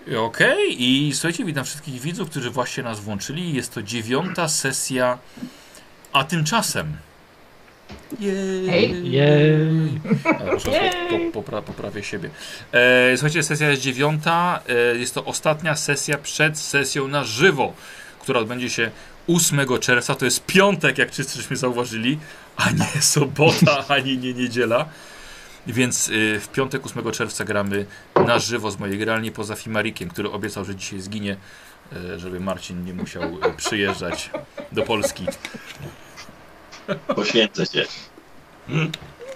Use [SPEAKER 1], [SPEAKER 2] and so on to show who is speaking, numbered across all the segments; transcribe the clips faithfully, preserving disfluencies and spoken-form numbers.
[SPEAKER 1] Okej, okay. I słuchajcie, witam wszystkich widzów, którzy właśnie nas włączyli. Jest to dziewiąta sesja, a tymczasem...
[SPEAKER 2] Jej!
[SPEAKER 3] Jej!
[SPEAKER 1] Po, popra poprawię siebie. E, słuchajcie, sesja jest dziewiąta. E, jest to ostatnia sesja przed sesją na żywo, która odbędzie się ósmego czerwca. To jest piątek, jak wszyscy żeśmy zauważyli, a nie sobota, ani nie niedziela. Więc y, w piątek ósmego czerwca gramy na żywo z mojej gralni poza Fimarikiem, który obiecał, że dzisiaj zginie, y, żeby Marcin nie musiał y, przyjeżdżać do Polski.
[SPEAKER 4] Poświęcę się.
[SPEAKER 1] Hmm?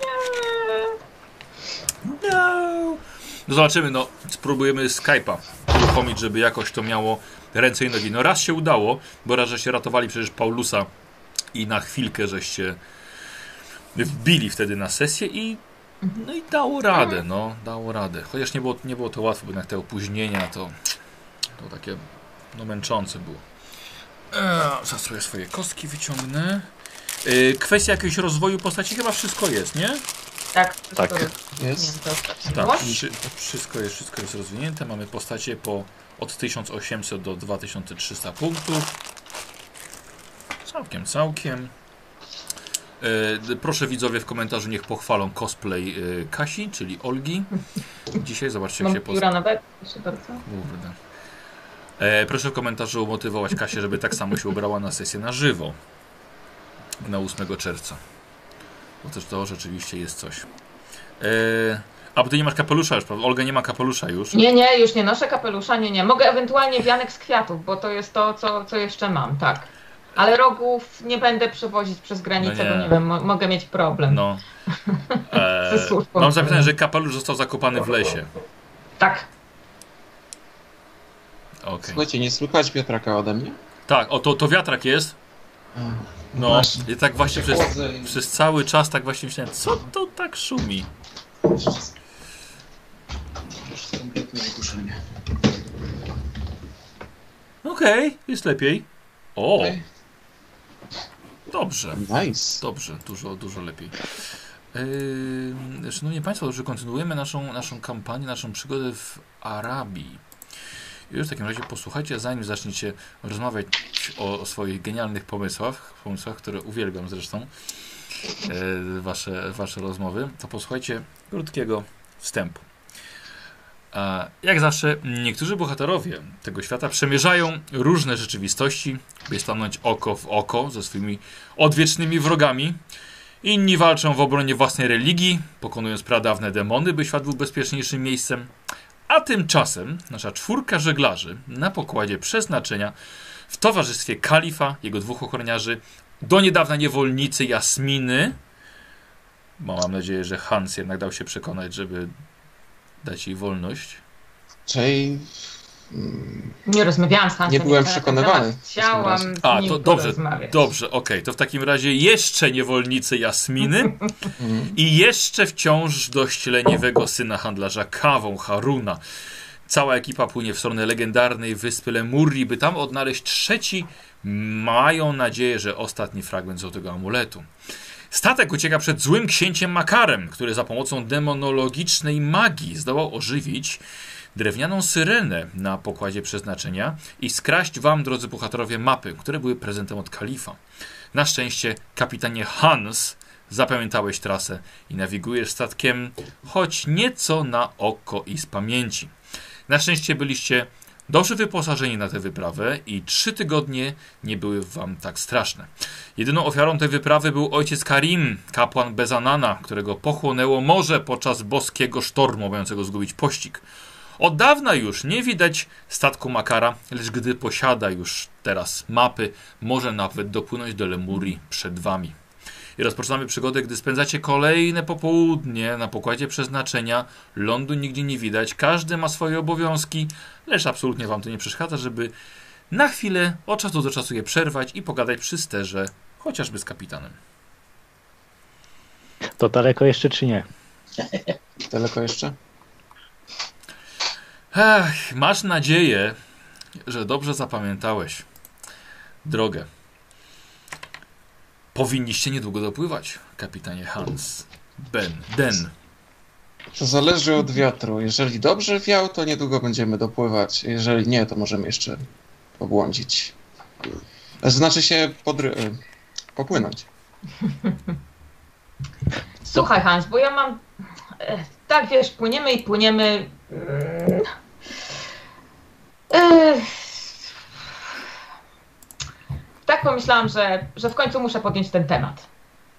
[SPEAKER 1] No. No zobaczymy, no spróbujemy Skype'a uruchomić, żeby jakoś to miało ręce i nogi. No raz się udało, bo raz, że się ratowali przecież Paulusa i na chwilkę żeście wbili wtedy na sesję i no i dało radę, no, dało radę. Chociaż nie było, nie było to łatwo, bo jednak te opóźnienia to, to takie, no, męczące było. Eee, zaraz sobie swoje kostki wyciągnę. Eee, kwestia jakiegoś rozwoju postaci, chyba wszystko jest, nie?
[SPEAKER 2] Tak, wszystko
[SPEAKER 4] Tak.
[SPEAKER 2] jest.
[SPEAKER 1] Tak, wszy, wszystko jest, wszystko jest rozwinięte. Mamy postacie po od tysiąc osiemset do dwa tysiące trzysta punktów. Całkiem, całkiem. E, proszę widzowie w komentarzu niech pochwalą cosplay e, Kasi, czyli Olgi. Dzisiaj zobaczcie jak
[SPEAKER 2] Mam
[SPEAKER 1] się poz...
[SPEAKER 2] pióra nawet, proszę bardzo.
[SPEAKER 1] Kurde. E, proszę w komentarzu umotywować Kasię, żeby tak samo się ubrała na sesję na żywo. Na ósmego czerwca. Bo też to rzeczywiście jest coś. E, a bo ty nie masz kapelusza już, prawda? Olga nie ma kapelusza już.
[SPEAKER 2] Nie, nie, już nie noszę kapelusza, nie, nie. Mogę ewentualnie wianek z kwiatów, bo to jest to, co, co jeszcze mam, tak. Ale rogów nie będę przewozić przez granicę, no nie. bo nie wiem, mo mogę mieć problem.
[SPEAKER 1] No. E, mam zapisane, że kapelusz został zakopany w lesie.
[SPEAKER 2] Tak.
[SPEAKER 1] Okay.
[SPEAKER 3] Słuchajcie, nie słychać wiatraka ode mnie?
[SPEAKER 1] Tak, o to, to wiatrak jest. No,
[SPEAKER 3] właśnie.
[SPEAKER 1] i tak właśnie przez, przez cały czas tak właśnie myślałem, co to tak szumi? Okej, okay, jest lepiej. O!
[SPEAKER 3] Okay.
[SPEAKER 1] Dobrze.
[SPEAKER 3] Nice.
[SPEAKER 1] Dobrze, dużo, dużo lepiej. Yy, szanowni Państwo, dobrze, kontynuujemy naszą, naszą kampanię, naszą przygodę w Arabii. I już w takim razie posłuchajcie, zanim zaczniecie rozmawiać o, o swoich genialnych pomysłach, pomysłach, które uwielbiam zresztą, yy, wasze, wasze rozmowy, to posłuchajcie krótkiego wstępu. A jak zawsze, niektórzy bohaterowie tego świata przemierzają różne rzeczywistości, by stanąć oko w oko ze swoimi odwiecznymi wrogami. Inni walczą w obronie własnej religii, pokonując pradawne demony, by świat był bezpieczniejszym miejscem. A tymczasem nasza czwórka żeglarzy na pokładzie przeznaczenia w towarzystwie kalifa, jego dwóch ochroniarzy, do niedawna niewolnicy Jasminy, bo mam nadzieję, że Hans jednak dał się przekonać, żeby dać jej wolność.
[SPEAKER 3] Czyli...
[SPEAKER 2] Nie rozmawiałam z Hansem.
[SPEAKER 3] Nie byłem przekonywany.
[SPEAKER 2] Chciałam z
[SPEAKER 1] A,
[SPEAKER 2] nim
[SPEAKER 1] to dobrze,
[SPEAKER 2] porozmawiać.
[SPEAKER 1] dobrze, okej. Okay. To w takim razie jeszcze niewolnicy Jasminy i jeszcze wciąż dość leniwego syna handlarza kawą, Haruna. Cała ekipa płynie w stronę legendarnej wyspy Lemurri, by tam odnaleźć trzeci, mają nadzieję, że ostatni fragment złotego amuletu. Statek ucieka przed złym księciem Makarem, który za pomocą demonologicznej magii zdołał ożywić drewnianą syrenę na pokładzie przeznaczenia i skraść wam, drodzy bohaterowie, mapy, które były prezentem od kalifa. Na szczęście, kapitanie Hans, zapamiętałeś trasę i nawigujesz statkiem, choć nieco na oko i z pamięci. Na szczęście byliście dobrze wyposażeni na tę wyprawę i trzy tygodnie nie były wam tak straszne. Jedyną ofiarą tej wyprawy był ojciec Karim, kapłan Bezanana, którego pochłonęło morze podczas boskiego sztormu, mającego zgubić pościg. Od dawna już nie widać statku Makara, lecz gdy posiada już teraz mapy, może nawet dopłynąć do Lemurii przed wami. I rozpoczynamy przygodę, gdy spędzacie kolejne popołudnie na pokładzie przeznaczenia. Lądu nigdzie nie widać, każdy ma swoje obowiązki, lecz absolutnie wam to nie przeszkadza, żeby na chwilę od czasu do czasu je przerwać i pogadać przy sterze, chociażby z kapitanem.
[SPEAKER 5] To daleko jeszcze czy nie?
[SPEAKER 3] Daleko jeszcze?
[SPEAKER 1] Ech, masz nadzieję, że dobrze zapamiętałeś drogę. Powinniście niedługo dopływać, kapitanie Hans. Ben. Den.
[SPEAKER 3] To zależy od wiatru. Jeżeli dobrze wiał, to niedługo będziemy dopływać. Jeżeli nie, to możemy jeszcze pobłądzić. Znaczy się podry- popłynąć.
[SPEAKER 2] Słuchaj, Hans, bo ja mam... e, Tak, wiesz, płyniemy i płyniemy... mm, e, Tak pomyślałam, że, że w końcu muszę podjąć ten temat.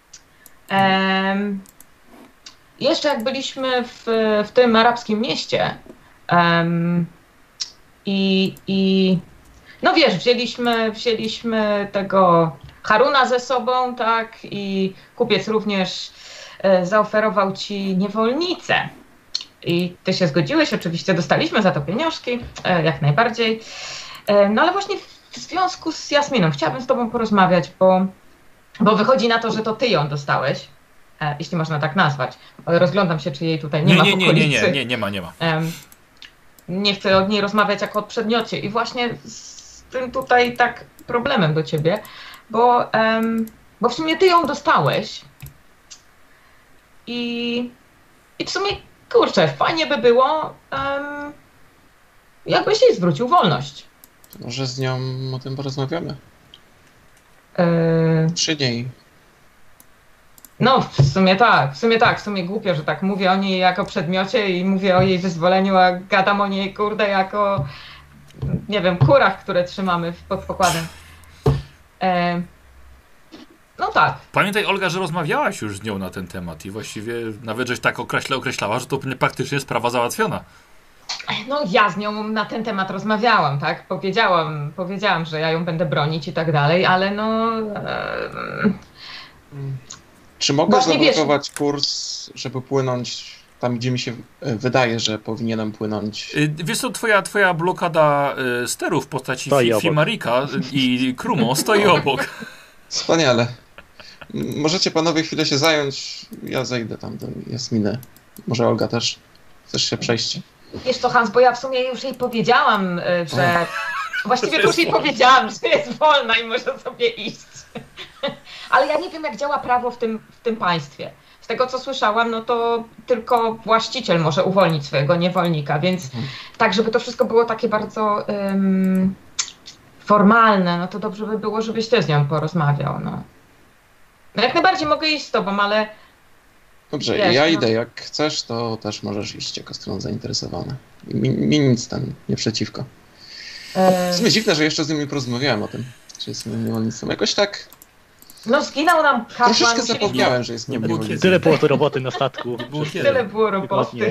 [SPEAKER 2] Em, Jeszcze jak byliśmy w, w tym arabskim mieście em, i, i no wiesz, wzięliśmy, wzięliśmy tego Haruna ze sobą, tak, i kupiec również e, zaoferował ci niewolnicę. I ty się zgodziłeś, oczywiście dostaliśmy za to pieniążki, e, jak najbardziej. E, no ale właśnie w związku z Jasminą chciałabym z tobą porozmawiać, bo, bo wychodzi na to, że to ty ją dostałeś, e, jeśli można tak nazwać. Rozglądam się, czy jej tutaj nie,
[SPEAKER 1] Nie,
[SPEAKER 2] ma
[SPEAKER 1] nie,
[SPEAKER 2] w
[SPEAKER 1] nie,
[SPEAKER 2] okolicy.
[SPEAKER 1] nie, nie, nie, nie ma, nie ma.
[SPEAKER 2] Em, nie chcę od niej rozmawiać jako o przedmiocie i właśnie z tym tutaj tak problemem do ciebie, bo, em, bo w sumie ty ją dostałeś i, i w sumie, kurczę, fajnie by było, em, jakbyś jej zwrócił wolność.
[SPEAKER 3] Może z nią o tym porozmawiamy.
[SPEAKER 2] E,
[SPEAKER 3] Przy niej.
[SPEAKER 2] No, w sumie tak, w sumie tak, w sumie głupio, że tak mówię o niej jako przedmiocie i mówię o jej wyzwoleniu, a gadam o niej, kurde, jako, nie wiem, kurach, które trzymamy pod pokładem. E, no tak.
[SPEAKER 1] Pamiętaj, Olga, że rozmawiałaś już z nią na ten temat i właściwie nawet żeś tak określa, określała, że to praktycznie sprawa załatwiona.
[SPEAKER 2] No ja z nią na ten temat rozmawiałam, tak? Powiedziałam, powiedziałam, że ja ją będę bronić i tak dalej, ale no... E,
[SPEAKER 3] Czy mogę
[SPEAKER 2] Właśnie
[SPEAKER 3] zablokować kurs, żeby płynąć tam, gdzie mi się e, wydaje, że powinienem płynąć?
[SPEAKER 1] Y, Wiesz co, twoja, twoja blokada y, sterów w postaci
[SPEAKER 4] Stoi
[SPEAKER 1] Fi-
[SPEAKER 4] obok.
[SPEAKER 1] Fimarika i Krumo stoi obok.
[SPEAKER 3] Wspaniale. M- Możecie panowie chwilę się zająć. Ja zejdę tam do Jasminy. Może Olga też. Chcesz się przejść?
[SPEAKER 2] Wiesz co, Hans, bo ja w sumie już jej powiedziałam, y, że... Właściwie to już jej powiedziałam, że jest wolna i może sobie iść. Ale ja nie wiem, jak działa prawo w tym, w tym państwie. Z tego, co słyszałam, no to tylko właściciel może uwolnić swojego niewolnika, więc
[SPEAKER 3] Mhm.
[SPEAKER 2] tak, żeby to wszystko było takie bardzo ym, formalne, no to dobrze by było, żebyś ty z nią porozmawiał, no. No jak najbardziej mogę iść z tobą, ale...
[SPEAKER 3] Dobrze,
[SPEAKER 2] Wiesz,
[SPEAKER 3] ja
[SPEAKER 2] no.
[SPEAKER 3] idę. Jak chcesz, to też możesz iść jako strona zainteresowana. Mi, mi nic tam nie przeciwko.
[SPEAKER 2] e,
[SPEAKER 3] W sumie dziwne, że jeszcze z nimi porozmawiałem o tym. Czy jest niewolnictwem. Jakoś tak
[SPEAKER 2] No zginął nam kapłan.
[SPEAKER 3] troszeczkę
[SPEAKER 2] musieliśmy-
[SPEAKER 3] zapomniałem, że jest
[SPEAKER 1] nie było
[SPEAKER 3] niewolnictwem.
[SPEAKER 4] Tyle było to roboty na statku.
[SPEAKER 1] Było kiedy?
[SPEAKER 2] Tyle było roboty.
[SPEAKER 4] Tygodnie.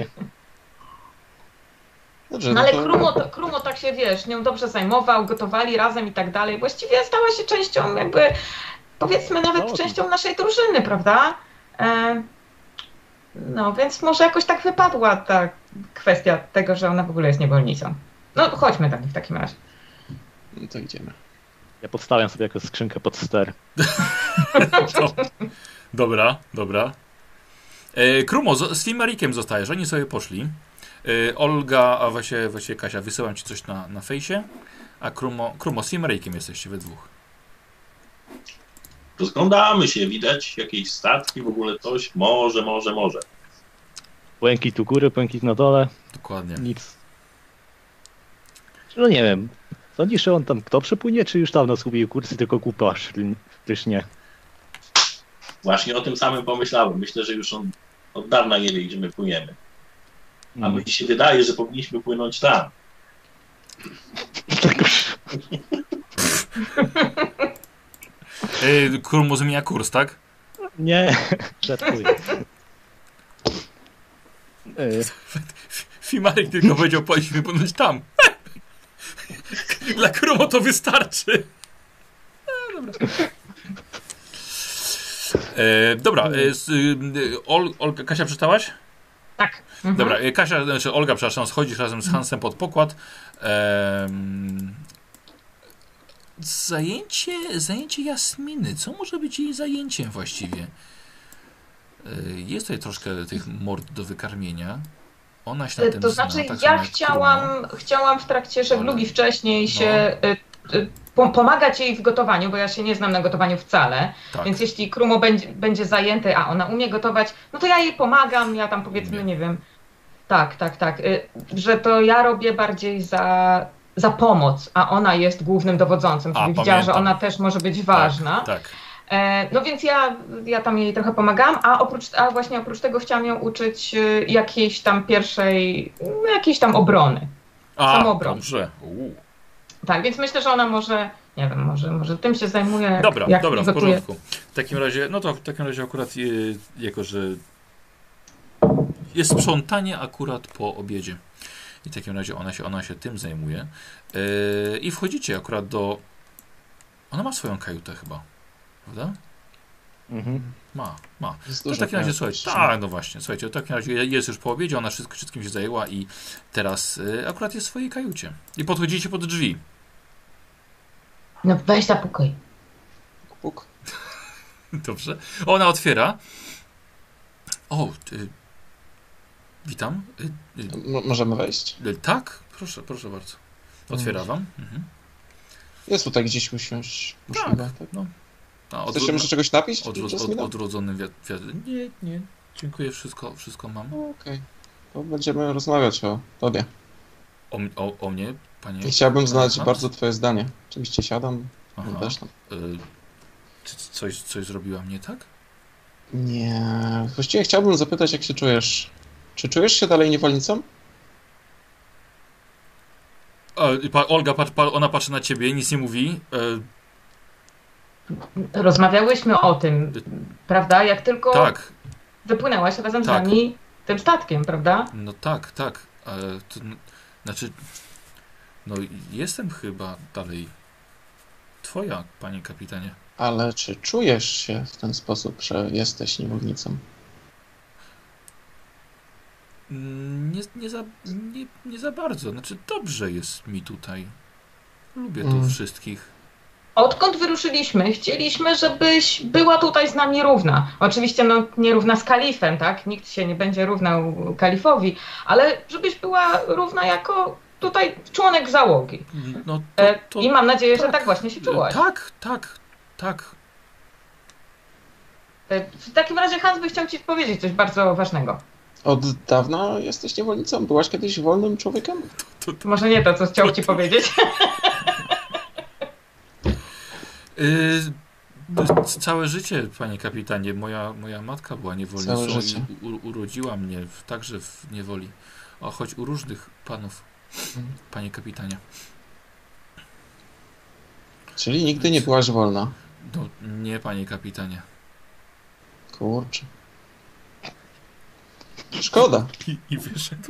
[SPEAKER 3] Dobrze,
[SPEAKER 2] No
[SPEAKER 3] no
[SPEAKER 2] ale
[SPEAKER 3] to...
[SPEAKER 2] Krumo, Krumo tak się, wiesz, nią dobrze zajmował, gotowali razem i tak dalej. Właściwie stała się częścią jakby, powiedzmy nawet
[SPEAKER 4] No,
[SPEAKER 2] częścią naszej drużyny, prawda? E, no więc może jakoś tak wypadła ta kwestia tego, że ona w ogóle jest niewolnicą. No chodźmy tam w takim razie.
[SPEAKER 3] No to idziemy.
[SPEAKER 4] Ja podstawiam sobie jako skrzynkę pod ster.
[SPEAKER 1] To, dobra, dobra. E, Krumo, z, z Fimarikiem zostajesz, oni sobie poszli. E, Olga, a właśnie, właśnie Kasia, wysyłam ci coś na, na fejsie. A Krumo, Krumo, z Fimarikiem jesteście we dwóch.
[SPEAKER 5] Rozglądamy się, widać jakieś statki, w ogóle coś, może, może, może.
[SPEAKER 4] Błękit u góry, błękit na dole,
[SPEAKER 1] Dokładnie.
[SPEAKER 4] nic. No nie wiem. Sądzisz, że on tam kto przepłynie, czy już dawno zgubił kursy, tylko kupasz też nie?
[SPEAKER 5] Właśnie o tym samym pomyślałem. Myślę, że już on od dawna nie wie, gdzie my płyniemy. A mi się wydaje, że powinniśmy płynąć tam.
[SPEAKER 1] E, Krumo zmienia kurs, tak?
[SPEAKER 4] Nie, żartuję. Y,
[SPEAKER 1] Fimarik tylko powiedział, powinniśmy płynąć tam. Dla Krumo to wystarczy. E, dobra. E, dobra, e, z, e, Ol, Olga, Kasia, przeczytałaś?
[SPEAKER 2] Tak. Mhm.
[SPEAKER 1] Dobra, e, Kasia, znaczy Olga, przepraszam, schodzisz razem z Hansem pod pokład. Ehm, zajęcie, zajęcie Jasminy. Co może być jej zajęciem właściwie? E, jest tutaj troszkę tych mord do wykarmienia. Ona się na tym
[SPEAKER 2] To
[SPEAKER 1] zna,
[SPEAKER 2] znaczy,
[SPEAKER 1] tak samo
[SPEAKER 2] ja
[SPEAKER 1] jak Krumo.
[SPEAKER 2] chciałam, chciałam w trakcie żeglugi
[SPEAKER 1] Ale-
[SPEAKER 2] wcześniej
[SPEAKER 1] no.
[SPEAKER 2] się y, y, po, pomagać jej w gotowaniu, bo ja się nie znam na gotowaniu wcale.
[SPEAKER 1] Tak.
[SPEAKER 2] Więc jeśli Krumo będzie, będzie zajęty, a ona umie gotować, no to ja jej pomagam, ja tam powiedzmy,
[SPEAKER 1] Umie.
[SPEAKER 2] nie wiem, Tak, tak, tak. Y, że to ja robię bardziej za, za pomoc, a ona jest głównym dowodzącym. Czyli
[SPEAKER 1] A,
[SPEAKER 2] widziała,
[SPEAKER 1] pamiętam.
[SPEAKER 2] że ona też może być ważna.
[SPEAKER 1] Tak, tak.
[SPEAKER 2] E, no więc ja, ja tam jej trochę pomagałam, a, oprócz, a właśnie oprócz tego chciałam ją uczyć y, jakiejś tam pierwszej, no, jakiejś tam obrony.
[SPEAKER 1] A,
[SPEAKER 2] Samoobron.
[SPEAKER 1] dobrze. Uu.
[SPEAKER 2] Tak, więc myślę, że ona może, nie wiem, może, może tym się zajmuje. Jak,
[SPEAKER 1] Dobra,
[SPEAKER 2] jak
[SPEAKER 1] dobra, w
[SPEAKER 2] gotuje.
[SPEAKER 1] porządku. W takim razie, no to w takim razie akurat, e, jako że jest sprzątanie akurat po obiedzie. I w takim razie ona się, ona się tym zajmuje. E, I wchodzicie akurat do... Ona ma swoją kajutę chyba, prawda?
[SPEAKER 4] Mhm.
[SPEAKER 1] Ma, ma.
[SPEAKER 3] Jest
[SPEAKER 1] To w
[SPEAKER 3] dużo
[SPEAKER 1] takim razie,
[SPEAKER 3] kajut.
[SPEAKER 1] słuchaj, tak, no właśnie, słuchajcie, w takim razie jest już po obiedzie, ona wszystko, wszystkim się zajęła i teraz e, akurat jest w swojej kajucie. I podchodzicie pod drzwi.
[SPEAKER 2] No weź zapukaj.
[SPEAKER 3] Puk.
[SPEAKER 1] Dobrze. Ona otwiera. O, y, witam. Y, y,
[SPEAKER 3] M- możemy wejść?
[SPEAKER 1] y, tak, proszę, proszę bardzo. Otwiera wam. Mhm.
[SPEAKER 3] Jest tutaj gdzieś usiąść.
[SPEAKER 1] Tak,
[SPEAKER 3] Możliwe, tak?
[SPEAKER 1] no. A,
[SPEAKER 3] Chcesz się może czegoś napić?
[SPEAKER 1] odwróc, od,
[SPEAKER 3] Jasmina?
[SPEAKER 1] odrodzonym wiat, wiat. Nie, nie. Dziękuję, wszystko, wszystko mam.
[SPEAKER 3] Okej. Okay. To będziemy rozmawiać o tobie.
[SPEAKER 1] O, o, o mnie, panie.
[SPEAKER 3] I chciałbym znać
[SPEAKER 1] Hans?
[SPEAKER 3] bardzo twoje zdanie. Oczywiście siadam.
[SPEAKER 1] Aha.
[SPEAKER 3] Też tam.
[SPEAKER 1] Y, czy coś, coś zrobiłam nie tak?
[SPEAKER 3] Nie. Właściwie chciałbym zapytać, jak się czujesz. Czy czujesz się dalej niewolnicą?
[SPEAKER 1] O, pa, Olga, patrz, pa, ona patrzy na ciebie, nic nie mówi. Y,
[SPEAKER 2] Rozmawiałyśmy o tym, prawda? Jak tylko
[SPEAKER 1] tak,
[SPEAKER 2] wypłynęłaś razem z
[SPEAKER 1] Tak.
[SPEAKER 2] nami tym statkiem, prawda?
[SPEAKER 1] no tak, tak. Ale to, znaczy, no jestem chyba dalej twoja, panie kapitanie.
[SPEAKER 3] Ale czy czujesz się w ten sposób, że jesteś niewolnicą?
[SPEAKER 1] Mm, Nie, nie, za, nie, nie za bardzo. Znaczy, dobrze jest mi tutaj. Lubię tu
[SPEAKER 3] Mm.
[SPEAKER 1] wszystkich.
[SPEAKER 2] Odkąd wyruszyliśmy, chcieliśmy, żebyś była tutaj z nami równa. Oczywiście no, nie równa z kalifem, tak? Nikt się nie będzie równał kalifowi, ale żebyś była równa jako tutaj członek załogi.
[SPEAKER 1] No to,
[SPEAKER 2] E,
[SPEAKER 1] to,
[SPEAKER 2] I mam nadzieję, że
[SPEAKER 1] tak.
[SPEAKER 2] tak właśnie się czułaś.
[SPEAKER 1] tak, tak, tak.
[SPEAKER 2] E, W takim razie Hans by chciał ci powiedzieć coś bardzo ważnego.
[SPEAKER 3] Od dawna jesteś niewolnicą? Byłaś kiedyś wolnym człowiekiem?
[SPEAKER 1] To, to,
[SPEAKER 2] Może nie to, co chciał ci powiedzieć.
[SPEAKER 1] Yy, całe życie, panie kapitanie. Moja, moja matka była niewolnicą
[SPEAKER 3] Całe życie.
[SPEAKER 1] i u, urodziła mnie w, także w niewoli. O, choć u różnych panów,
[SPEAKER 3] Mhm.
[SPEAKER 1] panie kapitanie.
[SPEAKER 3] Czyli nigdy nie byłaś wolna.
[SPEAKER 1] No, nie, panie kapitanie.
[SPEAKER 3] Kurczę. Szkoda.
[SPEAKER 1] I, i wyszedł.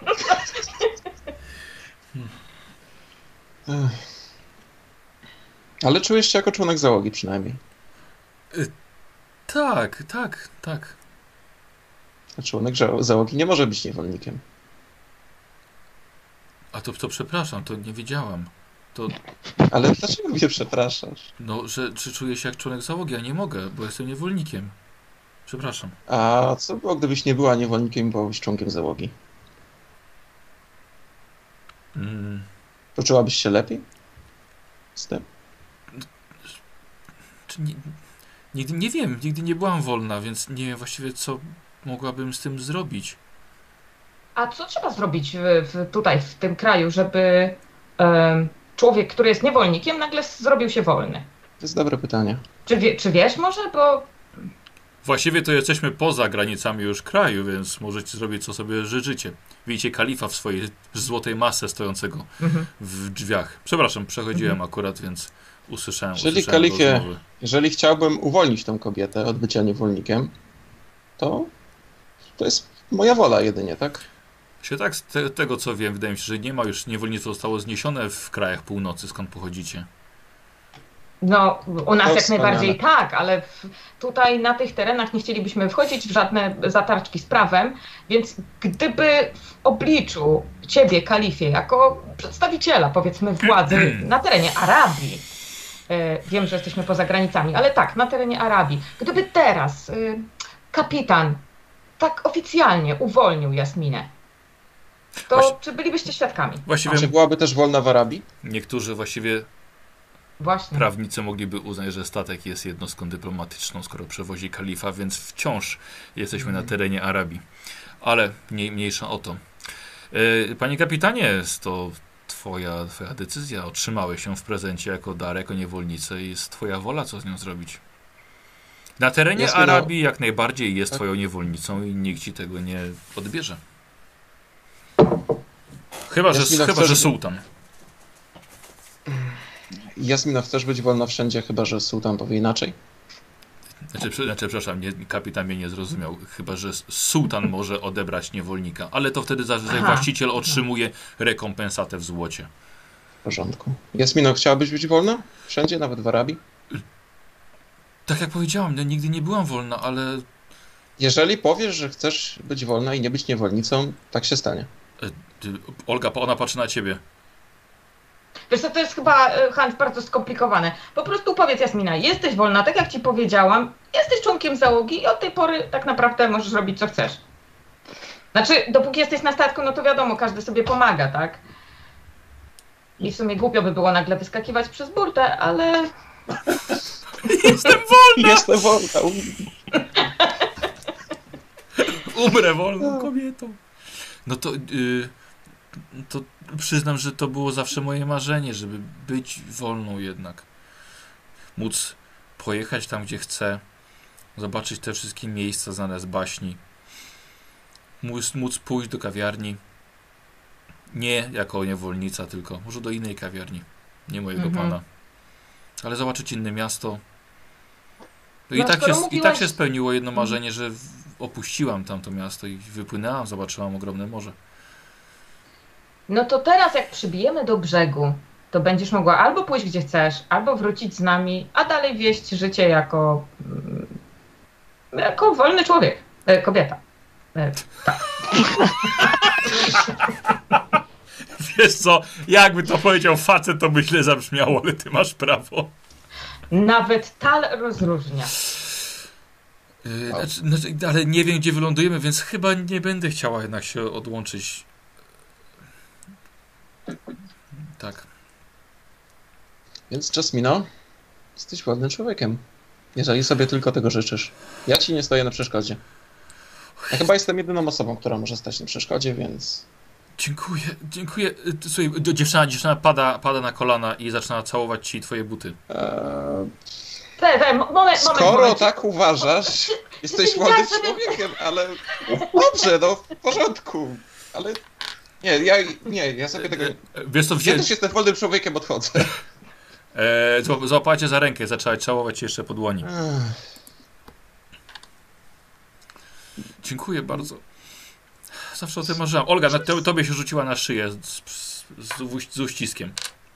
[SPEAKER 3] Ech. Ale czujesz się jako członek załogi przynajmniej.
[SPEAKER 1] Tak, tak, tak.
[SPEAKER 3] A członek ża- załogi nie może być niewolnikiem.
[SPEAKER 1] A to, to przepraszam, to nie wiedziałam. To,
[SPEAKER 3] Ale dlaczego mnie przepraszasz?
[SPEAKER 1] no, że, że czuję się jak członek załogi, a nie mogę, bo jestem niewolnikiem. Przepraszam.
[SPEAKER 3] A co było, gdybyś nie była niewolnikiem i byłaś członkiem załogi?
[SPEAKER 1] Mm,
[SPEAKER 3] Poczułabyś się lepiej z tym?
[SPEAKER 1] czy nie, nigdy nie wiem, nigdy nie byłam wolna, więc nie wiem właściwie, co mogłabym z tym zrobić.
[SPEAKER 2] A co trzeba zrobić w, w, tutaj, w tym kraju, żeby em, człowiek, który jest niewolnikiem, nagle zrobił się wolny?
[SPEAKER 3] To jest dobre pytanie.
[SPEAKER 2] Czy, wie, czy wiesz może? Bo
[SPEAKER 1] Właściwie to jesteśmy poza granicami już kraju, więc możecie zrobić, co sobie życzycie. Widzicie kalifa w swojej złotej masce stojącego
[SPEAKER 2] mhm.
[SPEAKER 1] w drzwiach. Przepraszam, przechodziłem akurat, więc usłyszałem,
[SPEAKER 3] Czyli
[SPEAKER 1] usłyszałem
[SPEAKER 3] kalifie,
[SPEAKER 1] rozmowy.
[SPEAKER 3] jeżeli chciałbym uwolnić tę kobietę od bycia niewolnikiem, to to jest moja wola jedynie, tak?
[SPEAKER 1] Się tak, z te, tego co wiem, wydaje mi się, że nie ma już niewolnictwo zostało zniesione w krajach północy, skąd pochodzicie.
[SPEAKER 2] No, u nas
[SPEAKER 3] To
[SPEAKER 2] jak
[SPEAKER 3] wspaniale.
[SPEAKER 2] najbardziej tak, ale w, tutaj na tych terenach nie chcielibyśmy wchodzić w żadne zatarczki z prawem, więc gdyby w obliczu ciebie, kalifie, jako przedstawiciela, powiedzmy, władzy na terenie Arabii, e, wiem, że jesteśmy poza granicami, ale tak, na terenie Arabii, gdyby teraz e, kapitan tak oficjalnie uwolnił Jasminę, to
[SPEAKER 1] Właśnie-
[SPEAKER 2] czy bylibyście świadkami?
[SPEAKER 1] Właściwie
[SPEAKER 3] Czy byłaby też wolna w Arabii?
[SPEAKER 1] niektórzy właściwie
[SPEAKER 2] Właśnie.
[SPEAKER 1] Prawnicy mogliby uznać, że statek jest jednostką dyplomatyczną, skoro przewozi kalifa, więc wciąż jesteśmy mm. na terenie Arabii. Ale mniej, mniejsza o to. Yy, panie kapitanie, jest to twoja, twoja decyzja. Otrzymałeś ją w prezencie jako dar, jako niewolnicę i jest twoja wola, co z nią zrobić. Na terenie
[SPEAKER 3] jest
[SPEAKER 1] Arabii no... jak najbardziej jest twoją niewolnicą i nikt ci tego nie odbierze. Chyba, że, chyba, chcesz... że sułtan.
[SPEAKER 3] Jasmina, chcesz być wolna wszędzie, chyba że sułtan powie inaczej?
[SPEAKER 1] Znaczy, znaczy przepraszam, nie, kapitan mnie nie zrozumiał. Chyba że sułtan może odebrać niewolnika, ale to wtedy zazwyczaj właściciel otrzymuje rekompensatę w złocie.
[SPEAKER 3] W porządku. Jasmino, chciałabyś być wolna? Wszędzie, nawet w Arabii?
[SPEAKER 1] Tak jak powiedziałam, ja nigdy nie byłam wolna, ale...
[SPEAKER 3] Jeżeli powiesz, że chcesz być wolna i nie być niewolnicą, tak się stanie.
[SPEAKER 1] Olga, ona patrzy na ciebie.
[SPEAKER 2] Wiesz co, to jest chyba, Hans, bardzo skomplikowane. Po prostu powiedz, Jasmina, jesteś wolna, tak jak ci powiedziałam, jesteś członkiem załogi i od tej pory tak naprawdę możesz robić, co chcesz. Znaczy, dopóki jesteś na statku, no to wiadomo, każdy sobie pomaga, tak? I w sumie głupio by było nagle wyskakiwać przez burtę, ale...
[SPEAKER 1] Jestem wolna!
[SPEAKER 3] Jestem wolna!
[SPEAKER 1] Umrę wolną kobietą. No to... Yy, to przyznam, że to było zawsze moje marzenie, żeby być wolną jednak. Móc pojechać tam, gdzie chcę. Zobaczyć te wszystkie miejsca znane z baśni. Móc, móc pójść do kawiarni. Nie jako niewolnica, tylko może do innej kawiarni. Nie mojego mhm. pana. Ale zobaczyć inne miasto. No no, i, tak się, mówiłaś... I tak się spełniło jedno marzenie, że opuściłam tamto miasto i wypłynęłam, zobaczyłam ogromne morze.
[SPEAKER 2] No to teraz jak przybijemy do brzegu, to będziesz mogła albo pójść gdzie chcesz, albo wrócić z nami, a dalej wieść życie jako jako wolny człowiek, e, kobieta. E, tak.
[SPEAKER 1] Wiesz co, jakby to powiedział facet, to by źle zabrzmiało, ale ty masz prawo.
[SPEAKER 2] Nawet tal rozróżnia.
[SPEAKER 1] Yy, znaczy, znaczy, ale nie wiem, gdzie wylądujemy, więc chyba nie będę chciała jednak się odłączyć. Tak.
[SPEAKER 3] Więc Jasmino, jesteś wolnym człowiekiem. Jeżeli sobie tylko tego życzysz. Ja ci nie stoję na przeszkodzie. Ja chyba jestem jedyną osobą, która może stać na przeszkodzie, więc...
[SPEAKER 1] Dziękuję, dziękuję. Słuchaj, dziewczyna, dziewczyna pada, pada na kolana i zaczyna całować ci twoje buty.
[SPEAKER 3] Eee...
[SPEAKER 2] Te, te, moment, moment,
[SPEAKER 3] Skoro
[SPEAKER 2] moment.
[SPEAKER 3] tak uważasz, jesteś wolnym człowiekiem, ale... Dobrze, no w porządku, ale... Nie, ja, nie, ja sobie tego...
[SPEAKER 1] Wiesz co,
[SPEAKER 3] ja też jestem wolnym człowiekiem, odchodzę.
[SPEAKER 1] Eee, złapała cię za rękę, zaczęła całować cię jeszcze po dłoni. Dziękuję bardzo. Zawsze o tym marzyłam. Olga, na to, tobie się rzuciła na szyję z, z, z, z uściskiem.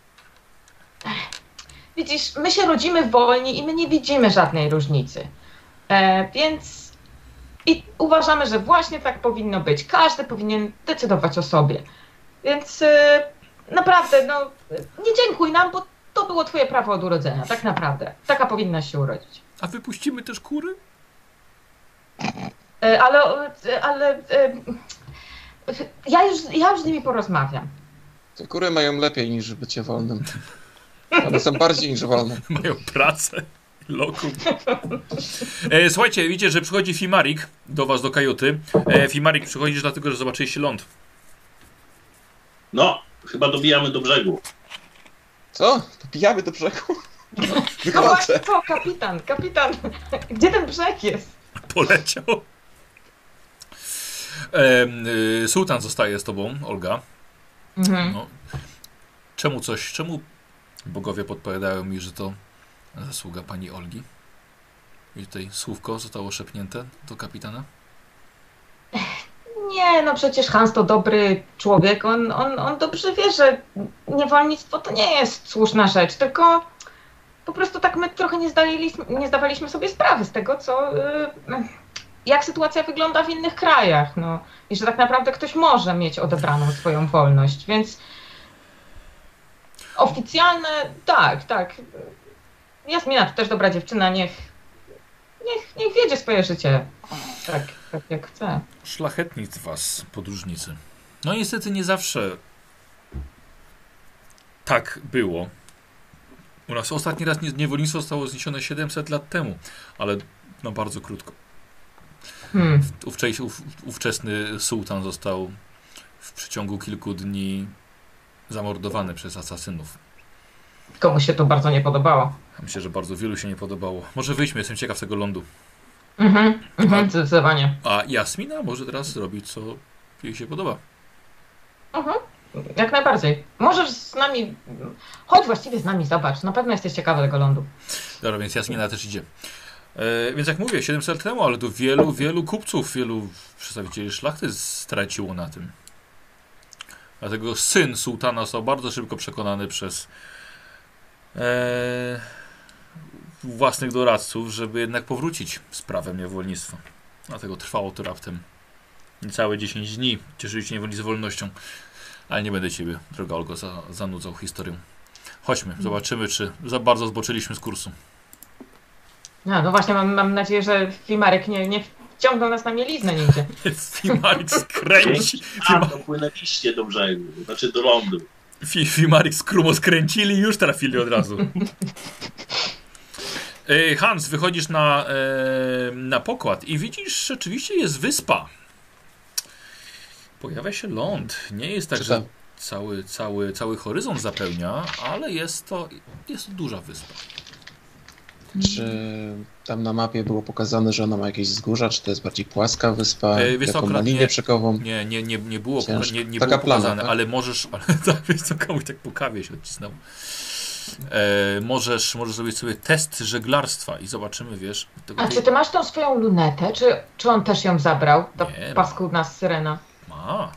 [SPEAKER 2] Widzisz, my się rodzimy wolni i my nie widzimy żadnej różnicy. E, więc i uważamy, że właśnie tak powinno być. Każdy powinien decydować o sobie. Więc e, naprawdę, no nie dziękuj nam, bo to było twoje prawo od urodzenia. Tak naprawdę. Taka powinnaś się urodzić.
[SPEAKER 1] A wypuścimy też kury?
[SPEAKER 2] E, ale... ale e, ja, już, ja już z nimi porozmawiam.
[SPEAKER 3] Te kury mają lepiej niż bycie wolnym. One są bardziej niż wolne.
[SPEAKER 1] Mają pracę. Lokum. E, słuchajcie, widzicie, że przychodzi Fimarik do was, do kajuty. E, Fimarik, przychodzisz dlatego, że zobaczyliście ląd.
[SPEAKER 5] No, chyba dobijamy do brzegu.
[SPEAKER 3] Co? Dobijamy do brzegu?
[SPEAKER 2] No właśnie, co? Kapitan, kapitan. Gdzie ten brzeg jest?
[SPEAKER 1] Poleciał. E, e, Sułtan zostaje z tobą, Olga. Mhm. No. Czemu coś, czemu bogowie podpowiadają mi, że to zasługa pani Olgi? I tutaj słówko zostało szepnięte do kapitana?
[SPEAKER 2] Nie, no przecież Hans to dobry człowiek. On, on, on dobrze wie, że niewolnictwo to nie jest słuszna rzecz, tylko po prostu tak my trochę nie, zdaliśmy, nie zdawaliśmy sobie sprawy z tego, co, yy, jak sytuacja wygląda w innych krajach. No. I że tak naprawdę ktoś może mieć odebraną swoją wolność, więc oficjalne, tak, tak. Jasmina to też dobra dziewczyna, niech, niech, niech wiedzie swoje życie tak, tak jak chce.
[SPEAKER 1] Szlachetni z was, podróżnicy. No niestety nie zawsze tak było. U nas ostatni raz nie- niewolnictwo zostało zniesione siedemset lat temu, ale no bardzo krótko.
[SPEAKER 2] Hmm.
[SPEAKER 1] Ówczes, ów, ówczesny sułtan został w przeciągu kilku dni zamordowany przez asasynów.
[SPEAKER 2] Komuś się to bardzo nie podobało.
[SPEAKER 1] Myślę, że bardzo wielu się nie podobało. Może wyjdźmy, jestem ciekaw tego lądu.
[SPEAKER 2] Mhm, mhm, zdecydowanie.
[SPEAKER 1] A Jasmina może teraz zrobić, co jej się podoba.
[SPEAKER 2] Mhm. Jak najbardziej. Możesz z nami... Chodź właściwie z nami, zobacz. Na pewno jesteś ciekawy tego lądu.
[SPEAKER 1] Dobra, więc Jasmina też idzie. E, więc jak mówię, siedemset lat temu, ale tu wielu, wielu kupców, wielu przedstawicieli szlachty straciło na tym. Dlatego syn sułtana został bardzo szybko przekonany przez e, własnych doradców, żeby jednak powrócić z prawem niewolnictwa. Dlatego trwało to raptem niecałe dziesięć dni. Cieszyli się niewolnicy wolnością. Ale nie będę ciebie, droga Olgo, za, zanudzał historią. Chodźmy, zobaczymy, czy za bardzo zboczyliśmy z kursu.
[SPEAKER 2] No, no właśnie, mam, mam nadzieję, że Fimarek nie, nie wciągnął nas na mieliznę nigdzie.
[SPEAKER 1] Fimarik skręci.
[SPEAKER 5] A, dopłynęliście do brzegu, znaczy do lądu.
[SPEAKER 1] Fi, Fimarik z Krumo skręcili i już trafili od razu. E, Hans, wychodzisz na, e, na pokład i widzisz, rzeczywiście jest wyspa. Pojawia się ląd. Nie jest tak,
[SPEAKER 3] Czy
[SPEAKER 1] że
[SPEAKER 3] to-
[SPEAKER 1] cały, cały, cały horyzont zapełnia, ale jest to, jest to duża wyspa.
[SPEAKER 3] Czy tam na mapie było pokazane, że ona ma jakieś wzgórza, czy to jest bardziej płaska wyspa,
[SPEAKER 1] E, wiesz co,
[SPEAKER 3] jaką ma
[SPEAKER 1] akurat
[SPEAKER 3] linię
[SPEAKER 1] nie.
[SPEAKER 3] brzegową?
[SPEAKER 1] Nie, nie, nie, nie było,
[SPEAKER 3] Ciężko.
[SPEAKER 1] nie, nie
[SPEAKER 3] Taka
[SPEAKER 1] było
[SPEAKER 3] plana,
[SPEAKER 1] pokazane,
[SPEAKER 3] tak?
[SPEAKER 1] ale możesz, ale tak, wiesz co, komuś tak po kawie się odcisnął. E, możesz, możesz zrobić sobie test żeglarstwa i zobaczymy, wiesz. Tego,
[SPEAKER 2] A czy ty masz tą swoją lunetę? Czy, czy on też ją zabrał? Ta
[SPEAKER 1] Nie, no.
[SPEAKER 2] paskudna syrena.
[SPEAKER 1] Ma.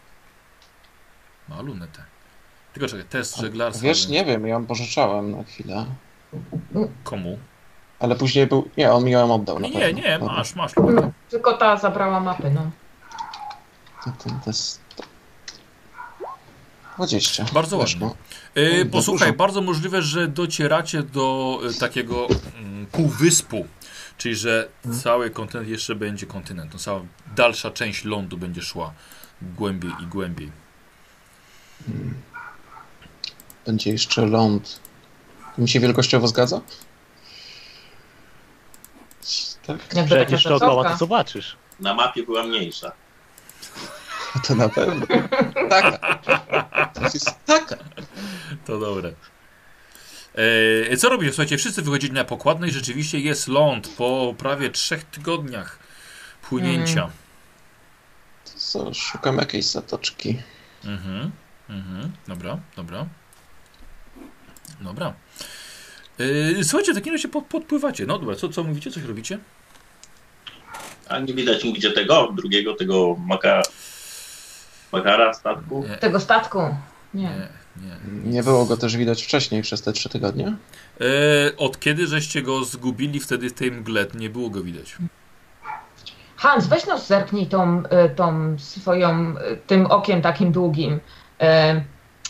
[SPEAKER 1] Ma lunetę. Tylko czekaj, test żeglarstwa.
[SPEAKER 3] Wiesz, nie wiem, ja ją pożyczałem na chwilę,
[SPEAKER 1] Komu?
[SPEAKER 3] ale później był... Nie, on mi ją oddał na
[SPEAKER 1] Nie,
[SPEAKER 3] pewno.
[SPEAKER 1] nie,
[SPEAKER 3] Dobra.
[SPEAKER 1] masz, masz lunetę.
[SPEAKER 2] Tylko ta zabrała mapy, no.
[SPEAKER 3] To ten test... dwadzieścia.
[SPEAKER 1] Bardzo
[SPEAKER 3] Weszło.
[SPEAKER 1] ładnie. E,
[SPEAKER 3] No,
[SPEAKER 1] posłuchaj,
[SPEAKER 3] dużo.
[SPEAKER 1] bardzo możliwe, że docieracie do e, takiego mm, półwyspu, czyli że cały kontynent jeszcze będzie kontynentem. Cała dalsza część lądu będzie szła głębiej i głębiej.
[SPEAKER 3] Będzie jeszcze ląd. To mi się wielkościowo zgadza? Tak?
[SPEAKER 2] Jakby
[SPEAKER 4] Przejdziesz
[SPEAKER 2] taka
[SPEAKER 4] dookoła,
[SPEAKER 2] sosowka.
[SPEAKER 4] to zobaczysz.
[SPEAKER 5] Na mapie była mniejsza.
[SPEAKER 3] To na pewno. Taka. To jest taka.
[SPEAKER 1] To dobre. E, co robicie? Słuchajcie, wszyscy wychodzili na pokład, no i rzeczywiście jest ląd po prawie trzech tygodniach płynięcia.
[SPEAKER 2] Mm.
[SPEAKER 3] To co, szukam jakiejś zatoczki.
[SPEAKER 1] Mhm, mhm, dobra, dobra. Dobra. E, słuchajcie, w takim razie pod, podpływacie. No dobra, co, co mówicie? Coś robicie?
[SPEAKER 5] A nie widać nigdzie tego, drugiego, tego maka... makara statku.
[SPEAKER 1] Nie,
[SPEAKER 2] Tego statku. Nie.
[SPEAKER 1] nie, nie.
[SPEAKER 3] Nie było go też widać wcześniej przez te trzy tygodnie?
[SPEAKER 1] E, od kiedy żeście go zgubili, wtedy w tej mgle nie było go widać.
[SPEAKER 2] Hans, weź no zerknij tą, y, tą swoją, y, tym okiem takim długim. y,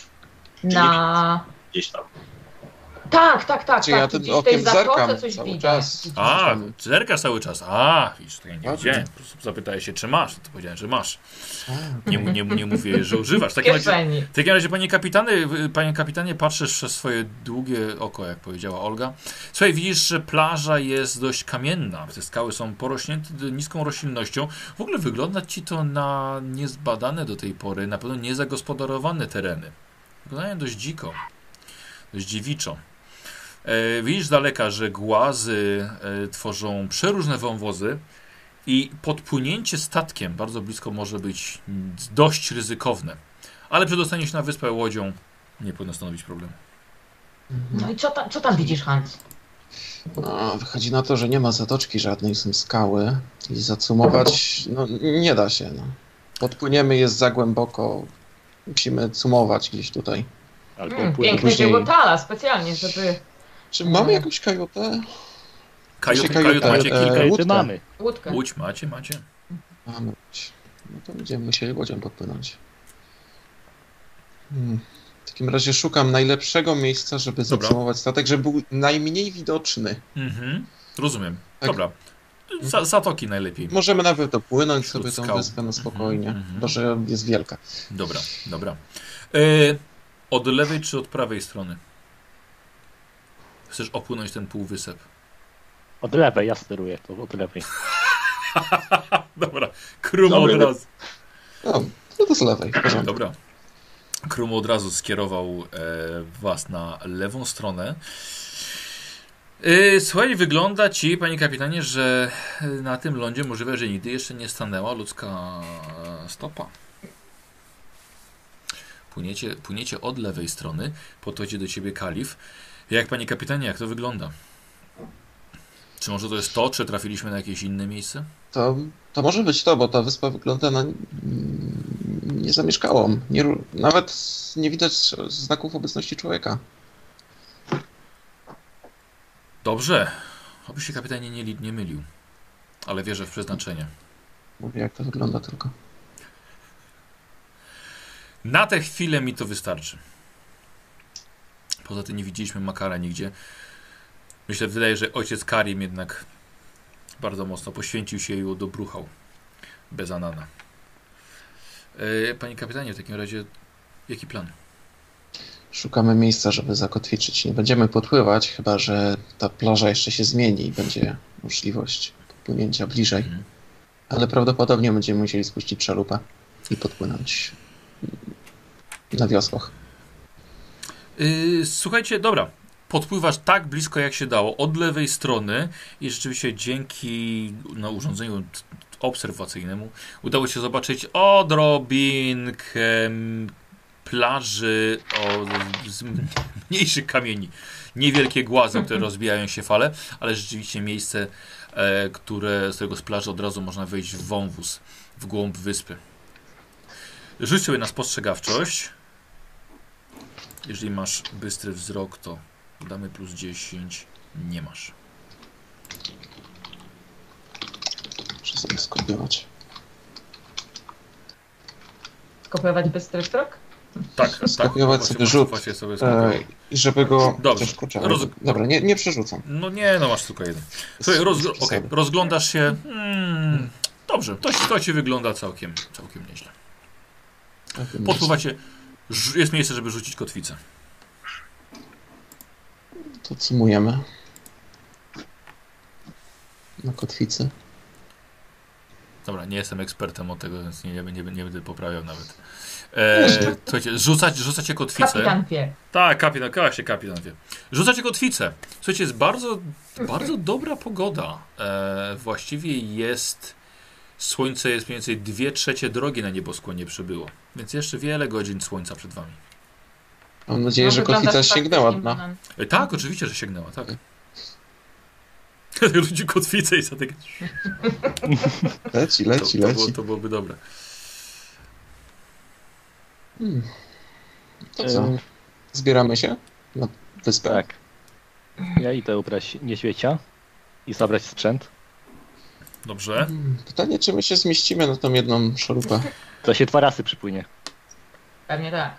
[SPEAKER 2] Na...
[SPEAKER 5] Gdzieś tam.
[SPEAKER 2] Tak, tak, tak.
[SPEAKER 3] Czy
[SPEAKER 2] tak.
[SPEAKER 3] ja
[SPEAKER 2] Tu
[SPEAKER 3] tym
[SPEAKER 2] gdzieś w tej
[SPEAKER 3] okiem
[SPEAKER 2] zatoce
[SPEAKER 3] zerkam
[SPEAKER 2] coś
[SPEAKER 3] cały
[SPEAKER 2] widzę.
[SPEAKER 3] czas.
[SPEAKER 2] Widzisz?
[SPEAKER 1] A, zerkasz cały czas. A, widzisz, to ja nie
[SPEAKER 3] Ładnie.
[SPEAKER 1] wiedziałem. Po prostu zapytałeś się, czy masz. To powiedziałem, że masz. Nie, nie, nie mówię, że używasz. W
[SPEAKER 2] W
[SPEAKER 1] takim razie,
[SPEAKER 2] kieszeni.
[SPEAKER 1] w takim razie panie kapitanie, panie kapitanie, patrzysz przez swoje długie oko, jak powiedziała Olga. Słuchaj, widzisz, że plaża jest dość kamienna. Te skały są porośnięte niską roślinnością. W ogóle wygląda ci to na niezbadane do tej pory, na pewno niezagospodarowane tereny. Wyglądają dość dziko. Dość dziewiczo. E, widzisz z daleka, że głazy e, tworzą przeróżne wąwozy i podpłynięcie statkiem bardzo blisko może być mm, dość ryzykowne. Ale przedostanie się na wyspę łodzią nie powinno stanowić problemu.
[SPEAKER 2] No i co tam, co tam widzisz, Hans?
[SPEAKER 3] No, wychodzi na to, że nie ma zatoczki żadnej, są skały i zacumować, no nie da się. No. Podpłyniemy, jest za głęboko, musimy cumować gdzieś tutaj.
[SPEAKER 4] Albo
[SPEAKER 2] Mm,
[SPEAKER 4] płynie
[SPEAKER 2] piękny
[SPEAKER 3] później-
[SPEAKER 2] Giogotala specjalnie, żeby
[SPEAKER 3] Czy mamy jakąś kajotę?
[SPEAKER 1] Kajut,
[SPEAKER 3] Znaczy,
[SPEAKER 1] kajut
[SPEAKER 3] kajutę,
[SPEAKER 1] macie
[SPEAKER 3] e,
[SPEAKER 1] kilka.
[SPEAKER 3] łódkę.
[SPEAKER 4] Ty mamy.
[SPEAKER 2] łódkę.
[SPEAKER 1] Łódź macie, macie.
[SPEAKER 3] Mamy. No to będziemy musieli łodzią podpłynąć. Hmm. W takim razie szukam najlepszego miejsca, żeby
[SPEAKER 1] Dobra.
[SPEAKER 3] zacumować statek, żeby był najmniej widoczny.
[SPEAKER 1] Mhm. Rozumiem.
[SPEAKER 3] Tak.
[SPEAKER 1] Dobra. Za, zatoki najlepiej.
[SPEAKER 3] Możemy nawet dopłynąć
[SPEAKER 1] Wśród
[SPEAKER 3] sobie tą
[SPEAKER 1] skał.
[SPEAKER 3] wyspę na spokojnie,
[SPEAKER 1] Mhm, mhm.
[SPEAKER 3] bo że jest wielka.
[SPEAKER 1] Dobra, dobra. E, od lewej czy od prawej strony? chcesz opłynąć ten półwysep?
[SPEAKER 4] Od lewej, ja steruję to od lewej.
[SPEAKER 1] Dobra, Krum
[SPEAKER 5] Dobry,
[SPEAKER 1] od razu.
[SPEAKER 3] No, no to z lewej, w porządku.
[SPEAKER 1] Dobra. Krum od razu skierował e, was na lewą stronę. E, słuchaj, wygląda ci, panie kapitanie, że na tym lądzie możliwe, że nigdy jeszcze nie stanęła ludzka stopa. Płyniecie, płyniecie od lewej strony, podchodzi do ciebie kalif. Jak, panie kapitanie, jak to wygląda? Czy może to jest to, czy trafiliśmy na jakieś inne miejsce?
[SPEAKER 3] To, to może być to, bo ta wyspa wygląda na niezamieszkałą. Nie, nawet nie widać znaków obecności człowieka.
[SPEAKER 1] Dobrze. Oby się kapitanie nie, nie mylił. Ale wierzę w przeznaczenie.
[SPEAKER 3] Mówię, jak to wygląda tylko.
[SPEAKER 1] Na tę chwilę mi to wystarczy. Poza tym nie widzieliśmy Makara nigdzie. Myślę, wydaje, że ojciec Karim jednak bardzo mocno poświęcił się i dobruchał. Bez Anana. E, panie kapitanie, w takim razie jaki plan?
[SPEAKER 3] Szukamy miejsca, żeby zakotwiczyć. Nie będziemy podpływać, chyba że ta plaża jeszcze się zmieni i będzie możliwość podpłynięcia bliżej. Mhm. Ale prawdopodobnie będziemy musieli spuścić szalupę i podpłynąć na wiosłach.
[SPEAKER 1] Yy, słuchajcie, dobra. Podpływasz tak blisko jak się dało, od lewej strony i rzeczywiście dzięki no, urządzeniu obserwacyjnemu udało się zobaczyć odrobinkę plaży o, z mniejszych kamieni. Niewielkie głazy, które rozbijają się fale, ale rzeczywiście miejsce, e, które z tego z plaży od razu można wejść w wąwóz, w głąb wyspy. Rzuć sobie na spostrzegawczość. Jeżeli masz bystry wzrok, to damy plus dziesięć. Nie masz.
[SPEAKER 3] Muszę sobie skopiować.
[SPEAKER 2] Skopiować bystry wzrok?
[SPEAKER 1] Tak, tak.
[SPEAKER 3] Skopiować sobie rzut.
[SPEAKER 1] Sobie
[SPEAKER 3] e, I żeby go...
[SPEAKER 1] Dobrze.
[SPEAKER 3] Też, kurczę,
[SPEAKER 1] Roz...
[SPEAKER 3] Dobra, nie, nie przerzucam.
[SPEAKER 1] No nie, no masz tylko jeden. Słuchaj, roz... okay. Rozglądasz się. Hmm, dobrze, to, to ci wygląda całkiem, całkiem nieźle. Podpływacie. Jest miejsce, żeby rzucić kotwicę.
[SPEAKER 3] To cumujemy. Na kotwicy.
[SPEAKER 1] Dobra, nie jestem ekspertem od tego, więc nie, nie, nie, nie będę poprawiał nawet. E, słuchajcie, rzucać, rzucacie kotwicę.
[SPEAKER 2] Kapitan wie.
[SPEAKER 1] Tak, kapitan, właśnie kapitan wie. Rzucacie kotwicę. Słuchajcie, jest bardzo, bardzo dobra pogoda. E, właściwie jest... Słońce jest mniej więcej dwie trzecie drogi na nieboskłonie przybyło. Więc jeszcze wiele godzin słońca przed wami.
[SPEAKER 3] Mam nadzieję, no, że kotwica sięgnęła dna.
[SPEAKER 1] E, tak, oczywiście, że sięgnęła, tak. Ludzi kotwicę i zatek...
[SPEAKER 3] Leci, leci,
[SPEAKER 1] to, to
[SPEAKER 3] leci.
[SPEAKER 1] Było, to byłoby dobre.
[SPEAKER 3] Hmm. To co? Zbieramy się na wyspę?
[SPEAKER 4] Tak. Ja idę ubrać niedźwiedzia i zabrać sprzęt.
[SPEAKER 1] Dobrze.
[SPEAKER 3] Pytanie, czy my się zmieścimy na tą jedną szalupę?
[SPEAKER 4] To się dwa razy przypłynie.
[SPEAKER 2] Pewnie tak.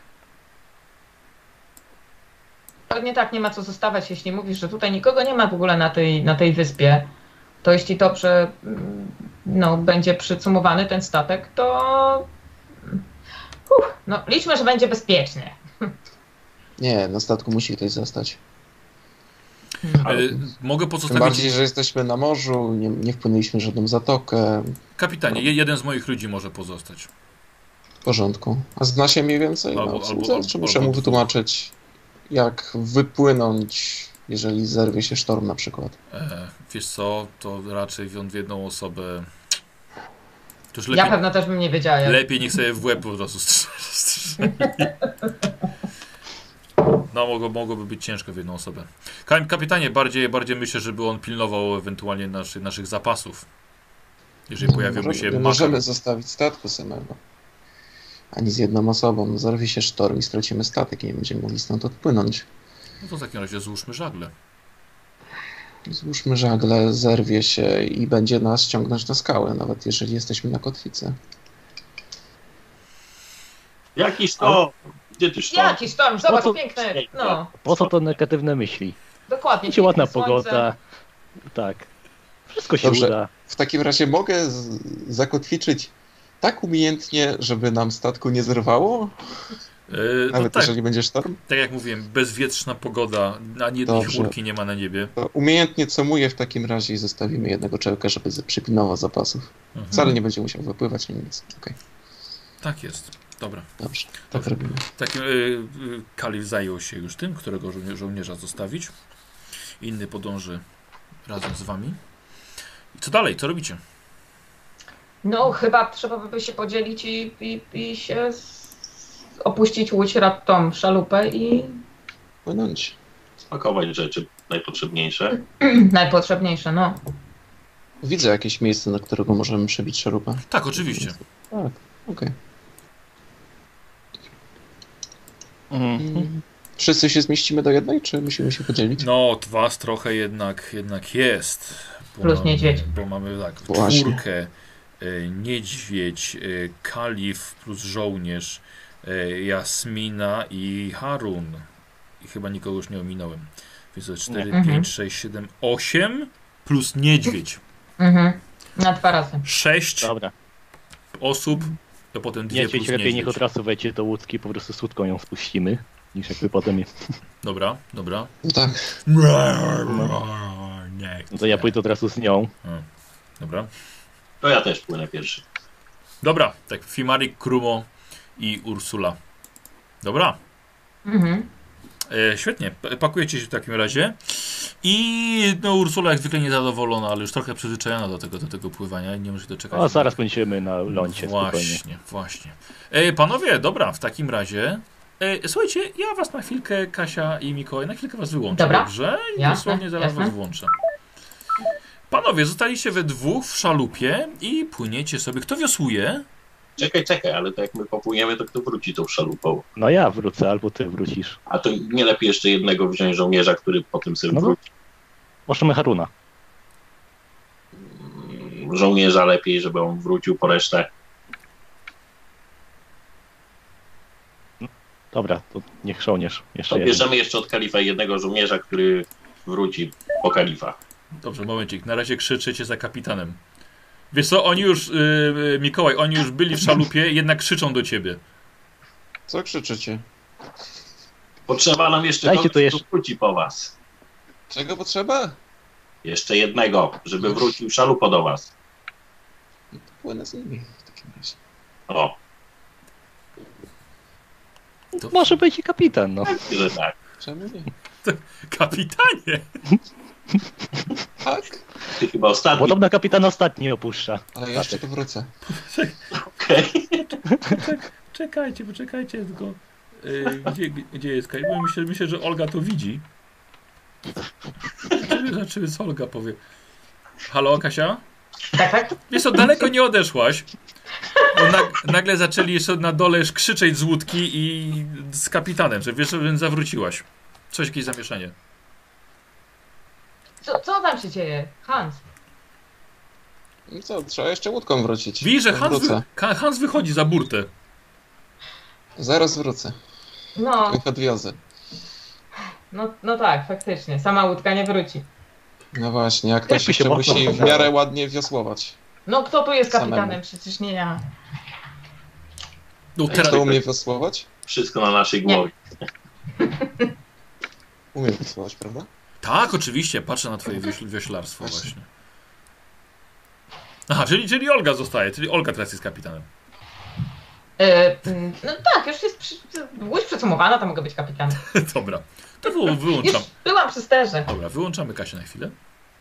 [SPEAKER 2] Pewnie tak, nie ma co zostawać, jeśli mówisz, że tutaj nikogo nie ma w ogóle na tej, na tej wyspie. To jeśli to przy, no, będzie przycumowany ten statek, to Uf, no, liczmy, że będzie bezpiecznie.
[SPEAKER 3] Nie, na statku musi ktoś zostać.
[SPEAKER 1] E, mogę pozostawić...
[SPEAKER 3] Tym bardziej, że jesteśmy na morzu, nie, nie wpłynęliśmy w żadną zatokę.
[SPEAKER 1] Kapitanie, no. jeden z moich ludzi może pozostać.
[SPEAKER 3] W porządku. A zna się mniej więcej?
[SPEAKER 1] Albo,
[SPEAKER 3] no,
[SPEAKER 1] albo,
[SPEAKER 3] co,
[SPEAKER 1] albo,
[SPEAKER 3] czy muszę
[SPEAKER 1] albo
[SPEAKER 3] mu wytłumaczyć, jak wypłynąć, jeżeli zerwie się sztorm na przykład?
[SPEAKER 1] E, wiesz co, to raczej on w jedną osobę... To już
[SPEAKER 2] lepiej, ja pewno też bym nie wiedziała. Jak...
[SPEAKER 1] Lepiej niech sobie w łeb po prostu strzeli. No, mogło, mogłoby być ciężko w jedną osobę. Kapitanie, bardziej, bardziej myślę, żeby on pilnował ewentualnie naszy, naszych zapasów. Jeżeli pojawiłby
[SPEAKER 3] możemy,
[SPEAKER 1] się
[SPEAKER 3] nie możemy zostawić statku samego. Ani z jedną osobą. Zarwie się sztorm i stracimy statek i nie będziemy mogli stąd odpłynąć.
[SPEAKER 1] No to w takim razie złóżmy żagle.
[SPEAKER 3] Złóżmy żagle, zerwie się i będzie nas ciągnąć na skałę, nawet jeżeli jesteśmy na kotwicy.
[SPEAKER 5] Jaki sztorm? Gdzie ty sztorm?
[SPEAKER 2] Jaki sztorm? Zobacz,
[SPEAKER 4] to...
[SPEAKER 2] piękne. No.
[SPEAKER 4] Po co to negatywne myśli?
[SPEAKER 2] Dokładnie.
[SPEAKER 4] Będzie ładna
[SPEAKER 2] słońce.
[SPEAKER 4] pogoda. Tak. Wszystko się
[SPEAKER 3] Dobrze.
[SPEAKER 4] uda.
[SPEAKER 3] W takim razie mogę z- zakotwiczyć tak umiejętnie, żeby nam statku nie zerwało?
[SPEAKER 1] Yy,
[SPEAKER 3] Nawet
[SPEAKER 1] tak,
[SPEAKER 3] jeżeli będzie sztorm?
[SPEAKER 1] tak jak mówiłem, bezwietrzna pogoda, ani jednej
[SPEAKER 3] Dobrze.
[SPEAKER 1] chmurki nie ma na niebie.
[SPEAKER 3] To umiejętnie comuję w takim razie i zostawimy jednego człowieka, żeby z- przypilnował zapasów.
[SPEAKER 1] Mhm.
[SPEAKER 3] Wcale nie będzie musiał wypływać, ani nic. Okej,
[SPEAKER 1] Tak jest. Dobra.
[SPEAKER 3] dobrze, tak robimy.
[SPEAKER 1] Tak, yy, yy, Kalif zajął się już tym, którego żołnierza, żołnierza zostawić. Inny podąży razem z wami. I co dalej? Co robicie?
[SPEAKER 2] No, chyba trzeba by się podzielić i, i, i się z... opuścić łódź, rad tą szalupę i
[SPEAKER 3] Płynąć.
[SPEAKER 5] Spakować rzeczy najpotrzebniejsze.
[SPEAKER 2] najpotrzebniejsze, no.
[SPEAKER 3] Widzę jakieś miejsce, na którego możemy przebić szarupę.
[SPEAKER 1] Tak, oczywiście.
[SPEAKER 3] Tak, okej.
[SPEAKER 4] Mhm.
[SPEAKER 3] Wszyscy się zmieścimy do jednej, czy musimy się podzielić?
[SPEAKER 1] No, was trochę jednak, jednak jest. Bo
[SPEAKER 2] Plus
[SPEAKER 1] mamy,
[SPEAKER 2] niedźwiedź.
[SPEAKER 1] Bo mamy tak,
[SPEAKER 3] Właśnie.
[SPEAKER 1] czwórkę, y, niedźwiedź, y, Kalif plus żołnierz, y, Jasmina i Harun. I chyba nikogo już nie ominąłem. Więc to jest cztery,
[SPEAKER 2] Nie.
[SPEAKER 1] pięć, sześć, siedem, osiem plus niedźwiedź.
[SPEAKER 2] Mhm. Na dwa razy.
[SPEAKER 1] sześć
[SPEAKER 4] Dobra.
[SPEAKER 1] osób, to potem dwie
[SPEAKER 4] Niedźwiedź
[SPEAKER 1] plus
[SPEAKER 4] lepiej niech
[SPEAKER 1] niedźwiedź.
[SPEAKER 4] od razu wejdzie do łódki, po prostu z łódką ją spuścimy, niż jakby potem je...
[SPEAKER 1] Dobra, dobra.
[SPEAKER 3] No tak.
[SPEAKER 1] Nie,
[SPEAKER 4] No to ja pójdę od razu z nią.
[SPEAKER 1] Dobra.
[SPEAKER 5] To ja też płynę pierwszy.
[SPEAKER 1] Dobra, tak Fimarik, Krumo i Ursula. Dobra,
[SPEAKER 2] Mhm.
[SPEAKER 1] e, świetnie. P- Pakujecie się w takim razie. I no Ursula jak zwykle niezadowolona, ale już trochę przyzwyczajona do tego, do tego pływania i nie może doczekać.
[SPEAKER 4] O, zaraz będziemy na lądzie spokojnie.
[SPEAKER 1] Właśnie, właśnie. E, panowie, dobra, w takim razie. E, słuchajcie, ja was na chwilkę, Kasia i Mikołaj, na chwilkę was wyłączę,
[SPEAKER 2] Dobra.
[SPEAKER 1] dobrze? I
[SPEAKER 2] Jasne,
[SPEAKER 1] dosłownie zaraz
[SPEAKER 2] jasne.
[SPEAKER 1] was włączę. Panowie, zostaliście we dwóch w szalupie i płyniecie sobie. Kto wiosłuje?
[SPEAKER 5] Czekaj, czekaj, ale to jak my popłyniemy, to kto wróci tą szalupą?
[SPEAKER 4] No ja wrócę, albo ty wrócisz.
[SPEAKER 5] A to nie lepiej jeszcze jednego wziąć żołnierza, który potem sobie
[SPEAKER 4] No bo-
[SPEAKER 5] wróci.
[SPEAKER 4] Możemy Haruna.
[SPEAKER 5] Mm, Żołnierza lepiej, żeby on wrócił po resztę.
[SPEAKER 4] Dobra, to niech żołnierz jeszcze
[SPEAKER 5] To
[SPEAKER 4] jeden.
[SPEAKER 5] bierzemy jeszcze od kalifa jednego żołnierza, który wróci po kalifa.
[SPEAKER 1] Dobrze, momencik. Na razie krzyczycie za kapitanem. Wiesz co, oni już, yy, Mikołaj, oni już byli w szalupie, jednak krzyczą do ciebie.
[SPEAKER 3] Co krzyczycie?
[SPEAKER 5] Potrzeba nam jeszcze
[SPEAKER 4] Dajcie
[SPEAKER 5] kogoś,
[SPEAKER 4] to jeszcze-
[SPEAKER 5] kto wróci po was.
[SPEAKER 3] Czego potrzeba?
[SPEAKER 5] Jeszcze jednego, żeby wrócił szalupo do was.
[SPEAKER 3] Płynę z nimi w takim razie.
[SPEAKER 5] O,
[SPEAKER 1] To-
[SPEAKER 4] Może być i kapitan, no.
[SPEAKER 5] że tak.
[SPEAKER 3] Czemu nie?
[SPEAKER 1] Kapitanie!
[SPEAKER 3] Tak,
[SPEAKER 5] Ty chyba ostatni.
[SPEAKER 4] Podobno kapitan ostatni opuszcza.
[SPEAKER 3] ale jeszcze tu wrócę.
[SPEAKER 5] Okej.
[SPEAKER 1] Czekajcie, poczekajcie, tylko yy, gdzie, gdzie jest Kaj? Bo myślę, myślę, że Olga to widzi. Zobaczymy, zobaczymy, co Olga powie. Halo, Kasia?
[SPEAKER 2] Tak, tak?
[SPEAKER 1] Wiesz co, daleko nie odeszłaś. Bo nag, nagle zaczęli jeszcze na dole już krzyczeć z łódki i z kapitanem, że wiesz, więc zawróciłaś. Coś, jakieś zamieszanie.
[SPEAKER 2] Co, co tam się dzieje? Hans.
[SPEAKER 3] No co, trzeba jeszcze łódką wrócić.
[SPEAKER 1] Widzisz, że Hans, wy,
[SPEAKER 3] Wrócę.
[SPEAKER 1] Ka- Hans wychodzi za burtę.
[SPEAKER 3] Zaraz wrócę.
[SPEAKER 2] No,
[SPEAKER 3] Ich odwiozę.
[SPEAKER 2] no, no tak, faktycznie. Sama łódka nie wróci.
[SPEAKER 3] No właśnie, jak ktoś
[SPEAKER 4] Jakby się
[SPEAKER 3] jeszcze
[SPEAKER 4] mocno
[SPEAKER 3] musi w
[SPEAKER 4] podało.
[SPEAKER 3] miarę ładnie wiosłować.
[SPEAKER 2] No, kto tu jest kapitanem?
[SPEAKER 3] Samemu.
[SPEAKER 2] Przecież nie ja.
[SPEAKER 1] No, teraz,
[SPEAKER 3] Kto umie wiosłować?
[SPEAKER 5] Wszystko na naszej
[SPEAKER 2] Nie.
[SPEAKER 5] głowie.
[SPEAKER 3] Umie wiosłować, prawda?
[SPEAKER 1] tak, oczywiście, patrzę na twoje wioś, wioślarstwo właśnie. Aha, czyli, czyli Olga zostaje, czyli Olga teraz jest kapitanem.
[SPEAKER 2] E, mm, no tak, już jest przy, łódź przesumowana, to mogę być kapitanem.
[SPEAKER 1] Dobra, to wy,
[SPEAKER 2] Już
[SPEAKER 1] wyłączam.
[SPEAKER 2] byłam przy sterze.
[SPEAKER 1] Dobra, wyłączamy Kasię na chwilę.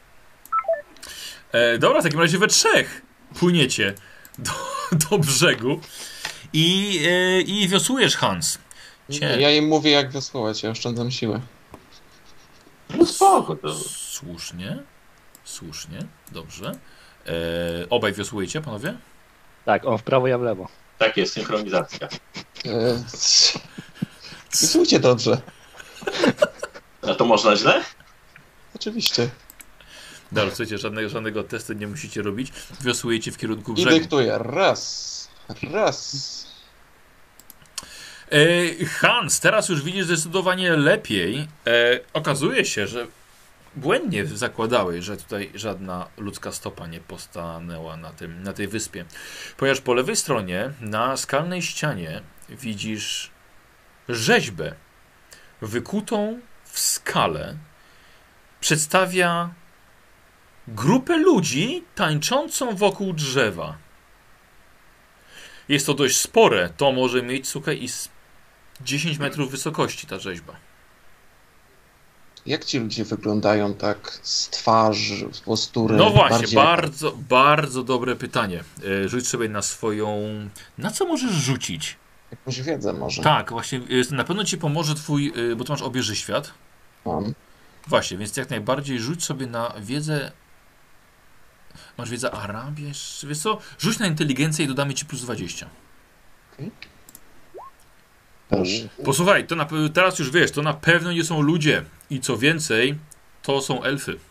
[SPEAKER 1] E, dobra, w takim razie we trzech płyniecie do, do brzegu i, e, i wiosłujesz, Hans. Cie-
[SPEAKER 3] Ja im mówię, jak wiosłować, ja oszczędzam siłę.
[SPEAKER 5] No spoko, to
[SPEAKER 1] Słusznie, słusznie, dobrze. E, obaj wiosłujecie, panowie?
[SPEAKER 4] Tak, on w prawo, ja w lewo.
[SPEAKER 5] tak jest synchronizacja.
[SPEAKER 3] Eee, Wiosłujcie dobrze.
[SPEAKER 5] A to można źle?
[SPEAKER 3] Oczywiście.
[SPEAKER 1] Dobra, słuchajcie, żadnego, żadnego testu nie musicie robić. Wiosłujecie w kierunku
[SPEAKER 3] I
[SPEAKER 1] brzegu.
[SPEAKER 3] dyktuję. Raz. Raz.
[SPEAKER 1] E, Hans, teraz już widzisz zdecydowanie lepiej. E, okazuje się, że błędnie zakładałeś, że tutaj żadna ludzka stopa nie postanęła na, tym, na tej wyspie. Ponieważ po lewej stronie, na skalnej ścianie, widzisz rzeźbę wykutą w skale. Przedstawia grupę ludzi tańczącą wokół drzewa. Jest to dość spore. To może mieć, słuchaj, i z dziesięć metrów wysokości ta rzeźba.
[SPEAKER 3] Jak ci ludzie wyglądają tak z twarzy, z postury?
[SPEAKER 1] No właśnie,
[SPEAKER 3] bardziej
[SPEAKER 1] bardzo, jak... bardzo dobre pytanie. Rzuć sobie na swoją... Na co możesz rzucić?
[SPEAKER 3] Jakąś wiedzę może.
[SPEAKER 1] Tak, właśnie. Na pewno ci pomoże twój... Bo ty masz obieży świat.
[SPEAKER 3] Mam.
[SPEAKER 1] Właśnie, więc jak najbardziej rzuć sobie na wiedzę... Masz wiedzę Arabii? Wiesz co? Rzuć na inteligencję i dodamy ci plus dwadzieścia.
[SPEAKER 3] Okay. Proszę.
[SPEAKER 1] Posłuchaj, to na, teraz już wiesz, to na pewno nie są ludzie. I co więcej, to są elfy.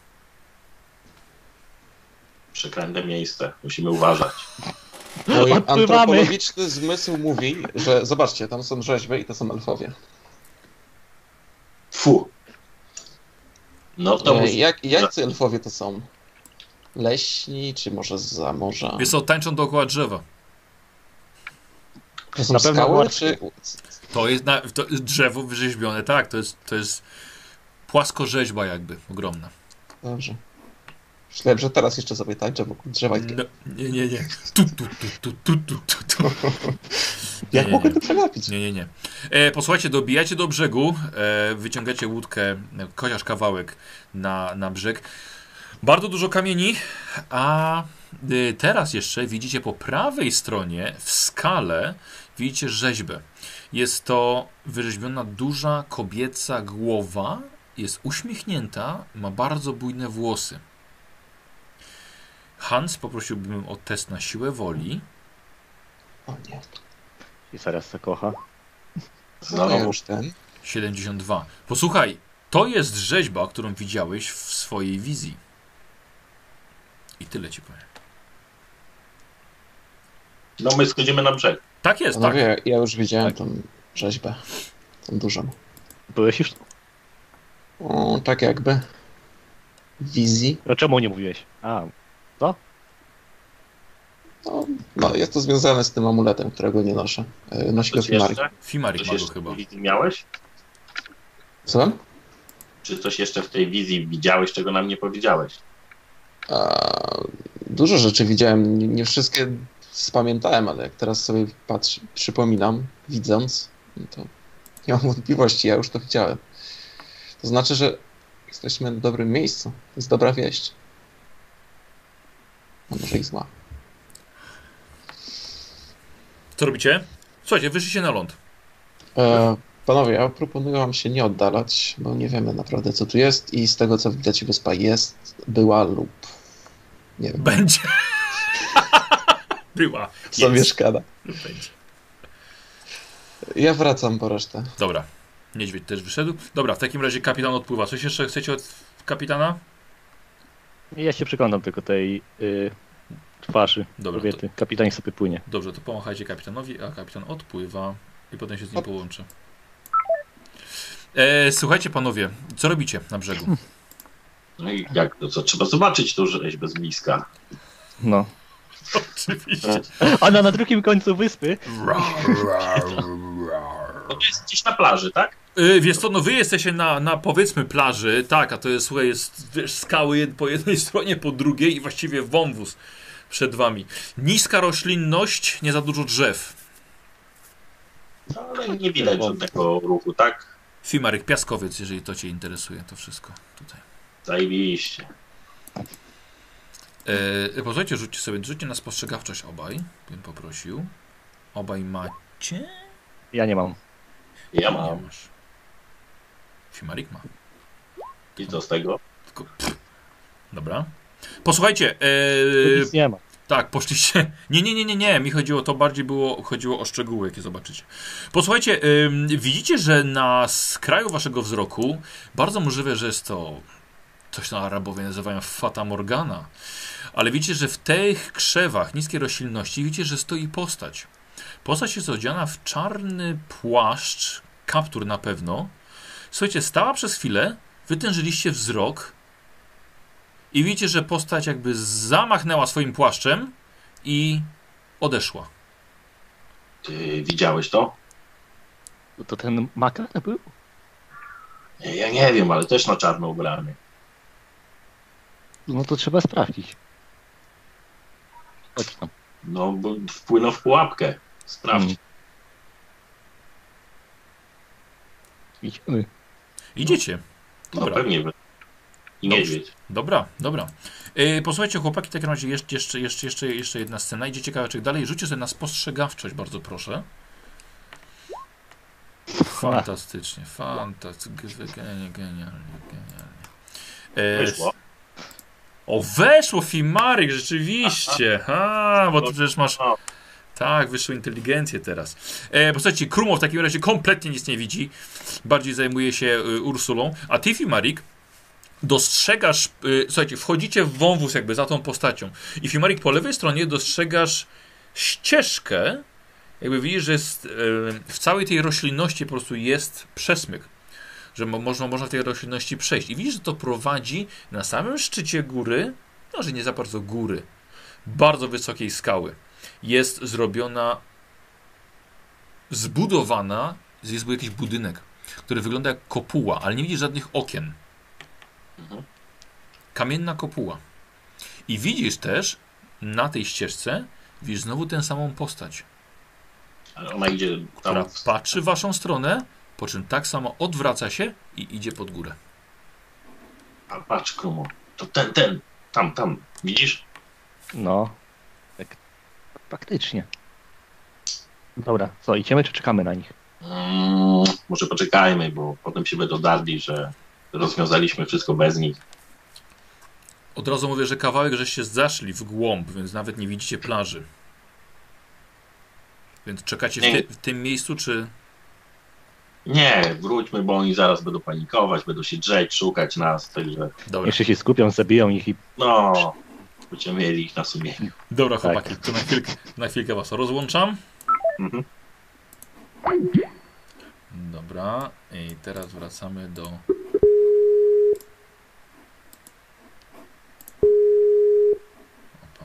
[SPEAKER 5] Przekręte miejsce. Musimy uważać.
[SPEAKER 3] Mój antropologiczny zmysł mówi, że zobaczcie, tam są rzeźby i to są elfowie.
[SPEAKER 5] Fu. No to
[SPEAKER 3] e,
[SPEAKER 5] musi...
[SPEAKER 3] jak, jacy elfowie to są? Leśni, czy może zza morza?
[SPEAKER 1] Wiesz co, tańczą dookoła drzewa.
[SPEAKER 3] To są skały, czy...
[SPEAKER 1] To jest na, to drzewo wyrzeźbione, tak, to jest, to jest płaskorzeźba jakby, ogromna.
[SPEAKER 3] Dobrze. Myślałem, że teraz jeszcze sobie tańczę wokół drzewa.
[SPEAKER 1] No, nie, nie, nie. Tu, tu, tu, tu, tu, tu, tu.
[SPEAKER 3] Jak
[SPEAKER 1] nie,
[SPEAKER 3] mogę
[SPEAKER 1] nie.
[SPEAKER 3] to przegapić?
[SPEAKER 1] Nie, nie, nie. E, posłuchajcie, dobijacie do brzegu, e, wyciągacie łódkę, chociaż kawałek na, na brzeg. Bardzo dużo kamieni, a y, teraz jeszcze widzicie po prawej stronie w skale widzicie rzeźbę. Jest to wyrzeźbiona duża kobieca głowa, jest uśmiechnięta, ma bardzo bujne włosy. Hans, poprosiłbym o test na siłę woli.
[SPEAKER 3] O nie.
[SPEAKER 4] I zaraz se kocha.
[SPEAKER 3] Znowu już ten.
[SPEAKER 1] siedemdziesiąt dwa. Posłuchaj, to jest rzeźba, którą widziałeś w swojej wizji. I tyle ci powiem.
[SPEAKER 5] No my schodzimy na brzeg.
[SPEAKER 1] Tak jest,
[SPEAKER 3] Panowie,
[SPEAKER 1] tak.
[SPEAKER 3] ja już widziałem
[SPEAKER 4] Tak.
[SPEAKER 3] tą rzeźbę. Tą dużą.
[SPEAKER 4] Byłeś już?
[SPEAKER 3] O, tak jakby. W wizji.
[SPEAKER 4] No czemu nie mówiłeś? A, co?
[SPEAKER 3] No, no, jest to związane z tym amuletem, którego nie noszę. E, Nosi go
[SPEAKER 5] Coś
[SPEAKER 3] Fimarik.
[SPEAKER 5] jeszcze?
[SPEAKER 1] Fimarik
[SPEAKER 5] Coś
[SPEAKER 1] ma go
[SPEAKER 5] jeszcze
[SPEAKER 1] chyba.
[SPEAKER 5] w wizji miałeś?
[SPEAKER 3] Co?
[SPEAKER 5] Czy coś jeszcze w tej wizji widziałeś, czego nam nie powiedziałeś?
[SPEAKER 3] A, dużo rzeczy widziałem. Nie, nie wszystkie spamiętałem, ale jak teraz sobie patrzę, przypominam, widząc, no to nie mam wątpliwości, ja już to widziałem. To znaczy, że jesteśmy w dobrym miejscu. To jest dobra wieść. A może i zła.
[SPEAKER 1] Co robicie? Słuchajcie, wyszliście na ląd.
[SPEAKER 3] E, panowie, ja proponuję wam się nie oddalać, bo nie wiemy naprawdę, co tu jest i z tego, co widać, wyspa jest, była lub nie wiem,
[SPEAKER 1] Będzie. Była.
[SPEAKER 3] zamieszkana.
[SPEAKER 1] Będzie.
[SPEAKER 3] Ja wracam po resztę.
[SPEAKER 1] Dobra. Niedźwiedź też wyszedł. Dobra, w takim razie kapitan odpływa. Coś jeszcze chcecie od kapitana?
[SPEAKER 4] Ja się przyglądam tylko tej y, twarzy
[SPEAKER 1] Dobra,
[SPEAKER 4] kobiety. Kapitan sobie płynie.
[SPEAKER 1] Dobrze, to pomachajcie kapitanowi, a kapitan odpływa i potem się z nim połączy. E, słuchajcie panowie, co robicie na brzegu?
[SPEAKER 5] No i jak to co? Trzeba zobaczyć tą rzeźbę z bliska.
[SPEAKER 4] No.
[SPEAKER 1] Oczywiście.
[SPEAKER 4] Ona na drugim końcu wyspy.
[SPEAKER 5] To jest gdzieś na plaży, tak?
[SPEAKER 1] E, wiesz co, no wy jesteście na, na powiedzmy plaży, tak, a to jest, słuchaj, jest wiesz, skały jed, po jednej stronie, po drugiej i właściwie wąwóz przed wami. Niska roślinność, nie za dużo drzew.
[SPEAKER 5] No, ale nie widać żadnego ruchu, tak?
[SPEAKER 1] Fimarik, piaskowiec, jeżeli to cię interesuje, to wszystko tutaj.
[SPEAKER 5] Zajebiście.
[SPEAKER 1] E, posłuchajcie, rzućcie sobie, rzućcie na spostrzegawczość obaj, bym poprosił. Obaj macie?
[SPEAKER 4] Ja nie mam.
[SPEAKER 5] Ja
[SPEAKER 1] Nie
[SPEAKER 5] mam.
[SPEAKER 1] masz. Fimarik ma.
[SPEAKER 5] I co z tego?
[SPEAKER 1] Tylko, pff. Dobra. Posłuchajcie,
[SPEAKER 4] Tu
[SPEAKER 1] e,
[SPEAKER 4] nic nie ma.
[SPEAKER 1] tak, poszliście. Nie, nie, nie, nie, nie. Mi chodziło to bardziej było, chodziło o szczegóły, jakie zobaczycie. Posłuchajcie, ym, widzicie, że na skraju waszego wzroku bardzo możliwe, że jest to coś, co Arabowie nazywają Fata Morgana. Ale widzicie, że w tych krzewach niskiej roślinności widzicie, że stoi postać. Postać jest odziana w czarny płaszcz, kaptur na pewno. Słuchajcie, stała przez chwilę, wytężyliście wzrok i widzicie, że postać jakby zamachnęła swoim płaszczem i odeszła.
[SPEAKER 5] Ty widziałeś to?
[SPEAKER 4] To ten makar był?
[SPEAKER 5] Nie, ja nie wiem, ale też na czarno ubrany.
[SPEAKER 4] No to trzeba sprawdzić. Chodź tam.
[SPEAKER 5] No, bo wpłynął w pułapkę. Sprawdź.
[SPEAKER 4] Hmm. Idziemy.
[SPEAKER 1] Idziecie.
[SPEAKER 5] No
[SPEAKER 1] Dobra.
[SPEAKER 5] pewnie. I niedźwiedź.
[SPEAKER 1] Dobra, dobra. Yy, posłuchajcie, chłopaki, w takim razie jeszcze, jeszcze, jeszcze, jeszcze, jeszcze jedna scena. Idziecie kawałeczek dalej. Rzućcie sobie na spostrzegawczość, bardzo proszę. Fantastycznie, fantastycznie, genialnie, genialnie, genialnie. Yy,
[SPEAKER 5] Wyszło.
[SPEAKER 1] o, weszło Fimaryk, rzeczywiście. A, bo ty przecież masz... Tak, wyższą inteligencję teraz. E, posłuchajcie, Krumo w takim razie kompletnie nic nie widzi. Bardziej zajmuje się y, Ursulą. A ty, Fimarik, dostrzegasz... Y, słuchajcie, wchodzicie w wąwóz jakby za tą postacią. I Fimarik po lewej stronie dostrzegasz ścieżkę. Jakby widzisz, że jest, y, w całej tej roślinności po prostu jest przesmyk. Że mo można, można w tej roślinności przejść. I widzisz, że to prowadzi na samym szczycie góry, no, że nie za bardzo góry, bardzo wysokiej skały. Jest zrobiona, zbudowana, jest jakiś budynek, który wygląda jak kopuła, ale nie widzisz żadnych okien. Kamienna kopuła. I widzisz też na tej ścieżce, widzisz znowu tę samą postać,
[SPEAKER 5] Ale ona idzie
[SPEAKER 1] która
[SPEAKER 5] tam.
[SPEAKER 1] patrzy w waszą stronę, po czym tak samo odwraca się i idzie pod górę.
[SPEAKER 5] A patrz, Krumo. To ten, ten. Tam, tam. Widzisz?
[SPEAKER 4] No. Tak. Faktycznie. Dobra, co, idziemy czy czekamy na nich?
[SPEAKER 5] Mm, może poczekajmy, bo potem się będą darli, że rozwiązaliśmy wszystko bez nich.
[SPEAKER 1] Od razu mówię, że kawałek żeście zaszli w głąb, więc nawet nie widzicie plaży. Więc czekacie w, ty w tym miejscu, czy...
[SPEAKER 5] Nie, wróćmy, bo oni zaraz będą panikować, będą się drzeć, szukać nas, także...
[SPEAKER 1] Dobra,
[SPEAKER 4] Jeszcze się skupią, zabiją ich i...
[SPEAKER 5] No, będziemy mieli ich na sumieniu.
[SPEAKER 1] Dobra
[SPEAKER 4] Tak.
[SPEAKER 1] chłopaki, to na chwilkę, na chwilkę was rozłączam.
[SPEAKER 5] Mhm.
[SPEAKER 1] Dobra, i teraz wracamy do... Opa.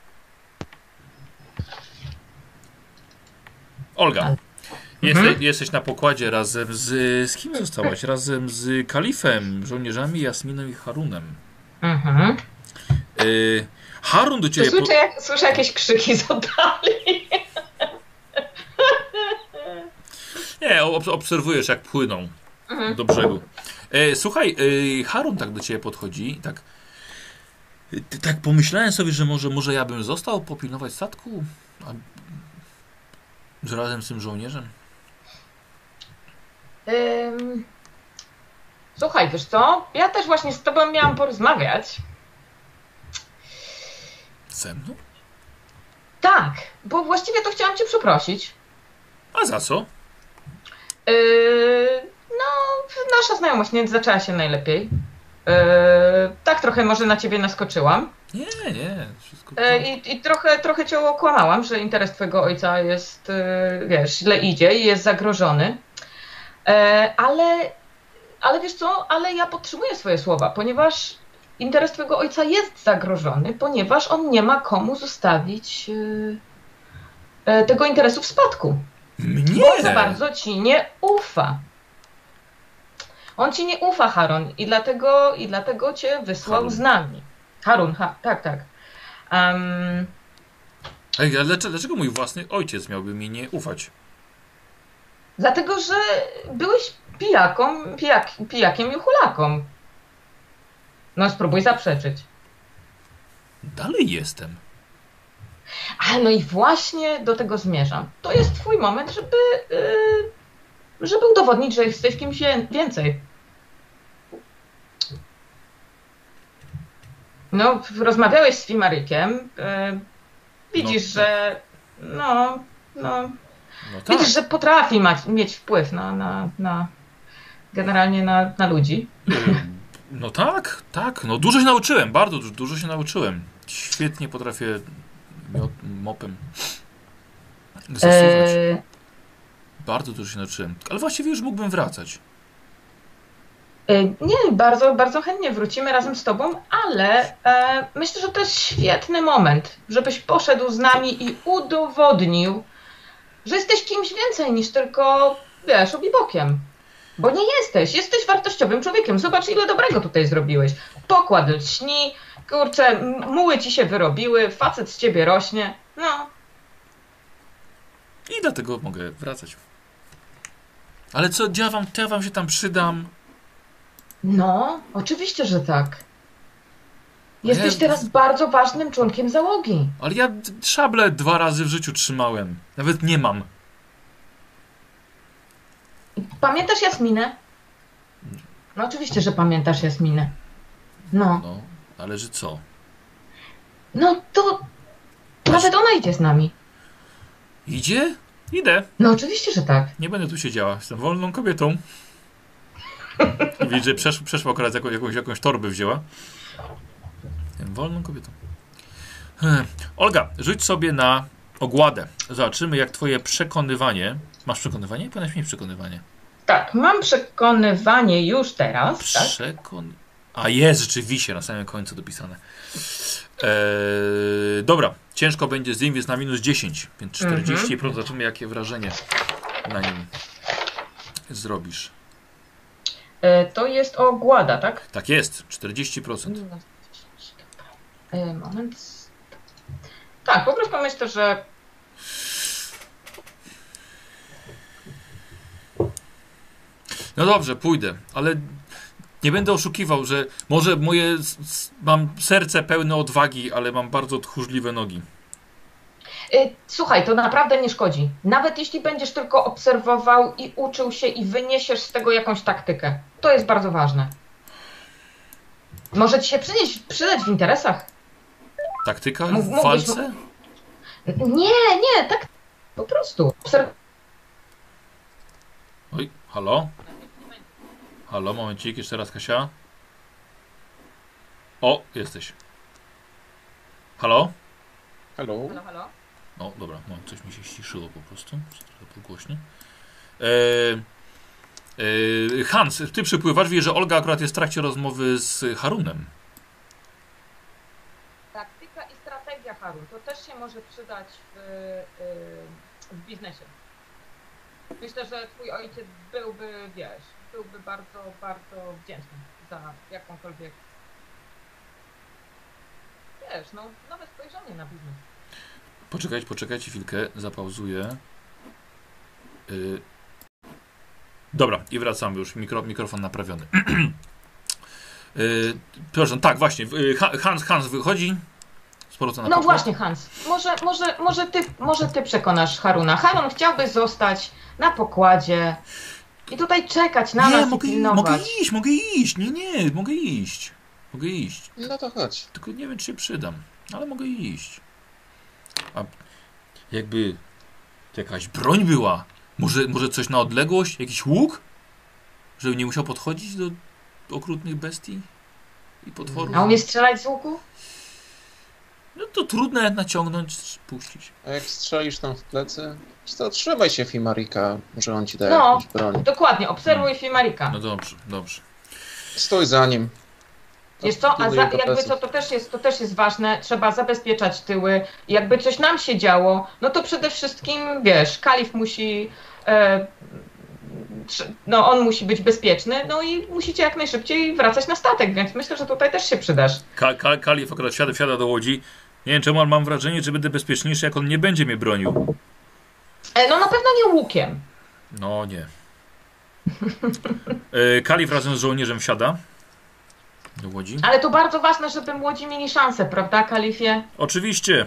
[SPEAKER 1] Olga, jeste,
[SPEAKER 2] Mhm.
[SPEAKER 1] jesteś na pokładzie razem z... Z kim zostałaś? Razem z Kalifem, żołnierzami Jasminą i Harunem.
[SPEAKER 2] Mhm.
[SPEAKER 1] Y, Harun do
[SPEAKER 2] To
[SPEAKER 1] ciebie...
[SPEAKER 2] słyszę, jak, słyszę jakieś krzyki z oddali.
[SPEAKER 1] Nie, ob obserwujesz jak płyną
[SPEAKER 2] Mhm.
[SPEAKER 1] do brzegu. E, słuchaj, e, Harun tak do ciebie podchodzi i tak, e, tak pomyślałem sobie, że może, może ja bym został popilnować statku a, z razem z tym żołnierzem.
[SPEAKER 2] Ym... Słuchaj, wiesz co? Ja też właśnie z tobą miałam porozmawiać.
[SPEAKER 1] Ze mną?
[SPEAKER 2] Tak, bo właściwie to chciałam cię przeprosić.
[SPEAKER 1] A za co?
[SPEAKER 2] Yy, no, nasza znajomość nie zaczęła się najlepiej. Yy, tak trochę może na ciebie naskoczyłam.
[SPEAKER 1] Nie, nie, wszystko
[SPEAKER 2] Yy, I i trochę, trochę cię okłamałam, że interes twojego ojca jest, yy, wiesz, źle idzie i jest zagrożony. Yy, ale, ale wiesz co, ale ja podtrzymuję swoje słowa, ponieważ interes twojego ojca jest zagrożony, ponieważ on nie ma komu zostawić yy, yy, tego interesu w spadku.
[SPEAKER 1] Mnie?
[SPEAKER 2] Bo za bardzo ci nie ufa. On ci nie ufa, Harun, i dlatego, i dlatego cię wysłał
[SPEAKER 1] Harun.
[SPEAKER 2] z nami. Harun, ha, tak, tak. Um,
[SPEAKER 1] Ej, ale dlaczego, dlaczego mój własny ojciec miałby mi nie ufać?
[SPEAKER 2] dlatego, że byłeś pijaką, pijak, pijakiem i hulaką. No spróbuj zaprzeczyć.
[SPEAKER 1] Dalej jestem.
[SPEAKER 2] A no i właśnie do tego zmierzam. To jest twój moment, żeby, yy, żeby udowodnić, że jesteś kimś wię- więcej. No, rozmawiałeś z Fimarykiem. Yy, widzisz,
[SPEAKER 1] No,
[SPEAKER 2] że no, no,
[SPEAKER 1] No tak.
[SPEAKER 2] widzisz, że potrafi mać, mieć wpływ na, na, na generalnie na, na ludzi.
[SPEAKER 1] No tak, tak. No dużo się nauczyłem, bardzo dużo, dużo się nauczyłem. Świetnie potrafię miot, mopem zasuwać.
[SPEAKER 2] Yy,
[SPEAKER 1] Bardzo dużo się nauczyłem. Ale właściwie już mógłbym wracać.
[SPEAKER 2] yy, nie, bardzo, bardzo chętnie wrócimy razem z tobą, ale e, myślę, że to jest świetny moment, żebyś poszedł z nami i udowodnił, że jesteś kimś więcej niż tylko wiesz, obibokiem. Bo nie jesteś. Jesteś wartościowym człowiekiem. Zobacz, ile dobrego tutaj zrobiłeś. Pokład lśni, kurczę, muły ci się wyrobiły, facet z ciebie rośnie. No.
[SPEAKER 1] I dlatego mogę wracać. Ale co, ja wam, ja wam się tam przydam.
[SPEAKER 2] No, oczywiście, że tak. Jesteś
[SPEAKER 1] Ja-
[SPEAKER 2] teraz bardzo ważnym członkiem załogi.
[SPEAKER 1] Ale ja d- szable dwa razy w życiu trzymałem. Nawet nie mam.
[SPEAKER 2] Pamiętasz Jasminę? No oczywiście, że pamiętasz Jasminę. No,
[SPEAKER 1] No, ale że co?
[SPEAKER 2] no to nawet ona idzie z nami.
[SPEAKER 1] Idzie? Idę.
[SPEAKER 2] No oczywiście, że tak.
[SPEAKER 1] Nie będę tu siedziała. Jestem wolną kobietą. Widzisz, że przesz, przeszła akurat jakąś, jakąś, jakąś torbę wzięła. Jestem wolną kobietą. Hmm. Olga, rzuć sobie na ogładę. Zobaczymy, jak twoje przekonywanie... Masz przekonywanie? Powinnaś mieć przekonywanie.
[SPEAKER 2] Tak, mam przekonywanie już teraz, tak?
[SPEAKER 1] Przekon... A jest, rzeczywiście, na samym końcu dopisane. Eee, dobra, ciężko będzie z nim, jest na minus dziesięć, więc czterdzieści procent.
[SPEAKER 2] Mhm.
[SPEAKER 1] Zobaczymy, jakie wrażenie na nim zrobisz.
[SPEAKER 2] E, To jest ogłada, tak?
[SPEAKER 1] Tak jest, czterdzieści procent.
[SPEAKER 2] E, Moment. Tak, po prostu myślę, że
[SPEAKER 1] No dobrze, pójdę, ale nie będę oszukiwał, że może moje... s- s- mam serce pełne odwagi, ale mam bardzo tchórzliwe nogi.
[SPEAKER 2] Y, Słuchaj, to naprawdę nie szkodzi. Nawet jeśli będziesz tylko obserwował i uczył się i wyniesiesz z tego jakąś taktykę. To jest bardzo ważne. Może ci się przynieść, przydać w interesach.
[SPEAKER 1] Taktyka
[SPEAKER 2] Mów-
[SPEAKER 1] w
[SPEAKER 2] mówisz-
[SPEAKER 1] walce?
[SPEAKER 2] Nie, nie, tak po prostu. Obserw-
[SPEAKER 1] Oj, halo? Halo, momencik, jeszcze raz Kasia. O, jesteś. Halo?
[SPEAKER 3] Hello.
[SPEAKER 2] Halo, halo?
[SPEAKER 1] No, dobra, no, coś mi się ściszyło po prostu. Trochę pogłośnie. Eee, eee, Hans, ty przypływasz, wiesz, że Olga akurat jest w trakcie rozmowy z Harunem.
[SPEAKER 2] Taktyka i strategia, Harun, to też się może przydać w, y, w biznesie. Myślę, że twój ojciec byłby, wiesz, byłby bardzo, bardzo wdzięczny za jakąkolwiek, wiesz, no, nowe spojrzenie na biznes.
[SPEAKER 1] Poczekajcie, poczekajcie chwilkę, zapauzuję. Yy. Dobra, i wracamy już, Mikro, mikrofon naprawiony. yy, przepraszam, tak, właśnie, yy, Ha- Hans, Hans wychodzi. Z powrotem na
[SPEAKER 2] No
[SPEAKER 1] pokład.
[SPEAKER 2] właśnie, Hans, może, może, może, ty, może ty przekonasz Haruna. Harun chciałby zostać na pokładzie i tutaj czekać na
[SPEAKER 1] Nie,
[SPEAKER 2] nas
[SPEAKER 1] mogę,
[SPEAKER 2] i pilnować.
[SPEAKER 1] mogę iść, mogę iść, nie, nie, mogę iść. Mogę iść,
[SPEAKER 3] No to chodź.
[SPEAKER 1] tylko nie wiem, czy się przydam, ale mogę iść. A jakby to jakaś broń była, może, może coś na odległość, jakiś łuk? Żeby nie musiał podchodzić do okrutnych bestii i potworów?
[SPEAKER 2] A umie strzelać z łuku?
[SPEAKER 1] No to trudne naciągnąć, puścić.
[SPEAKER 3] A jak strzelisz tam w plecy, to trzymaj się Fimarika, może on ci da
[SPEAKER 2] No.
[SPEAKER 3] jakąś broń.
[SPEAKER 2] Dokładnie, obserwuj Fimarika.
[SPEAKER 1] No dobrze, dobrze.
[SPEAKER 3] Stój za nim. To
[SPEAKER 2] Wiesz co, a
[SPEAKER 3] pilnuj
[SPEAKER 2] za,
[SPEAKER 3] jego
[SPEAKER 2] jakby
[SPEAKER 3] pleców.
[SPEAKER 2] co, to też, jest, to też jest ważne, trzeba zabezpieczać tyły. Jakby coś nam się działo, no to przede wszystkim, wiesz, kalif musi, e, trz- no on musi być bezpieczny, no i musicie jak najszybciej wracać na statek, więc myślę, że tutaj też się przydasz.
[SPEAKER 1] Ka Ka Kalif akurat wsiada, wsiada do łodzi. Nie wiem czemu, ale mam wrażenie, że będę bezpieczniejszy, jak on nie będzie mnie bronił.
[SPEAKER 2] E, no na pewno nie łukiem.
[SPEAKER 1] No nie. E, Kalif razem z żołnierzem wsiada do łodzi.
[SPEAKER 2] Ale to bardzo ważne, żeby młodzi mieli szansę, prawda, kalifie?
[SPEAKER 1] Oczywiście.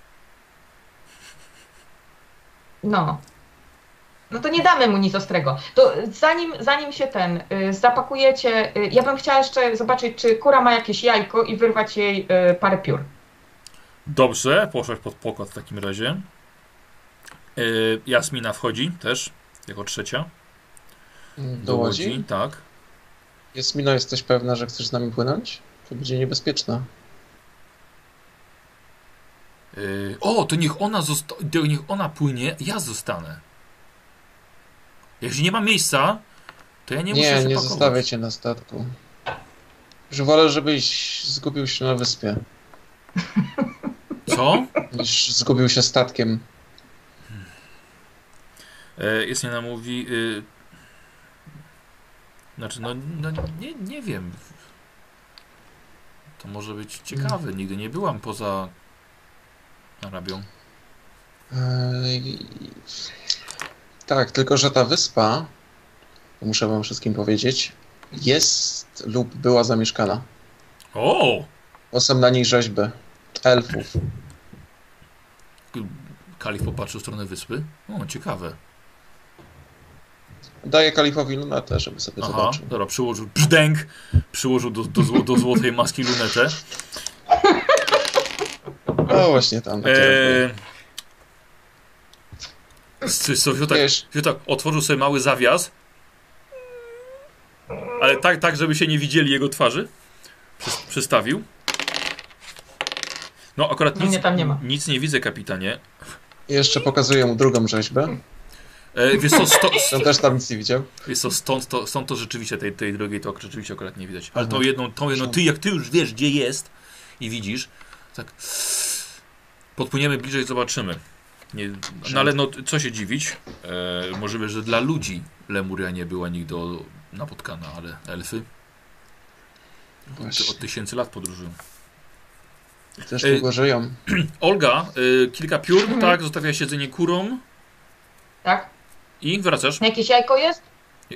[SPEAKER 2] No. No to nie damy mu nic ostrego. To zanim, zanim się ten y, zapakujecie, y, ja bym chciała jeszcze zobaczyć, czy kura ma jakieś jajko i wyrwać jej y, parę piór.
[SPEAKER 1] Dobrze, poszłaś pod pokład w takim razie. E, Jasmina wchodzi też, jako trzecia.
[SPEAKER 3] Do łodzi?
[SPEAKER 1] Tak.
[SPEAKER 3] Jasmino, jesteś pewna, że chcesz z nami płynąć? To będzie niebezpieczne.
[SPEAKER 1] E, o, to niech ona, zosta to niech ona płynie, ja zostanę. Jeśli nie ma miejsca, to ja nie,
[SPEAKER 3] Nie,
[SPEAKER 1] muszę się
[SPEAKER 3] nie
[SPEAKER 1] pakować.
[SPEAKER 3] zostawię cię na statku. Już wolę, żebyś zgubił się na wyspie,
[SPEAKER 1] Co?
[SPEAKER 3] niż zgubił się statkiem.
[SPEAKER 1] E, Jasmina mówi... Y, znaczy, no, no nie, nie wiem. To może być ciekawe. Nigdy nie byłam poza Arabią.
[SPEAKER 3] Ej, tak, tylko że ta wyspa, muszę wam wszystkim powiedzieć, jest lub była zamieszkana.
[SPEAKER 1] O!
[SPEAKER 3] Bo są na niej rzeźby elfów.
[SPEAKER 1] Kalif popatrzył w stronę wyspy. O, ciekawe.
[SPEAKER 3] Daję Kalifowi lunetę, żeby sobie
[SPEAKER 1] Aha,
[SPEAKER 3] zobaczył.
[SPEAKER 1] dobra, przyłożył brzdęk, przyłożył do, do, zło, do złotej maski lunetę.
[SPEAKER 3] No właśnie tam. Na
[SPEAKER 1] Eee, co, Wiotek,
[SPEAKER 3] Wiesz,
[SPEAKER 1] Wiotek otworzył sobie mały zawias, ale tak, tak, żeby się nie widzieli jego twarzy. Przy- Przystawił. No akurat nic,
[SPEAKER 2] Mnie tam nie ma.
[SPEAKER 1] nic nie widzę, kapitanie.
[SPEAKER 3] jeszcze pokazuję mu drugą rzeźbę.
[SPEAKER 1] E, wiesz co, sto,
[SPEAKER 3] On też tam nic nie widział.
[SPEAKER 1] wiesz co stąd, to, stąd to rzeczywiście tej, tej drugiej to rzeczywiście akurat nie widać. Ale
[SPEAKER 3] Aha.
[SPEAKER 1] tą jedną, tą jedną, ty jak ty już wiesz, gdzie jest i widzisz, tak podpłyniemy bliżej, zobaczymy. Nie, no ale no, co się dziwić? E, możliwe, że dla ludzi Lemuria nie była nigdy o- napotkana, ale elfy od,
[SPEAKER 3] Właśnie.
[SPEAKER 1] od tysięcy lat podróżują.
[SPEAKER 3] Też
[SPEAKER 1] Ej.
[SPEAKER 3] długo żyją.
[SPEAKER 1] Olga, y, kilka piór,
[SPEAKER 2] Mhm.
[SPEAKER 1] tak, zostawia siedzenie kurom
[SPEAKER 2] Tak?
[SPEAKER 1] i wracasz.
[SPEAKER 2] Jakieś jajko jest?
[SPEAKER 1] Y,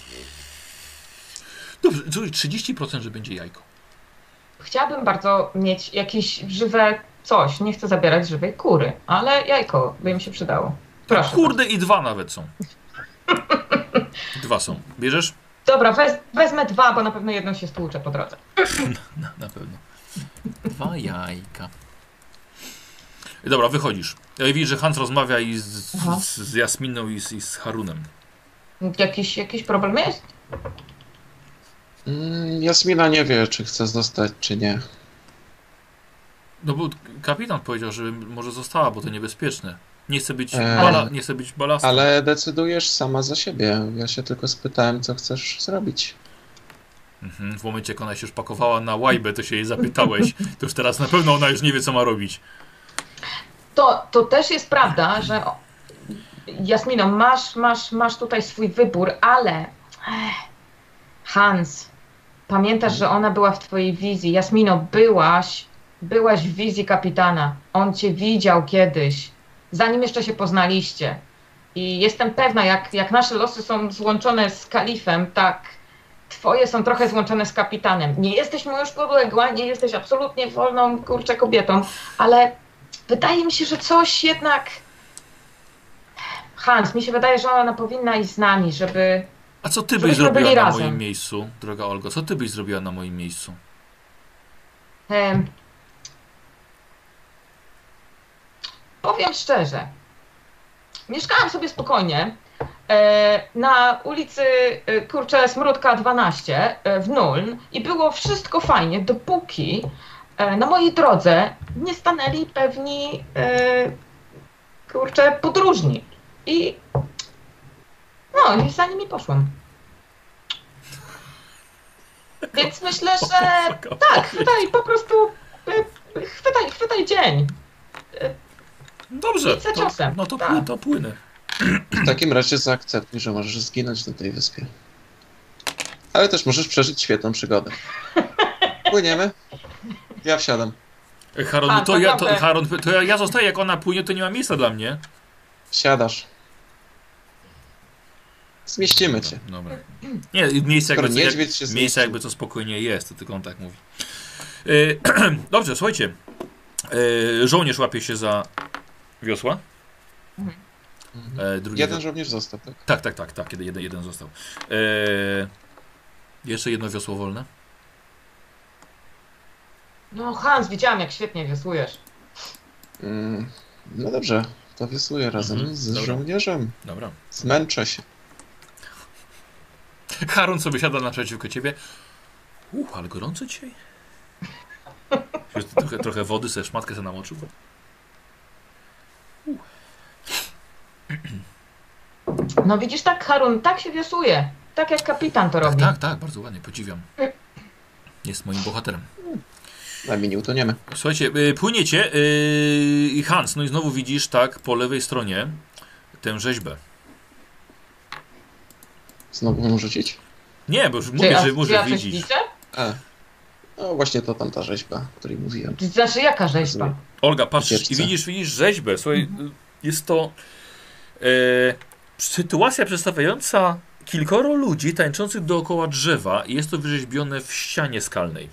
[SPEAKER 1] Dobrze, słuchaj, trzydzieści procent, że będzie jajko.
[SPEAKER 2] Chciałabym bardzo mieć jakieś żywe coś. Nie chcę zabierać żywej kury, ale jajko by mi się przydało. Proszę.
[SPEAKER 1] Kurde, i dwa nawet są. Dwa są. Bierzesz?
[SPEAKER 2] Dobra, wez, wezmę dwa, bo na pewno jedno się stłucze po drodze.
[SPEAKER 1] Na, na pewno. Dwa jajka. Dobra, wychodzisz. Ja widzisz, że Hans rozmawia i z,
[SPEAKER 2] Aha.
[SPEAKER 1] z, z Jasminą i z, i z Harunem.
[SPEAKER 2] Jakiś, jakiś problem jest?
[SPEAKER 3] Mm, Jasmina nie wie, czy chce zostać, czy nie.
[SPEAKER 1] No bo kapitan powiedział, że może została, bo to niebezpieczne. Nie chce być,
[SPEAKER 3] Eee.
[SPEAKER 1] bala, nie chce być balastem.
[SPEAKER 3] Ale decydujesz sama za siebie. Ja się tylko spytałem, co chcesz zrobić.
[SPEAKER 1] Mhm. W momencie, jak ona się już pakowała na łajbę, to się jej zapytałeś. To już teraz na pewno ona już nie wie, co ma robić.
[SPEAKER 2] To, to też jest prawda, że o, Jasmino, masz, masz, masz tutaj swój wybór, ale ech, Hans, pamiętasz, że ona była w twojej wizji. Jasmino, byłaś, byłaś w wizji kapitana. On cię widział kiedyś, zanim jeszcze się poznaliście. I jestem pewna, jak, jak nasze losy są złączone z kalifem, tak twoje są trochę złączone z kapitanem. Nie jesteś mu już podległa, nie jesteś absolutnie wolną, kurczę, kobietą, ale wydaje mi się, że coś jednak... Hans, mi się wydaje, że ona powinna iść z nami, żeby...
[SPEAKER 1] A co ty byś
[SPEAKER 2] Żebyśmy
[SPEAKER 1] zrobiła
[SPEAKER 2] byli
[SPEAKER 1] na
[SPEAKER 2] razem.
[SPEAKER 1] moim miejscu, droga Olgo? Co ty byś zrobiła na moim miejscu?
[SPEAKER 2] Em, powiem szczerze, mieszkałam sobie spokojnie e, na ulicy, e, kurczę, Smródka dwanaście e, w Nuln i było wszystko fajnie, dopóki e, na mojej drodze nie stanęli pewni, e, kurczę, podróżni. I no, i za nimi poszłam. Więc myślę, że tak, chwytaj po prostu, e, chwytaj, chwytaj dzień.
[SPEAKER 1] Dobrze,
[SPEAKER 2] Idź za
[SPEAKER 1] to,
[SPEAKER 2] ciosem.
[SPEAKER 1] no to,
[SPEAKER 2] Tak.
[SPEAKER 1] pły, to płynę.
[SPEAKER 3] W takim razie zaakceptuj, że możesz zginąć na tej wyspie. Ale też możesz przeżyć świetną przygodę. Płyniemy? Ja wsiadam.
[SPEAKER 1] E, Haron,
[SPEAKER 2] A,
[SPEAKER 1] to,
[SPEAKER 2] to
[SPEAKER 1] ja, to,
[SPEAKER 2] dobra.
[SPEAKER 1] Haron, to ja, ja zostaję, jak ona płynie, to nie ma miejsca dla mnie.
[SPEAKER 3] Wsiadasz. Zmieścimy cię.
[SPEAKER 1] Dobra. Nie, miejsce
[SPEAKER 3] Skoro
[SPEAKER 1] jakby, co,
[SPEAKER 3] niedźwiedź się
[SPEAKER 1] jak,
[SPEAKER 3] zmieścił.
[SPEAKER 1] miejsce jakby co spokojnie jest, to tylko on tak mówi. E, dobrze, słuchajcie. E, żołnierz łapie się za wiosła. E, drugi
[SPEAKER 3] Jeden
[SPEAKER 1] wi-
[SPEAKER 3] żołnierz został, tak?
[SPEAKER 1] Tak, tak, tak, tak, jeden, jeden, jeden został. E, jeszcze jedno wiosło wolne.
[SPEAKER 2] No Hans, widziałam, jak świetnie wiosłujesz.
[SPEAKER 3] Mm, no dobrze, to wiosłuję razem
[SPEAKER 1] Mhm,
[SPEAKER 3] z
[SPEAKER 1] dobra.
[SPEAKER 3] żołnierzem.
[SPEAKER 1] Dobra.
[SPEAKER 3] Zmęczę się.
[SPEAKER 1] Haron sobie siada naprzeciwko ciebie. Uch, ale gorąco dzisiaj. Już trochę, trochę wody sobie, szmatkę sobie namoczył.
[SPEAKER 2] No widzisz, tak Harun, tak się wiosłuje. Tak jak kapitan to
[SPEAKER 1] Tak,
[SPEAKER 2] robi.
[SPEAKER 1] tak, tak, bardzo ładnie, podziwiam. Jest moim bohaterem.
[SPEAKER 3] Na mini utoniemy.
[SPEAKER 1] Słuchajcie, y, płyniecie y, i Hans, no i znowu widzisz tak po lewej stronie tę rzeźbę.
[SPEAKER 3] Znowu mam rzucić?
[SPEAKER 1] Nie, bo już
[SPEAKER 2] Czy
[SPEAKER 1] mówię,
[SPEAKER 2] ja,
[SPEAKER 1] że
[SPEAKER 2] czy
[SPEAKER 1] może
[SPEAKER 2] ja coś
[SPEAKER 1] widzisz.
[SPEAKER 2] widzę?
[SPEAKER 3] E. No właśnie to tam ta rzeźba, o której mówiłem.
[SPEAKER 2] To znaczy jaka rzeźba?
[SPEAKER 1] Olga, patrzysz i
[SPEAKER 3] Ucieczce.
[SPEAKER 1] widzisz, widzisz rzeźbę. Słuchaj, jest to e, sytuacja przedstawiająca kilkoro ludzi tańczących dookoła drzewa i jest to wyrzeźbione w ścianie skalnej.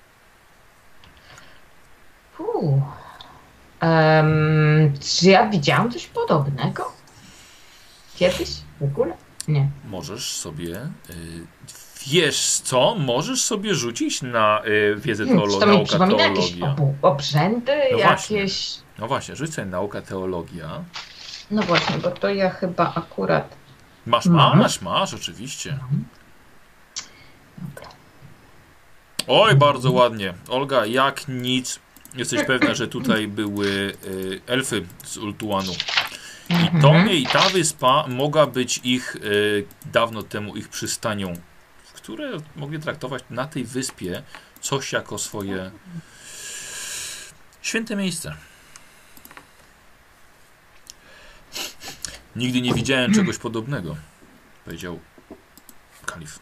[SPEAKER 2] Uu. Um, czy ja widziałam coś podobnego? Kiedyś? W ogóle? Nie.
[SPEAKER 1] Możesz sobie, y, wiesz co, możesz sobie rzucić na y, wiedzę
[SPEAKER 2] Hmm, czy
[SPEAKER 1] teolo-
[SPEAKER 2] to mi
[SPEAKER 1] nauka
[SPEAKER 2] przypomina jakieś
[SPEAKER 1] teologia.
[SPEAKER 2] obu- obrzędy?
[SPEAKER 1] No właśnie.
[SPEAKER 2] jakieś...
[SPEAKER 1] No właśnie, rzuć sobie nauka teologia.
[SPEAKER 2] No właśnie, bo to ja chyba akurat...
[SPEAKER 1] Masz,
[SPEAKER 2] Mhm.
[SPEAKER 1] masz, masz, oczywiście. Oj, bardzo ładnie. Olga, jak nic. Jesteś pewna, że tutaj były y, elfy z Ultuanu. I to
[SPEAKER 2] Mhm.
[SPEAKER 1] i ta wyspa mogła być ich y, dawno temu ich przystanią, które mogli traktować na tej wyspie coś jako swoje święte miejsce. Nigdy nie widziałem czegoś podobnego, powiedział kalif.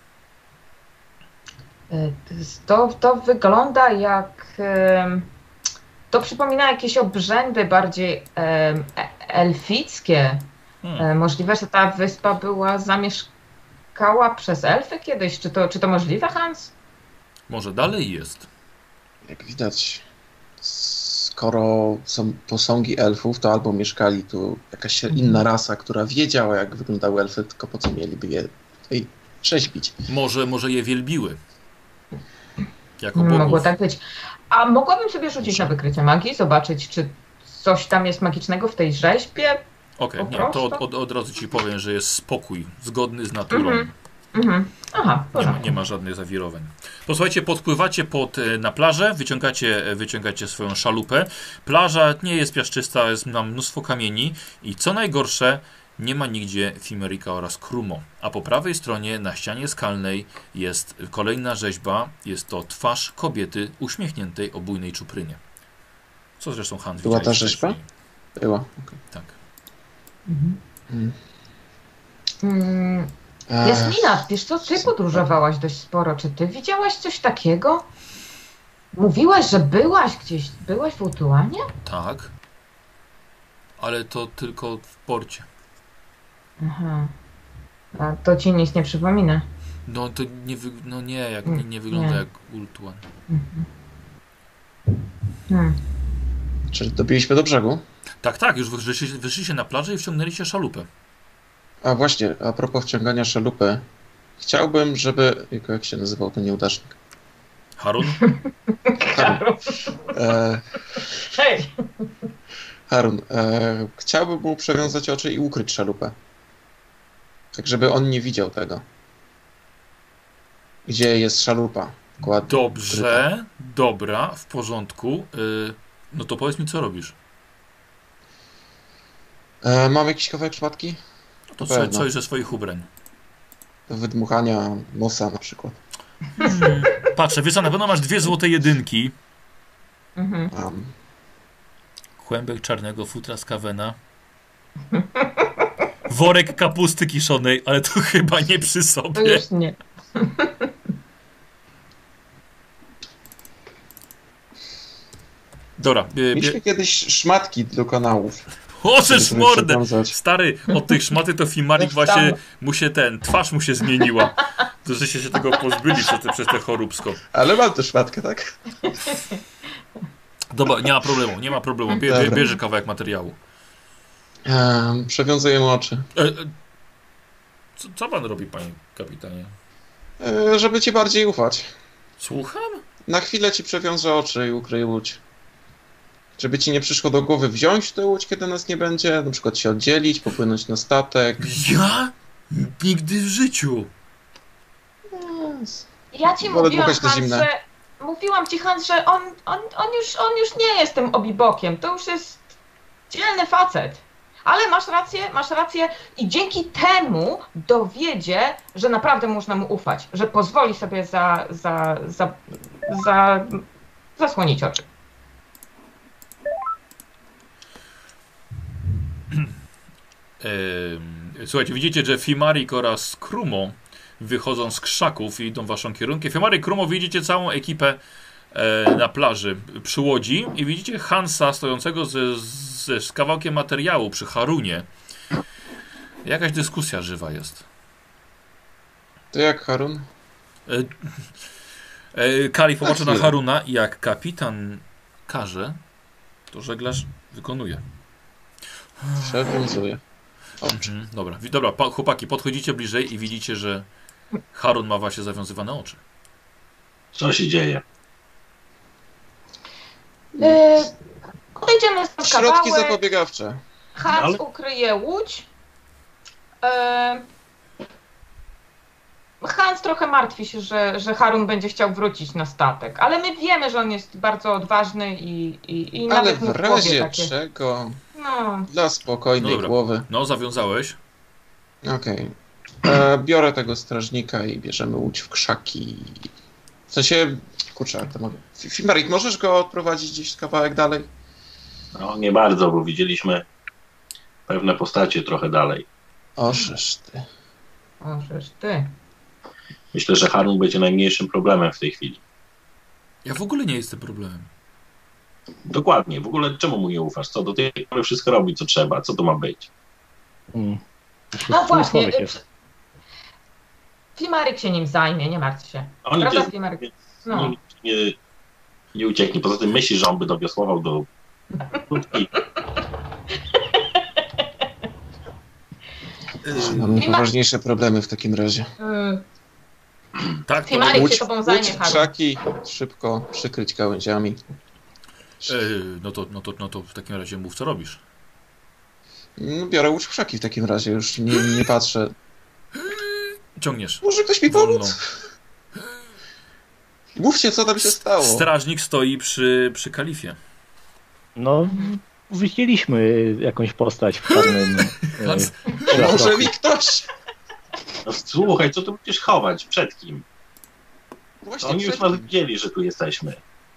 [SPEAKER 2] Y, To, to wygląda jak... em, To przypomina jakieś obrzędy bardziej em, e- elfickie.
[SPEAKER 1] Hmm.
[SPEAKER 2] E, Możliwe, że ta wyspa była zamieszkała przez elfy kiedyś. Czy to, czy to możliwe, Hans?
[SPEAKER 1] Może dalej jest.
[SPEAKER 3] Jak widać, skoro są posągi elfów, to albo mieszkali tu jakaś inna rasa, która wiedziała, jak wyglądały elfy, tylko po co mieliby je tutaj rzeźbić.
[SPEAKER 1] Może, może je wielbiły. Jako
[SPEAKER 2] Mogło
[SPEAKER 1] bogów.
[SPEAKER 2] tak być. A mogłabym sobie rzucić na wykrycie magii, zobaczyć, czy coś tam jest magicznego w tej rzeźbie?
[SPEAKER 1] Okej,
[SPEAKER 2] po
[SPEAKER 1] nie, to od,
[SPEAKER 2] prostu?
[SPEAKER 1] od, od razu ci powiem, że jest spokój, zgodny z naturą.
[SPEAKER 2] Mhm. Mhm. Aha, w
[SPEAKER 1] Nie ma,
[SPEAKER 2] porządku.
[SPEAKER 1] nie ma żadnych zawirowań. Posłuchajcie, podpływacie pod, e, na plażę, wyciągacie, e, wyciągacie swoją szalupę. Plaża nie jest piaszczysta, jest na mnóstwo kamieni i co najgorsze, nie ma nigdzie Fimerika oraz Krumo. A po prawej stronie na ścianie skalnej jest kolejna rzeźba. Jest to twarz kobiety uśmiechniętej o bujnej czuprynie. Co zresztą Hans
[SPEAKER 3] Była ta
[SPEAKER 1] widziałeś
[SPEAKER 3] rzeźba?
[SPEAKER 1] wcześniej.
[SPEAKER 3] Była. Okay.
[SPEAKER 1] Tak.
[SPEAKER 2] Mhm.
[SPEAKER 3] Mm.
[SPEAKER 2] Mm,
[SPEAKER 3] Eee,
[SPEAKER 2] Jasmina, wiesz co, ty podróżowałaś dość sporo. Czy ty widziałaś coś takiego? Mówiłaś, że byłaś gdzieś, byłaś w Ultuanie?
[SPEAKER 1] Tak. Ale to tylko w porcie.
[SPEAKER 2] Aha. A to ci nic nie przypomina.
[SPEAKER 1] No to nie, wy... no nie, jak,
[SPEAKER 2] Mm,
[SPEAKER 1] nie, nie wygląda
[SPEAKER 2] nie.
[SPEAKER 1] jak Ultuan.
[SPEAKER 2] Mhm. Hmm.
[SPEAKER 3] Czy dobiliśmy do brzegu?
[SPEAKER 1] Tak, tak, już wyszliście, wyszliście na plażę i wciągnęliście szalupę.
[SPEAKER 3] A właśnie, a propos wciągania szalupy. Chciałbym, żeby... Jak, jak się nazywał ten nieudacznik?
[SPEAKER 1] Harun?
[SPEAKER 3] Harun. E,
[SPEAKER 2] Hej!
[SPEAKER 3] Harun. E, chciałbym mu przewiązać oczy i ukryć szalupę. Tak, żeby on nie widział tego. Gdzie jest szalupa? Dokładnie.
[SPEAKER 1] Dobrze, dobra, w porządku. Yy, no to powiedz mi, co robisz.
[SPEAKER 3] E, mam jakiś kawałek szmatki?
[SPEAKER 1] No to
[SPEAKER 3] Na
[SPEAKER 1] co,
[SPEAKER 3] pewno.
[SPEAKER 1] coś ze swoich ubrań.
[SPEAKER 3] Do wydmuchania nosa na przykład.
[SPEAKER 1] Hmm. Patrzę, wiesz co, na pewno masz dwie złote jedynki.
[SPEAKER 2] Mhm.
[SPEAKER 3] Mam.
[SPEAKER 1] Kłębek czarnego futra z kawena. Worek kapusty kiszonej, ale to chyba nie przy
[SPEAKER 2] To
[SPEAKER 1] sobie.
[SPEAKER 2] już nie.
[SPEAKER 1] Dobra, bie, bie...
[SPEAKER 3] Mieliśmy kiedyś szmatki do kanałów.
[SPEAKER 1] Orzesz
[SPEAKER 3] żeby
[SPEAKER 1] mordę!
[SPEAKER 3] przewiązać.
[SPEAKER 1] Stary, od tych szmaty to Fimarik
[SPEAKER 2] Też
[SPEAKER 1] właśnie
[SPEAKER 2] tam.
[SPEAKER 1] mu się ten, twarz mu się zmieniła. To żeście się tego pozbyli przez te, przez te choróbsko.
[SPEAKER 3] Ale mam tę szmatkę, tak?
[SPEAKER 1] Dobra, nie ma problemu, nie ma problemu. Bie, bie,
[SPEAKER 3] Dobra.
[SPEAKER 1] bierze kawałek materiału.
[SPEAKER 3] Um, przewiązuję mu oczy.
[SPEAKER 1] E, e, co, co pan robi, panie kapitanie?
[SPEAKER 3] E, żeby ci bardziej ufać.
[SPEAKER 1] Słucham?
[SPEAKER 3] Na chwilę ci przewiążę oczy i ukryję łódź. Żeby ci nie przyszło do głowy wziąć tę łódź, kiedy nas nie będzie, na przykład się oddzielić, popłynąć na statek.
[SPEAKER 1] Ja? Nigdy w życiu.
[SPEAKER 3] Yes.
[SPEAKER 2] Ja ci
[SPEAKER 3] Wolę
[SPEAKER 2] mówiłam,
[SPEAKER 3] dmuchać te
[SPEAKER 2] Hans,
[SPEAKER 3] zimne.
[SPEAKER 2] że... Mówiłam ci, Hans, że on, on, on, już, on już nie jest tym obibokiem. To już jest dzielny facet. Ale masz rację, masz rację i dzięki temu dowiedzie, że naprawdę można mu ufać. Że pozwoli sobie za, za, za, za zasłonić oczy.
[SPEAKER 1] E, słuchajcie, widzicie, że Fimarik oraz Krumo wychodzą z krzaków i idą w waszą kierunku. Fiumari, Krumo, widzicie całą ekipę e, na plaży przy łodzi i widzicie Hansa stojącego ze, ze, z kawałkiem materiału przy Harunie. Jakaś dyskusja żywa jest.
[SPEAKER 3] To jak Harun?
[SPEAKER 1] E, e, Kalif popatrzy na Haruna i jak kapitan każe, to żeglarz wykonuje.
[SPEAKER 3] Przewiązuje.
[SPEAKER 1] Mhm, dobra, Wi- dobra, pa- chłopaki, podchodzicie bliżej i widzicie, że Harun ma właśnie zawiązywane oczy.
[SPEAKER 5] Co się dzieje?
[SPEAKER 2] E, Odejdziemy z
[SPEAKER 3] Środki
[SPEAKER 2] kawałek.
[SPEAKER 3] zapobiegawcze.
[SPEAKER 2] Hans
[SPEAKER 5] Ale-
[SPEAKER 2] ukryje łódź. E, Hans trochę martwi się, że, że Harun będzie chciał wrócić na statek, ale my wiemy, że on jest bardzo odważny i, i, i
[SPEAKER 3] Ale
[SPEAKER 2] nawet
[SPEAKER 3] w
[SPEAKER 2] mu w głowie
[SPEAKER 3] razie
[SPEAKER 2] takie...
[SPEAKER 3] czego,
[SPEAKER 2] No,
[SPEAKER 3] dla spokojnej
[SPEAKER 1] No dobra.
[SPEAKER 3] głowy.
[SPEAKER 1] No, zawiązałeś.
[SPEAKER 3] Okej. E, Biorę tego strażnika i bierzemy łódź w krzaki. W sensie, kurczę, jak to mogę. F- Fimarik, możesz go odprowadzić gdzieś kawałek dalej?
[SPEAKER 5] No nie bardzo, bo widzieliśmy pewne postacie trochę dalej.
[SPEAKER 3] O, żeż ty.
[SPEAKER 2] o, żeż ty.
[SPEAKER 5] Myślę, że Harun będzie najmniejszym problemem w tej chwili.
[SPEAKER 1] Ja w ogóle nie jestem problemem.
[SPEAKER 5] Dokładnie. W ogóle czemu mu nie ufasz? Co do tej pory wszystko robi, co trzeba. Co to ma być?
[SPEAKER 4] Mm.
[SPEAKER 2] No właśnie,
[SPEAKER 4] Człowiek jest.
[SPEAKER 2] Fimarik się nim zajmie, nie martw się.
[SPEAKER 5] On
[SPEAKER 2] Prawda,
[SPEAKER 5] idzie,
[SPEAKER 2] Fimarik?
[SPEAKER 5] więc
[SPEAKER 2] No.
[SPEAKER 5] nie, nie, nie ucieknie. Poza tym myśli, że on by dowiosłował do łódki.
[SPEAKER 3] Mamy
[SPEAKER 2] Fima-
[SPEAKER 3] poważniejsze problemy w takim razie.
[SPEAKER 2] Y,
[SPEAKER 1] Tak, to,
[SPEAKER 2] Fimarik
[SPEAKER 3] Łódź,
[SPEAKER 2] się tobą zajmie,
[SPEAKER 3] łódź w
[SPEAKER 2] Harun.
[SPEAKER 3] krzaki, szybko przykryć gałęziami.
[SPEAKER 1] e, no, to, no, to, no to w takim razie mów, co robisz.
[SPEAKER 3] No, biorę łódź w krzaki w takim razie, już nie, nie patrzę.
[SPEAKER 1] Ciągniesz.
[SPEAKER 3] Może ktoś mi
[SPEAKER 1] Wolno.
[SPEAKER 3] pomóc? Mówcie, co tam się stało.
[SPEAKER 1] Strażnik stoi przy, przy kalifie.
[SPEAKER 4] No, widzieliśmy jakąś postać w czarnym... e,
[SPEAKER 1] Hans-
[SPEAKER 3] Może
[SPEAKER 4] szlafroku.
[SPEAKER 3] mi ktoś?
[SPEAKER 5] No, słuchaj, co tu będziesz chować? Przed kim?
[SPEAKER 3] Właśnie
[SPEAKER 5] Oni już
[SPEAKER 3] przed
[SPEAKER 5] nas
[SPEAKER 3] nim.
[SPEAKER 5] widzieli, że tu jesteśmy.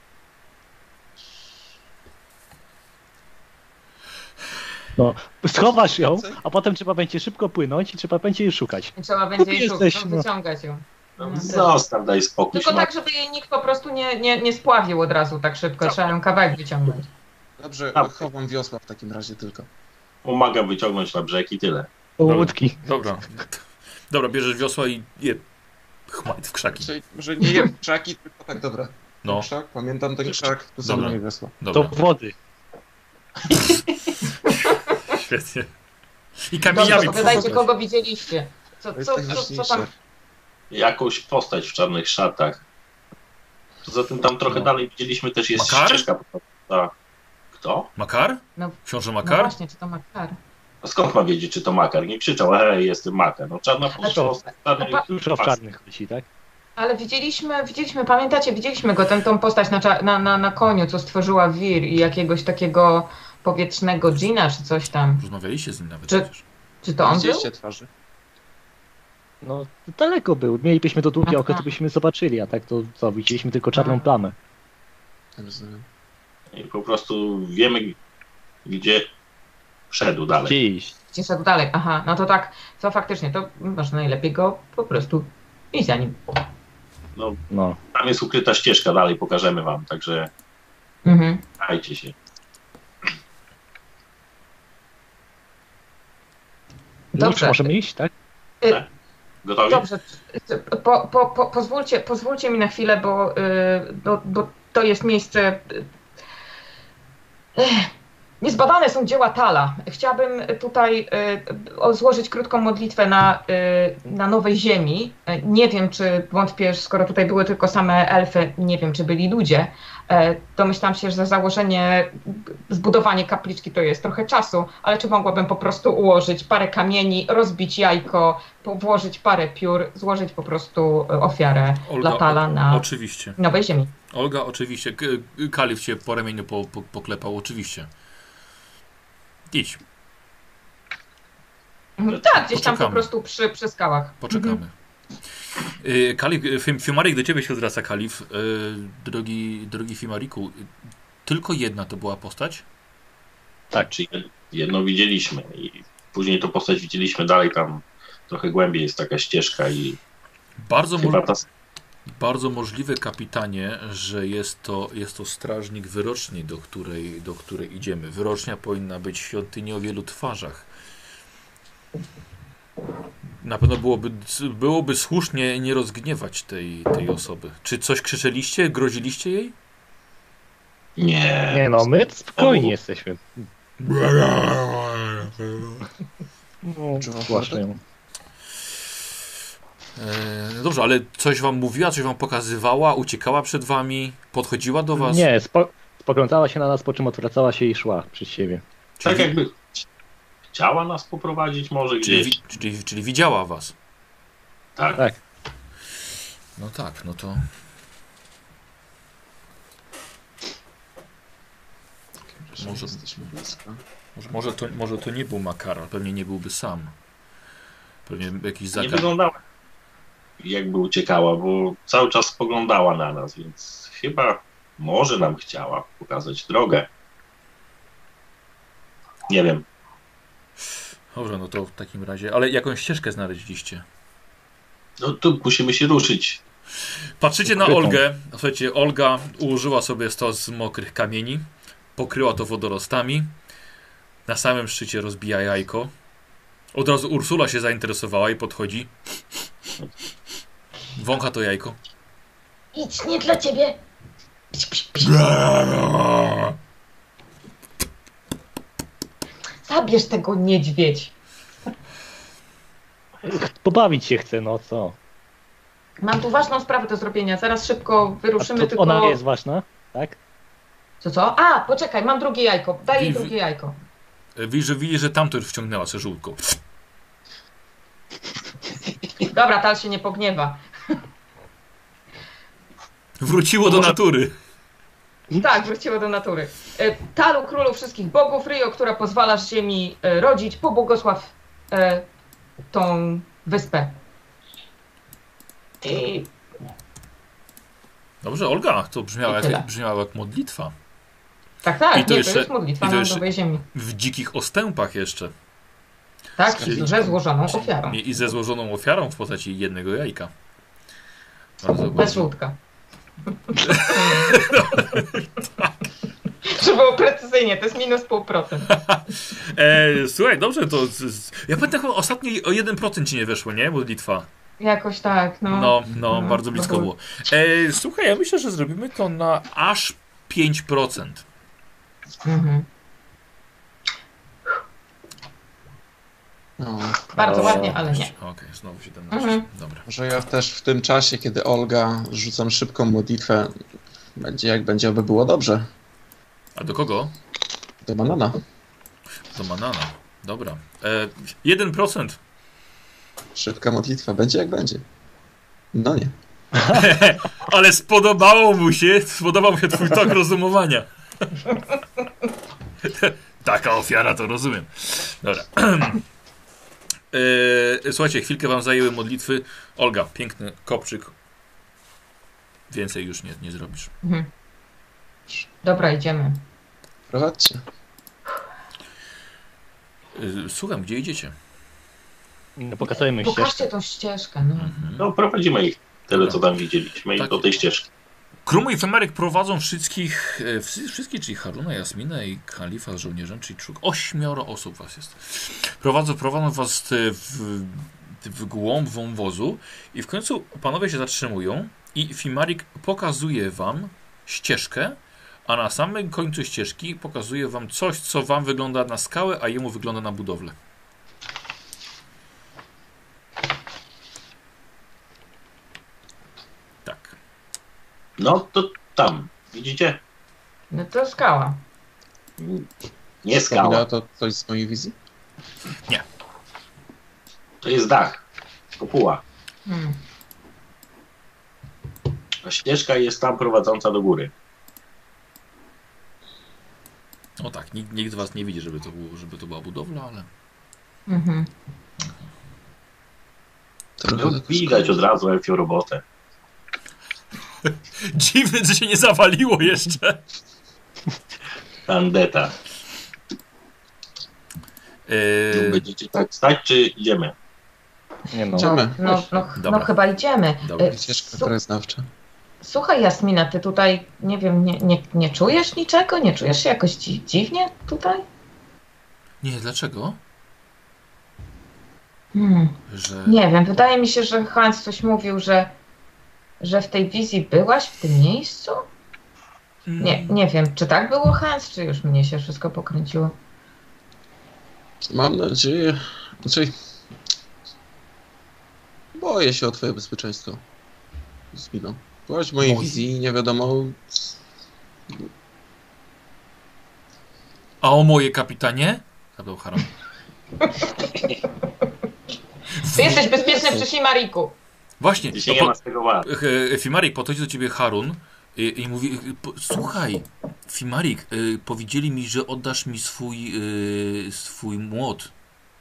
[SPEAKER 4] No, schowasz ją, a potem trzeba będzie szybko płynąć i trzeba będzie jej szukać.
[SPEAKER 2] Trzeba będzie
[SPEAKER 4] Tu
[SPEAKER 2] jej
[SPEAKER 4] jesteś,
[SPEAKER 2] szukać,
[SPEAKER 4] no.
[SPEAKER 2] wyciągać ją.
[SPEAKER 5] No,
[SPEAKER 2] No, też.
[SPEAKER 5] zostaw, daj spokój.
[SPEAKER 2] Tylko
[SPEAKER 5] się
[SPEAKER 2] tak, żeby jej nikt po prostu nie, nie, nie spławił od razu tak szybko. Trzeba ją kawałek wyciągnąć.
[SPEAKER 3] Dobrze,
[SPEAKER 5] A.
[SPEAKER 3] chowam wiosła w takim razie tylko.
[SPEAKER 5] Pomagam wyciągnąć na brzeg i tyle.
[SPEAKER 4] Do
[SPEAKER 1] Dobra.
[SPEAKER 4] łódki.
[SPEAKER 1] Dobra. Dobra, bierzesz wiosła i je chmaj w krzaki.
[SPEAKER 3] Czyli, może nie jem krzaki, tylko tak, dobra.
[SPEAKER 1] No,
[SPEAKER 3] Krzak, pamiętam ten krzak, tu są
[SPEAKER 1] Dobra.
[SPEAKER 3] moje wiosła.
[SPEAKER 4] Do
[SPEAKER 1] dobra.
[SPEAKER 4] wody.
[SPEAKER 1] Świetnie. I
[SPEAKER 2] Dobrze,
[SPEAKER 1] kamieniami
[SPEAKER 2] opowiadajcie,
[SPEAKER 1] posypać.
[SPEAKER 2] kogo widzieliście. Co,
[SPEAKER 3] To jest
[SPEAKER 2] co, co, co
[SPEAKER 3] najważniejsze.
[SPEAKER 2] tam...
[SPEAKER 5] Jakąś postać w czarnych szatach. Poza tym tam trochę
[SPEAKER 1] No.
[SPEAKER 5] dalej widzieliśmy też jest
[SPEAKER 1] Makar?
[SPEAKER 5] ścieżka. Ta. Kto?
[SPEAKER 1] Makar?
[SPEAKER 2] No,
[SPEAKER 1] Książę
[SPEAKER 2] no
[SPEAKER 1] Makar?
[SPEAKER 2] właśnie, czy to Makar?
[SPEAKER 5] A skąd ma wiedzieć, czy to Makar? Nie krzyczał, hej, jestem Makar. No czarna postać. czarny-
[SPEAKER 2] pa-
[SPEAKER 4] Dużo w czarnych chodzi, tak?
[SPEAKER 2] Ale widzieliśmy, widzieliśmy, pamiętacie, widzieliśmy go, tę tą postać na, cza- na, na, na koniu, co stworzyła Wir i jakiegoś takiego powietrznego dżina, czy coś tam.
[SPEAKER 1] Rozmawialiście z nim nawet
[SPEAKER 2] Czy-
[SPEAKER 1] przecież.
[SPEAKER 2] Czy to on był?
[SPEAKER 3] Widzieliście twarzy?
[SPEAKER 4] No, daleko był. Mielibyśmy to długie
[SPEAKER 2] Aha.
[SPEAKER 4] oko, to byśmy zobaczyli, a tak to co, widzieliśmy tylko czarną
[SPEAKER 2] Aha.
[SPEAKER 4] plamę.
[SPEAKER 3] Rozumiem.
[SPEAKER 5] I po prostu wiemy, gdzie szedł dalej.
[SPEAKER 4] Gdzie iść?
[SPEAKER 2] Gdzie szedł dalej? Aha, no to tak, to faktycznie, to może najlepiej go po prostu iść za nim.
[SPEAKER 5] No,
[SPEAKER 4] No.
[SPEAKER 5] tam jest ukryta ścieżka, dalej pokażemy wam, także
[SPEAKER 2] Mhm.
[SPEAKER 5] dajcie się.
[SPEAKER 4] Już
[SPEAKER 2] Dobrze.
[SPEAKER 4] możemy iść, tak?
[SPEAKER 5] Gotowi?
[SPEAKER 2] Dobrze, po, po, po, pozwólcie, pozwólcie mi na chwilę, bo, y, bo, bo to jest miejsce... y, Ech, niezbadane są dzieła Tala. Chciałabym tutaj y, o- złożyć krótką modlitwę na, y, na Nowej Ziemi. Y, Nie wiem, czy wątpię, skoro tutaj były tylko same elfy, nie wiem, czy byli ludzie. Y, Domyślam się, że za założenie, zbudowanie kapliczki to jest trochę czasu, ale czy mogłabym po prostu ułożyć parę kamieni, rozbić jajko, po- włożyć parę piór, złożyć po prostu y, ofiarę
[SPEAKER 1] Olga,
[SPEAKER 2] dla Tala
[SPEAKER 1] o-
[SPEAKER 2] na
[SPEAKER 1] Oczywiście.
[SPEAKER 2] Nowej Ziemi.
[SPEAKER 1] Olga, oczywiście. K- Kalif cię po ramieniu po, po, poklepał, oczywiście. Idź,
[SPEAKER 2] Mhm. Tak, gdzieś tam po
[SPEAKER 1] Poczekamy.
[SPEAKER 2] prostu przy, przy skałach.
[SPEAKER 1] poczekamy. Y, Kalif, y, Fim- Fimarik, do ciebie się zwraca Kalif. Y, drogi, drogi Fimariku, y, tylko jedna to była postać?
[SPEAKER 5] Tak, czy jed- jedno widzieliśmy i później tą postać widzieliśmy dalej, tam trochę głębiej jest taka ścieżka i
[SPEAKER 1] Bardzo,
[SPEAKER 5] Chyba
[SPEAKER 1] mo
[SPEAKER 5] ta...
[SPEAKER 1] bardzo możliwe, kapitanie, że jest to, jest to strażnik wyroczni, do której, do której idziemy. Wyrocznia powinna być świątynią o wielu twarzach. Na pewno byłoby, byłoby słusznie nie rozgniewać tej, tej osoby. Czy coś krzyczeliście? Groziliście jej?
[SPEAKER 5] Nie.
[SPEAKER 4] Nie no, my spokojni jesteśmy. No, zwłaszcza ją.
[SPEAKER 1] E, dobrze, ale coś wam mówiła, coś wam pokazywała, uciekała przed wami, podchodziła do was?
[SPEAKER 4] Nie, spo, spoglądała się na nas, po czym odwracała się i szła przed siebie.
[SPEAKER 5] Tak
[SPEAKER 1] Czyli,
[SPEAKER 5] jakby chciała nas poprowadzić może
[SPEAKER 1] czyli,
[SPEAKER 5] gdzieś.
[SPEAKER 1] wi- czyli, czyli widziała was.
[SPEAKER 5] Tak.
[SPEAKER 4] Tak.
[SPEAKER 1] No tak, no to...
[SPEAKER 3] Że
[SPEAKER 1] Może-
[SPEAKER 3] jesteśmy blisko.
[SPEAKER 1] Może, może, to, może to nie był Makar, ale pewnie nie byłby sam. Pewnie jakiś
[SPEAKER 5] Nie
[SPEAKER 1] zakaz.
[SPEAKER 5] wyglądała jakby uciekała, bo cały czas spoglądała na nas, więc chyba może nam chciała pokazać drogę. Nie wiem.
[SPEAKER 1] Dobrze, no to w takim razie. Ale jakąś ścieżkę znaleźliście.
[SPEAKER 5] No tu musimy się ruszyć.
[SPEAKER 1] Patrzycie na
[SPEAKER 4] Ukrytą.
[SPEAKER 1] Olgę. Słuchajcie, Olga ułożyła sobie stos z mokrych kamieni. Pokryła to wodorostami. Na samym szczycie rozbija jajko. Od razu Ursula się zainteresowała i podchodzi. Wącha to jajko.
[SPEAKER 2] Nic nie dla ciebie. Psz, psz, psz. Zabierz tego niedźwiedź.
[SPEAKER 4] Pobawić się chce, no co?
[SPEAKER 2] Mam tu ważną sprawę do zrobienia. Zaraz szybko
[SPEAKER 4] A
[SPEAKER 2] wyruszymy,
[SPEAKER 4] to
[SPEAKER 2] tylko...
[SPEAKER 4] ona jest ważna, tak?
[SPEAKER 2] Co, co? A, poczekaj, mam drugie jajko. Daj jej
[SPEAKER 1] Wi-
[SPEAKER 2] drugie jajko.
[SPEAKER 1] Widzi, że, widzi, że tamto już wciągnęła se żółtko.
[SPEAKER 2] Dobra, Tal się nie pogniewa.
[SPEAKER 1] Wróciło do natury.
[SPEAKER 2] Tak, wróciło do natury. E, Talu, królu wszystkich bogów, Rio, która pozwalasz ziemi e, rodzić, pobłogosław e, tą wyspę. I
[SPEAKER 1] Dobrze, Olga, to brzmiało
[SPEAKER 2] I
[SPEAKER 1] jak,
[SPEAKER 2] tyle.
[SPEAKER 1] brzmiało jak modlitwa.
[SPEAKER 2] tak, tak,
[SPEAKER 1] I
[SPEAKER 2] nie,
[SPEAKER 1] to
[SPEAKER 2] to
[SPEAKER 1] jeszcze-
[SPEAKER 2] jest modlitwa
[SPEAKER 1] i to
[SPEAKER 2] na
[SPEAKER 1] jeszcze-
[SPEAKER 2] nowej ziemi.
[SPEAKER 1] W dzikich ostępach jeszcze.
[SPEAKER 2] Tak,
[SPEAKER 1] Czyli-
[SPEAKER 2] że złożoną ofiarą.
[SPEAKER 1] I ze złożoną ofiarą w postaci jednego jajka. Bardzo,
[SPEAKER 2] Bez
[SPEAKER 1] bardzo.
[SPEAKER 2] żółtka. Żeby było precyzyjnie, to jest minus pół procent.
[SPEAKER 1] E, słuchaj, dobrze, to... Z, z, ja pamiętam, chyba ostatnio o jeden procent ci nie weszło, nie? Modlitwa.
[SPEAKER 2] Jakoś tak, no.
[SPEAKER 1] No, no,
[SPEAKER 2] No,
[SPEAKER 1] bardzo blisko
[SPEAKER 2] no.
[SPEAKER 1] było. E, słuchaj, ja myślę, że zrobimy to na aż pięć procent.
[SPEAKER 2] Mhm.
[SPEAKER 3] No,
[SPEAKER 2] Bardzo
[SPEAKER 4] O,
[SPEAKER 2] ładnie, ale nie.
[SPEAKER 1] Okej, znowu siedemnaście.
[SPEAKER 2] Mhm.
[SPEAKER 1] Dobra.
[SPEAKER 3] może ja też w tym czasie, kiedy Olga rzucam szybką modlitwę, będzie jak będzie, aby było dobrze.
[SPEAKER 1] A do kogo?
[SPEAKER 3] Do banana.
[SPEAKER 1] Do Manana. Dobra. E, jeden procent.
[SPEAKER 3] Szybka modlitwa, będzie jak będzie. No nie.
[SPEAKER 1] Ale spodobało mu się, spodobał mu się twój tok rozumowania. Taka ofiara, to rozumiem. Dobra. E, słuchajcie, chwilkę wam zajęły modlitwy. Olga, piękny kopczyk. Więcej już nie, nie zrobisz.
[SPEAKER 2] Mhm. Dobra, idziemy.
[SPEAKER 3] Prowadźcie.
[SPEAKER 1] E, słucham, gdzie idziecie?
[SPEAKER 4] No, pokazujemy ścieżkę.
[SPEAKER 2] Pokażcie tą ścieżkę, no.
[SPEAKER 1] Mhm.
[SPEAKER 5] No prowadzimy ich. Tyle, co tam widzieliśmy i
[SPEAKER 1] Tak.
[SPEAKER 5] do tej ścieżki.
[SPEAKER 1] Krumo i Femerek prowadzą wszystkich, e, wszy- wszystkich, czyli Haruna, Jasminę i Kalifa z żołnierzem, czyli czuk. Ośmioro osób was jest. Prowadzą, prowadzą was e, w, w głąb wąwozu i w końcu panowie się zatrzymują i Fimarik pokazuje wam ścieżkę, a na samym końcu ścieżki pokazuje wam coś, co wam wygląda na skałę, a jemu wygląda na budowlę. Tak.
[SPEAKER 5] No to tam. Widzicie?
[SPEAKER 2] No to skała.
[SPEAKER 5] Nie
[SPEAKER 3] Skała.
[SPEAKER 5] skała.
[SPEAKER 3] To coś z mojej wizji?
[SPEAKER 5] To jest dach. Kopuła.
[SPEAKER 2] Hmm.
[SPEAKER 5] A ścieżka jest tam prowadząca do góry.
[SPEAKER 1] No tak, nikt, nikt z was nie widzi, żeby to, było, żeby to była budowla, ale...
[SPEAKER 2] Mhm.
[SPEAKER 3] Trochę
[SPEAKER 5] No,
[SPEAKER 3] tak
[SPEAKER 5] widać od razu elfią robotę.
[SPEAKER 1] Dziwne, że się nie zawaliło jeszcze.
[SPEAKER 5] Tandeta.
[SPEAKER 1] Eee,
[SPEAKER 5] Będziecie tak stać, czy idziemy?
[SPEAKER 4] Nie no.
[SPEAKER 3] Idziemy.
[SPEAKER 2] No, no, no,
[SPEAKER 1] Dobra.
[SPEAKER 2] no chyba idziemy.
[SPEAKER 1] Dobra.
[SPEAKER 2] E,
[SPEAKER 3] Ścieżka
[SPEAKER 2] su-
[SPEAKER 3] krajoznawcza.
[SPEAKER 2] Słuchaj, Jasmina, ty tutaj, nie wiem, nie, nie, nie czujesz niczego? Nie czujesz się jakoś dzi- dziwnie tutaj?
[SPEAKER 1] Nie, dlaczego?
[SPEAKER 2] Hmm,
[SPEAKER 1] Że...
[SPEAKER 2] nie wiem, wydaje mi się, że Hans coś mówił, że, że w tej wizji byłaś w tym miejscu? Nie, nie wiem, czy tak było, Hans, czy już mnie się wszystko pokręciło?
[SPEAKER 3] Mam nadzieję... Znaczy... Boję się o twoje bezpieczeństwo. Zminą. Byłaś w mojej
[SPEAKER 1] Moje?
[SPEAKER 3] wizji i nie wiadomo...
[SPEAKER 1] A o moje kapitanie? Zadał Harun.
[SPEAKER 2] Ty jesteś bezpieczny przy Simariku.
[SPEAKER 1] Właśnie,
[SPEAKER 5] Dzisiaj
[SPEAKER 1] to
[SPEAKER 5] nie
[SPEAKER 1] po...
[SPEAKER 5] ma z tego ładu.
[SPEAKER 1] e, Fimarik, podchodzi do ciebie Harun i, i mówi, e, po, słuchaj, Fimarik, e, powiedzieli mi, że oddasz mi swój, e, swój młot.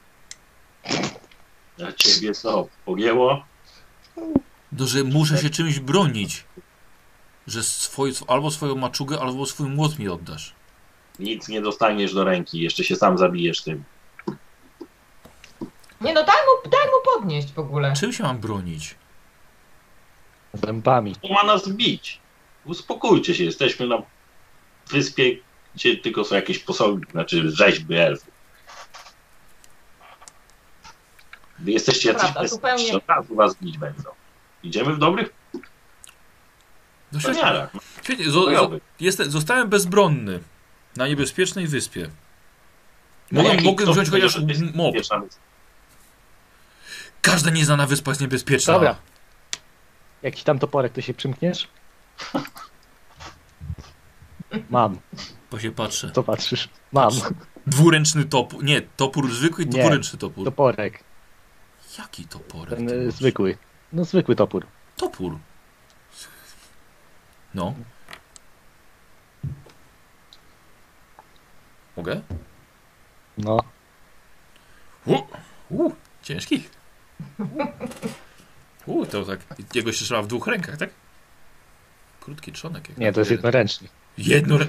[SPEAKER 5] A ciebie co, pogięło?
[SPEAKER 1] No, że muszę się czymś bronić. Że swoje, albo swoją maczugę, albo swój młot mi oddasz.
[SPEAKER 5] Nic nie dostaniesz do ręki, jeszcze się sam zabijesz tym.
[SPEAKER 2] Nie no, daj mu, daj mu podnieść w ogóle.
[SPEAKER 1] Czym się mam bronić?
[SPEAKER 4] Zębami.
[SPEAKER 5] To ma nas bić. Uspokójcie się, jesteśmy na wyspie, gdzie tylko są jakieś posągi, znaczy rzeźby elfów. Wy jesteście jacyś
[SPEAKER 2] Prawda,
[SPEAKER 5] bezpieczni,
[SPEAKER 2] zupełnie.
[SPEAKER 5] od razu was bić będą. Idziemy w dobrych
[SPEAKER 1] No świetnie.
[SPEAKER 5] maniarach.
[SPEAKER 1] Świetnie. Zo, zo,
[SPEAKER 5] Bojowych.
[SPEAKER 1] jestem, zostałem bezbronny na niebezpiecznej wyspie.
[SPEAKER 5] No
[SPEAKER 1] Mogę,
[SPEAKER 5] jaki-
[SPEAKER 1] mogę
[SPEAKER 5] kto
[SPEAKER 1] wziąć
[SPEAKER 5] powiedział,
[SPEAKER 1] chociaż
[SPEAKER 5] że to jest
[SPEAKER 1] mop.
[SPEAKER 5] pierwsza myśl?
[SPEAKER 1] Każda nieznana wyspa jest niebezpieczna.
[SPEAKER 4] Dobra. Jakiś tam toporek, to się przymkniesz? Mam.
[SPEAKER 1] Bo się patrzę.
[SPEAKER 4] Co patrzysz? Mam.
[SPEAKER 1] Dwuręczny topór. Nie, topór zwykły,
[SPEAKER 4] Nie.
[SPEAKER 1] dwuręczny topór.
[SPEAKER 4] Toporek.
[SPEAKER 1] Jaki toporek?
[SPEAKER 4] Ten
[SPEAKER 1] ty
[SPEAKER 4] y,
[SPEAKER 1] masz?
[SPEAKER 4] zwykły. No zwykły topór.
[SPEAKER 1] Topór. No. Mogę?
[SPEAKER 4] No.
[SPEAKER 1] U, u, ciężki. U, to tak. Jego się trzyma w dwóch rękach, tak? Krótki trzonek. jak
[SPEAKER 4] Nie, to jest
[SPEAKER 1] jeden.
[SPEAKER 4] jednoręczny.
[SPEAKER 1] Jedno.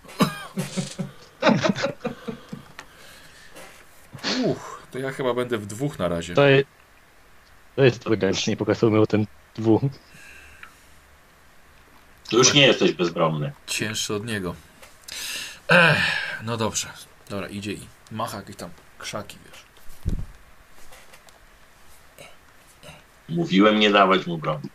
[SPEAKER 1] Uch, to ja chyba będę w dwóch na razie.
[SPEAKER 4] To jest, to jest dwuręczny i pokazujmy o ten dwu.
[SPEAKER 5] To już nie jesteś bezbronny.
[SPEAKER 1] Cięższy od niego. Ech, no dobrze. Dobra, idzie i macha jakieś tam krzaki, wiesz.
[SPEAKER 5] Mówiłem nie dawać mu broni.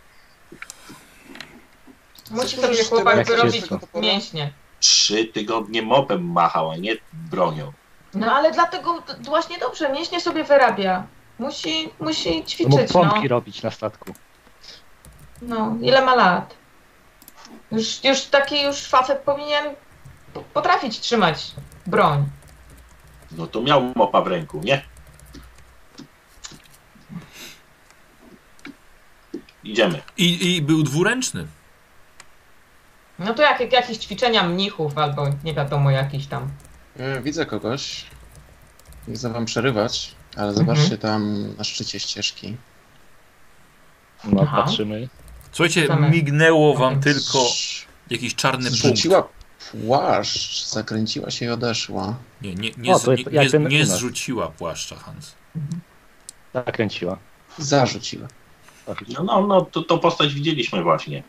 [SPEAKER 2] Musi
[SPEAKER 3] Możesz
[SPEAKER 2] sobie chłopak
[SPEAKER 4] Jak
[SPEAKER 2] wyrobić
[SPEAKER 4] dziecko.
[SPEAKER 2] mięśnie.
[SPEAKER 5] Trzy tygodnie mopem machał, a nie bronią.
[SPEAKER 2] No ale dlatego d- właśnie dobrze, mięśnie sobie wyrabia. Musi, musi
[SPEAKER 4] Mógł
[SPEAKER 2] ćwiczyć, no.
[SPEAKER 4] pompki robić na statku.
[SPEAKER 2] No, ile ma lat? Już, już taki już facet powinien p- potrafić trzymać broń.
[SPEAKER 5] No to miał mopa w ręku, nie? Idziemy.
[SPEAKER 1] I, I był dwuręczny.
[SPEAKER 2] No to jak, jak jakieś ćwiczenia mnichów albo nie wiadomo jakiś tam.
[SPEAKER 3] E, Widzę kogoś. Nie chcę wam przerywać, ale zobaczcie tam na szczycie ścieżki.
[SPEAKER 4] No,
[SPEAKER 2] Aha.
[SPEAKER 4] patrzymy.
[SPEAKER 1] Słuchajcie,
[SPEAKER 2] Same.
[SPEAKER 1] mignęło wam
[SPEAKER 2] Okej.
[SPEAKER 1] tylko jakiś czarny punkt.
[SPEAKER 3] Zrzuciła płaszcz, zakręciła się i odeszła.
[SPEAKER 1] Nie, nie, nie,
[SPEAKER 4] O,
[SPEAKER 1] z,
[SPEAKER 4] to
[SPEAKER 1] nie,
[SPEAKER 4] jak
[SPEAKER 1] nie,
[SPEAKER 4] ten
[SPEAKER 1] nie
[SPEAKER 4] u nas.
[SPEAKER 1] zrzuciła płaszcza, Hans.
[SPEAKER 4] Zakręciła.
[SPEAKER 3] Zarzuciła.
[SPEAKER 5] No, no, no to, to postać widzieliśmy właśnie.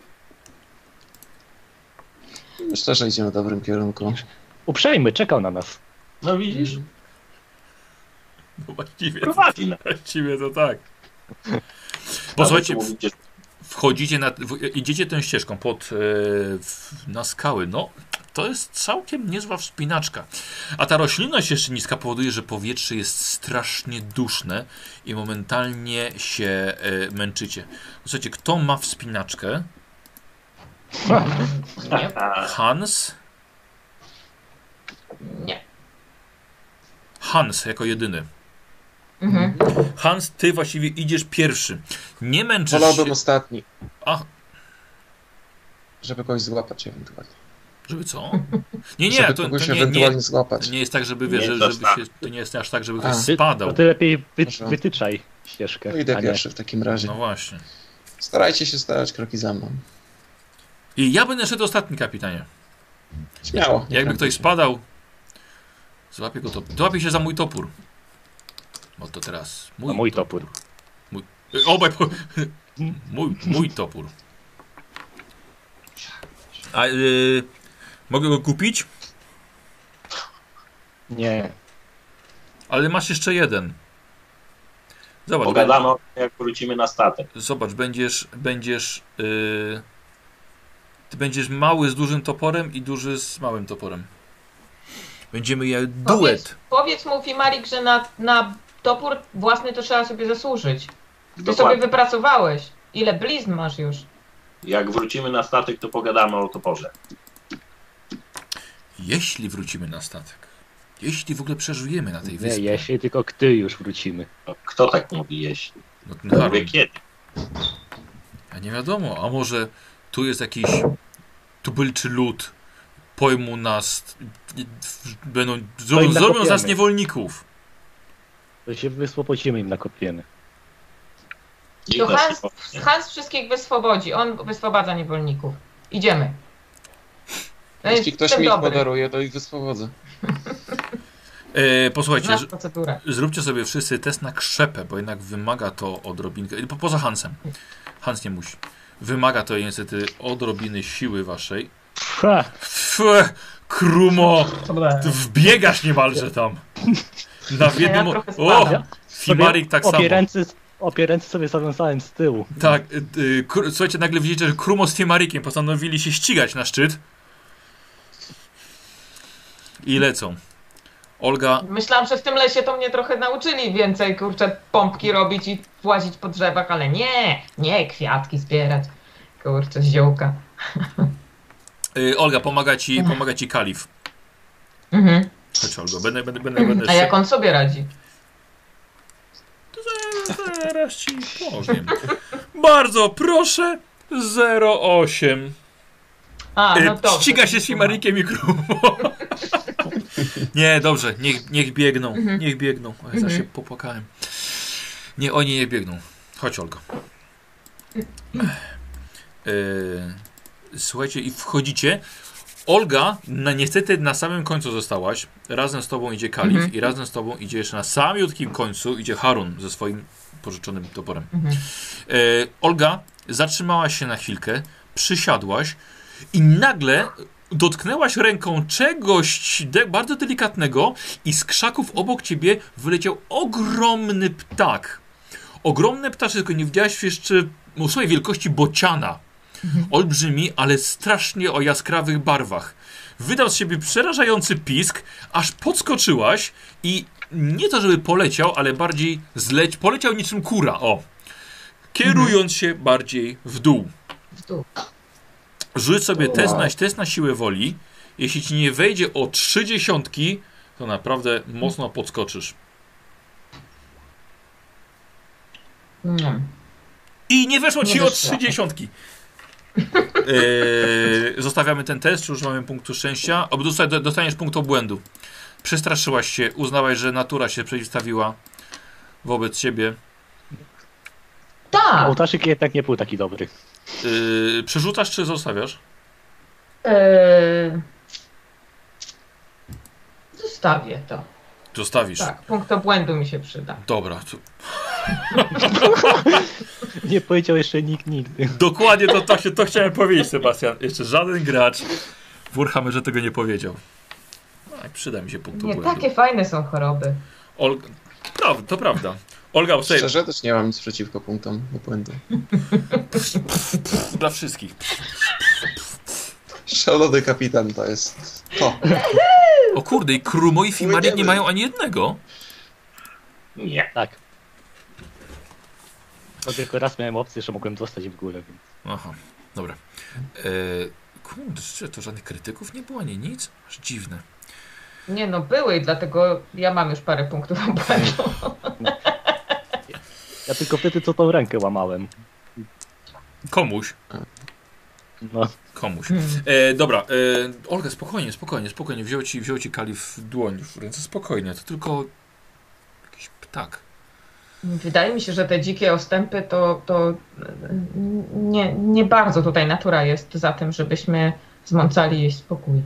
[SPEAKER 3] Myślę, że idziemy w dobrym kierunku.
[SPEAKER 4] Uprzejmy, czekał na nas.
[SPEAKER 5] No widzisz?
[SPEAKER 1] No właściwie,
[SPEAKER 5] Prowadzi nas.
[SPEAKER 1] właściwie to tak.
[SPEAKER 5] Ale
[SPEAKER 1] Posłuchajcie,
[SPEAKER 5] co
[SPEAKER 1] w-
[SPEAKER 5] mówicie,
[SPEAKER 1] wchodzicie na, w, idziecie tą ścieżką pod, e, w, na skały. No, to jest całkiem niezła wspinaczka. A ta roślinność jeszcze niska powoduje, że powietrze jest strasznie duszne i momentalnie się e, męczycie. Słuchajcie, kto ma wspinaczkę?
[SPEAKER 2] Nie.
[SPEAKER 1] Hans?
[SPEAKER 2] Nie.
[SPEAKER 1] Hans jako jedyny.
[SPEAKER 2] Mhm.
[SPEAKER 1] Hans, ty właściwie idziesz pierwszy. Nie męczysz
[SPEAKER 3] Wolałbym
[SPEAKER 1] się...
[SPEAKER 3] ostatni,
[SPEAKER 1] A,
[SPEAKER 3] żeby kogoś złapać ewentualnie.
[SPEAKER 1] żeby co? Nie, nie,
[SPEAKER 3] żeby
[SPEAKER 1] to,
[SPEAKER 3] kogoś
[SPEAKER 1] to nie,
[SPEAKER 3] ewentualnie
[SPEAKER 1] nie,
[SPEAKER 3] złapać.
[SPEAKER 1] to nie jest tak, żeby, wiesz,
[SPEAKER 5] Nie,
[SPEAKER 1] że,
[SPEAKER 5] to
[SPEAKER 1] żeby
[SPEAKER 5] tak.
[SPEAKER 1] się, to nie jest aż tak, żeby
[SPEAKER 3] A.
[SPEAKER 1] ktoś
[SPEAKER 4] Ty,
[SPEAKER 1] spadał.
[SPEAKER 4] to ty lepiej wy,
[SPEAKER 3] Proszę.
[SPEAKER 4] wytyczaj ścieżkę.
[SPEAKER 3] To idę
[SPEAKER 4] a nie.
[SPEAKER 3] pierwszy w takim razie.
[SPEAKER 1] No właśnie.
[SPEAKER 3] Starajcie się starać kroki za mną.
[SPEAKER 1] I ja będę szedł ostatni, kapitanie.
[SPEAKER 3] Śmiało. nie
[SPEAKER 1] Jakby
[SPEAKER 3] krępuj
[SPEAKER 1] ktoś
[SPEAKER 3] się.
[SPEAKER 1] spadał, złapie go topór. Złapie się za mój topór. Bo to teraz mój,
[SPEAKER 4] A mój topór.
[SPEAKER 1] Obaj po... mój, mój topór. A yy, mogę go kupić?
[SPEAKER 4] Nie.
[SPEAKER 1] Ale masz jeszcze jeden. Zobacz.
[SPEAKER 5] Pogadamy o tym, jak wrócimy na statek.
[SPEAKER 1] Zobacz, będziesz, będziesz, yy, ty będziesz mały z dużym toporem i duży z małym toporem. Będziemy je duet.
[SPEAKER 2] Powiedz, powiedz mu, Fimarik, że na, na topór własny to trzeba sobie zasłużyć. Ty
[SPEAKER 5] Dokładnie.
[SPEAKER 2] sobie wypracowałeś. Ile blizn masz już?
[SPEAKER 5] Jak wrócimy na statek, to pogadamy o toporze.
[SPEAKER 1] Jeśli wrócimy na statek. Jeśli w ogóle przeżyjemy na tej
[SPEAKER 4] Nie,
[SPEAKER 1] wyspie.
[SPEAKER 4] jeśli tylko gdy już wrócimy.
[SPEAKER 5] No, kto tak mówi, jeśli?
[SPEAKER 1] No, ten
[SPEAKER 5] Kto
[SPEAKER 1] Harun.
[SPEAKER 5] wie kiedy?
[SPEAKER 1] A nie wiadomo, a może tu jest jakiś tubylczy lud, pojmą nas, będą,
[SPEAKER 4] im
[SPEAKER 1] zrobią, zrobią z nas
[SPEAKER 4] nakopiemy.
[SPEAKER 1] niewolników.
[SPEAKER 4] To się wysłopocimy im nakopiemy.
[SPEAKER 5] Nikt
[SPEAKER 2] To
[SPEAKER 5] nas nie
[SPEAKER 2] Hans,
[SPEAKER 5] powie.
[SPEAKER 2] Hans wszystkich wyswobodzi. On wyswobadza niewolników. Idziemy. No
[SPEAKER 3] Jeśli
[SPEAKER 2] jest
[SPEAKER 3] ktoś
[SPEAKER 2] w tym
[SPEAKER 3] mi ich
[SPEAKER 2] dobry.
[SPEAKER 3] podaruje, to ich wyswobodzę.
[SPEAKER 1] E, posłuchajcie,
[SPEAKER 2] Znasz
[SPEAKER 1] z-
[SPEAKER 2] procedurę.
[SPEAKER 1] zróbcie sobie wszyscy test na krzepę, bo jednak wymaga to odrobinkę, po, poza Hansem. Hans nie musi. Wymaga to niestety odrobiny siły waszej.
[SPEAKER 4] Ha!
[SPEAKER 1] Fue, Krumo, ty wbiegasz niemalże tam. Na w jednym...
[SPEAKER 2] Ja trochę
[SPEAKER 1] O!
[SPEAKER 2] spadam.
[SPEAKER 1] Fimarik tak samo.
[SPEAKER 4] Obie ręce, obie ręce sobie zawiązałem z tyłu.
[SPEAKER 1] Tak, y, y, kr- słuchajcie, nagle widzicie, że Krumo z Fimarikiem postanowili się ścigać na szczyt. I lecą. Olga,
[SPEAKER 2] Myślałam, że w tym lesie to mnie trochę nauczyli więcej, kurczę, pompki robić i włazić po drzewach, ale nie, nie, kwiatki zbierać. Kurczę, ziółka.
[SPEAKER 1] y, Olga pomaga ci, pomaga ci Kalif.
[SPEAKER 2] Mhm.
[SPEAKER 1] Chodź, Olgo, będę, będę, będę, będę
[SPEAKER 2] A jak on sobie radzi?
[SPEAKER 1] Zaraz ci powiem. Bardzo proszę, zero osiem.
[SPEAKER 2] A, no
[SPEAKER 1] Y,
[SPEAKER 2] to.
[SPEAKER 1] Ściga się z Fimarikiem i Krumo. Nie, dobrze, niech, niech biegną,
[SPEAKER 2] Mhm.
[SPEAKER 1] niech biegną. O, ja
[SPEAKER 2] Mhm.
[SPEAKER 1] się popłakałem. Nie, oni nie biegną. Chodź, Olgo. Y, słuchajcie, i wchodzicie. Olga, na, niestety na samym końcu zostałaś. Razem z tobą idzie Kalif
[SPEAKER 2] Mhm.
[SPEAKER 1] i razem z tobą idzie jeszcze na samiutkim końcu idzie Harun ze swoim pożyczonym toporem.
[SPEAKER 2] Mhm.
[SPEAKER 1] E, Olga, zatrzymałaś się na chwilkę, przysiadłaś i nagle dotknęłaś ręką czegoś de bardzo delikatnego i z krzaków obok ciebie wyleciał ogromny ptak. Ogromny ptaszek, tylko nie widziałaś jeszcze no, swojej wielkości bociana. Olbrzymi, ale strasznie o jaskrawych barwach. Wydał z siebie przerażający pisk, aż podskoczyłaś i nie to, żeby poleciał, ale bardziej zleć, poleciał niczym kura, o. Kierując się bardziej w dół.
[SPEAKER 2] W dół.
[SPEAKER 1] Rzuć sobie test na, test na siłę woli. Jeśli ci nie wejdzie o trzy dziesiątki, to naprawdę mocno podskoczysz.
[SPEAKER 2] Nie.
[SPEAKER 1] I nie weszło ci
[SPEAKER 2] Nie
[SPEAKER 1] o
[SPEAKER 2] weszło.
[SPEAKER 1] trzy dziesiątki. Yy, zostawiamy ten test, czy używamy punktu szczęścia? O, dosta- dostaniesz punkt obłędu. Przestraszyłaś się, uznałaś, że natura się przeciwstawiła wobec ciebie.
[SPEAKER 2] Tak.
[SPEAKER 4] Ołtarzyk jednak nie był taki dobry.
[SPEAKER 1] Yy, przerzucasz czy zostawiasz?
[SPEAKER 2] Eee... Zostawię to.
[SPEAKER 1] Zostawisz.
[SPEAKER 2] Tak, punkt obłędu mi się przyda.
[SPEAKER 1] Dobra. To...
[SPEAKER 4] Nie powiedział jeszcze nikt nigdy.
[SPEAKER 1] Dokładnie to, to, się, to chciałem powiedzieć, Sebastian. Jeszcze żaden gracz w Warhammerze tego nie powiedział. No, przyda mi się punkt
[SPEAKER 2] Nie,
[SPEAKER 1] obłędu.
[SPEAKER 2] takie fajne są choroby.
[SPEAKER 1] Olga... Prawda, to prawda. Olga, sobie
[SPEAKER 3] Szczerze też nie mam nic przeciwko punktom obłędu.
[SPEAKER 1] dla wszystkich.
[SPEAKER 3] Szalony kapitan to jest to.
[SPEAKER 1] O kurde, i Krumo i Fimarik nie
[SPEAKER 3] Płyniemy.
[SPEAKER 1] mają ani jednego.
[SPEAKER 5] Nie.
[SPEAKER 4] Tak. No tylko raz miałem opcję, że mogłem dostać w górę, więc...
[SPEAKER 1] Aha, dobra. E, kurde, to żadnych krytyków nie było, ani nic? Aż dziwne.
[SPEAKER 2] Nie no, były i dlatego ja mam już parę punktów obłędu.
[SPEAKER 4] Ja tylko wtedy co tą rękę łamałem.
[SPEAKER 1] Komuś.
[SPEAKER 4] No.
[SPEAKER 1] Komuś.
[SPEAKER 2] Hmm.
[SPEAKER 1] E, dobra, e, Olga, spokojnie, spokojnie, spokojnie. Wziął ci, wziął ci Kalif w dłoń, w ręce. Spokojnie, to tylko jakiś ptak.
[SPEAKER 2] Wydaje mi się, że te dzikie ostępy to, to nie, nie bardzo tutaj natura jest za tym, żebyśmy zmącali jej spokój.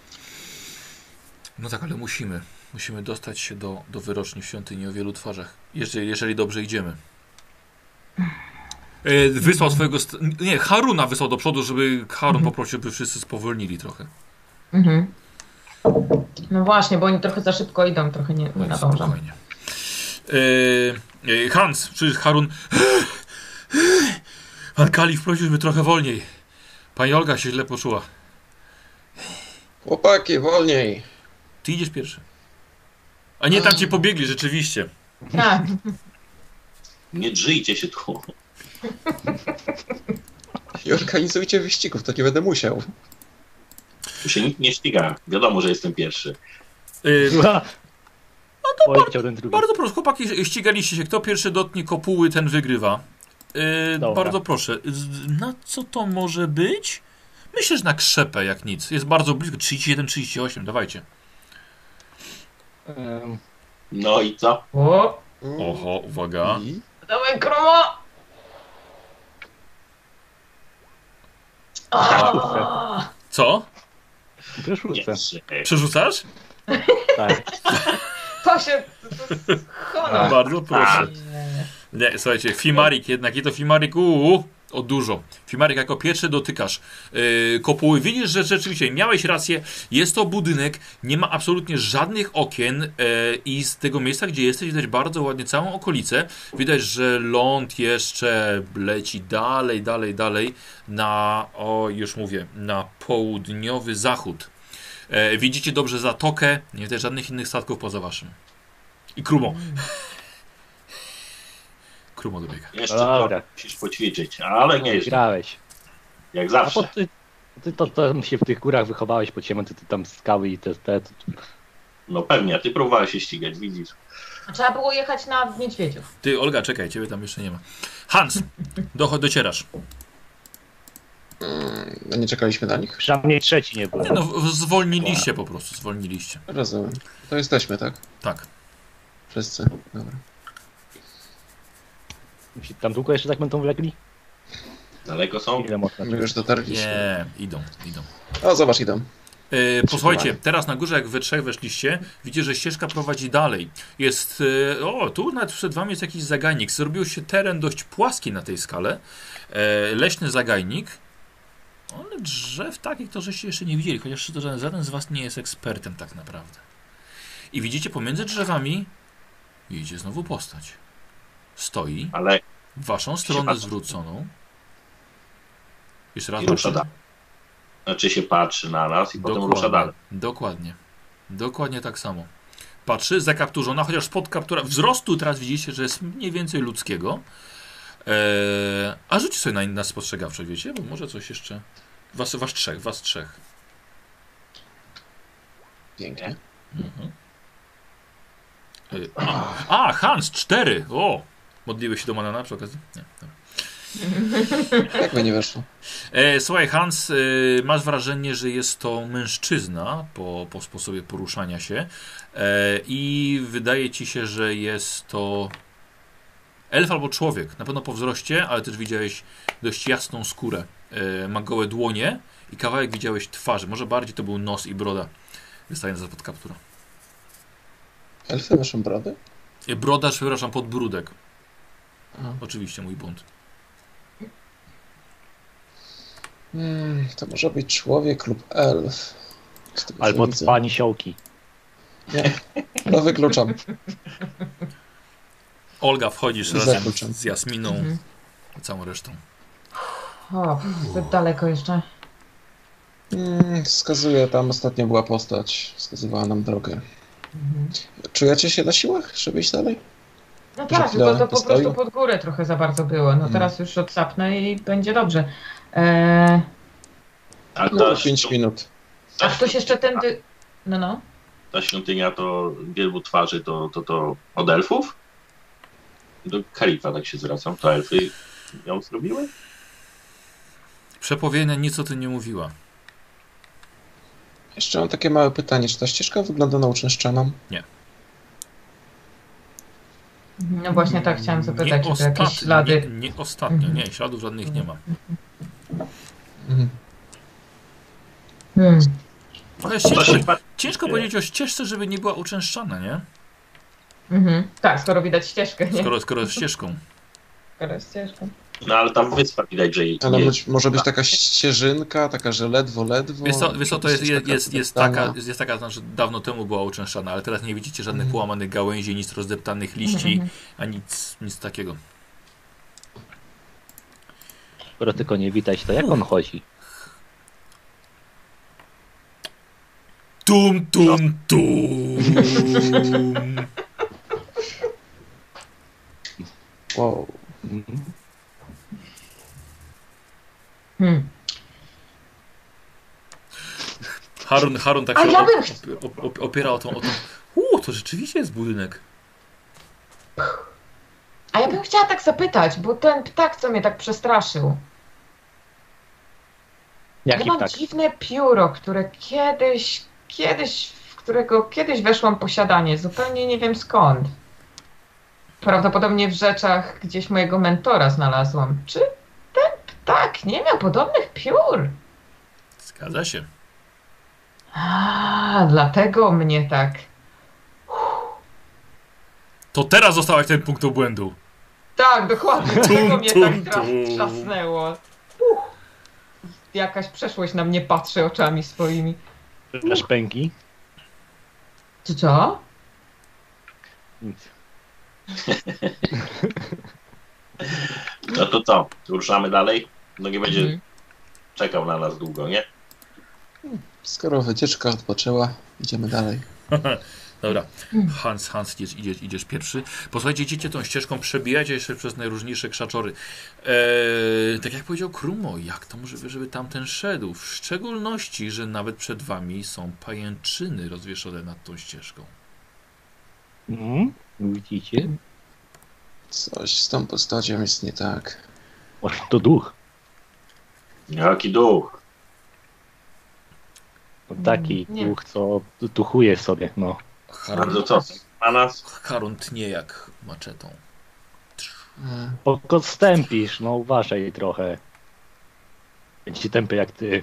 [SPEAKER 1] No tak, ale musimy. Musimy dostać się do, do wyroczni świątyni o wielu twarzach. Jeżeli, jeżeli dobrze idziemy. E, wysłał swojego... st- Nie, Haruna wysłał do przodu, żeby Harun poprosił, by wszyscy spowolnili trochę.
[SPEAKER 2] Mhm. No właśnie, bo oni trochę za szybko idą, trochę nie, nie nadążą.
[SPEAKER 1] Spokojnie. E, e, Hans, czy Harun... Pan Kalif prosił, żeby trochę wolniej. Pani Olga się źle poczuła.
[SPEAKER 3] Chłopaki, wolniej.
[SPEAKER 1] Ty idziesz pierwszy. A nie, tam ci pobiegli rzeczywiście.
[SPEAKER 2] Tak.
[SPEAKER 5] Nie drzyjcie się tu.
[SPEAKER 3] Nie organizujcie wyścigów, to nie będę musiał.
[SPEAKER 5] Tu się nikt nie ściga. Wiadomo, że jestem pierwszy.
[SPEAKER 1] E,
[SPEAKER 4] No to Poleciał ten drugi.
[SPEAKER 1] bardzo proszę, chłopaki, ścigaliście się. Kto pierwszy dotknie kopuły, ten wygrywa. E,
[SPEAKER 4] Dobra.
[SPEAKER 1] bardzo proszę. Z- Na co to może być? Myślę, że na krzepę jak nic. Jest bardzo blisko. trzydzieści jeden trzydzieści osiem, dawajcie.
[SPEAKER 4] Em,
[SPEAKER 5] No i co?
[SPEAKER 2] O,
[SPEAKER 1] Oho, uwaga.
[SPEAKER 3] I?
[SPEAKER 2] dawaj, kromo! O,
[SPEAKER 1] Co?
[SPEAKER 5] Nie,
[SPEAKER 4] Przerzucę.
[SPEAKER 5] że-
[SPEAKER 1] Przerzucasz?
[SPEAKER 4] Tak.
[SPEAKER 2] to się... To jest honor.
[SPEAKER 1] Bardzo proszę.
[SPEAKER 2] Nie.
[SPEAKER 1] Nie, słuchajcie, Fimarik jednak, i to Fimarik, uuu, o dużo. Fimarik, jako pierwszy dotykasz yy, kopuły. Widzisz, że rzeczywiście miałeś rację, jest to budynek, nie ma absolutnie żadnych okien yy, i z tego miejsca, gdzie jesteś, widać bardzo ładnie całą okolicę. Widać, że ląd jeszcze leci dalej, dalej, dalej na, o już mówię, na południowy zachód. Yy, widzicie dobrze zatokę, nie widać żadnych innych statków poza waszym. I Krumo. Krumo dobiega.
[SPEAKER 5] Jeszcze
[SPEAKER 4] Dobra.
[SPEAKER 5] to musisz poćwiczyć, ale nie jest
[SPEAKER 4] Grałeś.
[SPEAKER 5] jak
[SPEAKER 4] A
[SPEAKER 5] zawsze.
[SPEAKER 4] po ty, ty to, to się w tych górach wychowałeś po ciemno, ty, ty tam skały i te... te to,
[SPEAKER 5] No pewnie, a ty próbowałeś się ścigać, widzisz.
[SPEAKER 2] Trzeba było jechać na Niedźwiedziów.
[SPEAKER 1] Ty, Olga, czekaj, ciebie tam jeszcze nie ma. Hans, do, docierasz.
[SPEAKER 3] No nie czekaliśmy na nich?
[SPEAKER 4] przynajmniej trzeci nie był.
[SPEAKER 1] Nie, no, w- zwolniliście po prostu, zwolniliście.
[SPEAKER 3] Rozumiem. To jesteśmy, tak?
[SPEAKER 1] Tak.
[SPEAKER 3] Wszyscy. Dobra.
[SPEAKER 4] Tam długo jeszcze tak będą wlegli?
[SPEAKER 5] Daleko są?
[SPEAKER 4] Ile można?
[SPEAKER 3] My już dotarliśmy.
[SPEAKER 1] Nie, idą, idą.
[SPEAKER 3] O, zobacz, idą.
[SPEAKER 1] E, posłuchajcie, teraz na górze, jak wy trzech weszliście, widzicie, że ścieżka prowadzi dalej. Jest, e, o, tu nawet przed wami jest jakiś zagajnik. Zrobił się teren dość płaski na tej skale. E, leśny zagajnik. Ale drzew takich to żeście jeszcze nie widzieli, chociaż to żaden, żaden z was nie jest ekspertem tak naprawdę. I widzicie, pomiędzy drzewami jedzie znowu postać. Stoi
[SPEAKER 5] Ale
[SPEAKER 1] w waszą stronę zwróconą. Jeszcze raz
[SPEAKER 5] I rusza
[SPEAKER 1] patrzę.
[SPEAKER 5] dalej. Znaczy się patrzy na nas i potem
[SPEAKER 1] Dokładnie,
[SPEAKER 5] rusza dalej.
[SPEAKER 1] dokładnie. Dokładnie tak samo. Patrzy, zakapturzona, chociaż spod kaptura wzrostu teraz widzicie, że jest mniej więcej ludzkiego. Eee, a rzućcie sobie na inne spostrzegawcze, wiecie? Bo może coś jeszcze... Was, was trzech, was trzech.
[SPEAKER 3] Pięknie.
[SPEAKER 1] Mhm. Eee, a, a, Hans, cztery! O! Modliłeś się do Manana przy okazji? Nie. Dobra.
[SPEAKER 3] Jak by nie weszło?
[SPEAKER 1] E, słuchaj, Hans, e, masz wrażenie, że jest to mężczyzna po, po sposobie poruszania się e, i wydaje ci się, że jest to elf albo człowiek, na pewno po wzroście, ale też widziałeś dość jasną skórę. E, ma gołe dłonie i kawałek widziałeś twarzy, może bardziej to był nos i broda wystająca spod kaptura.
[SPEAKER 3] Elfy noszą brody?
[SPEAKER 1] E, broda, przepraszam, podbródek.
[SPEAKER 3] A.
[SPEAKER 1] Oczywiście, mój błąd.
[SPEAKER 3] Hmm, to może być człowiek lub elf. Z tego, co
[SPEAKER 4] Albo
[SPEAKER 3] widzę.
[SPEAKER 4] pani siołki.
[SPEAKER 3] Nie, to wykluczam.
[SPEAKER 1] Olga, wchodzisz razem
[SPEAKER 3] Zakluczam.
[SPEAKER 1] z Jasminą
[SPEAKER 2] Mhm.
[SPEAKER 1] i całą resztą.
[SPEAKER 2] O, zbyt daleko jeszcze.
[SPEAKER 3] Hmm, wskazuje, tam ostatnio była postać. Wskazywała nam drogę.
[SPEAKER 2] Mhm.
[SPEAKER 3] Czujecie się na siłach, żeby iść dalej?
[SPEAKER 2] No
[SPEAKER 3] Że
[SPEAKER 2] tak,
[SPEAKER 3] chwilę
[SPEAKER 2] tylko to po
[SPEAKER 3] postoju?
[SPEAKER 2] prostu pod górę trochę za bardzo było. No
[SPEAKER 3] Mm.
[SPEAKER 2] teraz już odsapnę i będzie dobrze. Eee,
[SPEAKER 5] A
[SPEAKER 3] No,
[SPEAKER 5] ta,
[SPEAKER 3] pięć
[SPEAKER 5] świąt-
[SPEAKER 3] minut.
[SPEAKER 2] a ktoś jeszcze tędy... No, no.
[SPEAKER 5] ta świątynia to wielbu twarzy to, to, to od elfów? Do Kalifa tak się zwracam. To elfy ją zrobiły?
[SPEAKER 1] Przepowiednia nic o tym nie mówiła.
[SPEAKER 3] Jeszcze mam takie małe pytanie. Czy ta ścieżka wygląda na uczęszczaną?
[SPEAKER 2] No właśnie tak chciałam zapytać,
[SPEAKER 1] Nie
[SPEAKER 2] czy jakieś
[SPEAKER 1] ostatnio,
[SPEAKER 2] ślady...
[SPEAKER 1] nie, nie ostatnio, nie, śladów żadnych nie ma.
[SPEAKER 3] Mhm.
[SPEAKER 2] Hmm.
[SPEAKER 1] Ale
[SPEAKER 5] To
[SPEAKER 1] ciężko,
[SPEAKER 5] się patrzy.
[SPEAKER 1] ciężko powiedzieć o ścieżce, żeby nie była uczęszczana, nie?
[SPEAKER 2] Mhm. Tak, skoro widać ścieżkę, nie?
[SPEAKER 1] Skoro, skoro jest ścieżką.
[SPEAKER 2] Która ścieżka?
[SPEAKER 5] No ale tam wyspa widać, że jej
[SPEAKER 3] Ale
[SPEAKER 5] nie-
[SPEAKER 3] być, może być taka ścieżynka, taka, że ledwo, ledwo.
[SPEAKER 1] Wiesz co, wiesz co, to jest,
[SPEAKER 3] Coś
[SPEAKER 1] jest,
[SPEAKER 3] taka
[SPEAKER 1] jest, jest
[SPEAKER 3] zdeptana.
[SPEAKER 1] taka, jest taka, znaczy dawno temu była uczęszczana, ale teraz nie widzicie żadnych
[SPEAKER 3] Mhm.
[SPEAKER 1] połamanych gałęzi, nic rozdeptanych liści,
[SPEAKER 2] Mhm.
[SPEAKER 1] a nic, nic takiego.
[SPEAKER 4] Skoro tylko nie widać, to jak on chodzi?
[SPEAKER 1] Tum, tum, tum.
[SPEAKER 3] Wow.
[SPEAKER 4] Mhm.
[SPEAKER 2] Hmm.
[SPEAKER 1] Harun, Harun tak
[SPEAKER 2] A
[SPEAKER 1] się
[SPEAKER 2] ja
[SPEAKER 1] op,
[SPEAKER 2] bym-
[SPEAKER 1] op, op, opiera o tą, o tą... Uuu, to rzeczywiście jest budynek.
[SPEAKER 2] A ja bym chciała tak zapytać, bo ten ptak, co mnie tak przestraszył. Ja
[SPEAKER 4] Jaki
[SPEAKER 2] mam
[SPEAKER 4] ptak?
[SPEAKER 2] dziwne pióro, które kiedyś, kiedyś, w którego kiedyś weszłam w posiadanie, zupełnie nie wiem skąd. Prawdopodobnie w rzeczach gdzieś mojego mentora znalazłam. Czy ten ptak nie miał podobnych piór?
[SPEAKER 1] Zgadza się.
[SPEAKER 2] A, dlatego mnie tak...
[SPEAKER 1] To teraz zostałaś ten punkt obłędu.
[SPEAKER 2] Tak, dokładnie, dlatego mnie
[SPEAKER 1] tum,
[SPEAKER 2] tak
[SPEAKER 1] tum.
[SPEAKER 2] tras- trzasnęło. Uff. Jakaś przeszłość na mnie patrzy oczami swoimi.
[SPEAKER 4] Też pęki?
[SPEAKER 2] Czy co?
[SPEAKER 4] Nic.
[SPEAKER 5] No to co? Ruszamy dalej? No nie będzie
[SPEAKER 2] Mhm.
[SPEAKER 5] czekał na nas długo, nie?
[SPEAKER 3] Skoro wycieczka odpoczęła, idziemy dalej.
[SPEAKER 1] Dobra, Hans, Hans, idziesz, idziesz, idziesz pierwszy. Posłuchajcie, idziecie tą ścieżką, przebijacie się przez najróżniejsze krzaczory. Eee, tak jak powiedział Krumo, jak to możliwe, żeby tamten szedł? W szczególności, że nawet przed wami są pajęczyny rozwieszone nad tą ścieżką.
[SPEAKER 4] Mhm. Widzicie?
[SPEAKER 3] Coś z tą postacią jest nie tak.
[SPEAKER 4] Może to duch.
[SPEAKER 5] Jaki duch?
[SPEAKER 4] To taki
[SPEAKER 2] Nie.
[SPEAKER 4] duch, co duchuje sobie, no.
[SPEAKER 1] Harun,
[SPEAKER 5] Bardzo co? A nas?
[SPEAKER 1] Harun tnie jak maczetą.
[SPEAKER 3] E,
[SPEAKER 4] Oko stępisz, no uważaj trochę. Będzie tępy jak ty.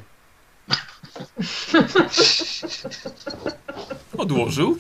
[SPEAKER 1] Odłożył.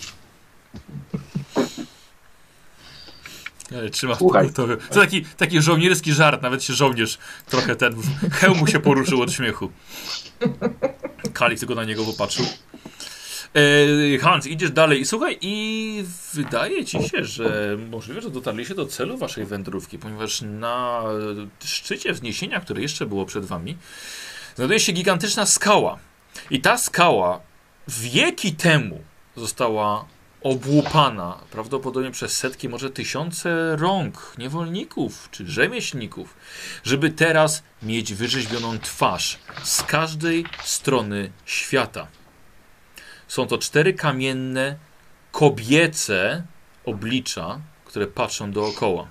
[SPEAKER 1] Ale trzyma w
[SPEAKER 5] Słuchaj.
[SPEAKER 1] pogotowiu. To taki, taki żołnierski żart, nawet się żołnierz trochę ten, hełm mu się poruszył od śmiechu. Kali tylko na niego popatrzył. E, Hans, idziesz dalej. Słuchaj, i wydaje ci się, że możliwe, że dotarliście do celu waszej wędrówki, ponieważ na szczycie wzniesienia, które jeszcze było przed wami, znajduje się gigantyczna skała. I ta skała wieki temu została obłupana, prawdopodobnie przez setki, może tysiące rąk niewolników czy rzemieślników, żeby teraz mieć wyrzeźbioną twarz z każdej strony świata. Są to cztery kamienne, kobiece oblicza, które patrzą dookoła.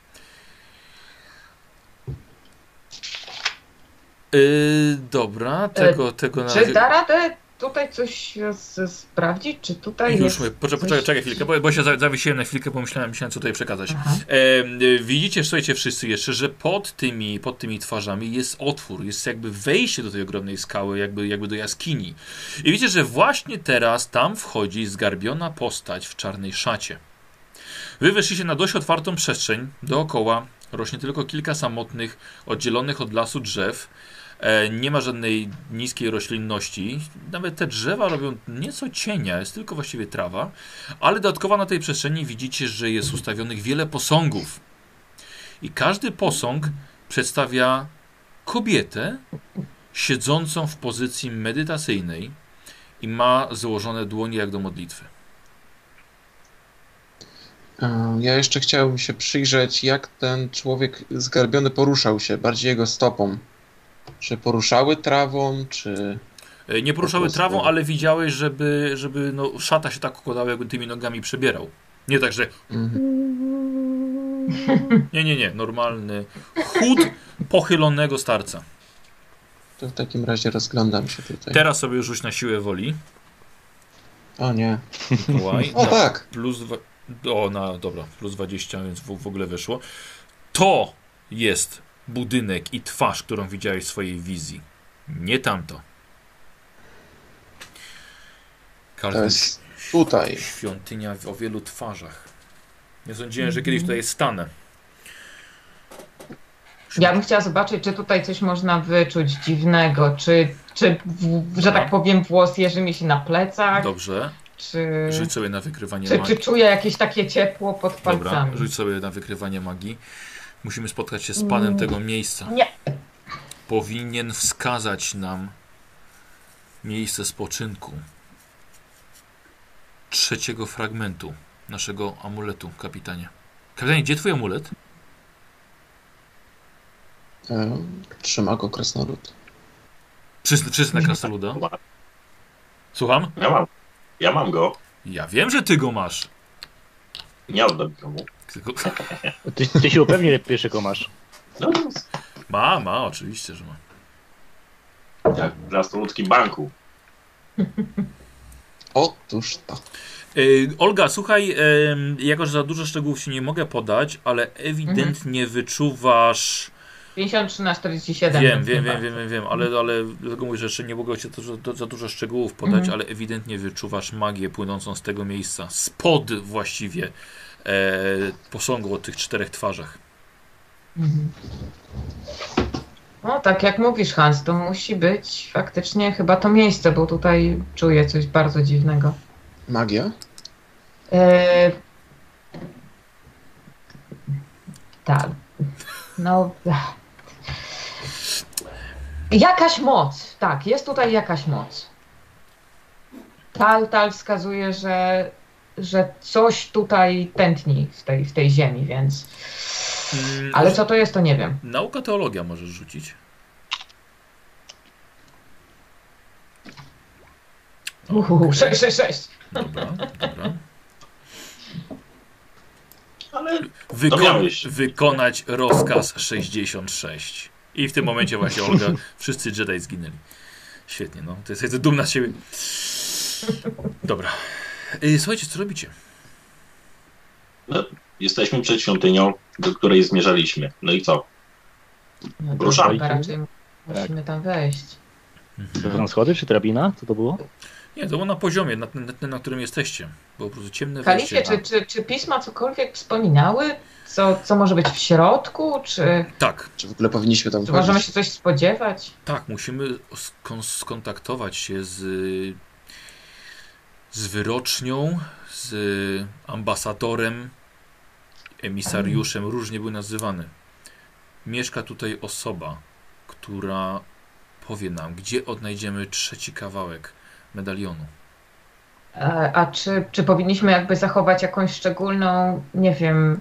[SPEAKER 1] Yy, dobra, tego, tego na
[SPEAKER 2] Czy
[SPEAKER 1] razie...
[SPEAKER 2] da radę tutaj coś z, sprawdzić? Czy tutaj
[SPEAKER 1] Już
[SPEAKER 2] jest
[SPEAKER 1] mówię, poczekaj,
[SPEAKER 2] coś...
[SPEAKER 1] poczekaj, czekaj chwilkę, bo, bo się za- zawiesiłem na chwilkę, bo myślałem, myślałem co tutaj przekazać.
[SPEAKER 2] Aha.
[SPEAKER 1] E, e, widzicie, słuchajcie wszyscy jeszcze, że pod tymi, pod tymi twarzami jest otwór, jest jakby wejście do tej ogromnej skały, jakby, jakby do jaskini. I widzicie, że właśnie teraz tam wchodzi zgarbiona postać w czarnej szacie. Wy weszliście na dość otwartą przestrzeń, dookoła rośnie tylko kilka samotnych, oddzielonych od lasu drzew. E, nie ma żadnej niskiej roślinności. Nawet te drzewa robią nieco cienia, jest tylko właściwie trawa. Ale dodatkowo na tej przestrzeni widzicie, że jest ustawionych wiele posągów. I każdy posąg przedstawia kobietę siedzącą w pozycji medytacyjnej i ma złożone dłonie jak do modlitwy.
[SPEAKER 3] e, Ja jeszcze chciałbym się przyjrzeć, jak ten człowiek zgarbiony poruszał się, bardziej jego stopą. Czy poruszały trawą, czy...
[SPEAKER 1] E, Nie poruszały
[SPEAKER 3] Po prostu.
[SPEAKER 1] trawą, ale widziałeś, żeby, żeby no, szata się tak układała, jakby tymi nogami przebierał. Nie tak, że
[SPEAKER 3] Mhm.
[SPEAKER 1] nie, nie, nie. Normalny chód pochylonego starca.
[SPEAKER 3] To w takim razie rozglądam się tutaj.
[SPEAKER 1] Teraz sobie rzuć na siłę woli.
[SPEAKER 3] O nie.
[SPEAKER 1] Mikołaj.
[SPEAKER 3] O
[SPEAKER 1] Na
[SPEAKER 3] tak!
[SPEAKER 1] plus dwa... O, na, dobra, plus dwadzieścia, więc w, w ogóle wyszło. To jest budynek i twarz, którą widziałeś w swojej wizji. Nie tamto. Każdy
[SPEAKER 3] To jest tutaj.
[SPEAKER 1] świątynia o wielu twarzach. Nie sądziłem, że kiedyś tutaj stanę.
[SPEAKER 2] Ja bym chciała zobaczyć, czy tutaj coś można wyczuć dziwnego, czy, czy w, że tak powiem, włos jeży mi się na plecach.
[SPEAKER 1] Dobrze.
[SPEAKER 2] Czy,
[SPEAKER 1] Rzuć sobie na wykrywanie
[SPEAKER 2] czy,
[SPEAKER 1] magii.
[SPEAKER 2] czy czuję jakieś takie ciepło pod palcami.
[SPEAKER 1] Dobra, rzuć sobie na wykrywanie magii. Musimy spotkać się z panem tego miejsca.
[SPEAKER 2] Nie.
[SPEAKER 1] Powinien wskazać nam miejsce spoczynku trzeciego fragmentu naszego amuletu, kapitanie. Kapitanie, gdzie twój amulet?
[SPEAKER 3] E, trzyma go krasnolud.
[SPEAKER 1] Wszyscy, wszyscy na krasnoluda. Słucham?
[SPEAKER 5] Ja mam. Ja mam go.
[SPEAKER 1] Ja wiem, że ty go masz.
[SPEAKER 5] Nie oddam komu.
[SPEAKER 1] Tylko...
[SPEAKER 4] Ty, ty się upewni, że pierwszego masz.
[SPEAKER 5] No,
[SPEAKER 1] Ma, ma, oczywiście, że ma.
[SPEAKER 5] jak w krasnoludzkim banku.
[SPEAKER 3] Otóż to.
[SPEAKER 1] Yy, Olga, słuchaj, yy, jako że za dużo szczegółów ci nie mogę podać, ale ewidentnie
[SPEAKER 2] Mhm.
[SPEAKER 1] wyczuwasz...
[SPEAKER 2] pięćdziesiąt trzy na czterdzieści siedem.
[SPEAKER 1] Wiem, wiem, wiem, wiem, wiem, wiem, ale, ale dlatego mówię, że jeszcze nie mogę ci za, za, za dużo szczegółów podać,
[SPEAKER 2] Mhm.
[SPEAKER 1] ale ewidentnie wyczuwasz magię płynącą z tego miejsca, spod właściwie e, posągu o tych czterech twarzach.
[SPEAKER 2] Mhm. No tak jak mówisz, Hans, to musi być faktycznie chyba to miejsce, bo tutaj czuję coś bardzo dziwnego.
[SPEAKER 3] Magia?
[SPEAKER 2] E... Tak. No... Jakaś moc, tak, jest tutaj jakaś moc. Tal, tal wskazuje, że, że coś tutaj tętni w tej, w tej ziemi, więc...
[SPEAKER 1] Mm,
[SPEAKER 2] Ale co to jest, to nie wiem.
[SPEAKER 1] Nauka teologia możesz rzucić.
[SPEAKER 2] Uhu, sześć, sześć, sześć.
[SPEAKER 1] Dobra, dobra.
[SPEAKER 5] Ale
[SPEAKER 1] Wyko
[SPEAKER 5] miałeś.
[SPEAKER 1] wykonać rozkaz sześćdziesiąt sześć. I w tym momencie właśnie, Olga, wszyscy Jedi zginęli. Świetnie, no. To jest, jest dumna z siebie. Dobra. Y, Słuchajcie, co robicie?
[SPEAKER 5] no, jesteśmy przed świątynią, do której zmierzaliśmy. No i co?
[SPEAKER 2] No to
[SPEAKER 5] Ruszamy.
[SPEAKER 2] chyba raczej musimy tam wejść.
[SPEAKER 4] To są schody czy drabina? Co to było?
[SPEAKER 1] Nie, to było na poziomie, na, na, na którym jesteście. Było po prostu ciemne wejście.
[SPEAKER 2] Kalifie, czy, czy, czy pisma cokolwiek wspominały? Co, co może być w środku? Czy,
[SPEAKER 1] Tak,
[SPEAKER 3] Czy w ogóle powinniśmy tam
[SPEAKER 2] czy możemy
[SPEAKER 3] chodzić?
[SPEAKER 2] się coś spodziewać?
[SPEAKER 1] tak, musimy skon skontaktować się z, z wyrocznią, z ambasadorem, emisariuszem, różnie był nazywany. Mieszka tutaj osoba, która powie nam, gdzie odnajdziemy trzeci kawałek medalionu.
[SPEAKER 2] E, A czy, czy powinniśmy jakby zachować jakąś szczególną, nie wiem,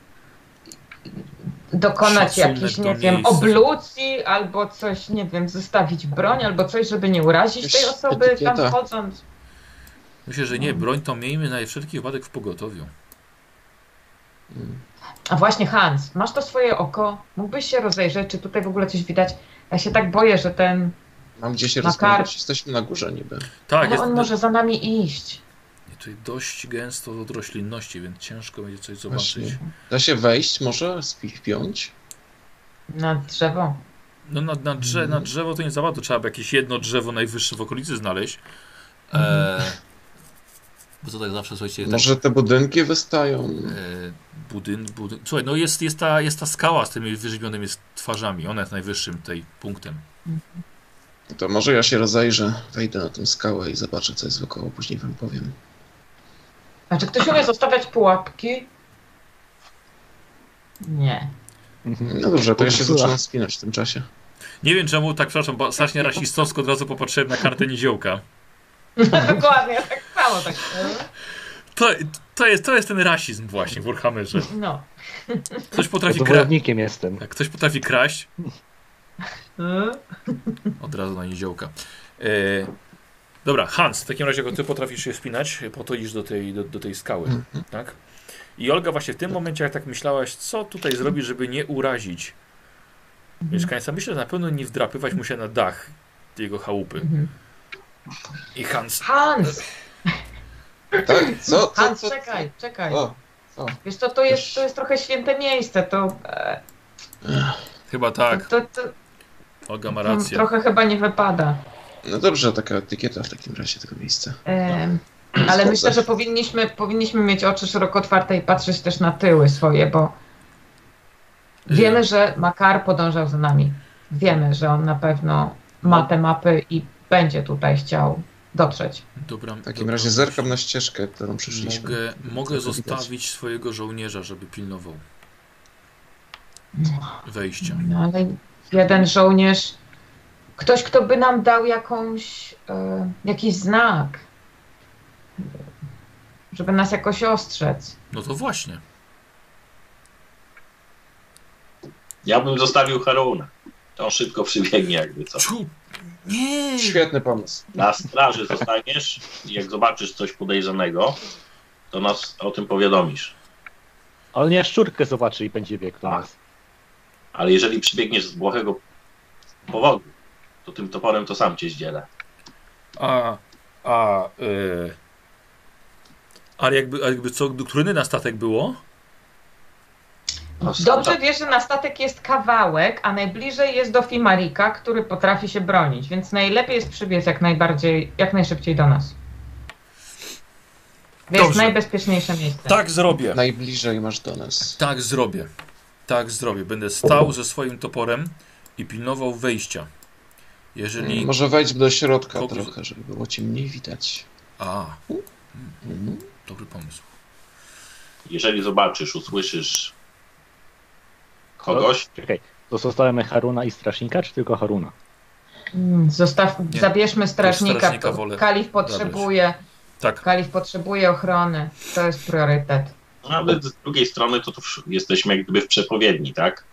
[SPEAKER 2] dokonać
[SPEAKER 1] Szacunek
[SPEAKER 2] jakiejś,
[SPEAKER 1] do
[SPEAKER 2] nie wiem,
[SPEAKER 1] miejsca.
[SPEAKER 2] oblucji, albo coś, nie wiem, zostawić broń, albo coś, żeby nie urazić tej
[SPEAKER 3] Jakaś
[SPEAKER 2] osoby tam
[SPEAKER 3] etykieta.
[SPEAKER 2] wchodząc?
[SPEAKER 1] Myślę, że nie, broń to miejmy na wszelki wypadek w pogotowiu.
[SPEAKER 3] Mm.
[SPEAKER 2] A właśnie, Hans, masz to swoje oko? Mógłbyś się rozejrzeć, czy tutaj w ogóle coś widać? Ja się tak boję, że ten...
[SPEAKER 3] Mam gdzie się
[SPEAKER 2] Na
[SPEAKER 3] rozglądać.
[SPEAKER 2] kar-
[SPEAKER 3] Jesteśmy na górze niby.
[SPEAKER 1] Tak,
[SPEAKER 2] Ale
[SPEAKER 1] jest,
[SPEAKER 2] on może za nami iść.
[SPEAKER 1] no, tutaj dość gęsto od roślinności, więc ciężko będzie coś
[SPEAKER 3] Właśnie.
[SPEAKER 1] zobaczyć.
[SPEAKER 3] Da się wejść może? Spiąć?
[SPEAKER 2] Na drzewo.
[SPEAKER 1] No na, na, drze na drzewo to nie za bardzo, trzeba by jakieś jedno drzewo najwyższe w okolicy znaleźć.
[SPEAKER 2] Mhm.
[SPEAKER 1] E, bo to tak zawsze, słuchajcie, tak,
[SPEAKER 3] Może te budynki wystają?
[SPEAKER 1] e, budyn, budyn... Słuchaj, no jest, jest, ta, jest ta skała z tymi wyrzeźbionymi twarzami, ona jest najwyższym tej punktem.
[SPEAKER 3] To może ja się rozejrzę, wejdę na tę skałę i zobaczę, co jest wokoło, później wam powiem.
[SPEAKER 2] A czy ktoś umie zostawiać pułapki? Nie.
[SPEAKER 3] No dobrze, to ja się
[SPEAKER 4] Popsuła.
[SPEAKER 3] zaczynam spinać w tym czasie.
[SPEAKER 1] Nie wiem czemu, tak przepraszam, bo strasznie rasistowsko od razu popatrzyłem na kartę niziołka.
[SPEAKER 2] Dokładnie, tak samo. Tak.
[SPEAKER 1] To, to, jest, to jest ten rasizm właśnie w Warhammerze.
[SPEAKER 2] No.
[SPEAKER 1] Ktoś potrafi,
[SPEAKER 4] To
[SPEAKER 1] kra
[SPEAKER 4] wojownikiem jestem.
[SPEAKER 1] jak ktoś potrafi kraść,
[SPEAKER 2] Hmm?
[SPEAKER 1] od razu na niziołka. E, dobra, Hans, w takim razie jak ty potrafisz się wspinać, po to iść do tej, do, do tej skały,
[SPEAKER 3] Mhm.
[SPEAKER 1] tak? I Olga, właśnie w tym momencie, jak tak myślałaś, co tutaj zrobić, żeby nie urazić mieszkańca, myślę, że na pewno nie wdrapywać mu się na dach jego chałupy.
[SPEAKER 2] Mhm.
[SPEAKER 1] I Hans,
[SPEAKER 2] Hans!
[SPEAKER 3] Tak? Co? co,
[SPEAKER 2] Hans,
[SPEAKER 3] co, co?
[SPEAKER 2] czekaj, czekaj.
[SPEAKER 3] O, o.
[SPEAKER 2] Wiesz co, to jest, to jest trochę święte miejsce, to, e,
[SPEAKER 1] chyba tak,
[SPEAKER 2] to, to,
[SPEAKER 1] Olga ma
[SPEAKER 2] to
[SPEAKER 1] rację.
[SPEAKER 2] trochę chyba nie wypada.
[SPEAKER 3] No dobrze, taka etykieta w takim razie tego miejsca.
[SPEAKER 2] E, ale
[SPEAKER 3] Zgodzę.
[SPEAKER 2] myślę, że powinniśmy, powinniśmy mieć oczy szeroko otwarte i patrzeć też na tyły swoje, bo Wiemy, że Makar podążał za nami. Wiemy, że on na pewno ma te mapy i będzie tutaj chciał dotrzeć.
[SPEAKER 1] Dobra,
[SPEAKER 3] W takim
[SPEAKER 1] dobra.
[SPEAKER 3] razie zerkam na ścieżkę, którą przyszliśmy.
[SPEAKER 1] Mogę, mogę
[SPEAKER 3] Co to widać?
[SPEAKER 1] zostawić swojego żołnierza, żeby pilnował wejścia.
[SPEAKER 2] No ale jeden żołnierz, ktoś, kto by nam dał jakąś, e, jakiś znak, żeby nas jakoś ostrzec.
[SPEAKER 1] No to właśnie.
[SPEAKER 5] Ja bym zostawił Haruna. To on szybko przybiegnie jakby co.
[SPEAKER 1] Ciu, nie!
[SPEAKER 3] Świetny pomysł.
[SPEAKER 5] Na straży zostaniesz i jak zobaczysz coś podejrzanego, to nas o tym powiadomisz.
[SPEAKER 4] Ale nie szczurkę zobaczy i będzie biegł do
[SPEAKER 5] A.
[SPEAKER 4] nas.
[SPEAKER 5] Ale jeżeli przybiegniesz z błahego powodu, to tym toporem to sam cię zdzielę.
[SPEAKER 1] A, a, yy... Ale jakby, a jakby co, któryny na statek było?
[SPEAKER 5] No,
[SPEAKER 2] Dobrze wiesz, że na statek jest kawałek, a najbliżej jest do Fimarika, który potrafi się bronić, więc najlepiej jest przybiec jak najbardziej, jak najszybciej do nas. To jest
[SPEAKER 1] Dobrze.
[SPEAKER 2] najbezpieczniejsze miejsce.
[SPEAKER 1] Tak zrobię.
[SPEAKER 3] Najbliżej masz do nas.
[SPEAKER 1] Tak zrobię. Tak zrobię. Będę stał ze swoim toporem i pilnował wejścia. Jeżeli...
[SPEAKER 3] Może wejdź do środka
[SPEAKER 1] Kogo-
[SPEAKER 3] trochę, żeby było ci mniej widać.
[SPEAKER 1] A,
[SPEAKER 3] Mhm.
[SPEAKER 1] dobry pomysł.
[SPEAKER 5] Jeżeli zobaczysz, usłyszysz kogoś,
[SPEAKER 4] Czekaj, to zostawiamy Haruna i Strażnika, czy tylko Haruna?
[SPEAKER 2] Mm, Zostaw,
[SPEAKER 1] Nie.
[SPEAKER 2] zabierzmy strażnika.
[SPEAKER 1] strażnika wolę
[SPEAKER 2] Kalif potrzebuje,
[SPEAKER 1] Tak.
[SPEAKER 2] Kalif potrzebuje ochrony. To jest priorytet.
[SPEAKER 5] ale z drugiej strony to tu wsz- jesteśmy jak gdyby w przepowiedni, tak?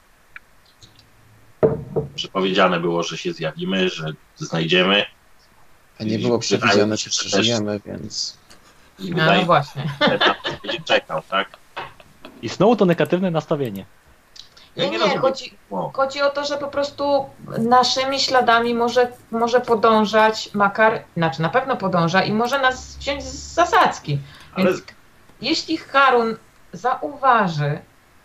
[SPEAKER 5] Przepowiedziane było, że się zjawimy, że znajdziemy
[SPEAKER 3] A nie było
[SPEAKER 5] Wydaje
[SPEAKER 3] przewidziane,
[SPEAKER 5] mi
[SPEAKER 3] czy
[SPEAKER 5] się, że
[SPEAKER 3] przeżyjemy, więc...
[SPEAKER 5] i
[SPEAKER 2] No,
[SPEAKER 5] wydaje
[SPEAKER 2] no właśnie.
[SPEAKER 5] mi się, że będzie czekał, tak?
[SPEAKER 4] I znowu to negatywne nastawienie.
[SPEAKER 5] Ja
[SPEAKER 2] Nie, nie,
[SPEAKER 5] rozumiem.
[SPEAKER 2] chodzi,
[SPEAKER 5] O,
[SPEAKER 2] chodzi o to, że po prostu naszymi śladami może, może podążać Makar, znaczy na pewno podąża i może nas wziąć z zasadzki.
[SPEAKER 5] ale
[SPEAKER 2] Więc jeśli Harun zauważy,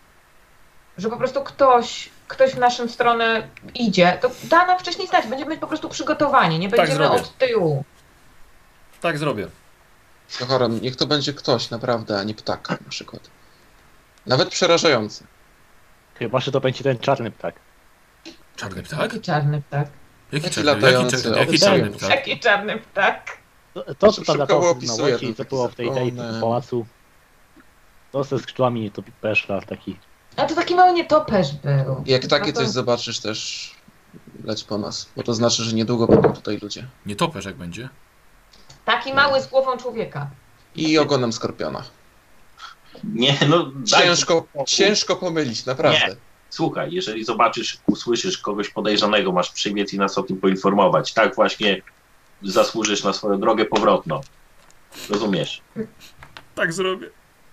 [SPEAKER 2] że po prostu ktoś, ktoś w naszą stronę idzie, to da nam wcześniej znać. Będziemy po prostu przygotowani, nie
[SPEAKER 1] Tak
[SPEAKER 2] będziemy
[SPEAKER 1] zrobię.
[SPEAKER 2] od tyłu.
[SPEAKER 1] Tak zrobię.
[SPEAKER 3] To Horan, niech to będzie ktoś naprawdę, a nie ptak na przykład. Nawet przerażający.
[SPEAKER 4] Chyba, że to będzie ten czarny ptak.
[SPEAKER 1] Czarny ptak?
[SPEAKER 2] Jaki czarny ptak?
[SPEAKER 1] Jaki
[SPEAKER 3] Taki
[SPEAKER 1] czarny, jaki
[SPEAKER 3] latający,
[SPEAKER 1] czarny, jaki
[SPEAKER 3] obcy.
[SPEAKER 1] czarny ptak?
[SPEAKER 2] Jaki czarny ptak?
[SPEAKER 4] To, to co
[SPEAKER 3] Szybko
[SPEAKER 4] tam latało na
[SPEAKER 3] opisuje
[SPEAKER 4] łodzi,
[SPEAKER 3] ten
[SPEAKER 4] co
[SPEAKER 3] taki
[SPEAKER 4] było w tej, tej, w
[SPEAKER 3] zapalony.
[SPEAKER 4] pałacu. To ze skrzydłami to peszla taki.
[SPEAKER 2] A to taki mały nietoperz był.
[SPEAKER 3] Jak takie
[SPEAKER 2] No to-
[SPEAKER 3] coś zobaczysz, też leć po nas, bo to znaczy, że niedługo będą tutaj ludzie.
[SPEAKER 1] Nie topesz jak będzie.
[SPEAKER 2] Taki mały z głową człowieka.
[SPEAKER 3] I ogonem skorpiona.
[SPEAKER 5] nie, no daj
[SPEAKER 3] Ciężko,
[SPEAKER 5] spokój.
[SPEAKER 3] ciężko pomylić, naprawdę.
[SPEAKER 5] Nie. Słuchaj, jeżeli zobaczysz, usłyszysz kogoś podejrzanego, masz przybiec i nas o tym poinformować. Tak właśnie zasłużysz na swoją drogę powrotną. Rozumiesz?
[SPEAKER 1] Tak zrobię.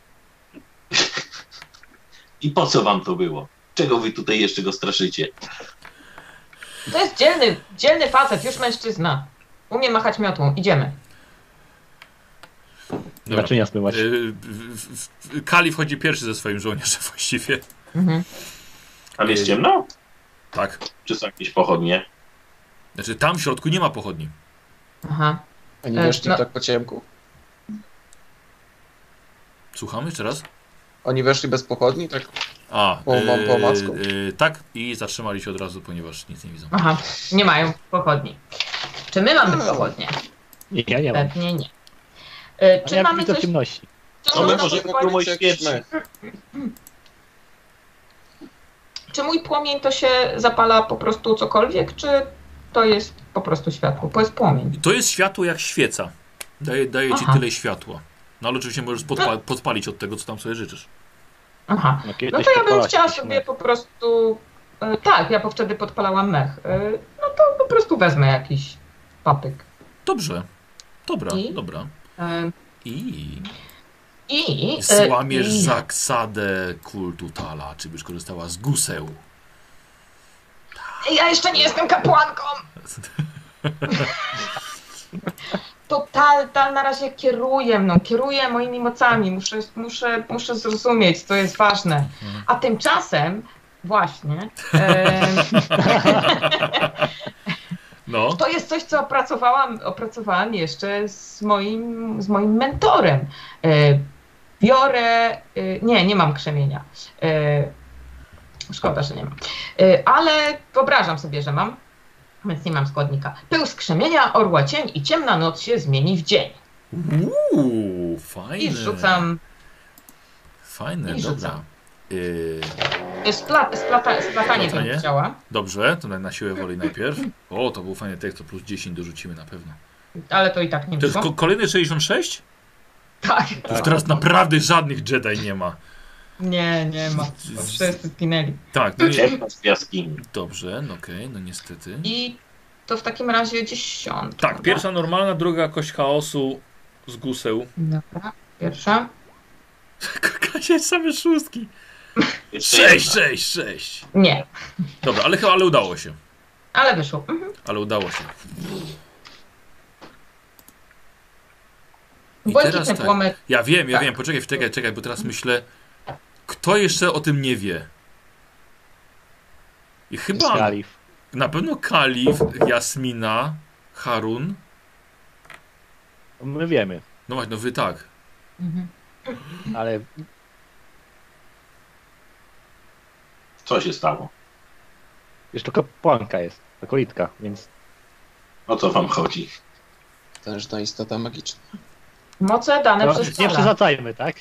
[SPEAKER 5] I po co wam to było? Czego wy tutaj jeszcze go straszycie?
[SPEAKER 2] To jest dzielny, dzielny facet, już mężczyzna. Umie machać miotłą. Idziemy.
[SPEAKER 1] Dobra.
[SPEAKER 4] Naczynia smywać.
[SPEAKER 1] Yy, w- w- Kali wchodzi pierwszy ze swoim żołnierzem właściwie.
[SPEAKER 2] Mhm.
[SPEAKER 5] Tam jest ciemno?
[SPEAKER 1] Tak.
[SPEAKER 5] Czy są jakieś pochodnie?
[SPEAKER 1] Znaczy tam w środku nie ma pochodni.
[SPEAKER 2] Aha.
[SPEAKER 3] Oni
[SPEAKER 2] E,
[SPEAKER 3] weszli
[SPEAKER 2] no.
[SPEAKER 3] tak po ciemku?
[SPEAKER 1] Słucham jeszcze raz?
[SPEAKER 3] Oni weszli bez pochodni? Tak.
[SPEAKER 1] A,
[SPEAKER 3] Po- po- po omacku?
[SPEAKER 1] yy, tak i zatrzymali się od razu, ponieważ nic nie widzą.
[SPEAKER 2] Aha. Nie mają pochodni. Czy my mamy pochodnie?
[SPEAKER 4] Nie, ja nie mam.
[SPEAKER 2] Pewnie nie. E,
[SPEAKER 4] A
[SPEAKER 2] Czy
[SPEAKER 4] ja
[SPEAKER 2] mamy
[SPEAKER 4] widzę w
[SPEAKER 2] coś,
[SPEAKER 4] ciemności.
[SPEAKER 2] co
[SPEAKER 5] To my
[SPEAKER 2] można
[SPEAKER 5] możemy
[SPEAKER 2] podpalić?
[SPEAKER 5] próbować
[SPEAKER 3] jakiś
[SPEAKER 5] pierwszy.
[SPEAKER 3] mech.
[SPEAKER 2] Czy mój płomień to się zapala po prostu cokolwiek, czy to jest po prostu światło? To jest płomień.
[SPEAKER 1] To jest światło jak świeca. Daje, daje ci
[SPEAKER 2] Aha.
[SPEAKER 1] tyle światła. No ale oczywiście możesz podpa- podpalić od tego, co tam sobie życzysz.
[SPEAKER 2] Aha.
[SPEAKER 4] No, kiedyś
[SPEAKER 2] No to ja bym
[SPEAKER 4] podpalałaś
[SPEAKER 2] chciała
[SPEAKER 4] jakiś
[SPEAKER 2] sobie
[SPEAKER 4] mech.
[SPEAKER 2] po prostu... e, Tak, ja po wtedy podpalałam mech. E, No to po prostu wezmę jakiś patyk.
[SPEAKER 1] Dobrze. Dobra,
[SPEAKER 2] I?
[SPEAKER 1] dobra.
[SPEAKER 2] E,
[SPEAKER 1] I
[SPEAKER 2] I... e,
[SPEAKER 1] złamiesz
[SPEAKER 2] i-
[SPEAKER 1] zasadę kultu Tala, czy byś korzystała z guseł.
[SPEAKER 2] Ja jeszcze nie jestem kapłanką! To ta, ta na razie kieruje mną, kieruje moimi mocami. Muszę, muszę, muszę zrozumieć, to jest ważne. A tymczasem właśnie em,
[SPEAKER 1] No,
[SPEAKER 2] to jest coś, co opracowałam, opracowałam jeszcze z moim, z moim mentorem. E, biorę, e, nie, nie mam krzemienia. E, Szkoda, że nie mam. Y, ale wyobrażam sobie, że mam, więc nie mam składnika. Pył skrzemienia, orła cień i ciemna noc się zmieni w dzień.
[SPEAKER 1] Uuu, fajne.
[SPEAKER 2] I rzucam...
[SPEAKER 1] Fajne,
[SPEAKER 2] I
[SPEAKER 1] dobra.
[SPEAKER 2] rzucam.
[SPEAKER 1] Yy,
[SPEAKER 2] Spla, splata, splatanie
[SPEAKER 1] Splatanie?
[SPEAKER 2] bym chciała,
[SPEAKER 1] dobrze, to na, na siłę woli najpierw. O, to był fajny tekst, to plus dziesięć dorzucimy na pewno.
[SPEAKER 2] ale to i tak nie
[SPEAKER 1] To jest
[SPEAKER 2] wyszło.
[SPEAKER 1] ko kolejny sześćdziesiąt sześć?
[SPEAKER 2] Tak.
[SPEAKER 1] To już teraz naprawdę żadnych Jedi nie ma.
[SPEAKER 2] Nie, nie ma. Bo wszyscy zginęli.
[SPEAKER 1] Tak, no nie,
[SPEAKER 5] Ciemność w jaskini.
[SPEAKER 1] dobrze, no okej, no niestety.
[SPEAKER 2] I to w takim razie dziesiątka.
[SPEAKER 1] Tak, pierwsza normalna, druga kość chaosu z guseł.
[SPEAKER 2] Dobra, pierwsza.
[SPEAKER 1] Kasia, same szóstki.
[SPEAKER 5] Jeszcze
[SPEAKER 1] Sześć,
[SPEAKER 5] jedna.
[SPEAKER 1] sześć, sześć.
[SPEAKER 2] Nie,
[SPEAKER 1] Dobra, ale chyba ale udało się.
[SPEAKER 2] ale wyszło. Mhm.
[SPEAKER 1] Ale udało się. I
[SPEAKER 2] Błękitny
[SPEAKER 1] teraz tak.
[SPEAKER 2] płomyk.
[SPEAKER 1] Ja wiem, ja
[SPEAKER 2] Tak.
[SPEAKER 1] wiem, poczekaj, czekaj, czekaj, bo teraz myślę, kto jeszcze o tym nie wie? I chyba
[SPEAKER 4] Kalif.
[SPEAKER 1] na pewno Kalif, Jasmina, Harun.
[SPEAKER 4] My wiemy,
[SPEAKER 1] No właśnie, no wy tak.
[SPEAKER 2] Mhm.
[SPEAKER 4] ale
[SPEAKER 5] Co się stało?
[SPEAKER 4] wiesz, to kapłanka jest, akolitka, więc
[SPEAKER 5] O co wam chodzi?
[SPEAKER 3] Potężna istota magiczna.
[SPEAKER 2] Moce dane
[SPEAKER 4] no,
[SPEAKER 2] przez
[SPEAKER 4] nie
[SPEAKER 2] Pana.
[SPEAKER 4] przesadzajmy, tak?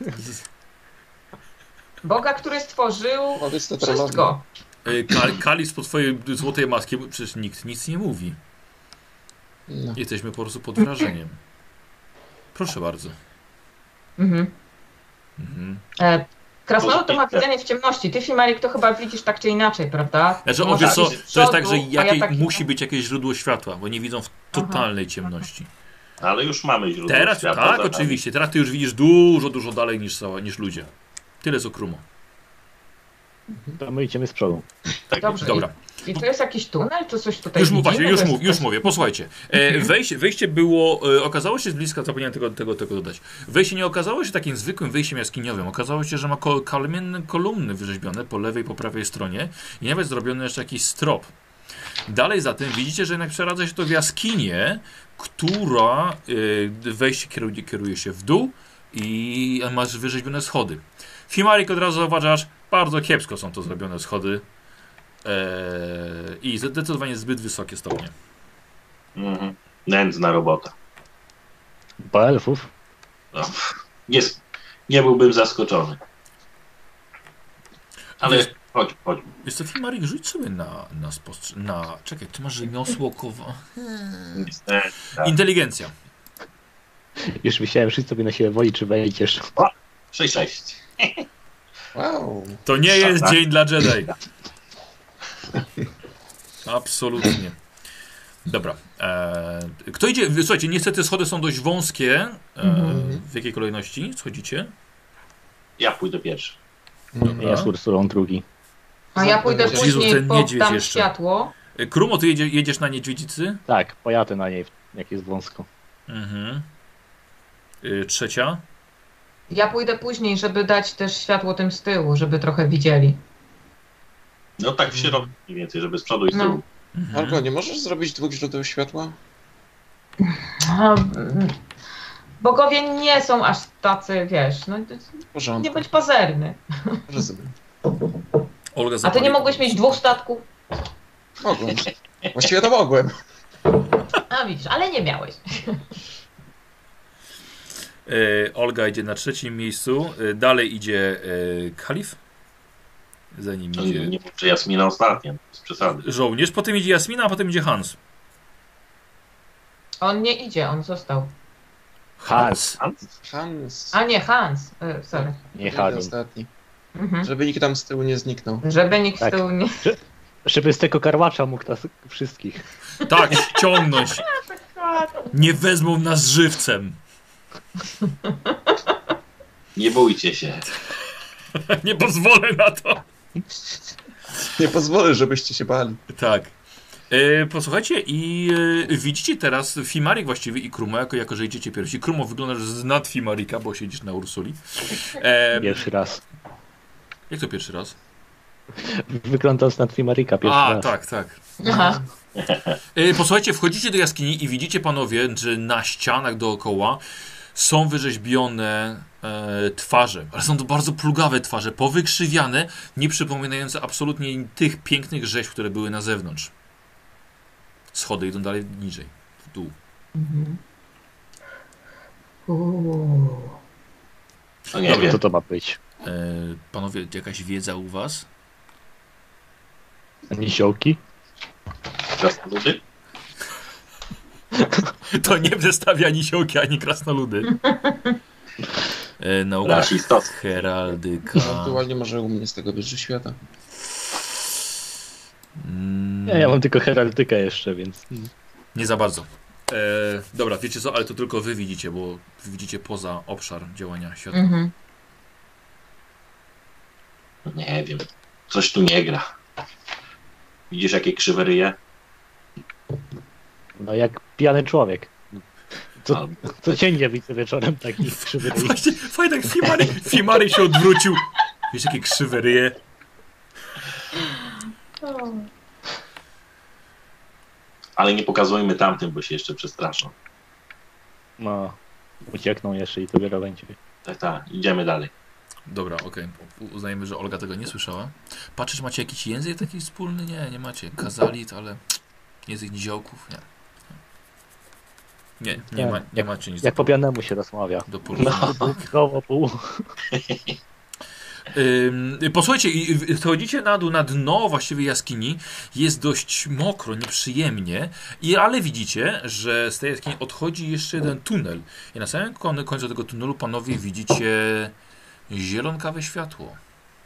[SPEAKER 2] Boga, który stworzył
[SPEAKER 3] Powiedz to trollowi.
[SPEAKER 2] wszystko.
[SPEAKER 1] E, Kal Kalif po twojej złotej maski, bo przecież nikt nic nie mówi.
[SPEAKER 3] No.
[SPEAKER 1] Jesteśmy po prostu pod wrażeniem. Proszę bardzo.
[SPEAKER 2] Mhm.
[SPEAKER 1] Mhm.
[SPEAKER 2] E, Krasnolud to ma widzenie w ciemności. Ty, Fimarik, to chyba widzisz tak czy inaczej, prawda?
[SPEAKER 1] Znaczy, o,
[SPEAKER 2] Może
[SPEAKER 1] wiesz co,
[SPEAKER 2] iść z
[SPEAKER 1] to jest tak,
[SPEAKER 2] przodu,
[SPEAKER 1] że
[SPEAKER 2] a ja
[SPEAKER 1] jakie,
[SPEAKER 2] tak-
[SPEAKER 1] musi być jakieś źródło światła, bo nie widzą w totalnej ciemności.
[SPEAKER 5] Ale już mamy źródło
[SPEAKER 1] Teraz
[SPEAKER 5] światła
[SPEAKER 1] tak,
[SPEAKER 5] za nami.
[SPEAKER 1] oczywiście. Teraz ty już widzisz dużo, dużo dalej niż, niż ludzie. Tyle z okrumu.
[SPEAKER 4] To my idziemy z przodu.
[SPEAKER 5] Tak,
[SPEAKER 2] Dobrze.
[SPEAKER 1] Dobra.
[SPEAKER 2] I to jest jakiś tunel, czy coś tutaj
[SPEAKER 1] Już, mów,
[SPEAKER 2] widzimy?
[SPEAKER 1] właśnie, już,
[SPEAKER 2] To
[SPEAKER 1] mów,
[SPEAKER 2] jest
[SPEAKER 1] już mówię, posłuchajcie. E, wejście, wejście było, e, okazało się z bliska, zapomniałem tego, tego, tego dodać. Wejście nie okazało się takim zwykłym wejściem jaskiniowym. Okazało się, że ma kol, kamienne kolumny wyrzeźbione po lewej i po prawej stronie i nawet zrobiony jeszcze jakiś strop. Dalej za tym widzicie, że jednak przeradza się to w jaskinię, która e, wejście kieruje, kieruje się w dół i masz wyrzeźbione schody. Fimarik, od razu zauważasz, bardzo kiepsko są to zrobione schody. Eee, I zdecydowanie zbyt wysokie stopnie.
[SPEAKER 5] Mhm. Nędzna robota.
[SPEAKER 4] Po elfów.
[SPEAKER 5] No. Nie, s- nie byłbym zaskoczony. Ale
[SPEAKER 1] Wiesz-
[SPEAKER 5] chodź, chodź.
[SPEAKER 1] Wiesz co, Fimarik, rzuć sobie na, na spostrze... na... Czekaj, ty masz rzemiosło kowa...
[SPEAKER 5] E, tak.
[SPEAKER 1] Inteligencja.
[SPEAKER 4] Już myślałem, wszyscy sobie na siłę woli, czy wejdziesz.
[SPEAKER 5] sześć sześć.
[SPEAKER 3] Wow.
[SPEAKER 1] To nie jest
[SPEAKER 5] Tak.
[SPEAKER 1] dzień dla Jedi. Absolutnie. Dobra. Eee, kto idzie? Słuchajcie, niestety schody są dość wąskie. Eee,
[SPEAKER 2] Mhm.
[SPEAKER 1] w jakiej kolejności schodzicie?
[SPEAKER 5] Ja pójdę pierwszy.
[SPEAKER 1] Dobra.
[SPEAKER 4] Ja z Ursulą drugi.
[SPEAKER 2] A ja pójdę
[SPEAKER 3] Jezu,
[SPEAKER 2] później,
[SPEAKER 1] ten niedźwiedź
[SPEAKER 2] poddam
[SPEAKER 1] jeszcze.
[SPEAKER 2] światło.
[SPEAKER 1] E, Krumo, ty jedzie, jedziesz na niedźwiedzicy?
[SPEAKER 4] Tak, pojadę na niej, jak jest wąsko.
[SPEAKER 1] Mhm. E, trzecia?
[SPEAKER 2] Ja pójdę później, żeby dać też światło tym z tyłu, żeby trochę widzieli.
[SPEAKER 5] No tak w środku mniej więcej, żeby z przodu i z
[SPEAKER 2] No.
[SPEAKER 5] tyłu.
[SPEAKER 1] Mhm.
[SPEAKER 3] Olgo, nie możesz zrobić dwóch źródeł światła?
[SPEAKER 2] A, mm, Bogowie nie są aż tacy, wiesz, no,
[SPEAKER 3] W
[SPEAKER 2] nie
[SPEAKER 3] porządku.
[SPEAKER 2] bądź pazerny.
[SPEAKER 3] Rozumiem.
[SPEAKER 1] Olga
[SPEAKER 2] A ty
[SPEAKER 1] zapali-
[SPEAKER 2] nie mogłeś mieć dwóch statków?
[SPEAKER 3] Mogłem. Właściwie to mogłem.
[SPEAKER 2] A widzisz, ale nie miałeś.
[SPEAKER 1] E, Olga idzie na trzecim miejscu. E, dalej idzie e, Kalif. Za nim
[SPEAKER 5] No,
[SPEAKER 1] idzie
[SPEAKER 5] nie nie mów, że Jasmina ostatnia, z przesady.
[SPEAKER 1] żołnierz. Potem idzie Jasmina, a potem idzie Hans.
[SPEAKER 2] On nie idzie, on został.
[SPEAKER 1] Hans.
[SPEAKER 3] Hans.
[SPEAKER 2] A nie, Hans. E, sorry.
[SPEAKER 4] Nie
[SPEAKER 3] Jeden
[SPEAKER 4] Harin.
[SPEAKER 3] ostatni.
[SPEAKER 2] Mhm.
[SPEAKER 3] Żeby nikt tam z tyłu nie zniknął.
[SPEAKER 2] Żeby nikt
[SPEAKER 4] Tak.
[SPEAKER 2] z tyłu nie...
[SPEAKER 4] Żeby z tego karłacza mógł nas wszystkich.
[SPEAKER 1] Tak, ściągnąć. Nie wezmą nas żywcem.
[SPEAKER 5] Nie bójcie się.
[SPEAKER 1] Nie pozwolę na to.
[SPEAKER 3] Nie pozwolę, żebyście się bali.
[SPEAKER 1] Tak. E, posłuchajcie i e, widzicie teraz Fimarik właściwie i Krumo, jako, jako że idziecie pierwsi. Krumo wyglądasz z nad Fimarika, bo siedzisz na Ursuli. E,
[SPEAKER 4] Pierwszy raz.
[SPEAKER 1] jak to pierwszy raz?
[SPEAKER 4] Wyglądał z Nadfimarika pierwszy
[SPEAKER 1] A,
[SPEAKER 4] raz.
[SPEAKER 1] tak, tak.
[SPEAKER 2] Aha.
[SPEAKER 1] E, posłuchajcie, wchodzicie do jaskini i widzicie panowie, że na ścianach dookoła są wyrzeźbione e, twarze, ale są to bardzo plugawe twarze, powykrzywiane, nie przypominające absolutnie tych pięknych rzeźb, które były na zewnątrz. Schody idą dalej niżej, w dół.
[SPEAKER 2] Mhm. Uuu.
[SPEAKER 5] No nie
[SPEAKER 4] Nie wiem,
[SPEAKER 5] wiem.
[SPEAKER 4] co to ma być.
[SPEAKER 1] E, panowie, jakaś wiedza u was?
[SPEAKER 4] Niziołki?
[SPEAKER 5] Krasnoludy?
[SPEAKER 1] To nie przedstawia ani siołki, ani krasnoludy. E, nauka
[SPEAKER 5] Rasistowski.
[SPEAKER 1] heraldyka.
[SPEAKER 3] Ewentualnie może u mnie z tego wyższy świata.
[SPEAKER 1] Mm,
[SPEAKER 4] Nie, ja mam tylko heraldykę jeszcze, więc...
[SPEAKER 1] Nie za bardzo. E, dobra, wiecie co, ale to tylko wy widzicie, bo wy widzicie poza obszar działania świata.
[SPEAKER 2] Mhm.
[SPEAKER 5] Nie wiem. Coś tu nie gra. Widzisz, jakie krzywe ryje?
[SPEAKER 4] No jak pijany człowiek. Co,
[SPEAKER 5] Albo-
[SPEAKER 4] co dzień nie widzę wieczorem takich krzywych.
[SPEAKER 1] Właśnie, fajnie, tak Fimary, Fimary się odwrócił. Wiesz, jakie krzywe ryje?
[SPEAKER 5] Ale nie pokazujmy tamtym, bo się jeszcze przestraszą.
[SPEAKER 4] No, uciekną jeszcze i to dopiero będzie.
[SPEAKER 5] Tak, tak. Idziemy dalej.
[SPEAKER 1] Dobra, okej. U- Uznajemy, że Olga tego nie słyszała. Patrzysz, macie jakiś język taki wspólny? Nie, nie macie. Kazalit, ale język niziołków? Nie. Nie, nie,
[SPEAKER 4] Nie,
[SPEAKER 1] ma, nie
[SPEAKER 4] jak-
[SPEAKER 1] macie nic
[SPEAKER 4] Jak
[SPEAKER 1] do,
[SPEAKER 4] po pijanemu się rozmawia.
[SPEAKER 1] do porównania.
[SPEAKER 4] Koło pół.
[SPEAKER 1] Ym, posłuchajcie, i- i schodzicie na dół, na dno właściwie jaskini. Jest dość mokro, nieprzyjemnie, i, ale widzicie, że z tej jaskini odchodzi jeszcze jeden tunel. I na samym kon- końcu tego tunelu, panowie, widzicie zielonkawe światło.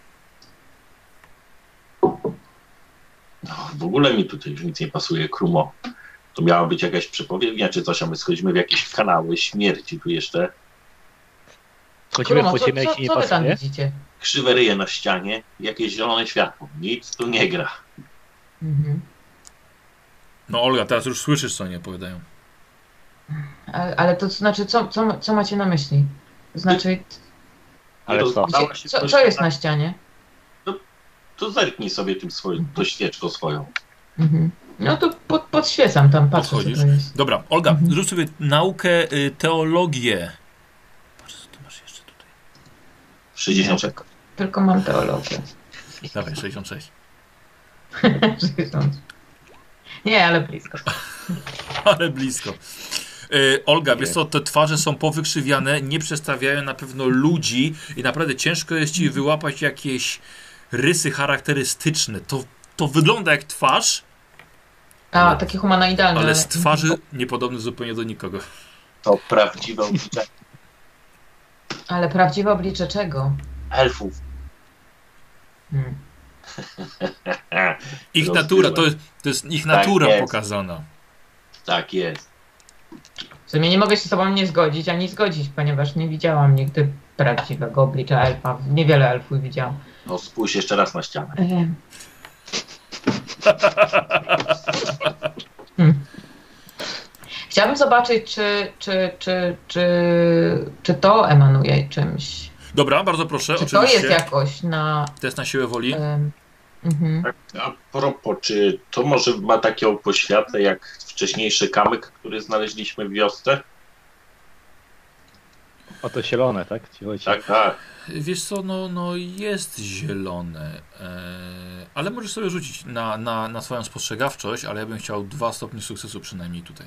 [SPEAKER 5] No, w ogóle mi tutaj już nic nie pasuje, Krumo. To miała być jakaś przepowiednia czy coś, a my schodzimy w jakieś kanały śmierci tu jeszcze.
[SPEAKER 4] Chodzimy
[SPEAKER 2] Krumo,
[SPEAKER 4] po
[SPEAKER 2] co,
[SPEAKER 4] ciemnej
[SPEAKER 2] co,
[SPEAKER 4] jaskini
[SPEAKER 2] co wy tam
[SPEAKER 4] pasuje.
[SPEAKER 2] widzicie?
[SPEAKER 5] Krzywe ryje na ścianie, jakieś zielone światło. Nic tu nie gra.
[SPEAKER 2] Mhm.
[SPEAKER 1] No Olga, teraz już słyszysz, co oni opowiadają.
[SPEAKER 2] Ale, ale to znaczy, co, co, co macie na myśli? To znaczy,
[SPEAKER 4] Ale co?
[SPEAKER 5] Rozglądała się
[SPEAKER 2] co,
[SPEAKER 5] coś
[SPEAKER 2] co jest
[SPEAKER 5] na-
[SPEAKER 2] na ścianie?
[SPEAKER 5] To zerknij sobie tym swoim, to świeczką swoją.
[SPEAKER 2] Mhm. No to pod, podświecam tam, patrzę, co
[SPEAKER 1] Podchodzisz?
[SPEAKER 2] to jest.
[SPEAKER 1] Dobra, Olga,
[SPEAKER 2] Mhm.
[SPEAKER 1] zrób sobie naukę y, teologię. Patrz, co ty masz jeszcze tutaj.
[SPEAKER 5] sześćdziesiąt.
[SPEAKER 2] Tylko, tylko mam teologię.
[SPEAKER 1] Dawaj, sześćdziesiąt sześć.
[SPEAKER 2] Nie, ale blisko.
[SPEAKER 1] Ale blisko. Y, Olga, wiesz co, te twarze są powykrzywiane, nie przedstawiają na pewno ludzi i naprawdę ciężko jest ci wyłapać jakieś rysy charakterystyczne. To, to wygląda jak twarz,
[SPEAKER 2] A, takie humanoidalne.
[SPEAKER 1] ale z twarzy niepodobny zupełnie do nikogo.
[SPEAKER 5] To prawdziwe oblicze
[SPEAKER 2] Ale prawdziwe oblicze czego?
[SPEAKER 5] elfów.
[SPEAKER 2] Hmm.
[SPEAKER 1] Ich
[SPEAKER 5] Rozumiem.
[SPEAKER 1] natura, to jest, to jest ich
[SPEAKER 5] Tak
[SPEAKER 1] natura
[SPEAKER 5] jest.
[SPEAKER 1] pokazana.
[SPEAKER 5] Tak jest.
[SPEAKER 2] W sumie nie mogę się z tobą nie zgodzić, ani zgodzić, ponieważ nie widziałam nigdy prawdziwego oblicza elfa. Niewiele elfów widziałam.
[SPEAKER 5] No spójrz jeszcze raz na ścianę.
[SPEAKER 2] Ehm. Hmm. Chciałabym zobaczyć, czy, czy, czy, czy, czy to emanuje czymś.
[SPEAKER 1] Dobra, bardzo proszę,
[SPEAKER 2] Czy to
[SPEAKER 1] oczywiście.
[SPEAKER 2] jest jakoś na...
[SPEAKER 1] Test na siłę woli.
[SPEAKER 2] em, mhm.
[SPEAKER 5] A propos, czy to może ma taką poświatę jak wcześniejszy kamyk, który znaleźliśmy w wiosce?
[SPEAKER 4] O to zielone, tak? Ci chodzi.
[SPEAKER 5] Tak, tak.
[SPEAKER 1] Wiesz co, no, no jest zielone, e, ale możesz sobie rzucić na, na, na swoją spostrzegawczość, ale ja bym chciał dwa stopnie sukcesu przynajmniej tutaj.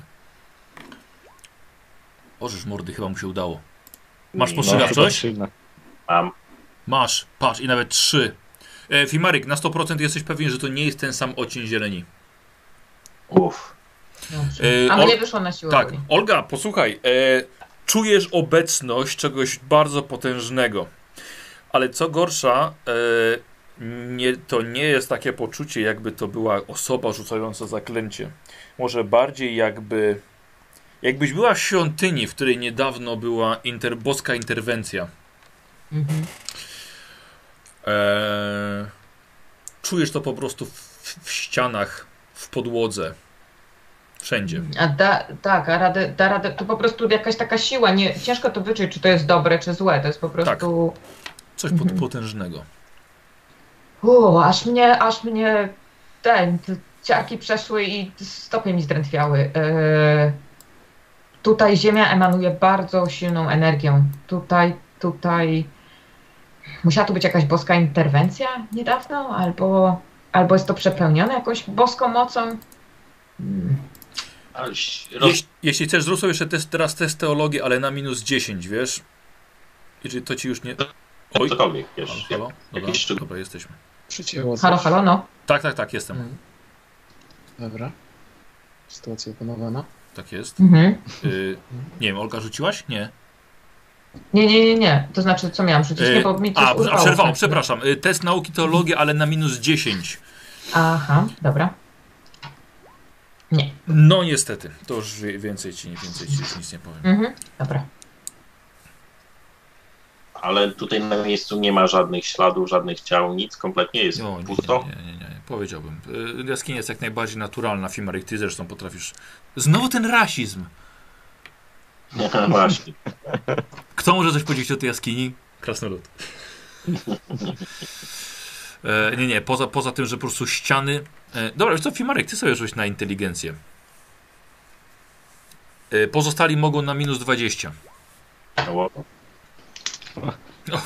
[SPEAKER 1] Orzesz mordy, chyba mu się udało. Masz
[SPEAKER 5] No,
[SPEAKER 1] spostrzegawczość?
[SPEAKER 4] chyba
[SPEAKER 5] Mam.
[SPEAKER 1] Masz, patrz, i nawet trzy. E, Fimaryk, na sto procent jesteś pewien, że to nie jest ten sam odcień zieleni.
[SPEAKER 5] Uff.
[SPEAKER 2] Dobrze.
[SPEAKER 1] E,
[SPEAKER 2] A
[SPEAKER 1] Ol-
[SPEAKER 2] mnie wyszło na siłę
[SPEAKER 1] Tak,
[SPEAKER 2] woli.
[SPEAKER 1] Olga, posłuchaj, e, czujesz obecność czegoś bardzo potężnego, ale co gorsza, e, nie, to nie jest takie poczucie, jakby to była osoba rzucająca zaklęcie. Może bardziej jakby, jakbyś była w świątyni, w której niedawno była inter, boska interwencja.
[SPEAKER 2] Mhm.
[SPEAKER 1] E, czujesz to po prostu w, w ścianach, w podłodze, wszędzie.
[SPEAKER 2] A da, tak, a radę, da radę, to po prostu jakaś taka siła, nie, ciężko to wyczuć, czy to jest dobre, czy złe, to jest po prostu...
[SPEAKER 1] Coś pot,
[SPEAKER 2] Mhm.
[SPEAKER 1] potężnego.
[SPEAKER 2] U, aż mnie, aż mnie ten, te ciarki przeszły i stopy mi zdrętwiały. Eee, tutaj Ziemia emanuje bardzo silną energią. Tutaj, tutaj musiała tu być jakaś boska interwencja niedawno, albo, albo jest to przepełnione jakąś boską mocą. Hmm.
[SPEAKER 5] Roz...
[SPEAKER 1] Jeśli, jeśli chcesz, zrób sobie jeszcze test, teraz test teologii, ale na minus dziesięć, wiesz? Jeżeli to ci już nie... Oj,
[SPEAKER 5] cokolwiek, wiesz.
[SPEAKER 1] halo, halo? Dobra,
[SPEAKER 5] jakieś szczegóły.
[SPEAKER 1] dobra, jesteśmy.
[SPEAKER 3] Przycięło
[SPEAKER 2] Halo,
[SPEAKER 3] coś.
[SPEAKER 2] halo, no.
[SPEAKER 1] Tak, tak, tak, jestem.
[SPEAKER 2] Hmm.
[SPEAKER 3] Dobra. Sytuacja opanowana.
[SPEAKER 1] Tak jest.
[SPEAKER 2] Mhm.
[SPEAKER 1] Y, nie wiem, Olga, rzuciłaś? Nie.
[SPEAKER 2] Nie, nie, nie, nie. To znaczy, co miałam rzucić? Nie, bo mi coś
[SPEAKER 1] A,
[SPEAKER 2] urwało.
[SPEAKER 1] przerwało,
[SPEAKER 2] Tak.
[SPEAKER 1] przepraszam. Y, test nauki teologii, ale na minus dziesięć.
[SPEAKER 2] Aha, dobra. Nie.
[SPEAKER 1] No niestety, to już wie- więcej ci, więcej ci już nic nie powiem.
[SPEAKER 2] Mhm. Dobra.
[SPEAKER 5] Ale tutaj na miejscu nie ma żadnych śladów, żadnych ciał, nic, kompletnie jest
[SPEAKER 1] No, nie,
[SPEAKER 5] pusto.
[SPEAKER 1] nie, nie, nie, nie, powiedziałbym. Y, Jaskinia jest jak najbardziej naturalna. Fimarek, ty zresztą potrafisz... Znowu ten rasizm.
[SPEAKER 5] Właśnie.
[SPEAKER 1] Kto może coś powiedzieć o tej jaskini? Krasnolud. E, nie, nie, poza, poza tym, że po prostu ściany... E, dobra, wiesz co, Fimarek, ty sobie rzuć na inteligencję. E, pozostali mogą na minus dwadzieścia.
[SPEAKER 5] No,
[SPEAKER 1] O,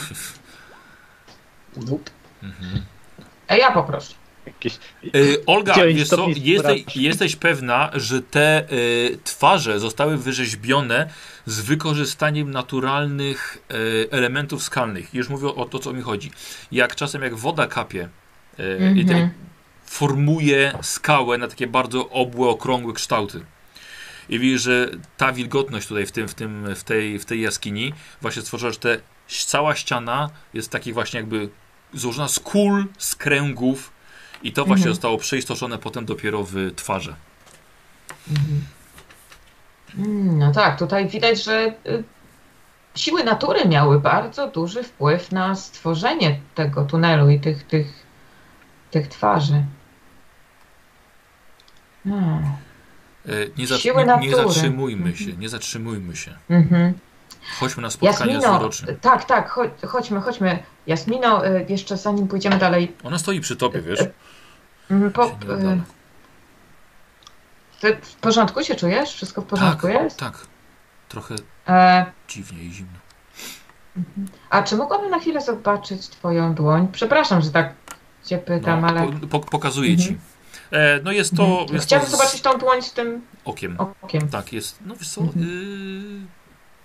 [SPEAKER 3] Nope.
[SPEAKER 1] mhm.
[SPEAKER 2] A ja poproszę.
[SPEAKER 4] Jakieś...
[SPEAKER 1] E, Olga,
[SPEAKER 4] dziewięć
[SPEAKER 1] wiesz co,
[SPEAKER 4] stopni
[SPEAKER 1] jesteś,
[SPEAKER 4] sprawdź.
[SPEAKER 1] jesteś pewna, że te e, twarze zostały wyrzeźbione z wykorzystaniem naturalnych e, elementów skalnych. Już mówię o to, co mi chodzi. Jak czasem jak woda kapie e, i
[SPEAKER 2] Mhm.
[SPEAKER 1] tak formuje skałę na takie bardzo obłe, okrągłe kształty. I widzisz, że ta wilgotność tutaj w, tym, w, tym, w, tej, w tej jaskini właśnie stworzyła, że te, cała ściana jest takich właśnie jakby złożona z kul, z kręgów i to właśnie
[SPEAKER 2] Mhm.
[SPEAKER 1] zostało przeistoczone potem dopiero w twarze.
[SPEAKER 2] Mhm. Mm, No tak, tutaj widać, że y, siły natury miały bardzo duży wpływ na stworzenie tego tunelu i tych, tych, tych twarzy. Hmm.
[SPEAKER 1] E, Nie, za,
[SPEAKER 2] Siły
[SPEAKER 1] nie, nie
[SPEAKER 2] natury.
[SPEAKER 1] zatrzymujmy się, nie zatrzymujmy się.
[SPEAKER 2] Mhm.
[SPEAKER 1] Chodźmy na spotkanie z
[SPEAKER 2] Jasmino,
[SPEAKER 1] wyrocznym.
[SPEAKER 2] tak, tak, chodź, chodźmy, chodźmy. Jasmino, y, jeszcze zanim pójdziemy dalej,
[SPEAKER 1] Ona stoi przy tobie, wiesz?
[SPEAKER 2] mm, po,
[SPEAKER 1] Się nie oddala.
[SPEAKER 2] y, ty w porządku się czujesz? Wszystko w porządku
[SPEAKER 1] tak,
[SPEAKER 2] jest?
[SPEAKER 1] tak. Trochę
[SPEAKER 2] E,
[SPEAKER 1] dziwnie i zimno.
[SPEAKER 2] a czy mogłabym na chwilę zobaczyć twoją dłoń? Przepraszam, że tak cię pytam,
[SPEAKER 1] No,
[SPEAKER 2] ale...
[SPEAKER 1] po, po, pokazuję
[SPEAKER 2] Mhm.
[SPEAKER 1] ci. E, no jest to...
[SPEAKER 2] Mhm.
[SPEAKER 1] Jest
[SPEAKER 2] Chciałabym
[SPEAKER 1] to z
[SPEAKER 2] zobaczyć tą dłoń z tym
[SPEAKER 1] okiem.
[SPEAKER 2] okiem.
[SPEAKER 1] Tak, jest. No wiesz co,
[SPEAKER 2] Mhm.
[SPEAKER 1] y...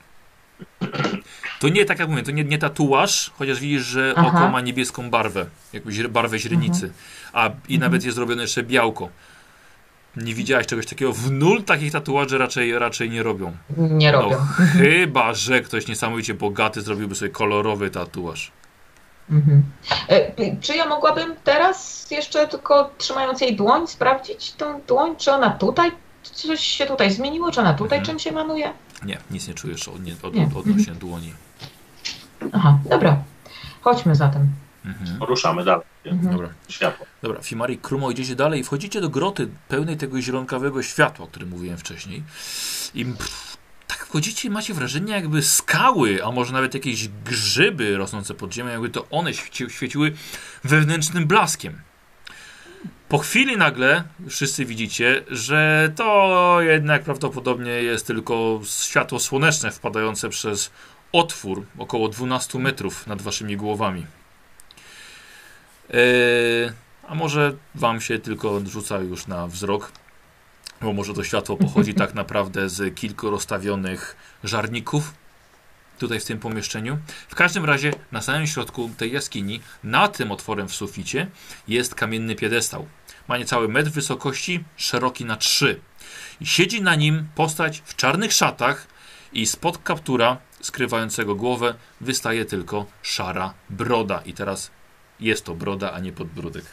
[SPEAKER 1] to nie, tak jak mówię, to nie, nie tatuaż, chociaż widzisz, że
[SPEAKER 2] Aha.
[SPEAKER 1] oko ma niebieską barwę, jakąś źre- barwę źrenicy, a i
[SPEAKER 2] Mhm.
[SPEAKER 1] nawet jest zrobione jeszcze białko. Nie widziałeś czegoś takiego? W nul takich tatuaży raczej, raczej nie robią.
[SPEAKER 2] Nie robią.
[SPEAKER 1] No, chyba że ktoś niesamowicie bogaty zrobiłby sobie kolorowy tatuaż.
[SPEAKER 2] Mhm. E, czy ja mogłabym teraz jeszcze tylko trzymając jej dłoń sprawdzić tą dłoń? Czy ona tutaj, coś się tutaj zmieniło? Czy ona tutaj
[SPEAKER 1] Mhm.
[SPEAKER 2] czym się manuje?
[SPEAKER 1] Nie, nic nie czujesz od, nie, od,
[SPEAKER 2] Nie.
[SPEAKER 1] od, odnośnie dłoni.
[SPEAKER 2] Aha, dobra. Chodźmy zatem.
[SPEAKER 1] Mhm.
[SPEAKER 5] Ruszamy dalej.
[SPEAKER 2] Mhm.
[SPEAKER 1] Dobra.
[SPEAKER 5] Światło.
[SPEAKER 1] Dobra, Fimari, Krumo, idziecie dalej i wchodzicie do groty pełnej tego zielonkawego światła, o którym mówiłem wcześniej. I pff, tak wchodzicie i macie wrażenie, jakby skały, a może nawet jakieś grzyby rosnące pod ziemią, jakby to one świeci, świeciły wewnętrznym blaskiem. Po chwili nagle wszyscy widzicie, że to jednak prawdopodobnie jest tylko światło słoneczne wpadające przez otwór około dwunastu metrów nad waszymi głowami. Eee, a może wam się tylko rzuca już na wzrok, bo może to światło pochodzi tak naprawdę z kilku rozstawionych żarników tutaj w tym pomieszczeniu. W każdym razie na samym środku tej jaskini, na tym otworem w suficie, jest kamienny piedestał. Ma niecały metr wysokości, szeroki na trzy. I siedzi na nim postać w czarnych szatach i spod kaptura skrywającego głowę wystaje tylko szara broda. I teraz jest to broda, a nie podbródek.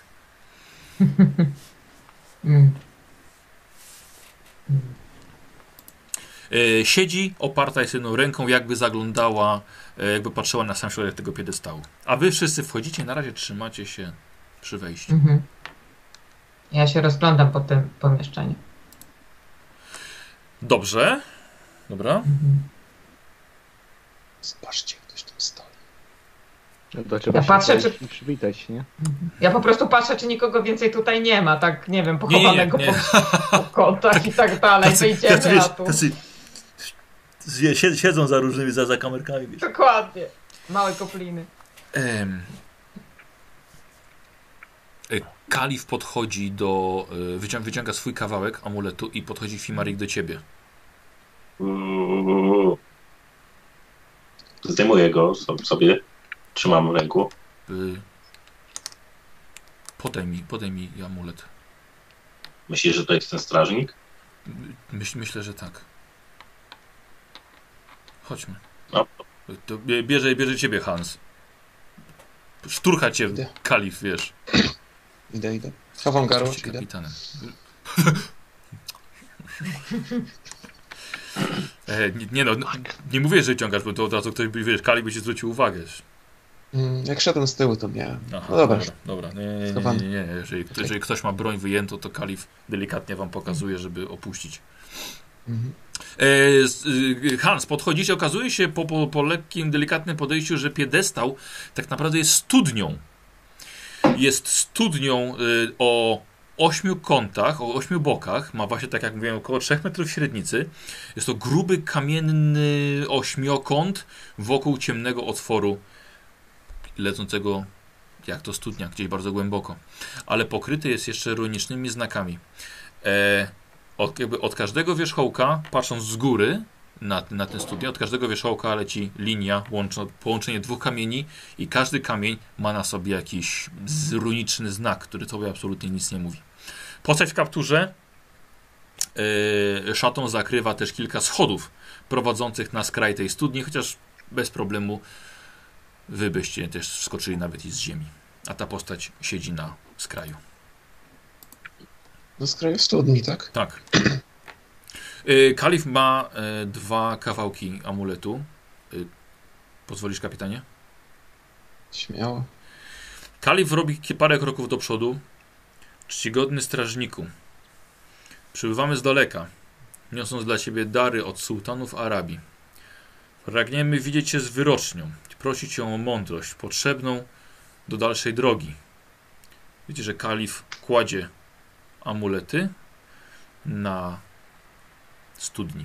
[SPEAKER 2] Mm.
[SPEAKER 1] E, siedzi, oparta jest jedną ręką, jakby zaglądała, e, jakby patrzyła na sam środek tego piedestału. A wy wszyscy wchodzicie, na razie trzymacie się przy wejściu.
[SPEAKER 2] Mhm. Ja się rozglądam po tym pomieszczeniu.
[SPEAKER 1] Dobrze. Dobra.
[SPEAKER 2] Mhm.
[SPEAKER 3] Zobaczcie, ktoś tam stoi.
[SPEAKER 4] No to trzeba
[SPEAKER 2] Ja
[SPEAKER 4] się
[SPEAKER 2] patrzę,
[SPEAKER 4] wejść
[SPEAKER 2] czy-
[SPEAKER 4] i przywitać, nie?
[SPEAKER 2] Ja po prostu patrzę, czy nikogo więcej tutaj nie ma, tak, nie wiem,
[SPEAKER 1] Nie, nie, nie,
[SPEAKER 2] pochowanego
[SPEAKER 1] nie.
[SPEAKER 2] Po, po kątach i tak dalej. Wejdziemy, a tu...
[SPEAKER 1] tacy siedzą za różnymi za, za kamerkami. Wiesz.
[SPEAKER 2] Dokładnie. Małe kopliny.
[SPEAKER 1] Em, Kalif podchodzi do... Wyciąga, wyciąga swój kawałek amuletu i podchodzi Fimarik do ciebie.
[SPEAKER 5] Zdejmuję go sobie. Trzymam w ręku.
[SPEAKER 1] Podaj mi, podaj mi amulet.
[SPEAKER 5] Myślisz, że to jest ten strażnik?
[SPEAKER 1] Myśl, myślę, że tak. Chodźmy.
[SPEAKER 5] No.
[SPEAKER 1] To bierze, bierze ciebie, Hans. Szturcha cię,
[SPEAKER 3] Idę.
[SPEAKER 1] Kalif, wiesz.
[SPEAKER 3] Idę, idę. Chowam garło,
[SPEAKER 1] Jesteś
[SPEAKER 3] idę.
[SPEAKER 1] kapitanem. e, nie, nie no, nie mówię, że ciągasz, bo to od razu ktoś by, wiesz, Kalif by ci zwrócił uwagę.
[SPEAKER 3] Mm, jak szedłem z tyłu, to miałem.
[SPEAKER 1] Aha,
[SPEAKER 3] No dobra.
[SPEAKER 1] dobra, dobra. Nie, nie, nie, nie, nie, nie. Jeżeli, jeżeli ktoś ma broń wyjętą, to Kalif delikatnie wam pokazuje, żeby opuścić.
[SPEAKER 3] Mhm.
[SPEAKER 1] E, Hans, podchodzicie, okazuje się po, po, po lekkim, delikatnym podejściu, że piedestał tak naprawdę jest studnią. Jest studnią y, o ośmiu kątach, o ośmiu bokach. Ma właśnie, tak jak mówiłem, około trzech metrów średnicy. Jest to gruby, kamienny ośmiokąt wokół ciemnego otworu lecącego, jak to studnia, gdzieś bardzo głęboko. Ale pokryty jest jeszcze runicznymi znakami. E, od, jakby od każdego wierzchołka, patrząc z góry na, na ten studnię, od każdego wierzchołka leci linia, łączno, połączenie dwóch kamieni i każdy kamień ma na sobie jakiś runiczny znak, który tobie absolutnie nic nie mówi. Postać w kapturze yy, szatą zakrywa też kilka schodów prowadzących na skraj tej studni, chociaż bez problemu wy byście też wskoczyli nawet i z ziemi. A ta postać siedzi na skraju.
[SPEAKER 3] Do skraju studni, tak?
[SPEAKER 1] Tak. Yy, Kalif ma yy, dwa kawałki amuletu. Yy, pozwolisz, kapitanie?
[SPEAKER 3] Śmiało.
[SPEAKER 1] Kalif robi parę kroków do przodu. Czcigodny strażniku. Przybywamy z daleka, niosąc dla ciebie dary od sułtanów Arabii. Pragniemy widzieć cię z wyrocznią, prosić cię o mądrość potrzebną do dalszej drogi. Widzicie, że Kalif kładzie amulety na studni.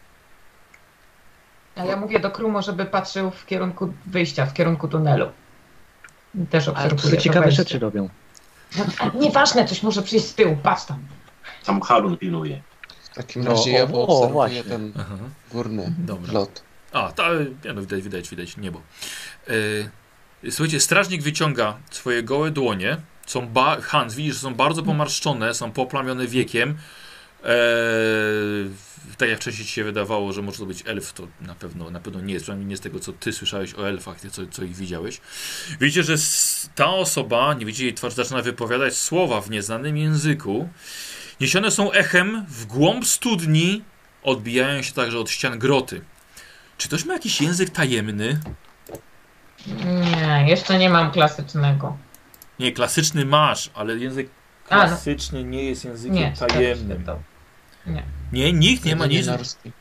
[SPEAKER 2] A ja mówię do Krumo, żeby patrzył w kierunku wyjścia, w kierunku tunelu. Też
[SPEAKER 4] Ale
[SPEAKER 2] obserwuję
[SPEAKER 4] to ciekawe
[SPEAKER 2] wejście.
[SPEAKER 4] rzeczy robią.
[SPEAKER 2] No, nieważne, coś może przyjść z tyłu, patrz tam.
[SPEAKER 5] Tam Harun pilnuje.
[SPEAKER 3] W takim
[SPEAKER 4] No,
[SPEAKER 3] razie ja
[SPEAKER 4] o, o,
[SPEAKER 3] obserwuję
[SPEAKER 4] właśnie.
[SPEAKER 3] ten
[SPEAKER 1] Aha.
[SPEAKER 3] górny
[SPEAKER 1] Dobra.
[SPEAKER 3] lot.
[SPEAKER 1] A, ta, ja no, widać, widać, widać niebo. E, słuchajcie, strażnik wyciąga swoje gołe dłonie. Są ba Hans, widzisz, że są bardzo pomarszczone, są poplamione wiekiem. E, tak jak wcześniej ci się wydawało, że może to być elf, to na pewno, na pewno nie jest. Przynajmniej nie z tego, co ty słyszałeś o elfach, co, co ich widziałeś. Widzicie, że ta osoba, nie widzicie jej twarzy, zaczyna wypowiadać słowa w nieznanym języku. Niesione są echem w głąb studni, odbijają się także od ścian groty. Czy ktoś ma jakiś język tajemny?
[SPEAKER 2] Nie, jeszcze nie mam klasycznego.
[SPEAKER 1] Nie, klasyczny masz, ale język
[SPEAKER 2] A, no.
[SPEAKER 1] klasyczny nie jest językiem
[SPEAKER 2] Nie,
[SPEAKER 1] tajemnym.
[SPEAKER 2] to. Nie.
[SPEAKER 1] Nie, nikt nie ma nic.
[SPEAKER 3] Narski.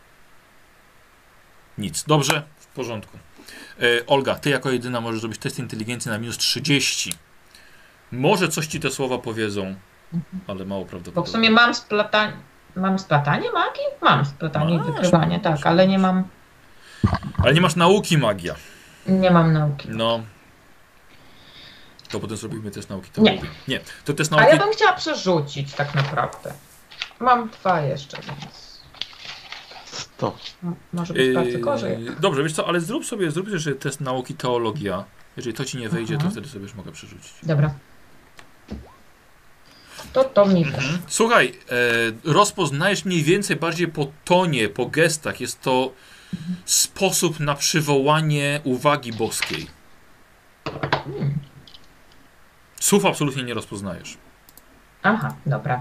[SPEAKER 1] Nic. Dobrze, w porządku. E, Olga, ty jako jedyna możesz zrobić test inteligencji na minus trzydzieści. Może coś ci te słowa powiedzą, ale mało
[SPEAKER 2] Bo
[SPEAKER 1] prawdopodobne.
[SPEAKER 2] w sumie mam splatanie. Mam splatanie magii? Mam splatanie i
[SPEAKER 1] Masz,
[SPEAKER 2] wykrywanie,
[SPEAKER 1] masz.
[SPEAKER 2] tak, ale nie mam.
[SPEAKER 1] Ale nie masz nauki magia.
[SPEAKER 2] Nie mam nauki.
[SPEAKER 1] No. To potem zrobimy test nauki
[SPEAKER 2] Nie.
[SPEAKER 1] teologii. Nie, to test
[SPEAKER 2] A
[SPEAKER 1] nauki...
[SPEAKER 2] ja bym chciała przerzucić tak naprawdę. Mam dwa jeszcze, więc.
[SPEAKER 4] To.
[SPEAKER 2] m- Może być bardzo gorzej.
[SPEAKER 1] Yy, dobrze, wiesz co, ale zrób sobie, zrób sobie test nauki teologia. Jeżeli to ci nie wejdzie,
[SPEAKER 2] Aha.
[SPEAKER 1] to wtedy sobie już mogę przerzucić.
[SPEAKER 2] Dobra. To to mi weszło.
[SPEAKER 1] Mhm. Słuchaj, e, rozpoznajesz mniej więcej bardziej po tonie, po gestach. Jest to sposób na przywołanie uwagi boskiej. Słów absolutnie nie rozpoznajesz.
[SPEAKER 2] Aha, dobra.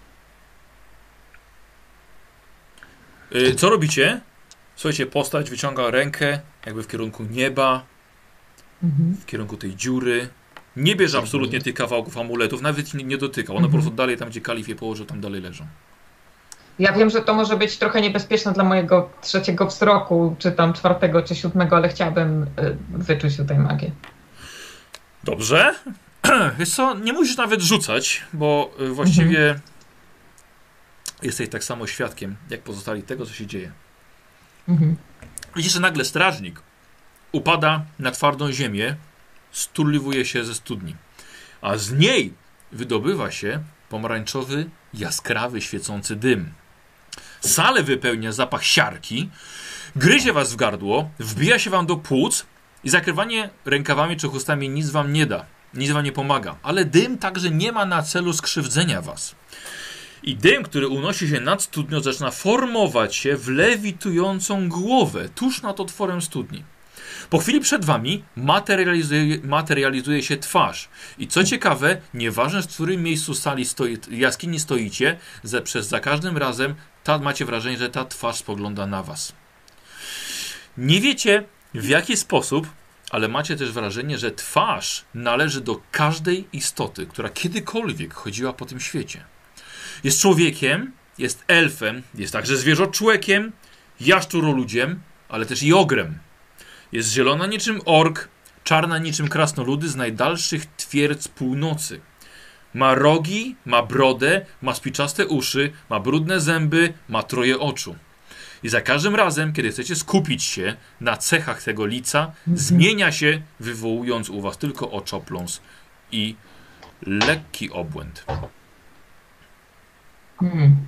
[SPEAKER 1] E, co robicie? Słuchajcie, postać wyciąga rękę jakby w kierunku nieba,
[SPEAKER 2] Mhm.
[SPEAKER 1] w kierunku tej dziury. Nie bierze absolutnie tych kawałków amuletów, nawet nie, nie dotyka. One po
[SPEAKER 2] Mhm.
[SPEAKER 1] prostu dalej tam, gdzie Kalif je położył, tam dalej leżą.
[SPEAKER 2] Ja wiem, że to może być trochę niebezpieczne dla mojego trzeciego wzroku, czy tam czwartego, czy siódmego, ale chciałabym y, wyczuć tutaj magię.
[SPEAKER 1] Dobrze. Wiesz co, nie musisz nawet rzucać, bo y, właściwie jesteś tak samo świadkiem, jak pozostali tego, co się dzieje.
[SPEAKER 2] Mhm.
[SPEAKER 1] Widzisz, że nagle strażnik upada na twardą ziemię, sturliwuje się ze studni, a z niej wydobywa się pomarańczowy, jaskrawy, świecący dym. Salę wypełnia zapach siarki, gryzie was w gardło, wbija się wam do płuc i zakrywanie rękawami czy chustami nic wam nie da, nic wam nie pomaga. Ale dym także nie ma na celu skrzywdzenia was. I dym, który unosi się nad studnią, zaczyna formować się w lewitującą głowę tuż nad otworem studni. Po chwili przed wami materializuje, materializuje się twarz. I co ciekawe, nieważne w którym miejscu sali stoi, jaskini stoicie, za, przez za każdym razem ta, macie wrażenie, że ta twarz spogląda na was. Nie wiecie w jaki sposób, ale macie też wrażenie, że twarz należy do każdej istoty, która kiedykolwiek chodziła po tym świecie. Jest człowiekiem, jest elfem, jest także zwierzoczłekiem, jaszczuroludziem, ale też i ogrem. Jest zielona niczym ork, czarna niczym krasnoludy z najdalszych twierdz północy. Ma rogi, ma brodę, ma spiczaste uszy, ma brudne zęby, ma troje oczu. I za każdym razem, kiedy chcecie skupić się na cechach tego lica, mm-hmm. zmienia się, wywołując u was tylko oczopląs i lekki obłęd.
[SPEAKER 2] Hmm.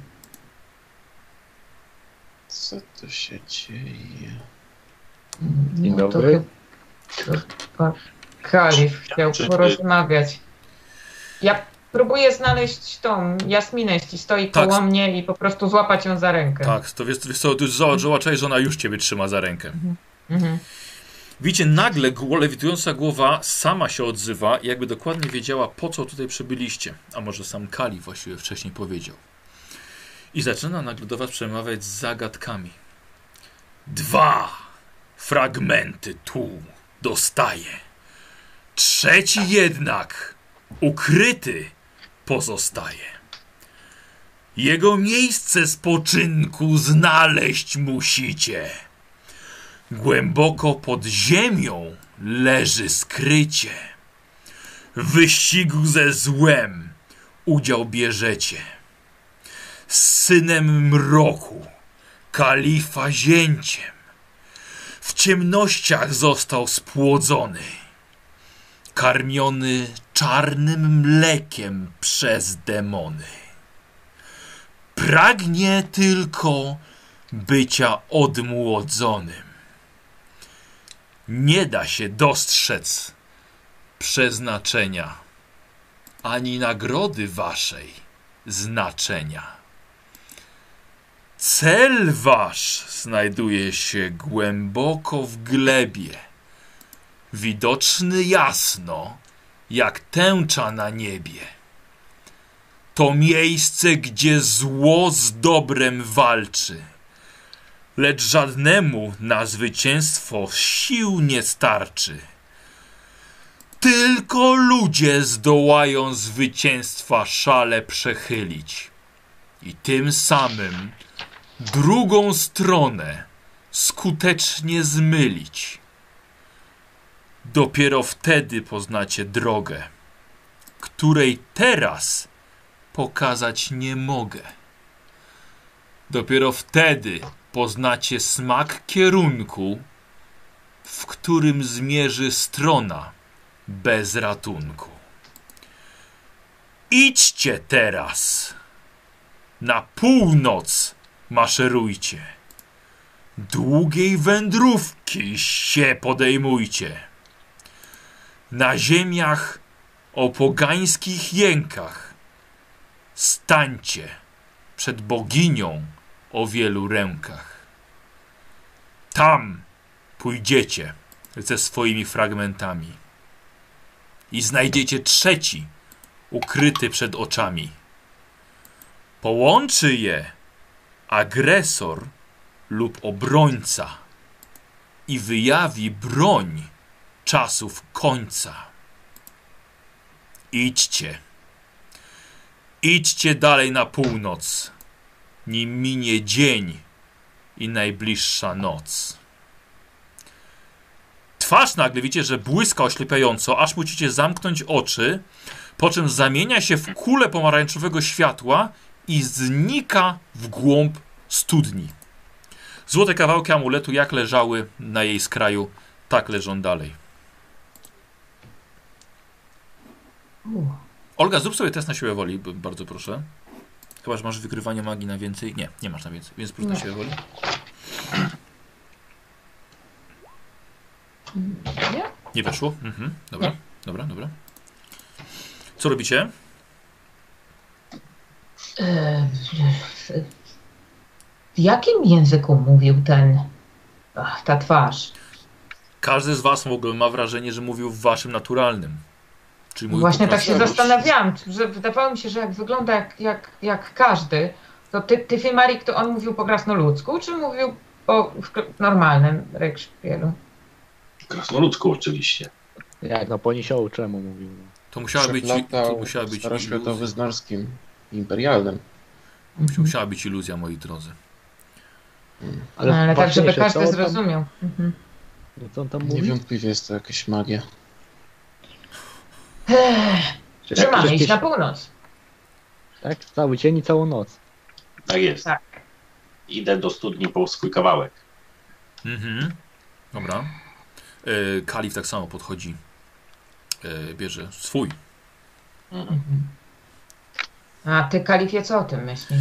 [SPEAKER 3] Co tu się dzieje?
[SPEAKER 4] Dzień
[SPEAKER 2] No, to
[SPEAKER 4] dobry.
[SPEAKER 2] chyba Kalif chciał
[SPEAKER 5] Czy-
[SPEAKER 2] porozmawiać. Ja próbuję znaleźć tą Jasminę, jeśli stoi
[SPEAKER 1] Tak.
[SPEAKER 2] koło mnie i po prostu złapać ją za rękę.
[SPEAKER 1] Tak, to wiesz, wiesz co, tu zobaczyłeś, że ona już ciebie trzyma za rękę.
[SPEAKER 2] Mhm.
[SPEAKER 1] Widzicie, nagle gło- lewitująca głowa sama się odzywa i jakby dokładnie wiedziała, po co tutaj przybyliście. A może sam Kali właściwie wcześniej powiedział. I zaczyna nagle do was przemawiać z zagadkami. Dwa fragmenty tu dostaje. Trzeci jednak ukryty pozostaje. Jego miejsce spoczynku znaleźć musicie. Głęboko pod ziemią leży skrycie. W wyścigu ze złem udział bierzecie. Z synem mroku, kalifa zięciem, w ciemnościach został spłodzony, karmiony czarnym mlekiem przez demony. Pragnie tylko bycia odmłodzonym. Nie da się dostrzec przeznaczenia, ani nagrody waszej znaczenia. Cel wasz znajduje się głęboko w glebie, widoczny jasno, jak tęcza na niebie. To miejsce, gdzie zło z dobrem walczy, lecz żadnemu na zwycięstwo sił nie starczy. Tylko ludzie zdołają zwycięstwa szale przechylić i tym samym drugą stronę skutecznie zmylić. Dopiero wtedy poznacie drogę, której teraz pokazać nie mogę. Dopiero wtedy poznacie smak kierunku, w którym zmierzy strona bez ratunku. Idźcie teraz, na północ maszerujcie, długiej wędrówki się podejmujcie. Na ziemiach o pogańskich jękach stańcie przed boginią o wielu rękach. Tam pójdziecie ze swoimi fragmentami i znajdziecie trzeci ukryty przed oczami. Połączy je agresor lub obrońca i wyjawi broń czasów końca. Idźcie. Idźcie dalej na północ, nim minie dzień i najbliższa noc. Twarz nagle widzicie, że błyska oślepiająco, aż musicie zamknąć oczy, po czym zamienia się w kulę pomarańczowego światła i znika w głąb studni. Złote kawałki amuletu jak leżały na jej skraju, tak leżą dalej.
[SPEAKER 2] U.
[SPEAKER 1] Olga, zrób sobie test na siłę woli, bardzo proszę. Chyba, że masz wykrywanie magii na więcej. Nie, nie masz na więcej, więc proszę na siłę woli.
[SPEAKER 2] Nie?
[SPEAKER 1] Nie weszło? Mhm. Dobra, dobra, dobra. Co robicie?
[SPEAKER 2] E, W jakim języku mówił ten, ach, ta twarz?
[SPEAKER 1] Każdy z was w ogóle ma wrażenie, że mówił w waszym naturalnym. Czyli mówił
[SPEAKER 2] Właśnie
[SPEAKER 1] po
[SPEAKER 2] tak się
[SPEAKER 1] prostu-
[SPEAKER 2] zastanawiałam, że wydawało mi się, że jak wygląda jak, jak, jak każdy, to ty, ty Fimarik, to on mówił po krasnoludzku, czy mówił po w normalnym rekszpielu?
[SPEAKER 5] Krasnoludzku oczywiście.
[SPEAKER 4] Jak no po nisiołu czemu mówił?
[SPEAKER 1] To musiała być, to
[SPEAKER 3] Przeplatał
[SPEAKER 1] musiała być
[SPEAKER 3] staroświatowy
[SPEAKER 1] iluzja.
[SPEAKER 3] z norskim, imperialnym.
[SPEAKER 1] Musiała być iluzja, moi drodzy.
[SPEAKER 2] Ale, ale tak, żeby
[SPEAKER 4] ważniejsze,
[SPEAKER 2] każdy
[SPEAKER 4] co on tam-
[SPEAKER 2] zrozumiał. Mhm.
[SPEAKER 4] Co on tam mówi?
[SPEAKER 3] Niewątpliwie jest to jakaś magia.
[SPEAKER 2] Ech,
[SPEAKER 4] Czy
[SPEAKER 2] Że
[SPEAKER 4] jak
[SPEAKER 2] mamy
[SPEAKER 4] jakieś-
[SPEAKER 2] iść na północ.
[SPEAKER 4] Tak? Cały dzień i całą noc.
[SPEAKER 5] Tak jest.
[SPEAKER 2] Tak.
[SPEAKER 5] Idę do studni po swój kawałek.
[SPEAKER 1] Mhm. Dobra. E, Kalif tak samo podchodzi. E, bierze swój.
[SPEAKER 5] Mhm.
[SPEAKER 2] Mhm. A ty, Kalifie, co o tym myślisz?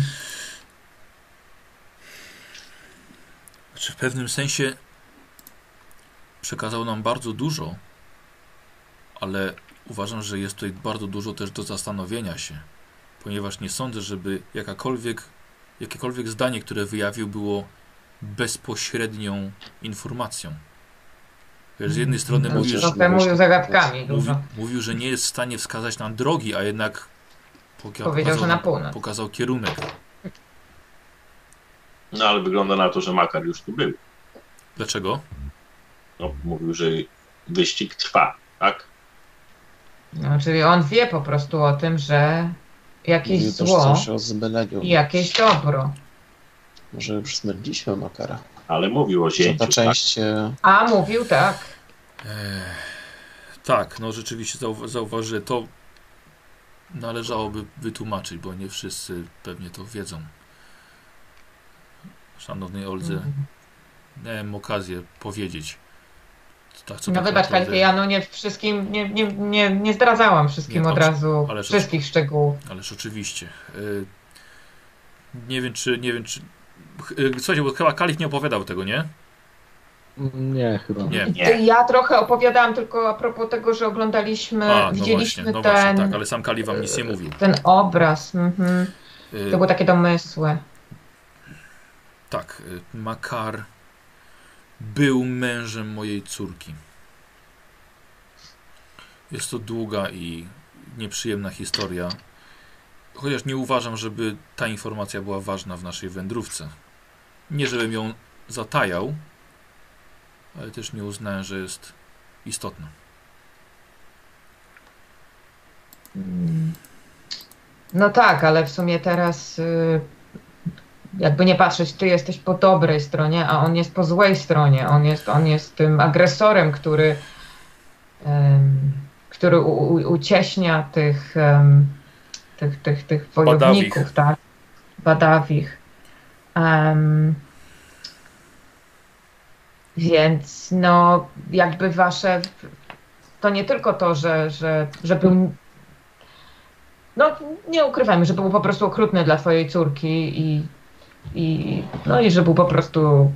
[SPEAKER 1] Znaczy w pewnym sensie przekazał nam bardzo dużo, ale uważam, że jest tutaj bardzo dużo też do zastanowienia się, ponieważ nie sądzę, żeby jakakolwiek, jakiekolwiek zdanie, które wyjawił, było bezpośrednią informacją. Wiesz, z jednej strony
[SPEAKER 3] Mhm.
[SPEAKER 1] mówił, że,
[SPEAKER 2] Trochę mówił zagadkami
[SPEAKER 1] mówi,
[SPEAKER 2] dużo.
[SPEAKER 1] mówił, że nie jest w stanie wskazać nam drogi, a jednak poka-
[SPEAKER 2] Powiedział, że na północ.
[SPEAKER 1] pokazał kierunek.
[SPEAKER 5] No ale wygląda na to, że Makar już tu był.
[SPEAKER 1] Dlaczego?
[SPEAKER 5] No, mówił, że wyścig trwa, tak?
[SPEAKER 2] No, czyli on wie po prostu o tym, że jakieś
[SPEAKER 3] Mówił też
[SPEAKER 2] zło
[SPEAKER 3] coś o zmyleniu.
[SPEAKER 2] i jakieś dobro.
[SPEAKER 3] Może już zmyliliśmy Makara.
[SPEAKER 5] Ale mówił o
[SPEAKER 3] Że
[SPEAKER 5] zięciu.
[SPEAKER 3] ta
[SPEAKER 5] Tak?
[SPEAKER 3] część się...
[SPEAKER 2] A mówił tak.
[SPEAKER 1] Tak, no rzeczywiście zau- zauważy, to należałoby wytłumaczyć, bo nie wszyscy pewnie to wiedzą. Szanownej Oldze, miałem okazję powiedzieć. Tak, co
[SPEAKER 2] No
[SPEAKER 1] tak
[SPEAKER 2] wybacz,
[SPEAKER 1] naprawdę-
[SPEAKER 2] Kalifie, ja no nie wszystkim, nie, nie, nie, nie zdradzałam wszystkim
[SPEAKER 1] Nie,
[SPEAKER 2] od
[SPEAKER 1] dobrze,
[SPEAKER 2] razu,
[SPEAKER 1] ależ
[SPEAKER 2] wszystkich szczegółów.
[SPEAKER 1] Ależ oczywiście. Y, nie wiem, czy, nie wiem, czy... y, Słuchajcie, bo chyba Kalif nie opowiadał tego, nie?
[SPEAKER 4] Nie, chyba.
[SPEAKER 1] Nie.
[SPEAKER 5] Nie.
[SPEAKER 2] Ja trochę opowiadałam tylko a propos tego, że oglądaliśmy,
[SPEAKER 1] A, no
[SPEAKER 2] widzieliśmy
[SPEAKER 1] właśnie, no
[SPEAKER 2] ten,
[SPEAKER 1] właśnie, tak, ale sam Kalif wam nic nie mówił.
[SPEAKER 2] ten obraz. Mhm.
[SPEAKER 1] Y,
[SPEAKER 2] To były takie domysły.
[SPEAKER 1] Tak, y, Makar był mężem mojej córki. Jest to długa i nieprzyjemna historia. Chociaż nie uważam, żeby ta informacja była ważna w naszej wędrówce. Nie żebym ją zatajał, ale też nie uznałem, że jest istotna.
[SPEAKER 2] Mm. No tak, ale w sumie teraz y, jakby nie patrzeć, ty jesteś po dobrej stronie, a on jest po złej stronie. On jest, on jest tym agresorem, który, em, który u, u, ucieśnia tych, em, tych, tych, tych wojowników,
[SPEAKER 1] Badawich.
[SPEAKER 2] tak? Badawich. Em, więc no jakby wasze, to nie tylko to, że, że, że był, no nie ukrywajmy, że był po prostu okrutny dla twojej córki i, i no i że był po prostu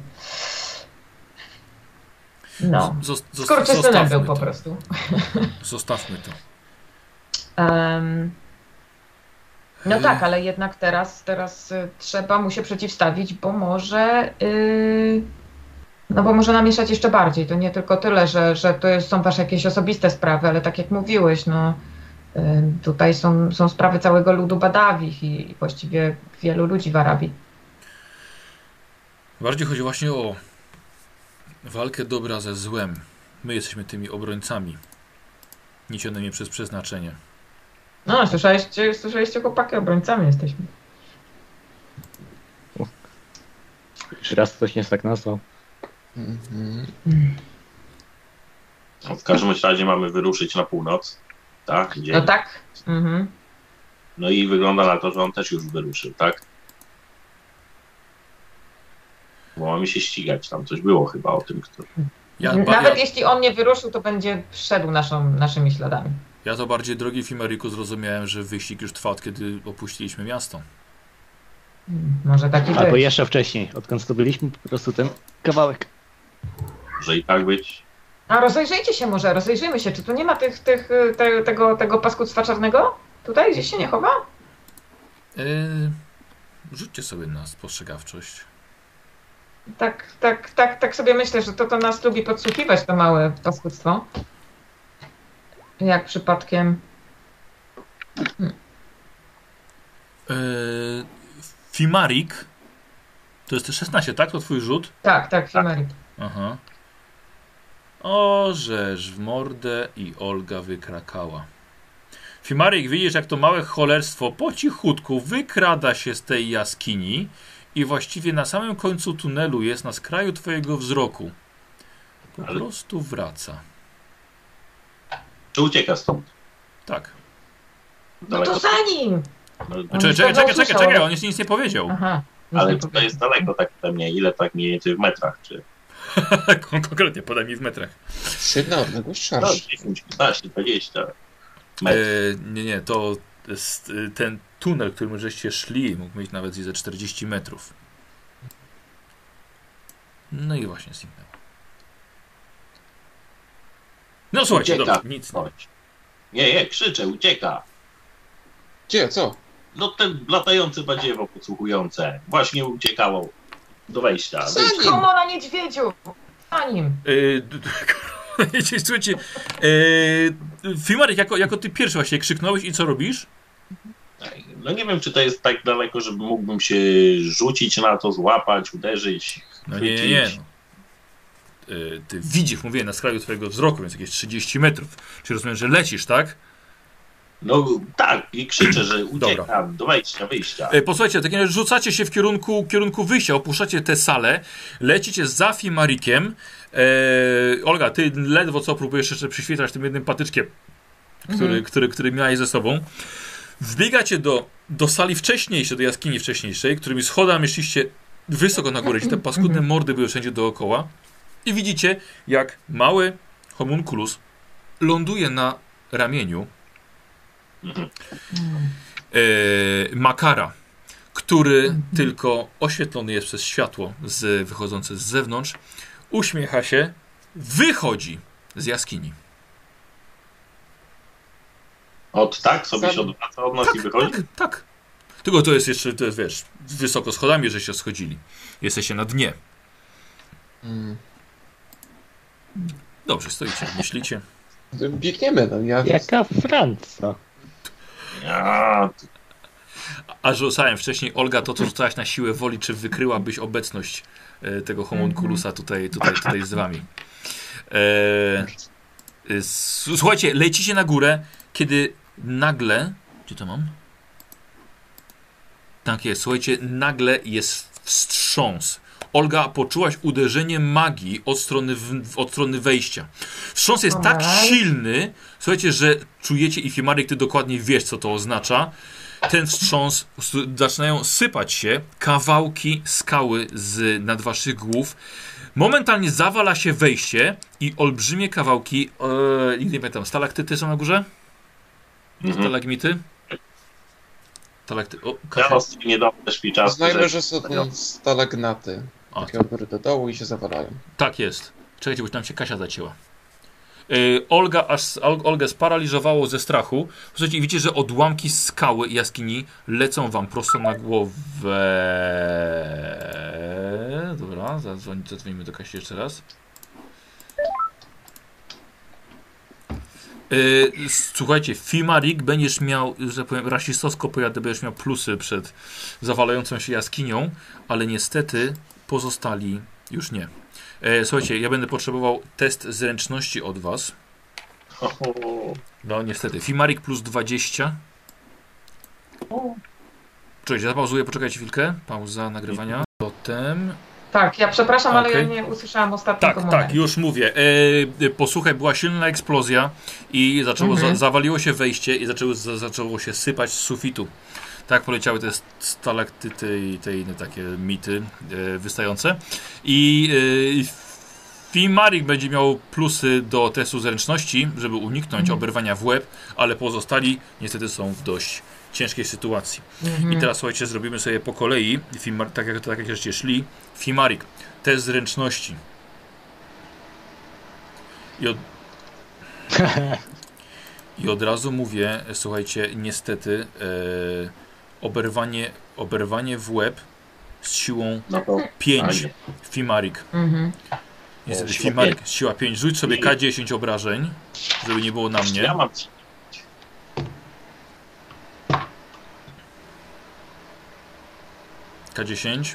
[SPEAKER 2] no,
[SPEAKER 1] Zos- zos-
[SPEAKER 2] skurczysynem
[SPEAKER 1] zostawmy
[SPEAKER 2] był po
[SPEAKER 1] to.
[SPEAKER 2] prostu.
[SPEAKER 1] Zostawmy to.
[SPEAKER 2] Em, no
[SPEAKER 1] Yy,
[SPEAKER 2] tak, ale jednak teraz, teraz y, trzeba mu się przeciwstawić, bo może y, no bo może namieszać jeszcze bardziej. To nie tylko tyle, że, że to jest, są wasze jakieś osobiste sprawy, ale tak jak mówiłeś, no y, tutaj są, są sprawy całego ludu Badawich i, i właściwie wielu ludzi w Arabii.
[SPEAKER 1] Bardziej chodzi właśnie o walkę dobra ze złem. My jesteśmy tymi obrońcami, niesionymi przez przeznaczenie.
[SPEAKER 2] No, słyszeliście, słyszeliście chłopaki, obrońcami jesteśmy.
[SPEAKER 4] Jeszcze raz ktoś nie tak nazwał.
[SPEAKER 3] Mhm.
[SPEAKER 5] No, w każdym razie mamy wyruszyć na północ. Tak? Gdzie?
[SPEAKER 2] No tak. Mhm.
[SPEAKER 5] No i wygląda na to, że on też już wyruszył, tak? bo mamy się ścigać. Tam coś było chyba o tym, kto...
[SPEAKER 1] Ja,
[SPEAKER 2] Nawet
[SPEAKER 1] ja,
[SPEAKER 2] jeśli on nie wyruszył, to będzie szedł naszą, naszymi śladami.
[SPEAKER 1] ja to bardziej, drogi Fimeriku, zrozumiałem, że wyścig już trwa od kiedy opuściliśmy miasto.
[SPEAKER 2] Hmm, Może taki
[SPEAKER 4] Albo
[SPEAKER 2] być.
[SPEAKER 4] jeszcze wcześniej, odkąd zdobyliśmy po prostu ten kawałek.
[SPEAKER 5] Może i tak być.
[SPEAKER 2] A rozejrzyjcie się może, rozejrzyjmy się. Czy tu nie ma tych, tych, te, tego, tego paskudztwa czarnego? Tutaj gdzieś się nie chowa?
[SPEAKER 1] Yy, rzućcie sobie na spostrzegawczość.
[SPEAKER 2] Tak, tak, tak, tak sobie myślę, że to, to nas lubi podsłuchiwać, to małe paskudztwo. Jak przypadkiem.
[SPEAKER 1] Yy, Fimarik, to jest te szesnaście, tak? To twój rzut?
[SPEAKER 2] Tak, tak, Fimerik.
[SPEAKER 1] Aha. Ożeż w mordę i Olga wykrakała. Fimarik, widzisz, jak to małe cholerstwo po cichutku wykrada się z tej jaskini i właściwie na samym końcu tunelu jest na skraju twojego wzroku. Po
[SPEAKER 5] Ale-
[SPEAKER 1] prostu wraca.
[SPEAKER 5] Czy ucieka stąd?
[SPEAKER 1] Tak.
[SPEAKER 2] No to za nim!
[SPEAKER 5] No,
[SPEAKER 2] On
[SPEAKER 1] Czekaj,
[SPEAKER 2] już
[SPEAKER 1] czekaj,
[SPEAKER 2] pewno
[SPEAKER 1] czekaj, czekaj,
[SPEAKER 2] usłyszał.
[SPEAKER 1] czekaj, on jeszcze nic nie powiedział.
[SPEAKER 2] Aha. nic
[SPEAKER 5] ale
[SPEAKER 2] nie
[SPEAKER 5] to
[SPEAKER 2] powiedział.
[SPEAKER 5] jest daleko tak pewnie. Ile tak mniej więcej w metrach? Czy...
[SPEAKER 1] Kon- Konkretnie, podaj mi w metrach.
[SPEAKER 3] Średnia odległość
[SPEAKER 5] No,
[SPEAKER 3] szarż.
[SPEAKER 5] dziesięć, piętnaście, dwadzieścia metrów.
[SPEAKER 1] E, nie, nie, to jest e, ten tunel, którym żeście szli, mógł mieć nawet ze czterdzieści metrów. No i właśnie zniknęło. No słuchajcie,
[SPEAKER 5] Ucieka.
[SPEAKER 1] dobra, nic nie.
[SPEAKER 5] Chodź. Nie, nie, krzyczę, ucieka.
[SPEAKER 3] Gdzie, co?
[SPEAKER 5] No ten latające badziewo podsłuchujące. Właśnie uciekało do wejścia.
[SPEAKER 3] Za
[SPEAKER 5] Wyjdź.
[SPEAKER 3] nim.
[SPEAKER 2] Komo na niedźwiedziu! Za nim!
[SPEAKER 1] E, d- d- Słuchajcie, e, Fimarek, jako, jako ty pierwszy właśnie krzyknąłeś i co robisz?
[SPEAKER 5] No nie wiem, czy to jest tak daleko, żeby mógłbym się rzucić na to, złapać, uderzyć,
[SPEAKER 1] No nie, nie, nie.
[SPEAKER 5] chwycić.
[SPEAKER 1] No. E, ty widzisz, mówię, na skraju twojego wzroku, więc jakieś trzydzieści metrów. Czyli rozumiem, że lecisz, tak?
[SPEAKER 5] No tak, i krzyczę, że
[SPEAKER 1] Dobra.
[SPEAKER 5] uciekam do wejścia, wyjścia.
[SPEAKER 1] E, Posłuchajcie, tak jak rzucacie się w kierunku, kierunku wyjścia, opuszczacie tę salę, lecicie za Fimarikiem. E, Olga, ty ledwo co próbujesz jeszcze przyświecać tym jednym patyczkiem, który,
[SPEAKER 2] Mhm.
[SPEAKER 1] który, który miałeś ze sobą. Wbiegacie do, do sali wcześniejszej, do jaskini wcześniejszej, którymi schodami szliście wysoko na górę, gdzie te paskudne mordy były wszędzie dookoła. I widzicie, jak mały homunculus ląduje na ramieniu
[SPEAKER 5] Mhm.
[SPEAKER 1] e, Makara, który tylko oświetlony jest przez światło z, wychodzące z zewnątrz, uśmiecha się, wychodzi z jaskini.
[SPEAKER 5] Od tak sobie
[SPEAKER 3] Sam-
[SPEAKER 5] się odwraca od nas
[SPEAKER 1] Tak,
[SPEAKER 5] i wychodzi?
[SPEAKER 1] tak, tak. Tylko to jest jeszcze, to jest, wiesz, wysoko schodami, że się schodzili. Jesteście na dnie.
[SPEAKER 3] Mm.
[SPEAKER 1] Dobrze, stoicie, myślicie.
[SPEAKER 3] Biegniemy, no ja...
[SPEAKER 4] Jaka Franca?
[SPEAKER 5] Ja,
[SPEAKER 1] A rzucałem wcześniej, Olga, to co rzucałaś na siłę woli, czy wykryłabyś obecność e, tego homunculusa tutaj, tutaj, tutaj z wami. E, e, s- słuchajcie, lecicie na górę, kiedy nagle... Gdzie to mam? Tak jest, słuchajcie, nagle jest wstrząs. Olga, poczułaś uderzenie magii od strony, w, od strony wejścia. Wstrząs jest tak
[SPEAKER 2] Alright.
[SPEAKER 1] silny, słuchajcie, że czujecie, i Fimarik, ty dokładnie wiesz, co to oznacza. Ten wstrząs, po prostu zaczynają sypać się kawałki skały z nad waszych głów. Momentalnie zawala się wejście i olbrzymie kawałki, e, nigdy nie pamiętam, stalaktyty są na górze?
[SPEAKER 5] mhm.
[SPEAKER 1] Stalagmity? Stalakty... O,
[SPEAKER 5] Ja
[SPEAKER 1] Kasia.
[SPEAKER 5] was nie dam też mi czasu.
[SPEAKER 3] Znajmy,
[SPEAKER 5] że-
[SPEAKER 3] że są tam stalagnaty.
[SPEAKER 1] A,
[SPEAKER 3] Takie od góry do dołu i się zawalają.
[SPEAKER 1] tak jest. Czekajcie, bo tam się Kasia zacięła. Yy, Olga aż Ol- Olgę sparaliżowało ze strachu. Słuchajcie, i widzicie, że odłamki skały i jaskini lecą wam prosto na głowę. Dobra, zadzwoni- zadzwonimy do Kasi jeszcze raz. Yy, słuchajcie, Fimarik, będziesz miał, że tak powiem, rasistowsko pojadę, będziesz miał plusy przed zawalającą się jaskinią, ale niestety pozostali już nie. E, słuchajcie, ja będę potrzebował test zręczności od was.
[SPEAKER 5] O,
[SPEAKER 1] No niestety. Fimarik plus dwadzieścia. Czekajcie, zapauzuję, poczekajcie chwilkę. Pauza nagrywania. Potem...
[SPEAKER 2] Tak, ja przepraszam, ale
[SPEAKER 1] Okej.
[SPEAKER 2] ja nie usłyszałam ostatniego
[SPEAKER 1] Tak,
[SPEAKER 2] momentu.
[SPEAKER 1] tak, już mówię. E, posłuchaj, była silna eksplozja i zaczęło,
[SPEAKER 2] Mhm.
[SPEAKER 1] za, zawaliło się wejście i zaczęło, za, zaczęło się sypać z sufitu. Tak poleciały te stalaktyty i te inne takie mity e, wystające. I e, Fimarik będzie miał plusy do testu zręczności, żeby uniknąć
[SPEAKER 2] Mhm.
[SPEAKER 1] oberwania w łeb, ale pozostali niestety są w dość ciężkiej sytuacji.
[SPEAKER 2] Mhm.
[SPEAKER 1] I teraz słuchajcie, zrobimy sobie po kolei, Fimar, tak, jak, tak jak żeście szli. Fimarik, test zręczności. I od, I od razu mówię, słuchajcie, niestety e, oberwanie, oberwanie w łeb z siłą
[SPEAKER 5] No to
[SPEAKER 1] pięć.
[SPEAKER 5] fajnie.
[SPEAKER 1] Fimarik.
[SPEAKER 2] Mhm.
[SPEAKER 1] Niestety
[SPEAKER 5] O, siła
[SPEAKER 1] Fimarik, siła pięć. Rzuć sobie K dziesięć obrażeń, żeby nie było na mnie.
[SPEAKER 5] Ja mam.
[SPEAKER 1] K dziesięć.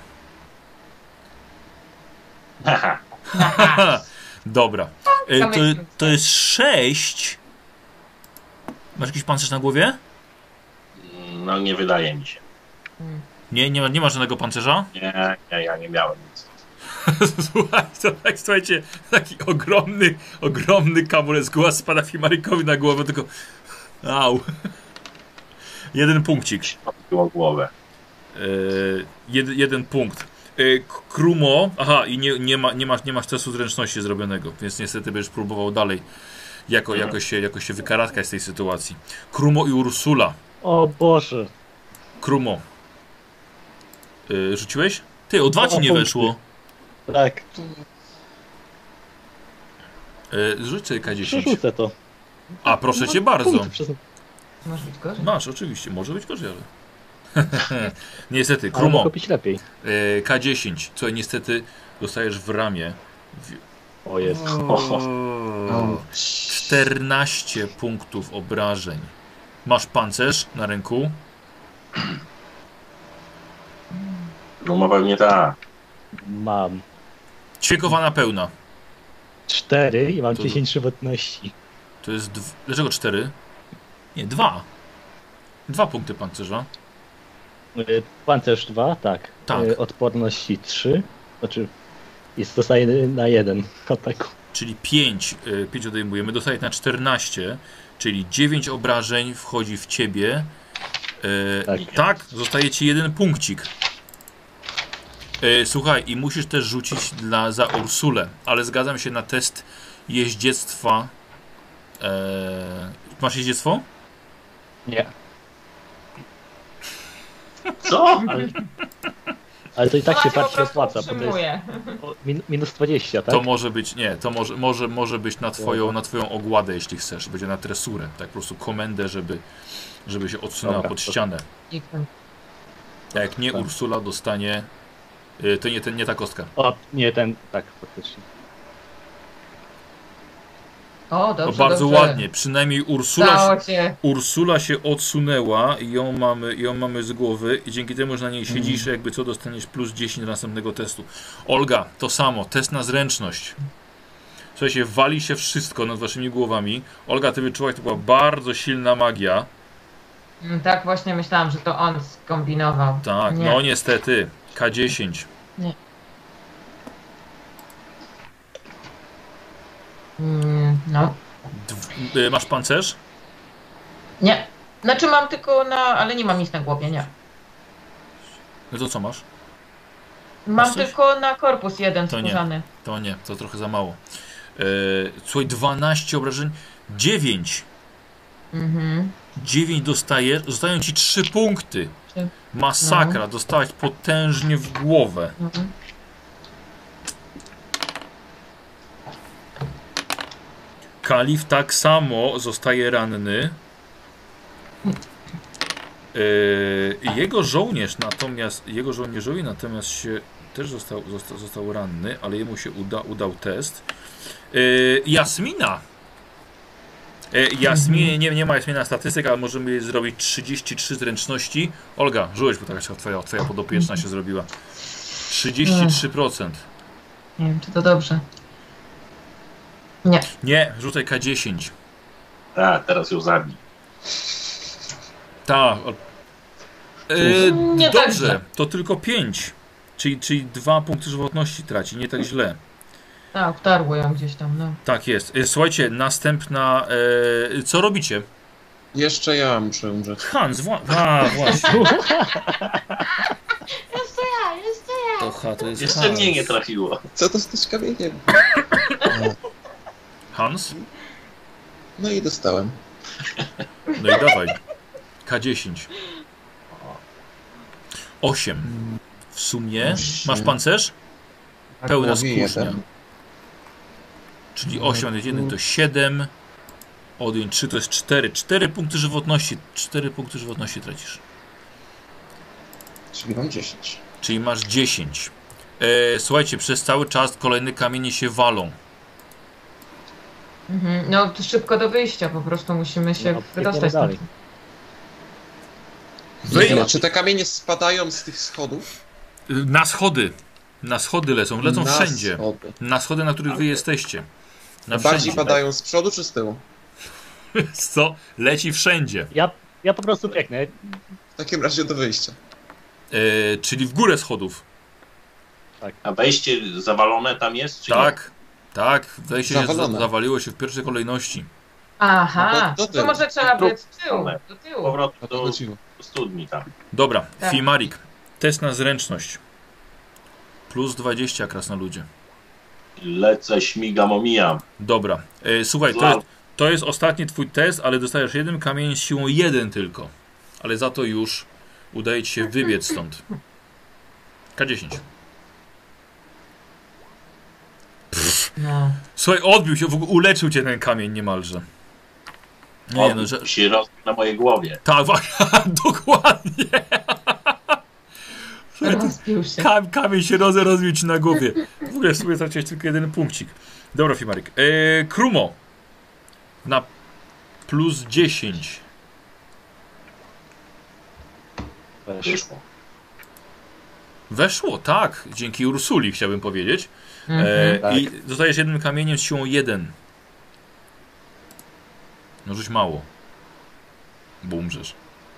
[SPEAKER 5] Haha.
[SPEAKER 1] Dobra. E, to, to jest sześć. Masz jakiś pancerz na głowie?
[SPEAKER 5] No nie wydaje mi się.
[SPEAKER 1] Nie, nie ma, nie ma żadnego pancerza?
[SPEAKER 5] Nie, nie, ja nie miałem nic.
[SPEAKER 1] Słuchaj, to tak, słuchajcie, taki ogromny, ogromny kamulec głaz spada Fimarykowi na głowę, tylko au. Jeden punkcik.
[SPEAKER 5] Było głowę.
[SPEAKER 1] Yy, jed, jeden punkt. Yy, Krumo, aha, i nie, nie, ma, nie, masz, nie masz testu zręczności zrobionego, więc niestety będziesz próbował dalej jako,
[SPEAKER 5] Mhm.
[SPEAKER 1] jakoś, się, jakoś się wykaraskać z tej sytuacji. Krumo i Ursula.
[SPEAKER 4] O Boże.
[SPEAKER 1] Krumo. Yy, rzuciłeś? Ty, o dwa ci
[SPEAKER 4] O,
[SPEAKER 1] nie
[SPEAKER 4] punkty.
[SPEAKER 1] weszło.
[SPEAKER 4] Tak,
[SPEAKER 1] Yy, rzuć sobie K dziesięć.
[SPEAKER 4] przerzucę to.
[SPEAKER 1] A, proszę cię bardzo.
[SPEAKER 4] Punkty przez-
[SPEAKER 2] Może być gorzej.
[SPEAKER 1] Masz, oczywiście, może być gorzej, ale... niestety,
[SPEAKER 4] Ale
[SPEAKER 1] Krumo,
[SPEAKER 4] mogło być lepiej.
[SPEAKER 1] e, K dziesięć, co niestety dostajesz w ramię. W...
[SPEAKER 4] O jest.
[SPEAKER 1] O, czternaście punktów obrażeń. Masz pancerz na ręku?
[SPEAKER 5] Ruma pewnie tak.
[SPEAKER 4] Mam
[SPEAKER 1] Ćwiekowana pełna.
[SPEAKER 4] cztery i mam
[SPEAKER 1] To-
[SPEAKER 4] dziesięć żywotności.
[SPEAKER 1] To jest... Dw... Dlaczego cztery? Nie, dwa. Dwa punkty pancerza.
[SPEAKER 4] Y, Pancerz dwa, tak.
[SPEAKER 1] Tak.
[SPEAKER 4] Y, Odporności trzy. Znaczy jest dostaje na jeden ataku.
[SPEAKER 1] Czyli pięć, y, pięć odejmujemy. Dostajesz na czternaście, czyli dziewięć obrażeń wchodzi w ciebie. Y,
[SPEAKER 4] Tak.
[SPEAKER 1] tak, zostaje ci jeden punkcik. Y, słuchaj, i musisz też rzucić dla, za Ursulę, ale zgadzam się na test jeździectwa. E, masz jeździectwo?
[SPEAKER 4] Nie.
[SPEAKER 5] Co?
[SPEAKER 4] Ale, ale to i tak się
[SPEAKER 2] Ona po
[SPEAKER 4] bardziej
[SPEAKER 2] prostu
[SPEAKER 4] opłaca, bo to jest
[SPEAKER 2] utrzymuje.
[SPEAKER 4] o, min, minus dwadzieścia, tak?
[SPEAKER 1] To może być, nie, to może, może, może być na twoją, na twoją ogładę, jeśli chcesz. Będzie na tresurę, tak po prostu komendę, żeby, żeby się odsunęła
[SPEAKER 4] Dobra,
[SPEAKER 1] pod
[SPEAKER 4] to-
[SPEAKER 1] ścianę.
[SPEAKER 2] Dziękuję.
[SPEAKER 1] A jak nie,
[SPEAKER 4] Tak.
[SPEAKER 1] Ursula dostanie. y, To nie, ten, nie ta kostka.
[SPEAKER 4] O, nie, ten, tak, faktycznie.
[SPEAKER 2] O,
[SPEAKER 1] To
[SPEAKER 2] dobrze,
[SPEAKER 1] bardzo
[SPEAKER 2] dobrze.
[SPEAKER 1] ładnie. Przynajmniej Ursula,
[SPEAKER 2] Stało się.
[SPEAKER 1] Ursula się odsunęła i ją mamy, ją mamy z głowy. I dzięki temu, że na niej
[SPEAKER 2] Mhm.
[SPEAKER 1] siedzisz, jakby co dostaniesz plus dziesięć do następnego testu. Olga, to samo. Test na zręczność. Słuchajcie, wali się wszystko nad waszymi głowami. Olga, ty wyczułaś, to była bardzo silna magia.
[SPEAKER 2] Mm, Tak właśnie myślałam, że to on skombinował.
[SPEAKER 1] Tak,
[SPEAKER 2] Nie.
[SPEAKER 1] no niestety. K dziesięć.
[SPEAKER 2] Mm, No.
[SPEAKER 1] Dw- y, masz pancerz?
[SPEAKER 2] Nie. Znaczy mam tylko na... ale nie mam nic na głowie, nie.
[SPEAKER 1] No to co masz?
[SPEAKER 2] Mam
[SPEAKER 1] Masz coś?
[SPEAKER 2] tylko na korpus jeden
[SPEAKER 1] To nie.
[SPEAKER 2] skórzany.
[SPEAKER 1] To nie, to trochę za mało. Yy, słuchaj, dwanaście obrażeń. dziewięć.
[SPEAKER 2] Mhm.
[SPEAKER 1] dziewięć dostajesz, zostają ci trzy punkty.
[SPEAKER 2] Trzy.
[SPEAKER 1] Masakra,
[SPEAKER 2] No.
[SPEAKER 1] dostałeś potężnie w głowę.
[SPEAKER 2] Mhm.
[SPEAKER 1] Kalif tak samo zostaje ranny. Yy, jego żołnierz natomiast, jego żołnierzowi natomiast się też został, został, został ranny, ale jemu się uda, udał test. Yy, Jasmina. Yy, Jasminie, nie, nie ma Jasmina statystyk, ale możemy jej zrobić trzydzieści trzy zręczności. Olga, rzuć, bo taka się twoja, twoja podopieczna się zrobiła. trzydzieści trzy procent.
[SPEAKER 2] Nie wiem, czy to dobrze. Nie.
[SPEAKER 1] Nie, rzucaj K dziesięć.
[SPEAKER 5] Tak, teraz ją zabij.
[SPEAKER 1] Tak. Yy,
[SPEAKER 2] Nie tak
[SPEAKER 1] dobrze,
[SPEAKER 2] źle.
[SPEAKER 1] to tylko pięć. Czyli, czyli dwa punkty żywotności traci, nie tak źle.
[SPEAKER 2] Tak, wtarło ją gdzieś tam, no.
[SPEAKER 1] Tak jest. Yy, słuchajcie, następna. Yy, co robicie?
[SPEAKER 3] Jeszcze ja muszę umrzeć.
[SPEAKER 1] Hans, wła a, właśnie.
[SPEAKER 2] Jeszcze ja, jeszcze ja.
[SPEAKER 1] To, ha, to jest
[SPEAKER 5] Jeszcze
[SPEAKER 1] Hans.
[SPEAKER 5] mnie nie trafiło.
[SPEAKER 3] Co to z tym kamieniem?
[SPEAKER 1] Hans?
[SPEAKER 3] No i dostałem.
[SPEAKER 1] No i dawaj. K dziesięć. osiem. W sumie.
[SPEAKER 3] Osiem.
[SPEAKER 1] Masz pancerz? Pełna
[SPEAKER 3] Głowie
[SPEAKER 1] skórznia.
[SPEAKER 3] jeden.
[SPEAKER 1] Czyli osiem odjąć jeden to siedem. Odjąć trzy to jest cztery. cztery punkty żywotności. cztery punkty żywotności tracisz.
[SPEAKER 3] Czyli mam dziesięć.
[SPEAKER 1] Czyli masz dziesięć. E, słuchajcie, przez cały czas kolejne kamienie się walą.
[SPEAKER 2] Mhm. No to szybko do wyjścia, po prostu musimy się
[SPEAKER 4] No,
[SPEAKER 2] wydostać
[SPEAKER 4] dalej.
[SPEAKER 2] stąd.
[SPEAKER 1] Wy...
[SPEAKER 3] No, czy te kamienie spadają z tych schodów?
[SPEAKER 1] Na schody. Na schody lecą. Lecą
[SPEAKER 3] Na
[SPEAKER 1] wszędzie.
[SPEAKER 3] schody.
[SPEAKER 1] Na schody, na których wy jesteście. Na
[SPEAKER 3] Bardziej
[SPEAKER 1] wszędzie.
[SPEAKER 3] padają z przodu czy z tyłu?
[SPEAKER 1] Co? Leci wszędzie.
[SPEAKER 4] Ja, ja po prostu biegnę.
[SPEAKER 3] W takim razie do wyjścia.
[SPEAKER 1] E, czyli w górę schodów.
[SPEAKER 5] A wejście zawalone tam jest? Czy
[SPEAKER 1] Tak. Tak. Wejście się
[SPEAKER 3] Zawalone.
[SPEAKER 1] za- zawaliło się w pierwszej kolejności.
[SPEAKER 2] Aha,
[SPEAKER 3] No do- do
[SPEAKER 2] to
[SPEAKER 3] tyłu.
[SPEAKER 2] może trzeba
[SPEAKER 5] Do
[SPEAKER 2] biec w tył,
[SPEAKER 5] stronę.
[SPEAKER 2] do
[SPEAKER 5] nie?
[SPEAKER 2] tyłu.
[SPEAKER 5] Powrót
[SPEAKER 3] O to
[SPEAKER 5] do
[SPEAKER 3] chodziło.
[SPEAKER 5] studni tam.
[SPEAKER 1] Dobra.
[SPEAKER 2] Tak.
[SPEAKER 1] Fimarik. Test na zręczność. Plus dwadzieścia krasnoludzie.
[SPEAKER 5] Lecę, śmigam, omijam.
[SPEAKER 1] Dobra. E, słuchaj, to jest, to jest ostatni twój test, ale dostajesz jeden kamień z siłą jeden tylko. Ale za to już udaje ci się wybiec stąd. K dziesięć.
[SPEAKER 2] No.
[SPEAKER 1] Słuchaj, odbił się, w ogóle uleczył cię ten kamień niemalże. Nie, no, że...
[SPEAKER 5] On się rozbił na mojej głowie.
[SPEAKER 1] Tak, właśnie, dokładnie. Słuchaj, to
[SPEAKER 2] Rozbił się.
[SPEAKER 1] kam, kamień się roze rozbił ci na głowie. W ogóle w sumie straciłeś tylko jeden punkcik. Dobra, Fimarik. E, Krumo. Na plus dziesięć.
[SPEAKER 5] Wyszło.
[SPEAKER 1] Weszło, tak. Dzięki Ursuli, chciałbym powiedzieć.
[SPEAKER 2] Mhm.
[SPEAKER 1] E,
[SPEAKER 4] tak.
[SPEAKER 1] I dostajesz jednym kamieniem z siłą jeden. No rzuć mało. Bo umrzesz.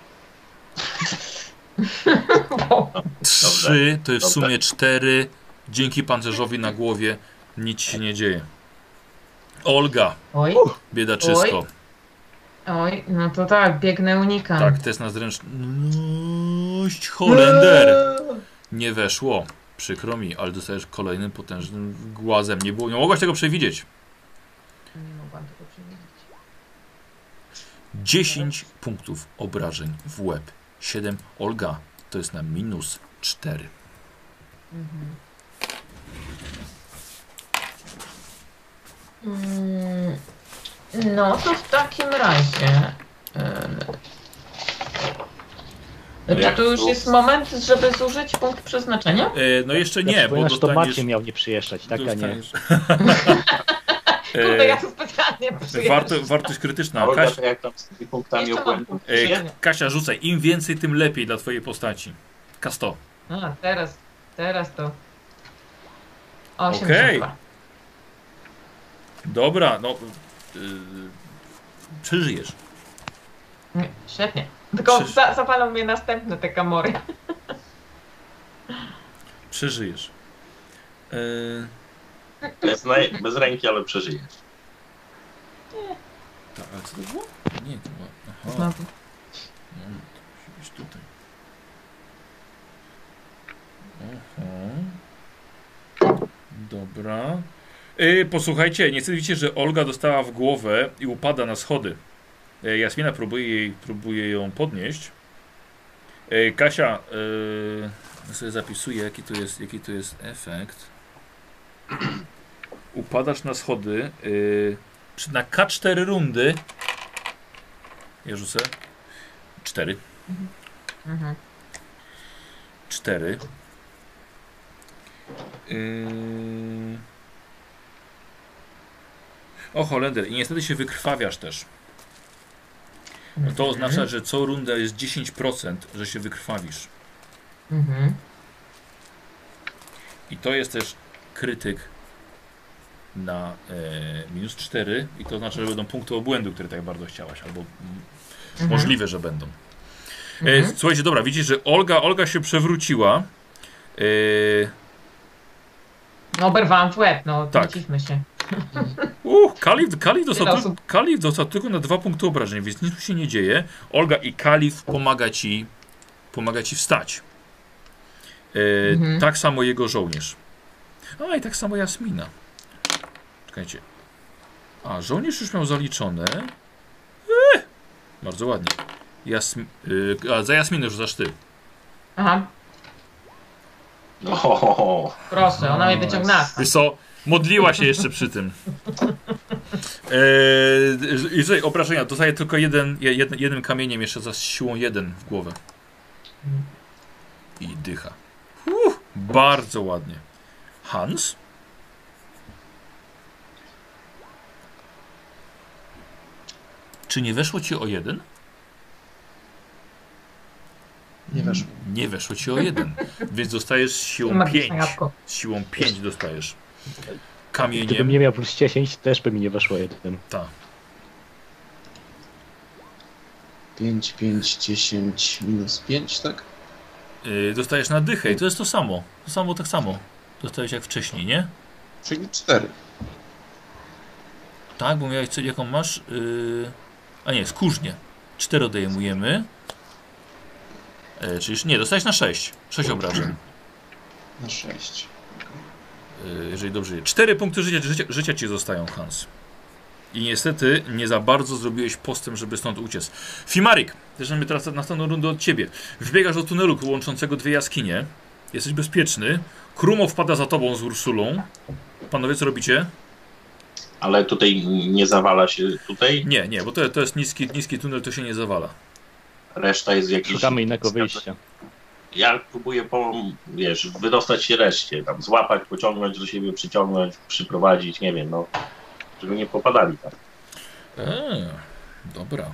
[SPEAKER 1] Trzy, to jest w sumie cztery. Dzięki pancerzowi na głowie nic się nie dzieje. Olga,
[SPEAKER 2] Oj,
[SPEAKER 1] biedaczysko.
[SPEAKER 2] oj, no to tak, biegnę, unikam.
[SPEAKER 1] Tak, test na zręczność. Holender. Nie weszło. Przykro mi, ale dostajesz kolejnym potężnym głazem. Nie było, nie mogłaś tego przewidzieć.
[SPEAKER 2] Nie mogłam tego przewidzieć.
[SPEAKER 1] dziesięć punktów obrażeń w łeb. siedem. Olga, to jest na minus cztery.
[SPEAKER 2] Mhm. Mm, No to w takim razie. Yy, czy
[SPEAKER 5] Jak
[SPEAKER 2] to już
[SPEAKER 5] to-
[SPEAKER 2] jest moment, żeby zużyć punkt przeznaczenia?
[SPEAKER 1] E, no jeszcze nie,
[SPEAKER 4] Ja
[SPEAKER 1] bo
[SPEAKER 4] bo to
[SPEAKER 1] dostaniesz...
[SPEAKER 4] Maciej miał nie przyjeżdżać, tak, a nie.
[SPEAKER 1] dostaniesz
[SPEAKER 2] Kurde,
[SPEAKER 1] e,
[SPEAKER 2] ja to specjalnie przyjeżdżam.
[SPEAKER 1] warto, wartość krytyczna.
[SPEAKER 5] A Olga,
[SPEAKER 1] Kaś,
[SPEAKER 5] to jak tam z tymi punktami
[SPEAKER 2] Jeszcze mam
[SPEAKER 5] obłędu?
[SPEAKER 2] punkt
[SPEAKER 1] e,
[SPEAKER 2] przeznaczenia.
[SPEAKER 1] Kasia, rzucaj. Im więcej, tym lepiej dla twojej postaci. K sto.
[SPEAKER 2] A, teraz, teraz to. osiemdziesiąt dwa.
[SPEAKER 1] Dobra, no... Yy, przeżyjesz.
[SPEAKER 2] Nie, Świetnie. Tylko
[SPEAKER 1] Przecież-
[SPEAKER 2] za, zapalą mnie następne te kamory.
[SPEAKER 1] Przeżyjesz. Yy,
[SPEAKER 5] Bez, bez ręki, ale przeżyjesz.
[SPEAKER 1] tak, ale co to było? Nie, to było... Aha.
[SPEAKER 2] Znowu.
[SPEAKER 1] No, to musi być tutaj. Aha. Dobra. Yy, posłuchajcie, niestety widzicie, że Olga dostała w głowę i upada na schody. Yy, Jasmina próbuje, jej, próbuje ją podnieść. Yy, Kasia, yy, ja sobie zapisuję, jaki tu jest, jaki tu jest efekt. Upadasz na schody. Yy, przy- na K cztery rundy. Ja rzucę. cztery.
[SPEAKER 2] Mhm.
[SPEAKER 1] cztery. Yy... O, Holender. I niestety się wykrwawiasz też. No to oznacza, że co runda jest dziesięć procent, że się wykrwawisz.
[SPEAKER 2] Mhm.
[SPEAKER 1] I to jest też krytyk na e, minus cztery. I to oznacza, że będą punkty obłędu, które tak bardzo chciałaś. Albo mm,
[SPEAKER 2] Mhm.
[SPEAKER 1] możliwe, że będą. E,
[SPEAKER 2] Mhm.
[SPEAKER 1] słuchajcie, dobra, widzisz, że Olga, Olga się przewróciła. E,
[SPEAKER 2] No oberwałam w łeb, no
[SPEAKER 1] Tak.
[SPEAKER 2] tak. się.
[SPEAKER 1] Uch, Kalif, Kalif, dostał,
[SPEAKER 2] Wiele
[SPEAKER 1] tu,
[SPEAKER 2] osób.
[SPEAKER 1] Kalif dostał tylko na dwa punkty obrażeń, więc nic tu się nie dzieje. Olga i Kalif pomaga ci, pomaga ci wstać. E,
[SPEAKER 2] Mhm.
[SPEAKER 1] Tak samo jego żołnierz. A i tak samo Jasmina. Czekajcie. A, żołnierz już miał zaliczone. Eee, bardzo ładnie. Jasm, y, a za Jasminę już zasz ty.
[SPEAKER 2] Aha,
[SPEAKER 5] O,
[SPEAKER 2] proszę, ona mnie wyciągnęła.
[SPEAKER 1] Wiesz co, modliła się jeszcze przy tym. Eee, jeżeli obrażenia, dostaje tylko jeden, jed, jednym kamieniem jeszcze za siłą jeden w głowę. I dycha. Uff, bardzo ładnie. Hans? Czy nie weszło ci o jeden?
[SPEAKER 3] Nie weszło.
[SPEAKER 1] Nie weszło ci o jeden. Więc dostajesz siłą
[SPEAKER 2] Magiczne
[SPEAKER 1] pięć.
[SPEAKER 2] jabłko.
[SPEAKER 1] Siłą pięć dostajesz.
[SPEAKER 4] Gdybym
[SPEAKER 1] Kamieniem.
[SPEAKER 4] nie miał plus dziesięć, też by mi nie weszło jeden.
[SPEAKER 1] Tak.
[SPEAKER 3] pięć, pięć, dziesięć, minus pięć, tak?
[SPEAKER 1] Yy, dostajesz na dychę i to jest to samo. To samo tak samo. Dostajesz jak wcześniej, nie?
[SPEAKER 3] Czyli cztery.
[SPEAKER 1] Tak, bo miałeś co, jaką masz? Yy... A nie, skórznie. cztery odejmujemy. Yy, czyli nie, dostajesz na sześć. sześć obrażeń.
[SPEAKER 3] Na sześć.
[SPEAKER 1] Yy, jeżeli dobrze jest. cztery punkty życia, życia, życia ci zostają, Hans. I niestety nie za bardzo zrobiłeś postęp, żeby stąd uciec. Fimarik, bierzemy teraz następną rundę od ciebie. Wbiegasz do tunelu łączącego dwie jaskinie. Jesteś bezpieczny. Krumo wpada za tobą z Ursulą. Panowie, co robicie?
[SPEAKER 5] ale tutaj nie zawala się tutaj?
[SPEAKER 1] Nie, nie, bo to, to jest niski, niski tunel, to się nie zawala.
[SPEAKER 5] Reszta jest jakiś...
[SPEAKER 4] Szukamy innego wyjścia.
[SPEAKER 5] Ja próbuję, po, wiesz, wydostać się reszcie, tam złapać, pociągnąć do siebie, przyciągnąć, przyprowadzić, nie wiem, no, żeby nie popadali tam.
[SPEAKER 1] Eee, dobra.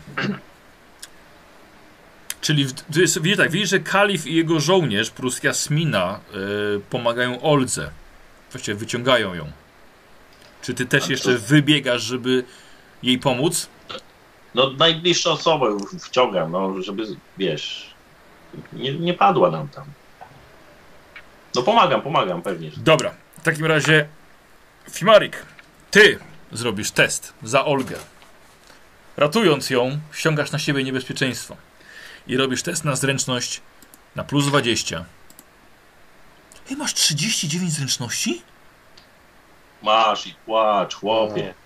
[SPEAKER 1] Czyli widzisz, tak, widzisz, że Kalif i jego żołnierz plus Jasmina y, pomagają Oldze. Właściwie wyciągają ją. Czy ty też
[SPEAKER 5] A
[SPEAKER 1] jeszcze
[SPEAKER 5] co?
[SPEAKER 1] wybiegasz, żeby jej pomóc?
[SPEAKER 5] No najbliższą osobę już wciągam, no, żeby, wiesz, nie, nie padła nam tam. No pomagam, pomagam, pewnie. że-
[SPEAKER 1] Dobra, w takim razie Fimarik, ty zrobisz test za Olgę. Ratując ją, ściągasz na siebie niebezpieczeństwo. I robisz test na zręczność na plus dwadzieścia. Ej, masz trzydzieści dziewięć zręczności?
[SPEAKER 5] Masz i płacz, chłopie.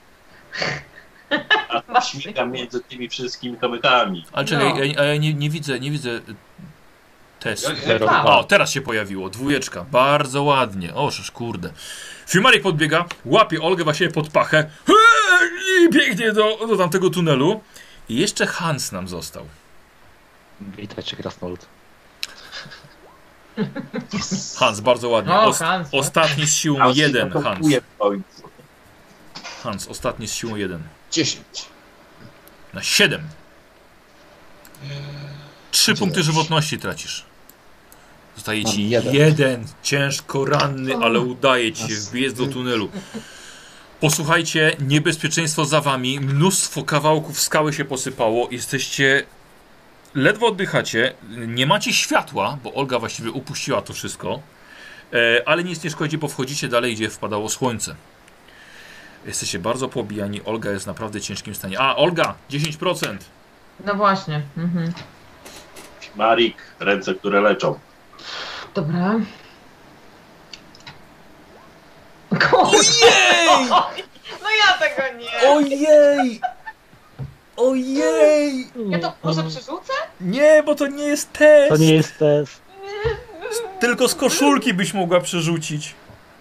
[SPEAKER 5] A to śmigam między tymi wszystkimi kamykami.
[SPEAKER 1] Ale czekaj,
[SPEAKER 2] No.
[SPEAKER 1] ja, a ja nie, nie widzę, nie widzę y, testu.
[SPEAKER 5] Ja-
[SPEAKER 4] Zero
[SPEAKER 2] dwa.
[SPEAKER 4] dwa.
[SPEAKER 1] O, teraz się pojawiło, dwójeczka, bardzo ładnie. O, żeż kurde. Fimarik podbiega, łapie Olgę właśnie pod pachę i biegnie do, do tamtego tunelu. I jeszcze Hans nam został.
[SPEAKER 4] Widać czy krasnolud.
[SPEAKER 1] Hans, bardzo ładnie.
[SPEAKER 2] O,
[SPEAKER 1] Os
[SPEAKER 2] Hans.
[SPEAKER 1] ostatni z siłą
[SPEAKER 5] A się
[SPEAKER 1] jeden, Hans.
[SPEAKER 5] atakuje w końcu.
[SPEAKER 1] Hans, ostatni z siłą jeden.
[SPEAKER 3] dziesięć.
[SPEAKER 1] Na siedem. Trzy
[SPEAKER 3] Gdzie
[SPEAKER 1] punkty
[SPEAKER 3] leżysz?
[SPEAKER 1] żywotności tracisz. Zostaje
[SPEAKER 3] Mam
[SPEAKER 1] ci
[SPEAKER 3] jeden.
[SPEAKER 1] jeden, ciężko ranny, ale udaje ci się wbiec do tunelu. Posłuchajcie, niebezpieczeństwo za wami, mnóstwo kawałków skały się posypało, jesteście, ledwo oddychacie, nie macie światła, bo Olga właściwie upuściła to wszystko, e, ale nic nie szkodzi, bo wchodzicie dalej, gdzie wpadało słońce. Jesteście bardzo pobijani, Olga jest w naprawdę ciężkim stanie. A, Olga, dziesięć procent.
[SPEAKER 2] No właśnie. Mhm.
[SPEAKER 5] Marik, ręce, które leczą.
[SPEAKER 2] Dobra. Kurde.
[SPEAKER 1] Ojej!
[SPEAKER 2] No ja tego nie.
[SPEAKER 1] Ojej! Ojej!
[SPEAKER 2] Ja to może przerzucę?
[SPEAKER 1] Nie, bo to nie jest test.
[SPEAKER 4] To nie jest test.
[SPEAKER 1] Tylko z koszulki byś mogła przerzucić.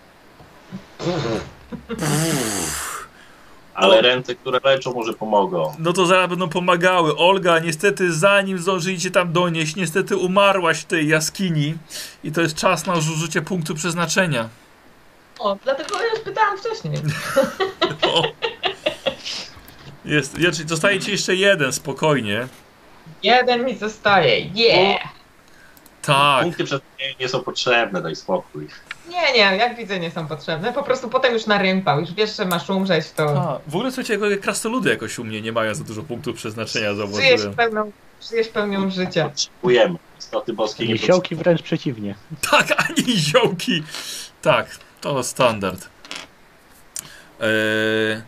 [SPEAKER 5] Ale
[SPEAKER 1] O.
[SPEAKER 5] ręce, które leczą, może pomogą.
[SPEAKER 1] No to zaraz będą pomagały. Olga, niestety zanim zdążyliście tam donieść, niestety umarłaś w tej jaskini. I to jest czas na użycie punktu przeznaczenia.
[SPEAKER 2] O, dlatego ja już pytałam wcześniej.
[SPEAKER 1] O. Jest, ja- czyli zostaje ci jeszcze jeden, spokojnie.
[SPEAKER 2] Jeden mi zostaje. Yeah!
[SPEAKER 1] Tak.
[SPEAKER 5] Punkty przeznaczenia nie są potrzebne, daj spokój.
[SPEAKER 2] Nie, nie, jak widzę, nie są potrzebne. Po prostu potem już narympał. Już wiesz, że masz umrzeć, to
[SPEAKER 1] A, w ogóle słuchajcie, jak krasnoludy jakoś u mnie nie mają za dużo punktów przeznaczenia,
[SPEAKER 2] żyjesz
[SPEAKER 1] zauważyłem.
[SPEAKER 2] pełną, żyjesz pełnią życia.
[SPEAKER 5] Potrzebujemy. Istoty boskie nie
[SPEAKER 4] Jesiołki wręcz przeciwnie.
[SPEAKER 1] Tak, ani ziołki. Tak, to standard. Eee,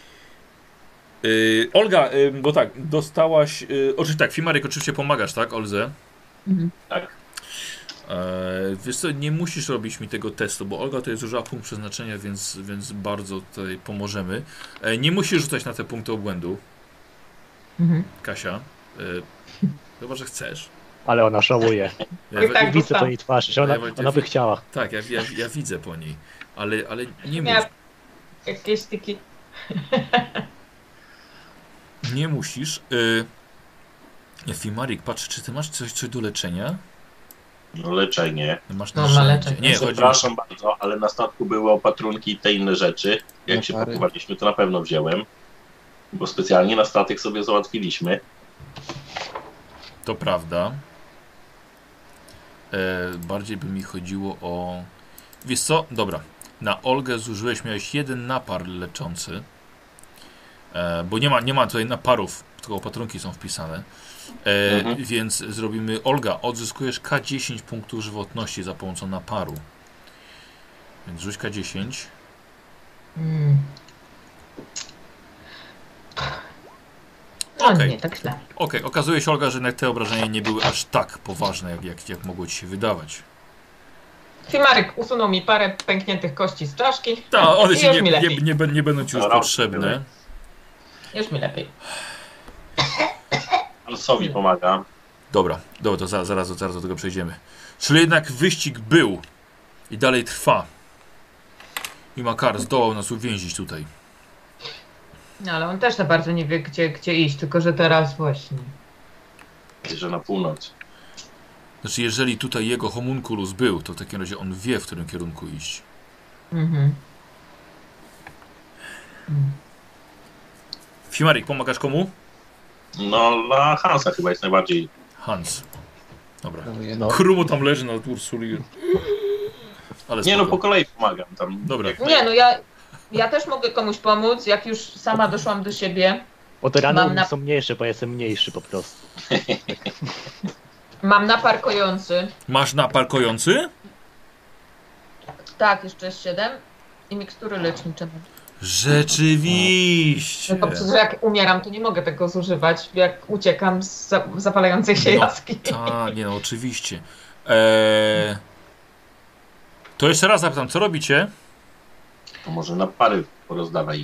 [SPEAKER 1] yy, Olga, yy, bo tak, dostałaś... Yy, oczywiście tak, Fimarek, oczywiście pomagasz, tak, Oldze?
[SPEAKER 2] Mhm.
[SPEAKER 5] Tak.
[SPEAKER 1] Eee, wiesz co, nie musisz robić mi tego testu, bo Olga to jest zużyła punkt przeznaczenia, więc, więc bardzo tutaj pomożemy. Eee, nie musisz rzucać na te punkty obłędu,
[SPEAKER 2] Mhm.
[SPEAKER 1] Kasia. Eee, chyba, że chcesz.
[SPEAKER 4] Ale ona żałuje.
[SPEAKER 1] Ja,
[SPEAKER 2] Oj, tak.
[SPEAKER 4] Widzę po
[SPEAKER 2] dostałam.
[SPEAKER 4] jej twarzy, że ona,
[SPEAKER 1] Ja- ja-
[SPEAKER 4] ona by chciała.
[SPEAKER 1] tak, ja, ja, ja widzę po niej, ale, ale nie mów.
[SPEAKER 2] Miała jakieś takie...
[SPEAKER 1] Nie musisz. Yy, Fimarik, patrz, czy ty masz coś, coś do leczenia?
[SPEAKER 5] No leczenie.
[SPEAKER 1] Masz
[SPEAKER 2] No, ma
[SPEAKER 1] narzędzie.
[SPEAKER 2] leczenie.
[SPEAKER 1] Nie, chodzi o...
[SPEAKER 5] Przepraszam bardzo, ale na statku były opatrunki i te inne rzeczy. Jak
[SPEAKER 3] No
[SPEAKER 5] się
[SPEAKER 3] pary.
[SPEAKER 5] pakowaliśmy, to na pewno wziąłem. Bo specjalnie na statek sobie załatwiliśmy.
[SPEAKER 1] To prawda. E, bardziej by mi chodziło o... Wiesz co? Dobra. Na Olgę zużyłeś, miałeś jeden napar leczący. E, bo nie ma, nie ma tutaj naparów, tylko opatrunki są wpisane. E,
[SPEAKER 5] Mhm.
[SPEAKER 1] Więc zrobimy... Olga, odzyskujesz K dziesięć punktów żywotności za pomocą naparu. Więc rzuć K dziesięć.
[SPEAKER 2] Mm. No
[SPEAKER 1] Okej.
[SPEAKER 2] nie, tak źle.
[SPEAKER 1] Okej, okazuje się, Olga, że jednak te obrażenia nie były aż tak poważne, jak, jak, jak mogło ci się wydawać.
[SPEAKER 2] Fimarek usunął mi parę pękniętych kości z czaszki.
[SPEAKER 1] Tak, one
[SPEAKER 2] I
[SPEAKER 1] się
[SPEAKER 2] już
[SPEAKER 1] nie,
[SPEAKER 2] mi
[SPEAKER 1] nie,
[SPEAKER 2] lepiej.
[SPEAKER 1] nie, bę- nie będą ci już
[SPEAKER 5] Dobra,
[SPEAKER 1] potrzebne.
[SPEAKER 2] Już mi lepiej.
[SPEAKER 5] Hansowi pomaga.
[SPEAKER 1] Dobra, dobra, to zaraz, zaraz, zaraz do tego przejdziemy. Czyli jednak wyścig był i dalej trwa. I Makar zdołał nas uwięzić tutaj.
[SPEAKER 2] No ale on też za bardzo nie wie, gdzie, gdzie iść, tylko że teraz właśnie.
[SPEAKER 5] Że na północ.
[SPEAKER 1] Znaczy, jeżeli tutaj jego homunculus był, to w takim razie on wie, w którym kierunku iść.
[SPEAKER 2] Mhm. Mm.
[SPEAKER 1] Fimarik, pomagasz komu?
[SPEAKER 5] No dla Hansa chyba jest najbardziej.
[SPEAKER 1] Hans. Dobra.
[SPEAKER 4] No.
[SPEAKER 1] Krumo tam leży na Ursuli. Ale
[SPEAKER 5] Nie no,
[SPEAKER 1] spoko.
[SPEAKER 5] po kolei pomagam tam.
[SPEAKER 1] Dobra.
[SPEAKER 5] Jak
[SPEAKER 2] Nie no, ja, ja też mogę komuś pomóc, jak już sama doszłam do siebie.
[SPEAKER 4] Bo te rany
[SPEAKER 2] Mam
[SPEAKER 4] u
[SPEAKER 2] na-
[SPEAKER 4] mnie są mniejsze, bo ja jestem mniejszy po prostu.
[SPEAKER 2] Mam napar kojący.
[SPEAKER 1] Masz napar kojący?
[SPEAKER 2] Tak, jeszcze jest siedem. I mikstury lecznicze.
[SPEAKER 1] Rzeczywiście.
[SPEAKER 2] No to przecież jak umieram, to nie mogę tego zużywać, jak uciekam z za- zapalającej się
[SPEAKER 1] No,
[SPEAKER 2] jaskini.
[SPEAKER 1] Tak, nie no, oczywiście. Eee... To jeszcze raz zapytam, co robicie?
[SPEAKER 5] To może na pary porozdawaj.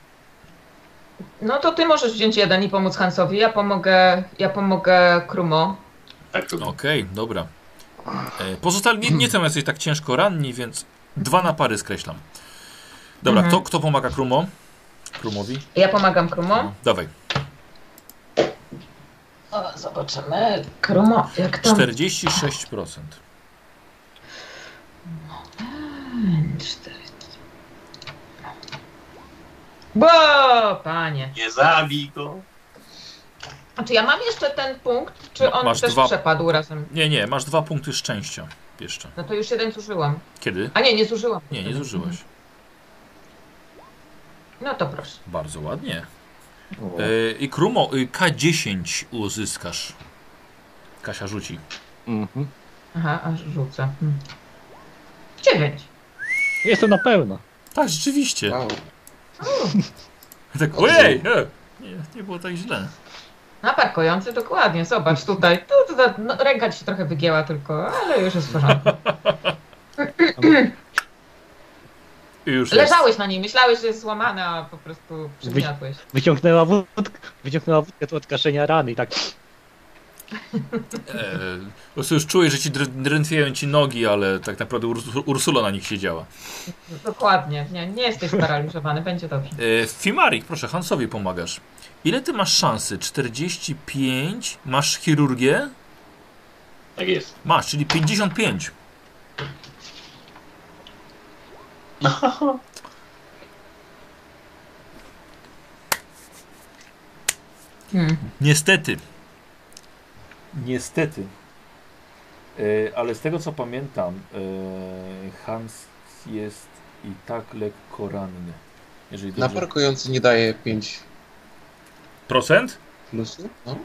[SPEAKER 2] No to ty możesz wziąć jeden i pomóc Hansowi, ja pomogę, ja pomogę Krumo.
[SPEAKER 5] Tak to
[SPEAKER 1] Okej, dobra. E, pozostali nie, nie są jacyś tak ciężko ranni, więc dwa napary skreślam. Dobra,
[SPEAKER 2] Mhm.
[SPEAKER 1] kto, kto pomaga Krumo? Krumowi?
[SPEAKER 2] Ja pomagam Krumo.
[SPEAKER 1] No, dawaj.
[SPEAKER 2] O, zobaczymy. Krumo, jak tam?
[SPEAKER 1] czterdzieści sześć procent.
[SPEAKER 2] Cztery. Bo, panie.
[SPEAKER 5] nie zabij go.
[SPEAKER 2] A czy ja mam jeszcze ten punkt, czy
[SPEAKER 1] Ma-
[SPEAKER 2] on
[SPEAKER 1] masz
[SPEAKER 2] też
[SPEAKER 1] dwa.
[SPEAKER 2] przepadł razem?
[SPEAKER 1] Nie, nie, masz dwa punkty szczęścia jeszcze.
[SPEAKER 2] No to już jeden zużyłam.
[SPEAKER 1] Kiedy?
[SPEAKER 2] A nie, nie zużyłam.
[SPEAKER 1] Nie, nie zużyłaś.
[SPEAKER 2] No to proszę.
[SPEAKER 1] Bardzo ładnie.
[SPEAKER 4] O.
[SPEAKER 1] E, I Krumo, y, K dziesięć uzyskasz. Kasia rzuci.
[SPEAKER 4] Mhm.
[SPEAKER 2] Aha, aż rzucę. Hmm. Dziewięć.
[SPEAKER 4] Jestem na pełno.
[SPEAKER 1] Tak, rzeczywiście.
[SPEAKER 3] Wow.
[SPEAKER 1] Tak, ojej! E, nie, nie było tak źle.
[SPEAKER 2] Napar kojący, dokładnie, zobacz tutaj. Tu, tu, tu, no, ręka ci się trochę wygięła tylko, ale już jest w porządku.
[SPEAKER 1] I już jest.
[SPEAKER 2] Leżałeś na niej, myślałeś, że jest złamana, a po prostu przygniatłeś.
[SPEAKER 4] Wyciągnęła wódkę, wyciągnęła wódkę to od kaszenia rany i tak.
[SPEAKER 1] E, po prostu już czuję, że ci drę- drętwieją ci nogi, ale tak naprawdę Urs- Ursula na nich siedziała.
[SPEAKER 2] Dokładnie, nie, nie jesteś sparaliżowany, będzie dobrze.
[SPEAKER 1] E, Fimarik, proszę, Hansowi pomagasz. Ile ty masz szansy? czterdzieści pięć? Masz chirurgię?
[SPEAKER 5] Tak jest.
[SPEAKER 1] Masz, czyli pięćdziesiąt pięć.
[SPEAKER 2] Hmm.
[SPEAKER 1] Niestety. Niestety. E, ale z tego co pamiętam, e, Hans jest i tak lekko ranny. Jeżeli dobrze...
[SPEAKER 3] Napar kojący nie daje pięć
[SPEAKER 1] Procent?
[SPEAKER 3] plusów? No,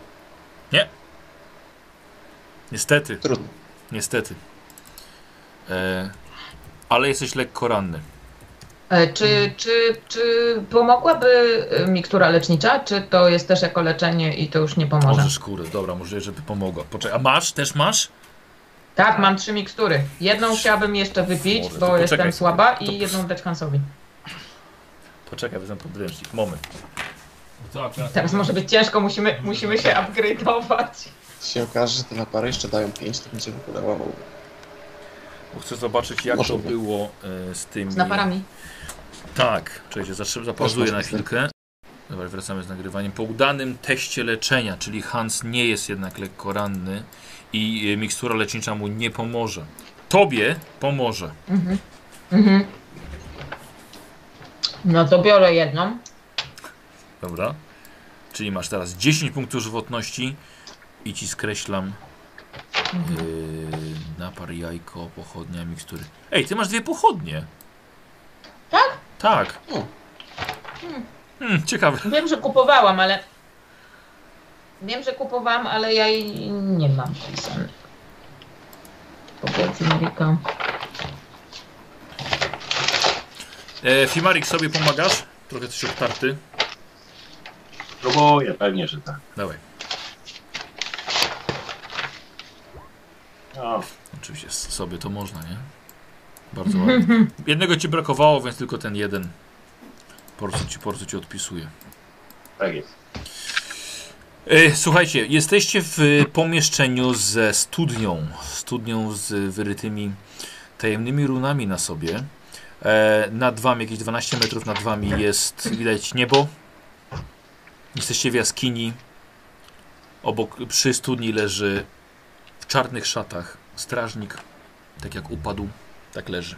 [SPEAKER 1] Niestety.
[SPEAKER 3] trudno.
[SPEAKER 1] Niestety. E, ale jesteś lekko ranny.
[SPEAKER 2] E, Czy, czy, czy pomogłaby e, mikstura lecznicza, czy to jest też jako leczenie i to już nie pomoże?
[SPEAKER 1] Może skórę, dobra, może żeby pomogła. Poczekaj, a masz? Też masz?
[SPEAKER 2] Tak, mam trzy mikstury. Jedną chciałabym jeszcze wypić,
[SPEAKER 1] Może, to
[SPEAKER 2] bo
[SPEAKER 1] poczekaj
[SPEAKER 2] jestem
[SPEAKER 1] sobie.
[SPEAKER 2] słaba
[SPEAKER 1] To
[SPEAKER 2] i jedną dać Hansowi.
[SPEAKER 1] Poczekaj, wezmę podręcznik. Moment.
[SPEAKER 2] Teraz może być ciężko, musimy, musimy się upgrade'ować.
[SPEAKER 3] Jeśli się okaże, że te napary jeszcze dają pięć, to będzie wydawało.
[SPEAKER 1] Bo chcę zobaczyć, jak
[SPEAKER 3] Może
[SPEAKER 1] to
[SPEAKER 3] nie.
[SPEAKER 1] było e, z tymi...
[SPEAKER 2] Z naparami.
[SPEAKER 1] Tak, czekajcie, zatrzym- zapauzuję
[SPEAKER 3] Też
[SPEAKER 1] na
[SPEAKER 3] masz
[SPEAKER 1] chwilkę. Dobra, wracamy z nagrywaniem. Po udanym teście leczenia, czyli Hans nie jest jednak lekko ranny i e, mikstura lecznicza mu nie pomoże. Tobie pomoże.
[SPEAKER 2] Mhm. Mhm. No to biorę jedną.
[SPEAKER 1] Dobra. Czyli masz teraz dziesięć punktów żywotności i ci skreślam
[SPEAKER 2] Mhm.
[SPEAKER 1] yy, napar, jajko, pochodnia, mikstury. Ej, ty masz dwie pochodnie.
[SPEAKER 2] Tak?
[SPEAKER 1] Tak.
[SPEAKER 3] O.
[SPEAKER 1] Hmm, ciekawe.
[SPEAKER 2] Wiem, że kupowałam, ale... Wiem, że kupowałam, ale ja jej nie mam wpisanych. Powiedz Marika.
[SPEAKER 1] E, Fimarik, sobie pomagasz? Trochę jesteś obtarty.
[SPEAKER 5] Próbuję, pewnie, że tak.
[SPEAKER 1] Dawaj.
[SPEAKER 5] No,
[SPEAKER 1] Oczywiście s- sobie to można, nie? Bardzo ładnie. Jednego ci brakowało, więc tylko ten jeden. Po prostu ci, po prostu ci odpisuję.
[SPEAKER 5] tak jest.
[SPEAKER 1] E, słuchajcie, jesteście w pomieszczeniu ze studnią. Studnią z wyrytymi tajemnymi runami na sobie. E, nad wami, jakieś dwanaście metrów nad wami jest, widać niebo. Jesteście w jaskini. Obok, przy studni leży w czarnych szatach strażnik. Tak jak upadł, tak leży.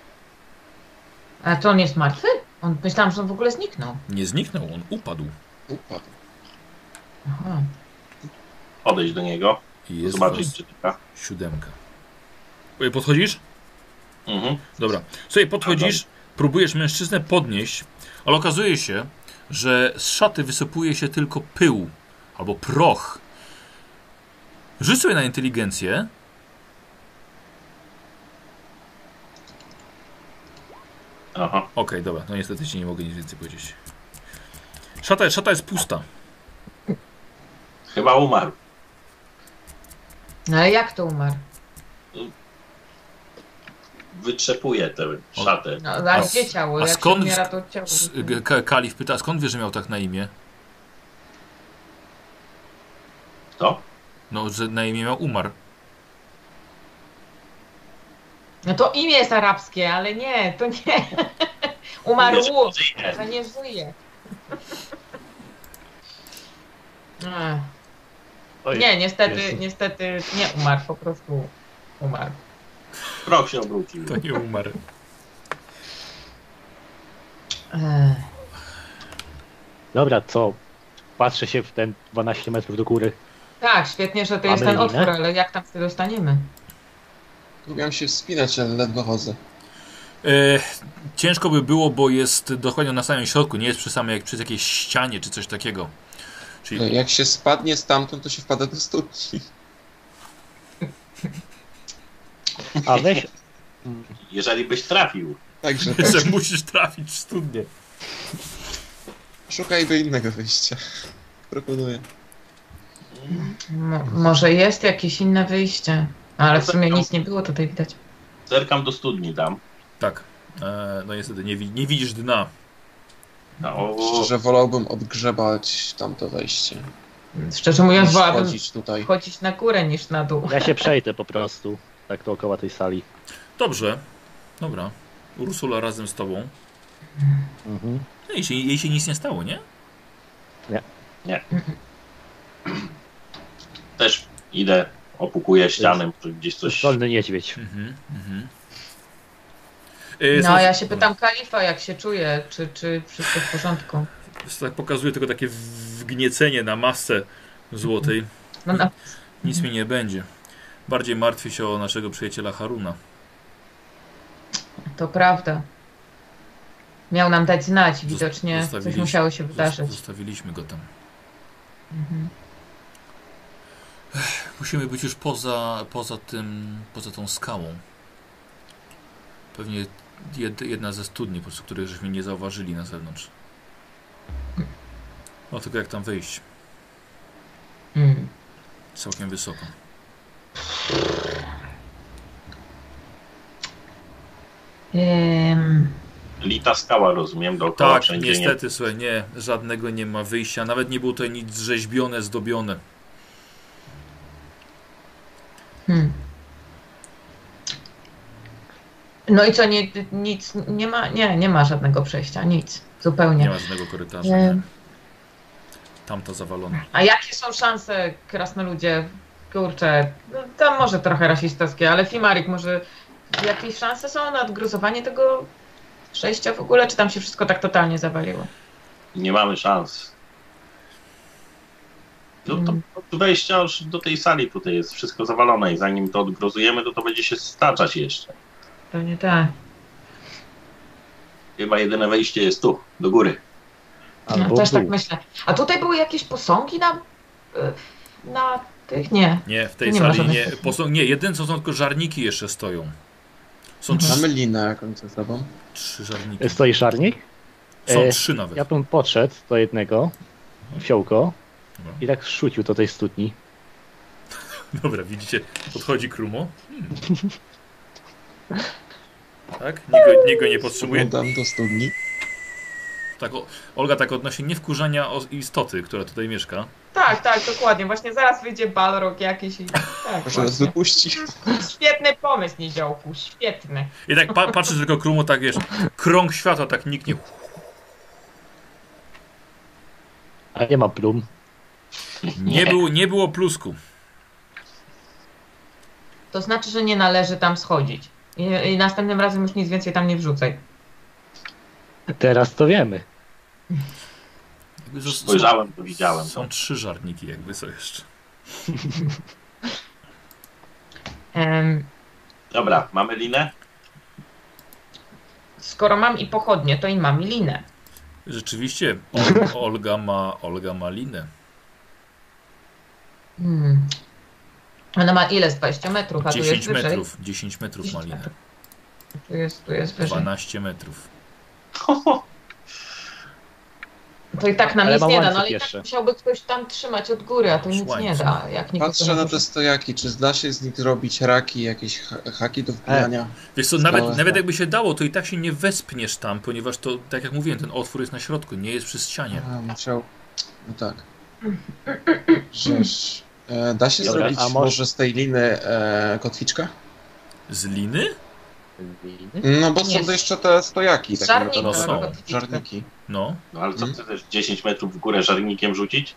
[SPEAKER 2] A to on jest martwy? On, myślałam, że on w ogóle zniknął.
[SPEAKER 1] Nie zniknął, on upadł.
[SPEAKER 3] Upadł.
[SPEAKER 2] Aha.
[SPEAKER 5] Podejść do niego,
[SPEAKER 1] I jest
[SPEAKER 5] zobaczyć,
[SPEAKER 1] was
[SPEAKER 5] czy taka.
[SPEAKER 1] siódemka. Oj, podchodzisz?
[SPEAKER 5] Mhm.
[SPEAKER 1] Dobra. Słuchaj, podchodzisz, próbujesz mężczyznę podnieść, ale okazuje się, że z szaty wysypuje się tylko pył albo proch. Rzuć sobie na inteligencję.
[SPEAKER 5] Aha.
[SPEAKER 1] Okej, dobra, no niestety ci nie mogę nic więcej powiedzieć. Szata, szata jest pusta.
[SPEAKER 5] Chyba umarł.
[SPEAKER 2] No ale jak to umarł?
[SPEAKER 5] Wytrzepuje tę szatę.
[SPEAKER 2] No, a
[SPEAKER 1] A
[SPEAKER 2] gdzie
[SPEAKER 1] s-
[SPEAKER 2] ciało?
[SPEAKER 1] a
[SPEAKER 2] Jak
[SPEAKER 1] skąd-
[SPEAKER 2] się umiera, to ciało.
[SPEAKER 1] S- G- Ka- Kalif pyta, a skąd wiesz, że miał tak na imię?
[SPEAKER 5] To?
[SPEAKER 1] No, że na imię miał Umar.
[SPEAKER 2] No to imię jest arabskie, ale nie, to nie. Umarł,
[SPEAKER 5] Żyje.
[SPEAKER 2] to nie żyje. Ech.
[SPEAKER 4] Oj,
[SPEAKER 2] Nie, niestety,
[SPEAKER 4] Jezu.
[SPEAKER 2] niestety nie umarł, po prostu umarł.
[SPEAKER 5] Krok się obrócił.
[SPEAKER 1] To nie umarł.
[SPEAKER 2] Ech.
[SPEAKER 4] Dobra, co? Patrzę się w ten dwanaście metrów do góry.
[SPEAKER 2] Tak, świetnie, że to
[SPEAKER 4] Mamy
[SPEAKER 2] jest ten
[SPEAKER 4] linę?
[SPEAKER 2] otwór, ale jak tam się dostaniemy?
[SPEAKER 3] Lubiłem się wspinać, ale ledwo chodzę.
[SPEAKER 1] E, ciężko by było, bo jest dokładnie na samym środku, nie jest przy samej, jak przy jakiejś ścianie czy coś takiego. Czyli
[SPEAKER 3] Jak się spadnie stamtąd, to się wpada do studni.
[SPEAKER 4] A weź,
[SPEAKER 5] Jeżeli byś trafił.
[SPEAKER 3] Także
[SPEAKER 1] że musisz trafić w studnię.
[SPEAKER 3] szukajmy innego wyjścia. Proponuję.
[SPEAKER 2] Mo- może jest jakieś inne wyjście, ale w sumie nic nie było tutaj widać.
[SPEAKER 5] Zerkam do studni tam.
[SPEAKER 1] Tak. E, no niestety, nie, wi- nie widzisz dna.
[SPEAKER 5] No,
[SPEAKER 3] Szczerze wolałbym odgrzebać tamto wejście.
[SPEAKER 2] Szczerze mówiąc,
[SPEAKER 3] Niż
[SPEAKER 2] wolałabym
[SPEAKER 3] chodzić tutaj.
[SPEAKER 2] chodzić na górę niż na dół.
[SPEAKER 4] ja się przejdę po prostu. Tak dookoła tej sali.
[SPEAKER 1] Dobrze. Dobra. Ursula razem z tobą.
[SPEAKER 4] Mhm.
[SPEAKER 1] No, jej, się, jej się nic nie stało, nie?
[SPEAKER 5] też idę, opukuję ścianę, czy gdzieś coś.
[SPEAKER 4] Szkolny niedźwiedź.
[SPEAKER 1] Mhm, mhm. E,
[SPEAKER 2] No,
[SPEAKER 1] słuchaj-
[SPEAKER 2] ja się pytam Kalifa, jak się czuje, czy, czy wszystko w porządku.
[SPEAKER 1] Tak pokazuje tylko takie wgniecenie na masce złotej.
[SPEAKER 2] No, no.
[SPEAKER 1] Nic mi nie będzie. Bardziej martwię się o naszego przyjaciela Haruna.
[SPEAKER 2] To prawda. Miał nam dać znać, widocznie coś
[SPEAKER 1] Zostawiliśmy-
[SPEAKER 2] musiało się
[SPEAKER 1] zos-
[SPEAKER 2] wydarzyć.
[SPEAKER 1] Zostawiliśmy go tam.
[SPEAKER 2] Mhm.
[SPEAKER 1] Musimy być już poza, poza tym, poza tą skałą. Pewnie jed, jedna ze studni, po prostu, których żeśmy nie zauważyli na zewnątrz. O, tylko jak tam wyjść?
[SPEAKER 2] Hmm.
[SPEAKER 1] Całkiem wysoko.
[SPEAKER 2] Ym...
[SPEAKER 5] Lita skała, rozumiem, dookoła
[SPEAKER 1] Tak,
[SPEAKER 5] wszędzie.
[SPEAKER 1] niestety, słuchaj, nie, żadnego nie ma wyjścia. Nawet nie było tutaj nic zrzeźbione, zdobione.
[SPEAKER 2] Hmm. No i co, nie, nic, nie ma, nie, nie ma żadnego przejścia, nic, zupełnie.
[SPEAKER 1] Nie ma żadnego korytarza.
[SPEAKER 2] Nie.
[SPEAKER 1] Nie. Tamto zawalone.
[SPEAKER 2] A jakie są szanse, krasnoludzie, kurczę, no, tam może trochę rasistowskie, ale Fimarik, może jakieś szanse są na odgruzowanie tego przejścia w ogóle, czy tam się wszystko tak totalnie zawaliło?
[SPEAKER 5] Nie mamy szans. No to
[SPEAKER 2] Mm.
[SPEAKER 5] od wejścia już do tej sali tutaj jest wszystko zawalone i zanim to odgrozujemy, to to będzie się staczać jeszcze.
[SPEAKER 2] Pewnie tak.
[SPEAKER 5] Chyba jedyne wejście jest tu, do góry.
[SPEAKER 2] No,
[SPEAKER 4] Albo
[SPEAKER 2] też
[SPEAKER 4] w dół.
[SPEAKER 2] tak myślę. A tutaj były jakieś posągi na, na tych? Nie.
[SPEAKER 1] Nie, w tej
[SPEAKER 2] Nie ma
[SPEAKER 1] sali nie.
[SPEAKER 2] żadnych-
[SPEAKER 1] Posą, nie, jedyne co są tylko żarniki jeszcze stoją. Są
[SPEAKER 2] Mhm.
[SPEAKER 1] trzy,
[SPEAKER 3] Mamy linę jakąś ze sobą.
[SPEAKER 1] trzy żarniki.
[SPEAKER 4] Stoi szarnik?
[SPEAKER 1] Są
[SPEAKER 4] E,
[SPEAKER 1] trzy nawet.
[SPEAKER 4] Ja bym podszedł do jednego, fiołko,
[SPEAKER 1] Dobra.
[SPEAKER 4] i tak rzucił do tej studni.
[SPEAKER 1] Dobra, widzicie, podchodzi Krumo. Hmm. Tak? Niego, niego nie potrzebuje.
[SPEAKER 3] Podam do studni.
[SPEAKER 1] Tak, o, Olga tak odnosi niewkurzania o istoty, która tutaj mieszka.
[SPEAKER 2] Tak, tak, dokładnie. Właśnie zaraz wyjdzie balrog jakiś i... Tak,
[SPEAKER 3] Proszę nas
[SPEAKER 2] właśnie.
[SPEAKER 3] wypuścić.
[SPEAKER 2] Świetny pomysł, Niziołku, świetny.
[SPEAKER 1] I tak pa, patrzy tylko Krumo, tak wiesz, krąg światła tak niknie.
[SPEAKER 4] A nie ma plum.
[SPEAKER 1] Nie, było, nie było plusku.
[SPEAKER 2] To znaczy, że nie należy tam schodzić. I, i następnym razem już nic więcej tam nie wrzucaj.
[SPEAKER 4] Teraz to wiemy.
[SPEAKER 1] Jakby to-
[SPEAKER 5] Spojrzałem, to widziałem.
[SPEAKER 1] Są
[SPEAKER 5] To.
[SPEAKER 1] trzy żarniki, jakby co jeszcze.
[SPEAKER 2] Em,
[SPEAKER 5] Dobra, mamy linę?
[SPEAKER 2] skoro mam i pochodnie, to i mam i linę.
[SPEAKER 1] Rzeczywiście, Ol, Olga ma Olga ma linę.
[SPEAKER 2] Hmm. Ona ma ile? Z dwadzieścia metrów, a tu jest
[SPEAKER 1] dziesięć
[SPEAKER 2] wyżej.
[SPEAKER 1] metrów. dziesięć metrów ma
[SPEAKER 2] dziesięć
[SPEAKER 1] linę.
[SPEAKER 2] metrów. Tu jest, tu jest wyżej.
[SPEAKER 1] dwanaście metrów.
[SPEAKER 2] To i tak nam
[SPEAKER 4] Ale
[SPEAKER 2] nic
[SPEAKER 4] ma
[SPEAKER 2] nie da, no
[SPEAKER 4] łańcuch
[SPEAKER 2] ale i tak
[SPEAKER 4] jeszcze.
[SPEAKER 2] musiałby ktoś tam trzymać od góry, a to nic nie
[SPEAKER 1] Łańcuch.
[SPEAKER 2] da. Jak nikt
[SPEAKER 3] Patrzę na te stojaki, czy da się z nich zrobić raki, jakieś ha haki do wbijania.
[SPEAKER 1] Wiesz co, nawet,
[SPEAKER 3] Stałe.
[SPEAKER 1] nawet jakby się dało, to i tak się nie wespniesz tam, ponieważ to, tak jak mówiłem, ten otwór jest na środku, nie jest przy ścianie.
[SPEAKER 3] A, musiał... No tak. Żeż... E, da się
[SPEAKER 4] Dobra,
[SPEAKER 3] zrobić
[SPEAKER 4] a
[SPEAKER 3] może...
[SPEAKER 4] może-
[SPEAKER 3] z tej liny e, kotwiczka?
[SPEAKER 1] Z liny?
[SPEAKER 3] No bo są
[SPEAKER 2] Nie.
[SPEAKER 3] to jeszcze te stojaki. takie
[SPEAKER 2] Żarnik,
[SPEAKER 1] no
[SPEAKER 3] metalowe.
[SPEAKER 1] są.
[SPEAKER 2] kotwiczka.
[SPEAKER 3] Żarniki.
[SPEAKER 1] No.
[SPEAKER 5] No ale co,
[SPEAKER 3] Mhm.
[SPEAKER 5] chcesz też dziesięć metrów w górę żarnikiem rzucić?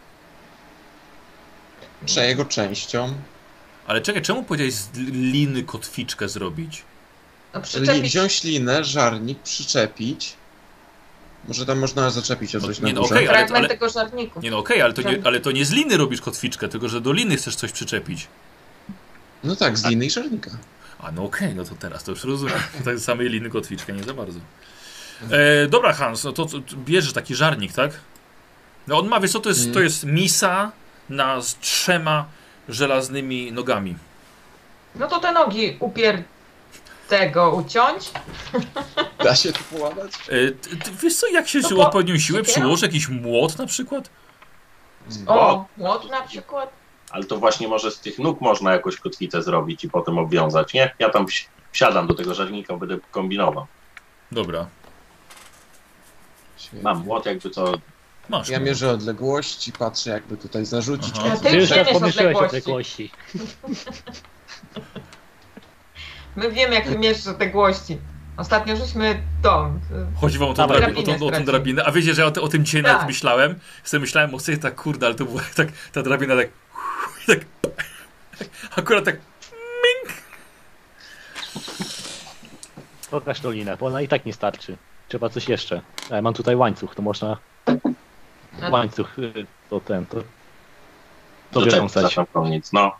[SPEAKER 3] Czy jego częścią.
[SPEAKER 1] Ale czekaj, czemu powiedziałeś z liny kotwiczkę zrobić?
[SPEAKER 2] No
[SPEAKER 3] Li,
[SPEAKER 2] przyczepić.
[SPEAKER 3] wziąć linę, żarnik, przyczepić. Może tam można zaczepić o
[SPEAKER 1] No,
[SPEAKER 3] coś
[SPEAKER 1] nie,
[SPEAKER 3] na
[SPEAKER 1] no
[SPEAKER 3] górze.
[SPEAKER 1] okej, ale-
[SPEAKER 2] Fragment tego żarniku.
[SPEAKER 1] Nie no okej, ale, to nie, ale to nie z liny robisz kotwiczkę, tylko że do liny chcesz coś przyczepić.
[SPEAKER 3] No tak, z liny i żarnika.
[SPEAKER 1] A no okej, no to teraz to już rozumiem. Tak z samej liny kotwiczkę nie za bardzo. E, dobra Hans, no to, to bierzesz taki żarnik, tak? No on ma, wiesz co, to jest, to jest misa na z trzema żelaznymi nogami.
[SPEAKER 2] No to te nogi upier tego uciąć.
[SPEAKER 3] Da się to połamać?
[SPEAKER 1] E, ty, ty, wiesz co, jak się
[SPEAKER 2] No
[SPEAKER 1] no
[SPEAKER 2] bo-
[SPEAKER 1] odpowiednią siłę
[SPEAKER 2] siekierą?
[SPEAKER 1] przyłoży, jakiś młot na przykład?
[SPEAKER 2] O, młot na przykład.
[SPEAKER 5] Ale to właśnie może z tych nóg można jakoś kotwicę zrobić i potem obwiązać, nie? Ja tam wsi- wsiadam do tego żarnika, będę kombinował.
[SPEAKER 1] Dobra,
[SPEAKER 3] Świetnie.
[SPEAKER 5] Mam młot, jakby to...
[SPEAKER 1] masz.
[SPEAKER 3] Ja
[SPEAKER 1] no.
[SPEAKER 3] mierzę odległości, patrzę jakby tutaj zarzucić.
[SPEAKER 1] Aha.
[SPEAKER 2] A
[SPEAKER 3] kotwicę.
[SPEAKER 2] ty już
[SPEAKER 4] Ty już
[SPEAKER 2] wiesz
[SPEAKER 4] raz pomyślałeś o
[SPEAKER 2] odległości.
[SPEAKER 4] odległości.
[SPEAKER 2] My wiemy, jak ty mierzysz odległości. Ostatnio żeśmy tą.
[SPEAKER 1] Chodzi wam o tą,
[SPEAKER 4] Dawaj.
[SPEAKER 1] drabinę, o, tą, o tą
[SPEAKER 2] Stracimy.
[SPEAKER 1] drabinę. A wiecie, że ja o, ty- o tym dzisiaj
[SPEAKER 2] Tak.
[SPEAKER 1] nawet myślałem? Sobie myślałem, o sobie tak kurde, ale to była tak, ta drabina tak, tak akurat tak.
[SPEAKER 4] Pokaż tą linę, bo ona i tak nie starczy. Trzeba coś jeszcze. A, mam tutaj łańcuch, to można
[SPEAKER 2] No,
[SPEAKER 4] łańcuch y, to ten, to, to
[SPEAKER 5] Zaczepić
[SPEAKER 4] wiązać.
[SPEAKER 5] na koniec, no.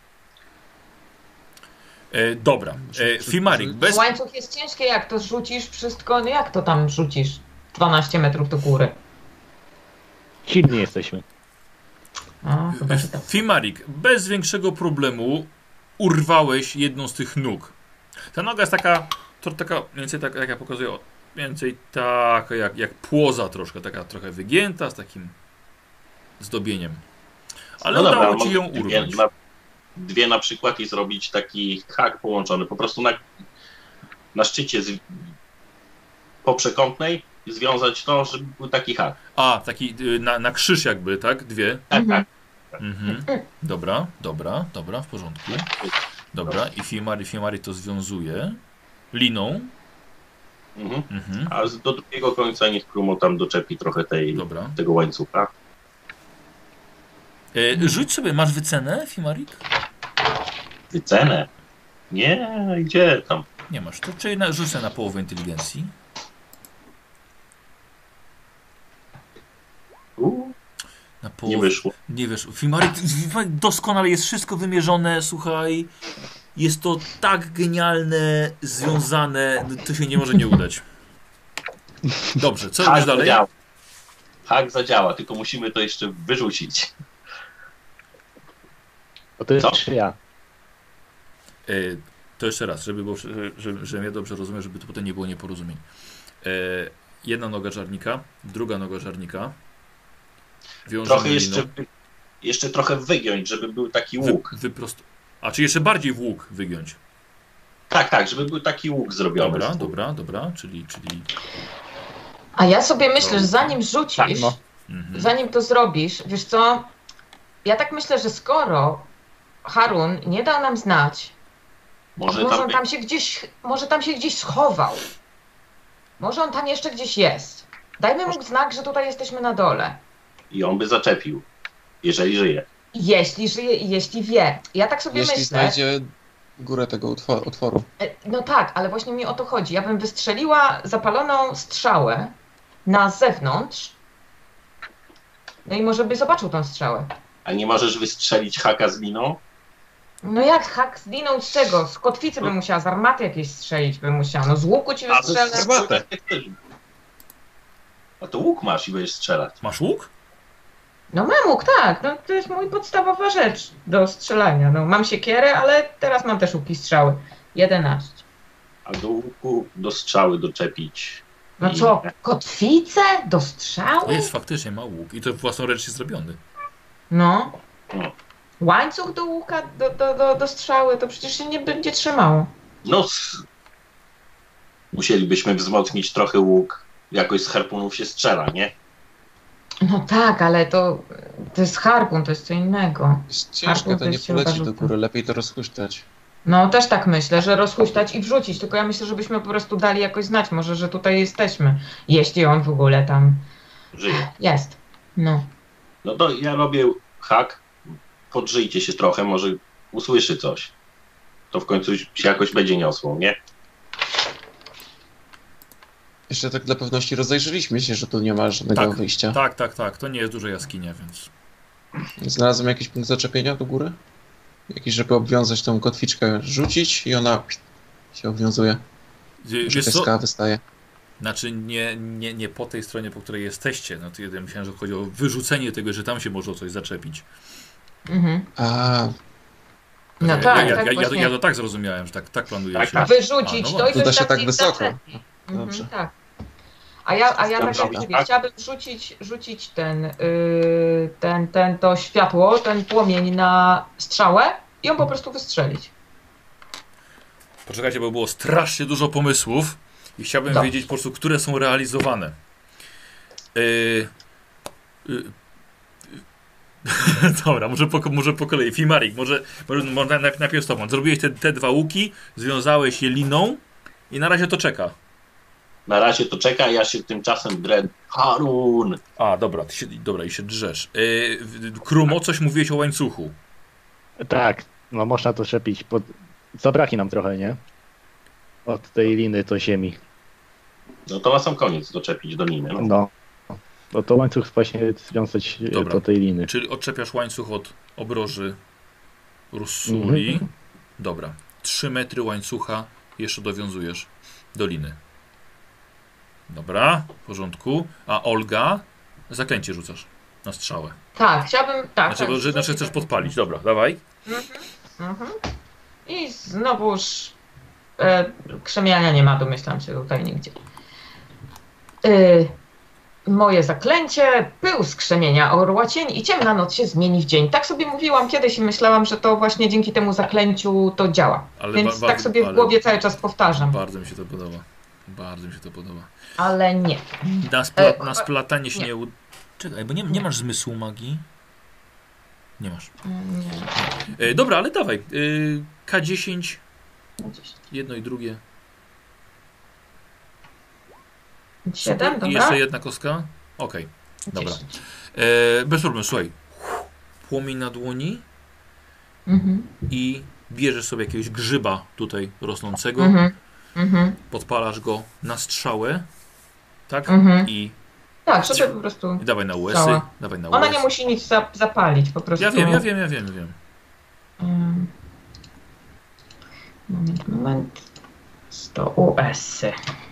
[SPEAKER 1] E, dobra, e, Fimarik, bez.
[SPEAKER 2] łańcuch jest ciężkie, jak to zrzucisz wszystko, no jak to tam rzucisz? dwanaście metrów do góry.
[SPEAKER 4] Silni jesteśmy.
[SPEAKER 2] O, chyba się tak.
[SPEAKER 1] Fimarik, bez większego problemu urwałeś jedną z tych nóg. Ta noga jest taka to taka mniej więcej tak, jak ja pokazuję, o, mniej więcej taka jak, jak płoza troszkę, taka trochę wygięta, z takim zdobieniem. Ale
[SPEAKER 5] No
[SPEAKER 1] udało
[SPEAKER 5] dobra,
[SPEAKER 1] ci ją
[SPEAKER 5] mogę
[SPEAKER 1] urwać.
[SPEAKER 5] Dwie na, dwie na przykład i zrobić taki hak połączony. Po prostu na, na szczycie z, po przekątnej związać to, żeby był taki hak.
[SPEAKER 1] A, taki y, na, na krzyż jakby, tak? Dwie.
[SPEAKER 5] Tak, tak.
[SPEAKER 1] Mhm. Dobra, dobra, dobra, w porządku. Dobra, i Fimari, Fimari to związuje liną.
[SPEAKER 5] Mhm.
[SPEAKER 1] Mhm.
[SPEAKER 5] A z- do drugiego końca niech Krumo tam doczepi trochę tej,
[SPEAKER 1] Dobra.
[SPEAKER 5] tego łańcucha.
[SPEAKER 1] E, rzuć sobie, masz wycenę, Fimarik?
[SPEAKER 5] Wycenę. Nie, gdzie tam?
[SPEAKER 1] Nie masz. To czyli na, rzucę na połowę inteligencji.
[SPEAKER 5] U,
[SPEAKER 1] Na
[SPEAKER 5] nie
[SPEAKER 1] połowę.
[SPEAKER 5] wyszło.
[SPEAKER 1] Nie wiesz, Fimarik doskonale jest wszystko wymierzone, słuchaj. Jest to tak genialne, związane, no, to się nie może nie udać. Dobrze, co robisz
[SPEAKER 5] Hak
[SPEAKER 1] dalej?
[SPEAKER 5] zadziała. Hak zadziała, tylko musimy to jeszcze wyrzucić.
[SPEAKER 4] To ty
[SPEAKER 5] Co?
[SPEAKER 4] czy ja?
[SPEAKER 1] E, to jeszcze raz, żeby było, że, że, że ja dobrze rozumiem, żeby to potem nie było nieporozumień. E, jedna noga żarnika, druga noga żarnika. Wiążemy
[SPEAKER 5] Trochę jeszcze,
[SPEAKER 1] liną.
[SPEAKER 5] wy- jeszcze trochę wygiąć, żeby był taki
[SPEAKER 1] Wy,
[SPEAKER 5] łuk.
[SPEAKER 1] wyprost... A, czy jeszcze bardziej w łuk wygiąć.
[SPEAKER 5] Tak, tak, żeby był taki łuk zrobiony.
[SPEAKER 1] Dobra,
[SPEAKER 5] z tyłu.
[SPEAKER 1] dobra, dobra, czyli... czyli...
[SPEAKER 2] A ja sobie myślę, że zanim rzucisz,
[SPEAKER 4] Tak, no.
[SPEAKER 1] Mhm.
[SPEAKER 2] zanim to zrobisz, wiesz co, ja tak myślę, że skoro Harun nie dał nam znać,
[SPEAKER 5] Może
[SPEAKER 2] może
[SPEAKER 5] tam,
[SPEAKER 2] on tam się gdzieś, może tam się gdzieś schował. Może on tam jeszcze gdzieś jest. Dajmy mu znak, że tutaj jesteśmy na dole.
[SPEAKER 5] i on by zaczepił, jeżeli żyje.
[SPEAKER 2] Jeśli żyje i jeśli wie. Ja tak sobie
[SPEAKER 3] Jeśli
[SPEAKER 2] myślę.
[SPEAKER 3] znajdzie górę tego utwo- otworu.
[SPEAKER 2] E, No tak, ale właśnie mi o to chodzi. Ja bym wystrzeliła zapaloną strzałę na zewnątrz. No i może by zobaczył tą strzałę.
[SPEAKER 5] A nie możesz wystrzelić haka z liną?
[SPEAKER 2] No jak hak zginął z czego? Z kotwicy bym musiała, z armaty jakieś strzelić bym musiała. No z łuku ci
[SPEAKER 5] A to
[SPEAKER 2] wystrzelę.
[SPEAKER 5] jest armatę. A to łuk masz i będziesz strzelać.
[SPEAKER 1] Masz łuk?
[SPEAKER 2] No mam łuk, tak. No to jest mój podstawowa rzecz do strzelania. No mam siekierę, ale teraz mam też łuki strzały. jedenaście.
[SPEAKER 5] A do łuku, do strzały doczepić.
[SPEAKER 2] No
[SPEAKER 5] I-
[SPEAKER 2] co, kotwicę do
[SPEAKER 1] O,
[SPEAKER 2] strzały?
[SPEAKER 1] jest, faktycznie ma łuk. I to własnoręcznie zrobiony.
[SPEAKER 2] No.
[SPEAKER 5] No.
[SPEAKER 2] Łańcuch do łuka, do, do, do, do strzały, to przecież się nie będzie trzymało.
[SPEAKER 5] No, s- musielibyśmy wzmocnić trochę łuk. Jakoś z harpunów się strzela, nie?
[SPEAKER 2] No tak, ale to, to jest harpun, to jest co innego.
[SPEAKER 3] Jest ciężko,
[SPEAKER 2] Harpun
[SPEAKER 3] to
[SPEAKER 2] to
[SPEAKER 3] nie
[SPEAKER 2] jest
[SPEAKER 3] poleci
[SPEAKER 2] siła
[SPEAKER 3] do
[SPEAKER 2] rzutu.
[SPEAKER 3] góry. Lepiej to rozhuśtać.
[SPEAKER 2] No też tak myślę, że rozhuśtać i wrzucić, tylko ja myślę, żebyśmy po prostu dali jakoś znać, może, że tutaj jesteśmy, jeśli on w ogóle tam
[SPEAKER 5] Żyje.
[SPEAKER 2] jest. No.
[SPEAKER 5] No to ja robię hak. Podżyjcie się trochę, może usłyszy coś. To w końcu się jakoś będzie niosło, nie?
[SPEAKER 3] Jeszcze tak dla pewności rozejrzeliśmy się, że tu nie ma żadnego
[SPEAKER 1] Tak.
[SPEAKER 3] wyjścia.
[SPEAKER 1] Tak, tak, tak. To nie jest duża jaskinia, więc...
[SPEAKER 3] Znalazłem jakiś punkt zaczepienia do góry? Jakiś, żeby obwiązać tą kotwiczkę, rzucić i ona się obwiązuje.
[SPEAKER 1] Wiesz
[SPEAKER 3] Jakaś
[SPEAKER 1] co?
[SPEAKER 3] skała wystaje.
[SPEAKER 1] Znaczy nie, nie, nie po tej stronie, po której jesteście. No to ja myślałem, że chodzi o wyrzucenie tego, że tam się może o coś zaczepić.
[SPEAKER 2] Mhm.
[SPEAKER 3] A,
[SPEAKER 2] No
[SPEAKER 1] ja,
[SPEAKER 2] tak,
[SPEAKER 1] ja, ja,
[SPEAKER 2] tak
[SPEAKER 1] ja, ja,
[SPEAKER 2] właśnie.
[SPEAKER 1] ja to tak zrozumiałem, że tak, tak planujecie.
[SPEAKER 5] Tak, tak.
[SPEAKER 2] Wyrzucić
[SPEAKER 1] A, no
[SPEAKER 2] to i
[SPEAKER 3] to
[SPEAKER 2] to
[SPEAKER 3] da się
[SPEAKER 2] jest
[SPEAKER 3] tak wysoko.
[SPEAKER 2] Mhm,
[SPEAKER 3] Dobrze.
[SPEAKER 2] tak. A ja, a ja tak jak
[SPEAKER 5] Dobra.
[SPEAKER 2] mówię, chciałabym rzucić, rzucić ten, yy, ten, ten, to światło, ten płomień na strzałę i ją po prostu wystrzelić.
[SPEAKER 1] Poczekajcie, bo było strasznie dużo pomysłów i chciałbym
[SPEAKER 2] Dobrze.
[SPEAKER 1] wiedzieć po prostu, które są realizowane. Yy, yy, Dobra, może po, może po kolei. Fimarik, może, może, może najpierw, najpierw z tobą. Zrobiłeś te, te dwa łuki, związałeś je liną i na razie to czeka.
[SPEAKER 5] Na razie to czeka, ja się tymczasem drę. Harun!
[SPEAKER 1] A, dobra, ty się, dobra i się drzesz. Yy, Krumo, coś mówiłeś o łańcuchu.
[SPEAKER 4] Tak, no można to czepić. Pod... Zabraki nam trochę, nie? Od tej liny do ziemi.
[SPEAKER 5] No to na sam koniec doczepić do liny. No.
[SPEAKER 4] No. No to łańcuch właśnie związać e,
[SPEAKER 1] Dobra.
[SPEAKER 4] do tej liny.
[SPEAKER 1] Czyli odczepiasz łańcuch od obroży Rusuli.
[SPEAKER 4] Mhm.
[SPEAKER 1] Dobra. Trzy metry łańcucha jeszcze dowiązujesz do liny. Dobra, w porządku. A Olga, zaklęcie rzucasz na strzałę.
[SPEAKER 2] Tak, chciałabym, tak.
[SPEAKER 1] Znaczy,
[SPEAKER 2] tak,
[SPEAKER 1] bo, że, znaczy chcesz podpalić. Dobra, dawaj.
[SPEAKER 2] Mhm. I znowuż E, krzemiania nie ma, domyślam się tutaj nigdzie. E, moje zaklęcie, pył z krzemienia, orła cień i ciemna noc się zmieni w dzień. Tak sobie mówiłam kiedyś i myślałam, że to właśnie dzięki temu zaklęciu to działa.
[SPEAKER 1] Ale
[SPEAKER 2] Więc
[SPEAKER 1] ba-
[SPEAKER 2] tak
[SPEAKER 1] ba-
[SPEAKER 2] sobie w
[SPEAKER 1] ale-
[SPEAKER 2] głowie cały czas powtarzam.
[SPEAKER 1] Bardzo mi się to podoba. Bardzo mi się to podoba.
[SPEAKER 2] Ale nie.
[SPEAKER 1] Na, spla-
[SPEAKER 2] E,
[SPEAKER 1] na splatanie się
[SPEAKER 2] nie.
[SPEAKER 1] nie... u- Czekaj, bo nie, nie masz zmysłu magii? Nie masz.
[SPEAKER 2] Nie.
[SPEAKER 1] E, dobra, ale dawaj. E, K dziesięć, jedno i drugie.
[SPEAKER 2] Siedem,
[SPEAKER 1] I
[SPEAKER 2] dobra?
[SPEAKER 1] jeszcze jedna kostka? Okej, dobra.
[SPEAKER 2] Dziesięć.
[SPEAKER 1] E, bez problemu, słuchaj. Płomień na dłoni
[SPEAKER 2] Mhm.
[SPEAKER 1] i bierzesz sobie jakiegoś grzyba tutaj rosnącego,
[SPEAKER 2] Mhm. Mhm.
[SPEAKER 1] podpalasz go na strzałę, tak?
[SPEAKER 2] Mhm.
[SPEAKER 1] I,
[SPEAKER 2] Tak, żeby po prostu...
[SPEAKER 1] i dawaj na łesy.
[SPEAKER 2] Strzała.
[SPEAKER 1] Dawaj na
[SPEAKER 2] Ona
[SPEAKER 1] łesy.
[SPEAKER 2] nie musi nic za, zapalić, po prostu...
[SPEAKER 1] Ja wiem, ja wiem, ja wiem, ja wiem.
[SPEAKER 2] Mm. Moment, moment. sto U S.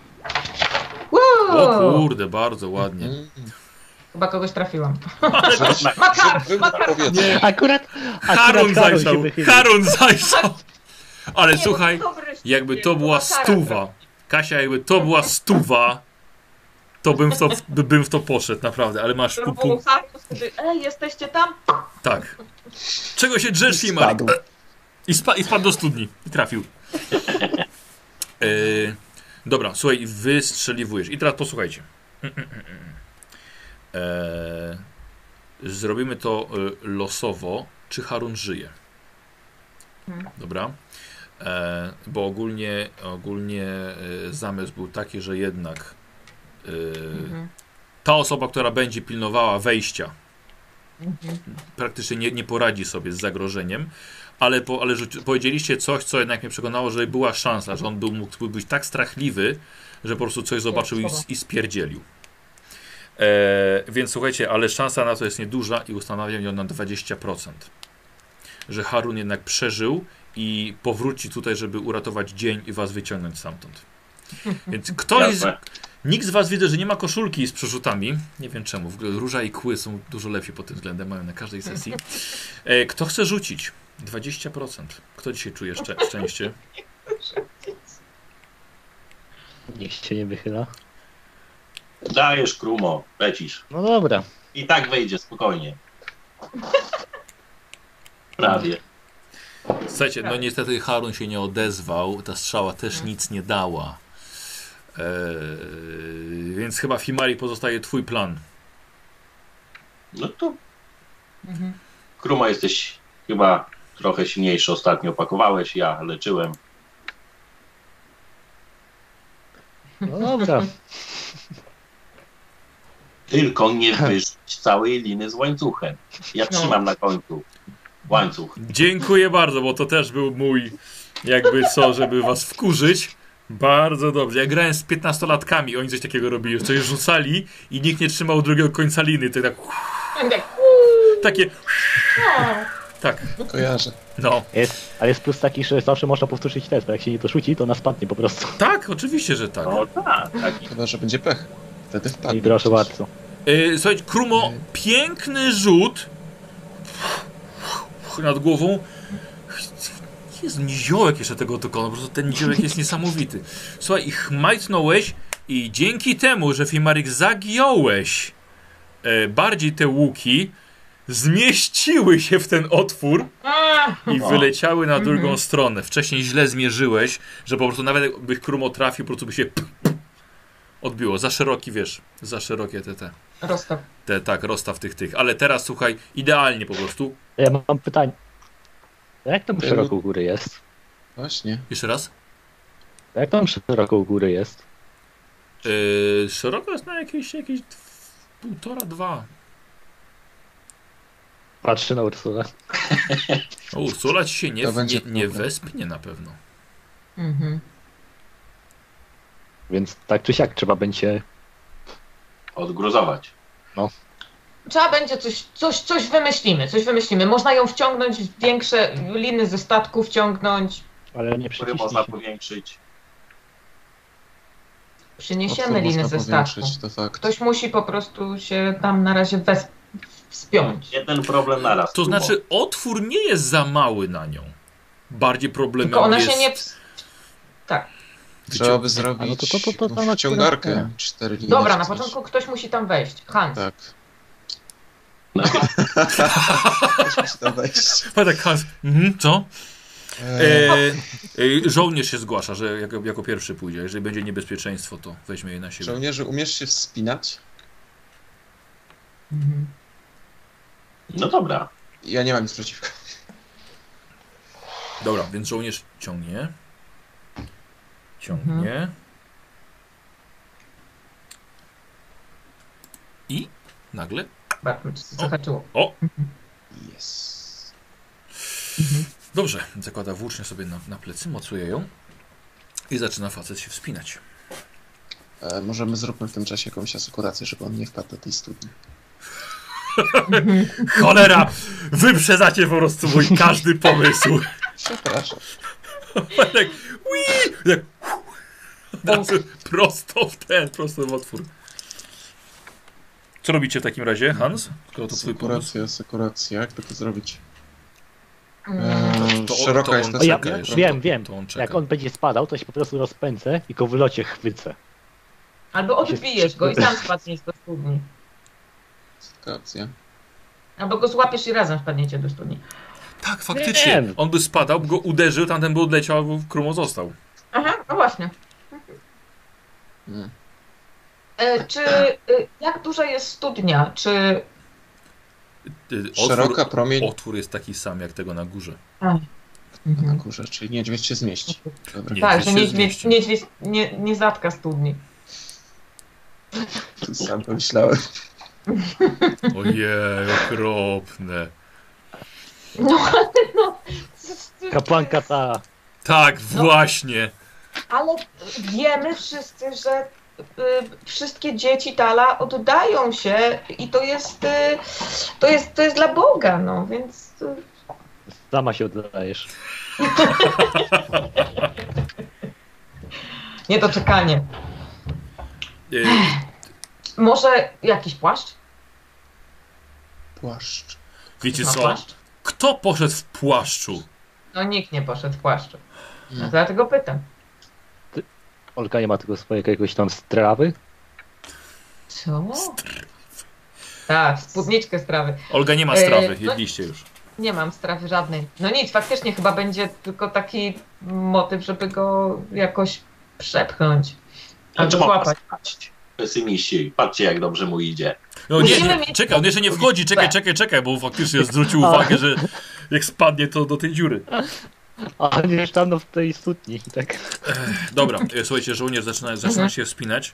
[SPEAKER 1] O
[SPEAKER 2] Wow!
[SPEAKER 1] kurde, bardzo ładnie.
[SPEAKER 3] Mm.
[SPEAKER 2] Chyba kogoś trafiłam.
[SPEAKER 3] Żeby-
[SPEAKER 2] Makar!
[SPEAKER 3] żeby
[SPEAKER 2] Makar!
[SPEAKER 3] powietrze.
[SPEAKER 4] Akurat, akurat
[SPEAKER 1] Harun
[SPEAKER 4] się
[SPEAKER 1] zajrzał,
[SPEAKER 4] wychylił.
[SPEAKER 1] Harun zajrzał. Ale
[SPEAKER 2] Nie,
[SPEAKER 1] słuchaj,
[SPEAKER 2] bo to dobry
[SPEAKER 1] jakby
[SPEAKER 2] szpieg,
[SPEAKER 1] to była
[SPEAKER 2] Makara
[SPEAKER 1] stuwa, Kasia, jakby to była stuwa, to bym w to, by- bym w to poszedł, naprawdę, ale masz pół, pół,
[SPEAKER 2] trafił. Wtedy, Ej, jesteście tam?
[SPEAKER 1] tak. Czego się drzesz, Fimarek?
[SPEAKER 3] Spadł.
[SPEAKER 1] I, spa, I spadł do studni. I trafił. E, dobra, słuchaj, wystrzeliwujesz. I teraz posłuchajcie. E, zrobimy to e, losowo. Czy Harun żyje?
[SPEAKER 2] Hmm.
[SPEAKER 1] Dobra. E, bo ogólnie, ogólnie e, zamysł był taki, że jednak e,
[SPEAKER 2] Mhm.
[SPEAKER 1] ta osoba, która będzie pilnowała wejścia,
[SPEAKER 2] Mhm.
[SPEAKER 1] praktycznie nie, nie poradzi sobie z zagrożeniem, ale, po, ale rzuci- powiedzieliście coś, co jednak mnie przekonało, że była szansa, że on był, mógł być tak strachliwy, że po prostu coś zobaczył i, i spierdzielił. E, więc słuchajcie, ale szansa na to jest nieduża i ustanawiam ją na dwadzieścia procent. Że Harun jednak przeżył i powróci tutaj, żeby uratować dzień i was wyciągnąć stamtąd. Więc ktoś z,
[SPEAKER 5] Jasne.
[SPEAKER 1] nikt z was widzę, że nie ma koszulki z przerzutami. Nie wiem czemu. W ogóle Róża i Kły są dużo lepsi pod tym względem. Mają na każdej sesji. E, kto chce rzucić? dwadzieścia procent. Kto dzisiaj czuje szczę szczęście?
[SPEAKER 4] Niech się nie wychyla.
[SPEAKER 5] Dajesz, Krumo, lecisz.
[SPEAKER 4] No dobra.
[SPEAKER 5] I tak wejdzie spokojnie. Prawie.
[SPEAKER 1] Słuchajcie, no niestety Harun się nie odezwał. Ta strzała też nic nie dała. E, więc chyba Fimari pozostaje twój plan.
[SPEAKER 5] No to
[SPEAKER 2] Mhm.
[SPEAKER 5] Krumo, jesteś chyba trochę silniejszy. Ostatnio opakowałeś, ja leczyłem.
[SPEAKER 4] No dobra.
[SPEAKER 5] Tylko nie wyrzuć całej liny z łańcuchem. Ja
[SPEAKER 2] No.
[SPEAKER 5] trzymam na końcu łańcuch.
[SPEAKER 1] Dziękuję bardzo, bo to też był mój jakby co, żeby was wkurzyć. Bardzo dobrze. Ja grałem z piętnastolatkami, oni coś takiego robili, że coś rzucali i nikt nie trzymał drugiego końca liny. To tak,
[SPEAKER 2] Tak.
[SPEAKER 1] takie, tak,
[SPEAKER 3] Kojarzę.
[SPEAKER 1] no.
[SPEAKER 4] Jest, ale jest plus taki, że zawsze można powtórzyć test, bo jak się nie dorzuci, to ona spadnie po prostu.
[SPEAKER 1] Tak, oczywiście, że tak.
[SPEAKER 5] No tak, taki.
[SPEAKER 3] Chyba, że będzie pech. Wtedy wpadnie.
[SPEAKER 4] I proszę bardzo.
[SPEAKER 1] Yy, słuchajcie, Krumo, piękny rzut nad głową. Jest niziołek jeszcze tego dokonał, po prostu ten niziołek jest niesamowity. Słuchaj, i chmajtnąłeś i dzięki temu, że Fimarik zagiąłeś e, bardziej te łuki, zmieściły się w ten otwór i
[SPEAKER 5] No.
[SPEAKER 1] wyleciały na drugą
[SPEAKER 2] Mhm.
[SPEAKER 1] stronę. Wcześniej źle zmierzyłeś, że po prostu nawet jakbyś Krumo trafił, po prostu by się odbiło. Za szeroki, wiesz, za szerokie te, te,
[SPEAKER 2] Rozstaw.
[SPEAKER 1] te tak, rozstaw tych, tych. Ale teraz, słuchaj, idealnie po prostu.
[SPEAKER 4] Ja mam pytanie. Jak tam
[SPEAKER 3] Ty-
[SPEAKER 4] szeroko u góry jest?
[SPEAKER 3] Właśnie.
[SPEAKER 1] Jeszcze raz.
[SPEAKER 4] Jak tam szeroko u góry jest?
[SPEAKER 1] Yy, szeroko jest na jakieś, jakieś dw- półtora, dwa.
[SPEAKER 4] Patrzę na Ursulę.
[SPEAKER 1] O, Ursula ci się nie,
[SPEAKER 3] To
[SPEAKER 1] w-
[SPEAKER 3] będzie
[SPEAKER 1] nie, nie
[SPEAKER 3] problem.
[SPEAKER 1] wespnie na pewno.
[SPEAKER 2] Mhm.
[SPEAKER 4] Więc tak czy siak trzeba będzie...
[SPEAKER 5] Odgruzować.
[SPEAKER 2] Trzeba będzie coś, coś, coś wymyślimy, coś wymyślimy. Można ją wciągnąć w większe liny ze statku, wciągnąć.
[SPEAKER 4] Ale nie
[SPEAKER 5] Który można
[SPEAKER 4] przyciśnij.
[SPEAKER 5] powiększyć.
[SPEAKER 2] Przyniesiemy
[SPEAKER 3] Otwór
[SPEAKER 2] liny
[SPEAKER 3] można
[SPEAKER 2] ze statku.
[SPEAKER 3] powiększyć, to fakt.
[SPEAKER 2] Ktoś musi po prostu się tam na razie wes- wspiąć.
[SPEAKER 5] Jeden problem naraz.
[SPEAKER 1] To
[SPEAKER 5] Krumo.
[SPEAKER 1] znaczy, otwór nie jest za mały na nią. Bardziej problemem
[SPEAKER 2] Tylko ona
[SPEAKER 1] jest...
[SPEAKER 2] się nie... ws- Tak.
[SPEAKER 3] Trzeba by
[SPEAKER 4] A
[SPEAKER 3] zrobić
[SPEAKER 4] no to- to- to- to tam akurat-
[SPEAKER 3] wciągarkę. Cztery linie.
[SPEAKER 2] Dobra,
[SPEAKER 3] czy
[SPEAKER 2] na
[SPEAKER 3] coś.
[SPEAKER 2] początku ktoś musi tam wejść. Hans.
[SPEAKER 3] Tak. Ktoś musi tam wejść.
[SPEAKER 1] Tak, Hans, mhm, co?
[SPEAKER 3] Eee,
[SPEAKER 1] E, e, żołnierz się zgłasza, że jako, jako pierwszy pójdzie. Jeżeli będzie niebezpieczeństwo, to weźmie je na siebie.
[SPEAKER 3] żołnierzu, umiesz się wspinać?
[SPEAKER 2] Mhm.
[SPEAKER 5] No dobra.
[SPEAKER 3] Ja nie mam nic przeciwko.
[SPEAKER 1] Dobra, więc żołnierz ciągnie. Ciągnie.
[SPEAKER 2] Mhm.
[SPEAKER 1] I nagle.
[SPEAKER 2] Bardzo mi się zahaczyło.
[SPEAKER 1] O!
[SPEAKER 3] Yes.
[SPEAKER 1] Dobrze, zakłada włócznię sobie na, na plecy, mocuje ją i zaczyna facet się wspinać.
[SPEAKER 3] E, możemy zróbmy w tym czasie jakąś asekurację, żeby on nie wpadł do tej studni.
[SPEAKER 1] Cholera! Wyprzedzacie po prostu mój każdy pomysł.
[SPEAKER 3] Przepraszam.
[SPEAKER 1] tak, ui, tak, od razu prosto w ten, prosto w otwór. Co robicie w takim razie, Hans? Skoro to twój pomysł.
[SPEAKER 3] Asekuracja, asekuracja. Jak by to zrobić?
[SPEAKER 2] Mm.
[SPEAKER 3] Eee,
[SPEAKER 1] To-
[SPEAKER 3] szeroka
[SPEAKER 1] to
[SPEAKER 3] jest
[SPEAKER 1] on
[SPEAKER 3] ta
[SPEAKER 4] O, ja
[SPEAKER 1] czeka
[SPEAKER 3] sekra-
[SPEAKER 1] jeszcze.
[SPEAKER 4] wiem, wiem.
[SPEAKER 1] To on czeka.
[SPEAKER 4] Jak on będzie spadał, to się po prostu rozpędzę i go w locie chwycę.
[SPEAKER 2] Albo odbijesz go i sam spadniesz do studni.
[SPEAKER 3] asekuracja.
[SPEAKER 2] Albo go złapiesz i razem wpadniecie do studni.
[SPEAKER 1] Tak, faktycznie.
[SPEAKER 4] Nie.
[SPEAKER 1] On by spadał, by go uderzył, tamten by odleciał, a w Krumo został.
[SPEAKER 2] Aha, no właśnie.
[SPEAKER 3] Hmm.
[SPEAKER 2] E, czy, e, jak duża jest studnia? Czy...
[SPEAKER 1] Y,
[SPEAKER 3] Szeroka
[SPEAKER 1] Otwór,
[SPEAKER 3] promień
[SPEAKER 1] otwór jest taki sam jak tego na górze.
[SPEAKER 3] na
[SPEAKER 2] Mhm.
[SPEAKER 3] górze, czyli niedźwiedź się zmieści. Dobra.
[SPEAKER 1] Nie.
[SPEAKER 2] Tak, że
[SPEAKER 1] się
[SPEAKER 2] niedźwiedź,
[SPEAKER 1] zmieści.
[SPEAKER 2] niedźwiedź nie, nie zatka studni.
[SPEAKER 3] Tu sam pomyślałem.
[SPEAKER 1] Ojej, okropne.
[SPEAKER 2] No, ale no...
[SPEAKER 4] Kapłanka ta.
[SPEAKER 1] Tak, właśnie.
[SPEAKER 2] Ale wiemy wszyscy, że y, wszystkie dzieci Tala oddają się i to jest, y, to jest, to jest dla Boga, no więc... Y,
[SPEAKER 4] Sama się oddajesz.
[SPEAKER 2] niedoczekanie.
[SPEAKER 1] Y,
[SPEAKER 2] Może jakiś płaszcz?
[SPEAKER 3] Płaszcz.
[SPEAKER 1] wiecie
[SPEAKER 2] Ma
[SPEAKER 1] co?
[SPEAKER 2] płaszcz?
[SPEAKER 1] Kto poszedł w płaszczu?
[SPEAKER 2] No nikt nie poszedł w płaszczu. No,
[SPEAKER 3] Hmm.
[SPEAKER 2] dlatego pytam.
[SPEAKER 4] Olka nie ma tego swojego jakiegoś tam strawy?
[SPEAKER 2] Co? Tak, spódniczkę strawy.
[SPEAKER 1] Olga nie ma
[SPEAKER 2] E,
[SPEAKER 1] strawy,
[SPEAKER 2] no-
[SPEAKER 1] jedliście już.
[SPEAKER 2] Nie mam strawy żadnej. No nic, faktycznie chyba będzie tylko taki motyw, żeby go jakoś przepchnąć. Albo
[SPEAKER 5] Znaczy, mogę
[SPEAKER 2] złapać.
[SPEAKER 5] spać. Pesymiści, patrzcie jak dobrze mu idzie.
[SPEAKER 1] No nie,
[SPEAKER 2] Musimy
[SPEAKER 1] nie,
[SPEAKER 2] mieć-
[SPEAKER 1] czekaj, on jeszcze nie wchodzi, czekaj, czekaj, czekaj, bo faktycznie zwrócił uwagę, że jak spadnie to do tej dziury.
[SPEAKER 4] A wiesz tam no w tej studni. Tak.
[SPEAKER 1] Dobra, e, słuchajcie, żołnierz zaczyna, zaczyna
[SPEAKER 2] Mhm.
[SPEAKER 1] się wspinać.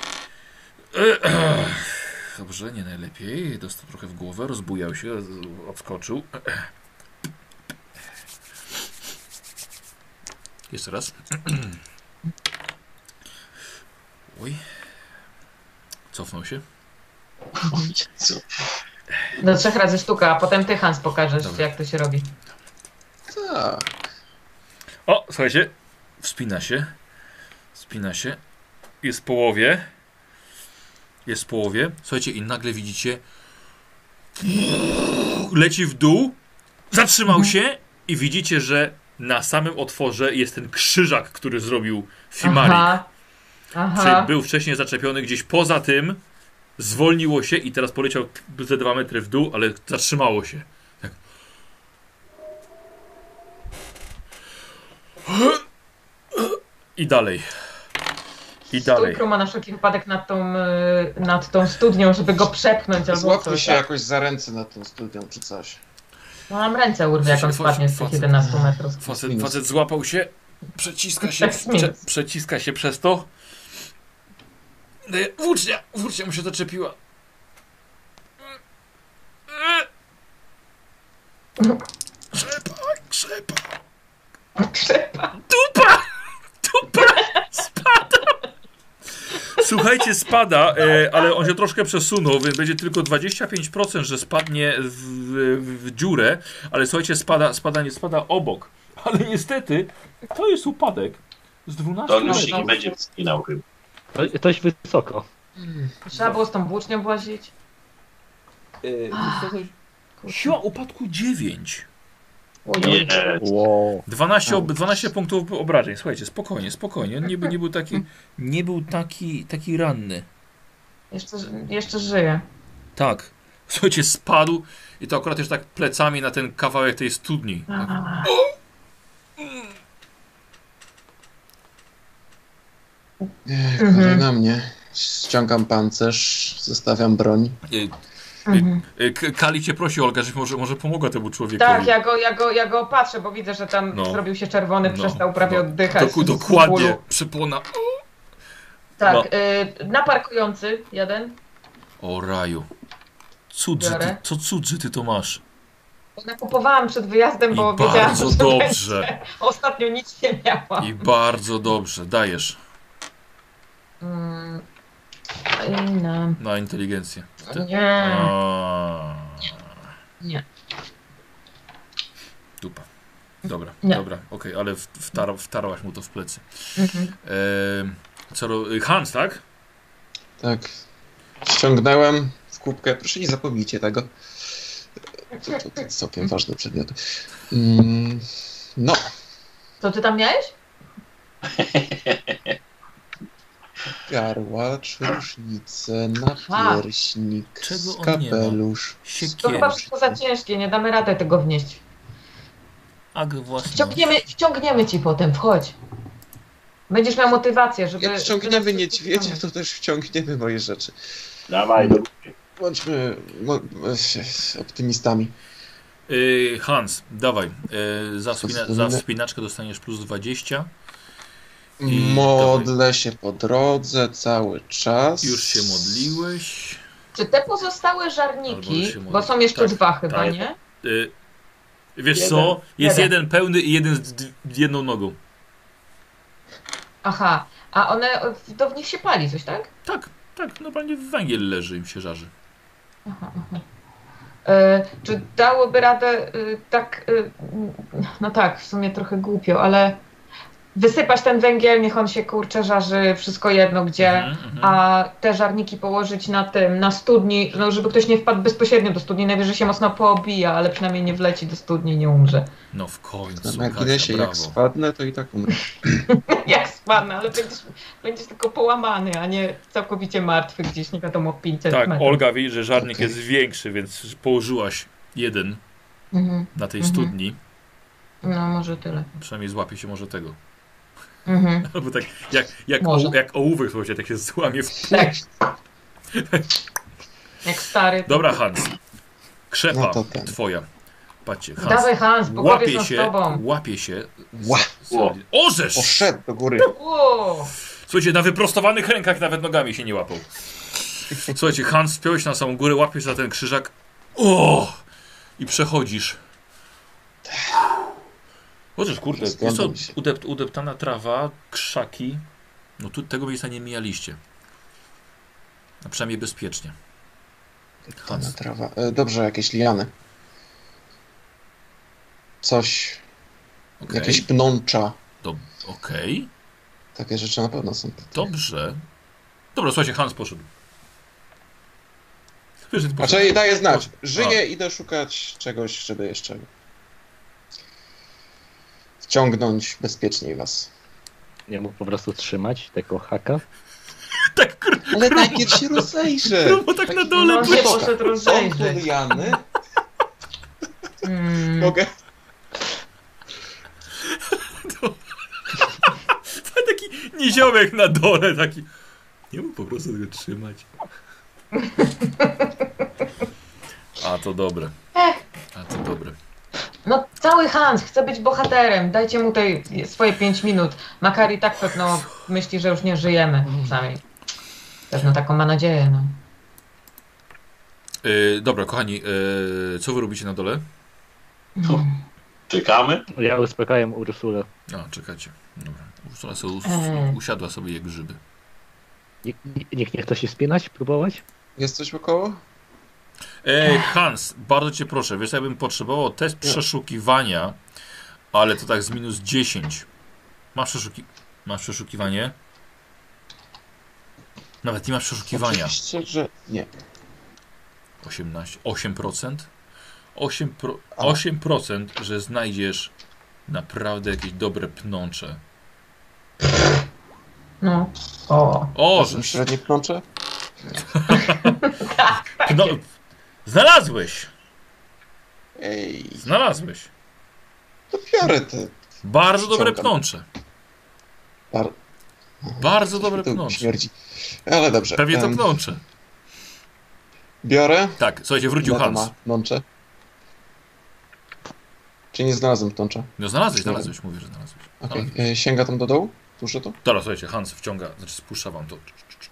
[SPEAKER 1] Dobrze, nie najlepiej. Dostał trochę w głowę, rozbujał się, z- odskoczył. Jeszcze raz. Oj. Cofnął się.
[SPEAKER 5] Co?
[SPEAKER 2] Do trzech razy sztuka, a potem ty, Hans, pokażesz,
[SPEAKER 1] Dobra.
[SPEAKER 2] jak to się robi.
[SPEAKER 3] Tak.
[SPEAKER 1] O, słuchajcie, wspina się. Wspina się. Jest w połowie. Jest w połowie. Słuchajcie, i nagle widzicie. Leci w dół. Zatrzymał się i widzicie, że na samym otworze jest ten krzyżak, który zrobił Fimarik.
[SPEAKER 2] Aha.
[SPEAKER 1] Czyli
[SPEAKER 2] Aha.
[SPEAKER 1] był wcześniej zaczepiony gdzieś poza tym. Zwolniło się i teraz poleciał ze dwa metry w dół, ale zatrzymało się. Tak. I dalej. I dalej.
[SPEAKER 2] Stój ma na wszelki wypadek nad tą, y, nad tą studnią, żeby go przepchnąć albo
[SPEAKER 3] Złapmy
[SPEAKER 2] coś.
[SPEAKER 3] się jakoś za ręce na tą studią czy coś.
[SPEAKER 2] No nam ręce urwie, jak on spadnie z tych jedenastu metrów.
[SPEAKER 1] Facet, facet złapał się, przeciska się,
[SPEAKER 2] Tak z minus.
[SPEAKER 1] prze, przeciska się przez to. Daje- Włócznia, włócznia mu się zaczepiła. Krzepa, krzepa,
[SPEAKER 2] Krzepa.
[SPEAKER 1] dupa, dupa, spada. Słuchajcie, spada, e, ale on się troszkę przesunął, więc będzie tylko dwadzieścia pięć procent, że spadnie w, w, w dziurę, ale słuchajcie, spada, spada, nie spada obok. Ale niestety, to jest upadek z
[SPEAKER 5] To
[SPEAKER 1] dwunastu
[SPEAKER 5] on już się
[SPEAKER 1] metrów.
[SPEAKER 5] nie będzie wspinał chyba.
[SPEAKER 4] To, dość wysoko.
[SPEAKER 2] Trzeba było z tą włócznią włazić.
[SPEAKER 1] Siła upadku dziewięć.
[SPEAKER 2] Ojoj.
[SPEAKER 5] Nie.
[SPEAKER 4] Wow.
[SPEAKER 1] dwanaście, ob, dwanaście punktów obrażeń. Słuchajcie, spokojnie, spokojnie. On nie, był- nie był taki, nie był taki, taki ranny.
[SPEAKER 2] Jeszcze, jeszcze żyje.
[SPEAKER 1] Tak. Słuchajcie, spadł i to akurat już tak plecami na ten kawałek tej studni. Tak.
[SPEAKER 3] Nie,
[SPEAKER 2] Mhm.
[SPEAKER 3] kolej na mnie. Ściągam pancerz, zostawiam broń.
[SPEAKER 1] Y,
[SPEAKER 2] Mhm.
[SPEAKER 1] y, K- Kali cię prosi, Olga, żebyś może, może pomogła temu człowiekowi.
[SPEAKER 2] Tak, ja go, ja, go, ja go patrzę, bo widzę, że tam
[SPEAKER 1] No.
[SPEAKER 2] zrobił się czerwony,
[SPEAKER 1] No,
[SPEAKER 2] przestał prawie
[SPEAKER 1] no.
[SPEAKER 2] oddychać.
[SPEAKER 1] Doku-
[SPEAKER 2] z
[SPEAKER 1] dokładnie,
[SPEAKER 2] bólu.
[SPEAKER 1] przypona.
[SPEAKER 2] Tak,
[SPEAKER 1] No.
[SPEAKER 2] y, na parkujący jeden.
[SPEAKER 1] O raju. Cud, że ty,
[SPEAKER 2] Biorę.
[SPEAKER 1] co cud, że ty to masz.
[SPEAKER 2] Nakupowałam przed wyjazdem,
[SPEAKER 1] I
[SPEAKER 2] bo wiedziałam,
[SPEAKER 1] bardzo
[SPEAKER 2] że
[SPEAKER 1] dobrze.
[SPEAKER 2] będzie. Ostatnio nic nie miałam.
[SPEAKER 1] I bardzo dobrze. Dajesz
[SPEAKER 2] Mm, i na...
[SPEAKER 1] na inteligencję. Ty-
[SPEAKER 2] Nie,
[SPEAKER 1] A.
[SPEAKER 2] nie.
[SPEAKER 1] Dupa. Dobra,
[SPEAKER 2] Nie.
[SPEAKER 1] dobra, okej, ale w- wtar wtarłaś mu to w plecy.
[SPEAKER 2] Mhm.
[SPEAKER 1] Ehm, co ro... Hans, tak?
[SPEAKER 3] Tak. Ściągnąłem w kubkę. Proszę nie zapomnijcie tego. To, to, to jest całkiem ważny przedmiot. Mm, no.
[SPEAKER 2] Co ty tam miałeś?
[SPEAKER 3] Garłacz, różnice,
[SPEAKER 2] Aha.
[SPEAKER 3] napierśnik,
[SPEAKER 1] Czego on nie ma?
[SPEAKER 3] kapelusz.
[SPEAKER 2] To chyba
[SPEAKER 1] Siekier.
[SPEAKER 2] wszystko za ciężkie, nie damy rady tego wnieść.
[SPEAKER 1] Ag własny.
[SPEAKER 2] Wciągniemy, wciągniemy ci potem, wchodź. Będziesz miał motywację, żeby...
[SPEAKER 3] Jak wciągniemy
[SPEAKER 2] żeby-
[SPEAKER 3] niedźwiedzia, to też wciągniemy moje rzeczy.
[SPEAKER 5] Dawaj, do...
[SPEAKER 3] Bądźmy mo- optymistami.
[SPEAKER 1] Yy, Hans, dawaj. Yy, za, wspina
[SPEAKER 3] Wspinę-
[SPEAKER 1] za wspinaczkę dostaniesz plus dwadzieścia. I
[SPEAKER 3] Modlę się po drodze cały czas.
[SPEAKER 1] Już się modliłeś.
[SPEAKER 2] Czy te pozostałe
[SPEAKER 1] Albo
[SPEAKER 2] żarniki,
[SPEAKER 1] już się
[SPEAKER 2] bo
[SPEAKER 1] modli.
[SPEAKER 2] są jeszcze
[SPEAKER 1] Tak,
[SPEAKER 2] dwa chyba,
[SPEAKER 1] tak.
[SPEAKER 2] nie?
[SPEAKER 1] Yy, wiesz
[SPEAKER 2] Jeden.
[SPEAKER 1] co? Jest
[SPEAKER 2] Jeden.
[SPEAKER 1] jeden pełny i jeden z d- jedną nogą.
[SPEAKER 2] Aha, a one, to w nich się pali coś, tak?
[SPEAKER 1] Tak, tak. Normalnie węgiel leży, im się żarzy.
[SPEAKER 2] Aha, aha. E, czy dałoby radę e, tak, e, no tak, w sumie trochę głupio, ale wysypać ten węgiel, niech on się kurczę żarzy, wszystko jedno gdzie,
[SPEAKER 1] Mhm, mhm.
[SPEAKER 2] a te żarniki położyć na tym, na studni, no żeby ktoś nie wpadł bezpośrednio do studni, najwyżej się mocno poobija, ale przynajmniej nie wleci do studni i nie umrze.
[SPEAKER 1] No w końcu,
[SPEAKER 3] Na marginesie,
[SPEAKER 1] Kasia,
[SPEAKER 3] jak
[SPEAKER 1] brawo.
[SPEAKER 3] spadnę, to i tak umrę.
[SPEAKER 2] Jak spadnę, ale będziesz, będziesz tylko połamany, a nie całkowicie martwy gdzieś, nie wiadomo, pięćset
[SPEAKER 1] Tak,
[SPEAKER 2] metrów.
[SPEAKER 1] Olga widzi, że żarnik
[SPEAKER 3] Okej.
[SPEAKER 1] jest większy, więc położyłaś jeden
[SPEAKER 2] Mhm.
[SPEAKER 1] na tej
[SPEAKER 2] Mhm.
[SPEAKER 1] studni.
[SPEAKER 2] No może tyle.
[SPEAKER 1] Przynajmniej złapie się może tego.
[SPEAKER 2] Mhm.
[SPEAKER 1] Albo tak jak, jak,
[SPEAKER 2] Może.
[SPEAKER 1] o, jak ołówek, słuchajcie, tak się złamie w pół.
[SPEAKER 2] Tak. Jak stary.
[SPEAKER 1] Dobra, Hans. Krzepa
[SPEAKER 3] No to ten.
[SPEAKER 1] twoja. Patrzcie, Hans.
[SPEAKER 2] Dawaj Hans, bogowie
[SPEAKER 1] Łapie
[SPEAKER 2] są z
[SPEAKER 1] się,
[SPEAKER 2] tobą.
[SPEAKER 1] łapie się.
[SPEAKER 3] Ła.
[SPEAKER 5] Ło.
[SPEAKER 1] Orzesz!
[SPEAKER 3] Poszedł do góry.
[SPEAKER 2] Ło!
[SPEAKER 1] Słuchajcie, na wyprostowanych rękach nawet nogami się nie łapał. Słuchajcie, Hans, wpiąłeś na samą górę, łapiesz za ten krzyżak. O! I przechodzisz. Chociaż kurde, jest to
[SPEAKER 3] Rozglądam się.
[SPEAKER 1] udept, udeptana trawa, krzaki. No tu tego miejsca nie mijaliście. A przynajmniej bezpiecznie.
[SPEAKER 3] Pana trawa. E, dobrze, jakieś liany. Coś.
[SPEAKER 1] Okej,
[SPEAKER 3] Jakieś pnącza.
[SPEAKER 1] Do- okej,
[SPEAKER 3] Takie rzeczy na pewno są.
[SPEAKER 1] dobrze. Dobra, słuchajcie, Hans poszedł. Wiesz, że ty poszedł.
[SPEAKER 3] Znaczy daję znać.
[SPEAKER 1] A.
[SPEAKER 3] Żyję, idę szukać czegoś, żeby jeszcze wciągnąć bezpieczniej was.
[SPEAKER 4] Nie mógł po prostu trzymać tego haka.
[SPEAKER 1] Tak, kr-
[SPEAKER 3] Ale najpierw się rozejrzę.
[SPEAKER 1] bo tak na dole
[SPEAKER 2] No
[SPEAKER 1] było.
[SPEAKER 2] się poszedł
[SPEAKER 3] Są tu
[SPEAKER 2] rozejrzeć.
[SPEAKER 3] liany.
[SPEAKER 2] Mm.
[SPEAKER 3] Mogę.
[SPEAKER 1] Taki niziołek na dole, taki. Nie mógł po prostu tego trzymać. A to dobre. A to dobre.
[SPEAKER 2] No cały Hans chce być bohaterem. Dajcie mu tej swoje pięć minut. Makari tak pewno myśli, że już nie żyjemy. Przynajmniej. Pewno taką ma nadzieję. No.
[SPEAKER 1] Yy, dobra, kochani, yy, co wy robicie na dole?
[SPEAKER 2] No.
[SPEAKER 5] Czekamy?
[SPEAKER 4] Ja uspokajam Ursulę.
[SPEAKER 1] A, czekajcie. Dobra. Ursula sobie us-
[SPEAKER 2] Eee.
[SPEAKER 1] usiadła sobie jak grzyby.
[SPEAKER 4] Niech, niech nie chce się spinać, próbować?
[SPEAKER 3] Jest coś wokoło?
[SPEAKER 1] Ej, Hans, bardzo cię proszę, wiesz, ja bym potrzebował test przeszukiwania, ale to tak z minus dziesięć. Masz, przeszuki... Masz przeszukiwanie? Nawet nie masz przeszukiwania.
[SPEAKER 3] Oczywiście, że nie.
[SPEAKER 1] osiemnaście, osiem procent? osiem procent, że znajdziesz naprawdę jakieś dobre pnącze.
[SPEAKER 2] No. O.
[SPEAKER 1] O,
[SPEAKER 3] Że średnie pnącze?
[SPEAKER 1] Pno... Znalazłeś!
[SPEAKER 3] Ej,
[SPEAKER 1] Znalazłeś.
[SPEAKER 3] to biorę te.
[SPEAKER 1] Bardzo dobre
[SPEAKER 3] Ściągam.
[SPEAKER 1] pnącze.
[SPEAKER 3] Bar...
[SPEAKER 1] Bardzo dobre
[SPEAKER 3] to
[SPEAKER 1] pnącze.
[SPEAKER 3] śmierdzi. Ale dobrze.
[SPEAKER 1] Pewnie to
[SPEAKER 3] em,
[SPEAKER 1] pnącze.
[SPEAKER 3] Biorę.
[SPEAKER 1] Tak, słuchajcie, wrócił
[SPEAKER 3] Ile to
[SPEAKER 1] Hans.
[SPEAKER 3] ma pnącze? Czy nie znalazłem pnącza?
[SPEAKER 1] No znalazłeś, znalazłeś, mówię, że znalazłeś.
[SPEAKER 3] Okej,
[SPEAKER 1] Znalazłeś.
[SPEAKER 3] e, sięga tam do dołu? Duże to?
[SPEAKER 1] Dobra, słuchajcie, Hans wciąga, znaczy spuszcza wam to.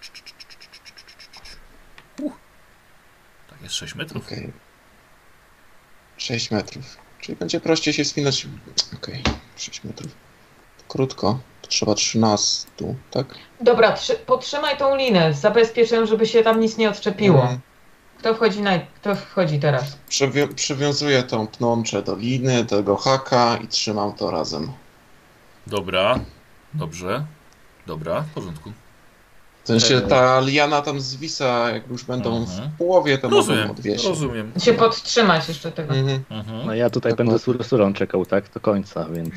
[SPEAKER 1] Uch. Tak, jest sześć metrów.
[SPEAKER 3] Okej. sześć metrów. Czyli będzie prościej się wspinać. Okej, sześć metrów. Krótko. Trzeba trzynaście, tak?
[SPEAKER 2] Dobra, trzy, potrzymaj tą linę. Zabezpieczę, żeby się tam nic nie odczepiło.
[SPEAKER 3] Mhm.
[SPEAKER 2] Kto wchodzi, naj... Kto wchodzi teraz?
[SPEAKER 3] Przywią- przywiązuję tą pnączę do liny, tego haka i trzymam to razem.
[SPEAKER 1] Dobra, dobrze. Dobra, w porządku.
[SPEAKER 3] W sensie
[SPEAKER 1] Eee.
[SPEAKER 3] ta liana tam zwisa, jak już będą
[SPEAKER 1] Mhm.
[SPEAKER 3] w połowie, to mogą
[SPEAKER 1] Rozumiem,
[SPEAKER 3] odwieść.
[SPEAKER 1] rozumiem.
[SPEAKER 2] Się podtrzymać jeszcze tego.
[SPEAKER 3] Mhm.
[SPEAKER 1] Mhm.
[SPEAKER 4] No ja tutaj
[SPEAKER 3] Dokładnie.
[SPEAKER 4] będę z ursurą czekał, tak? Do końca, więc...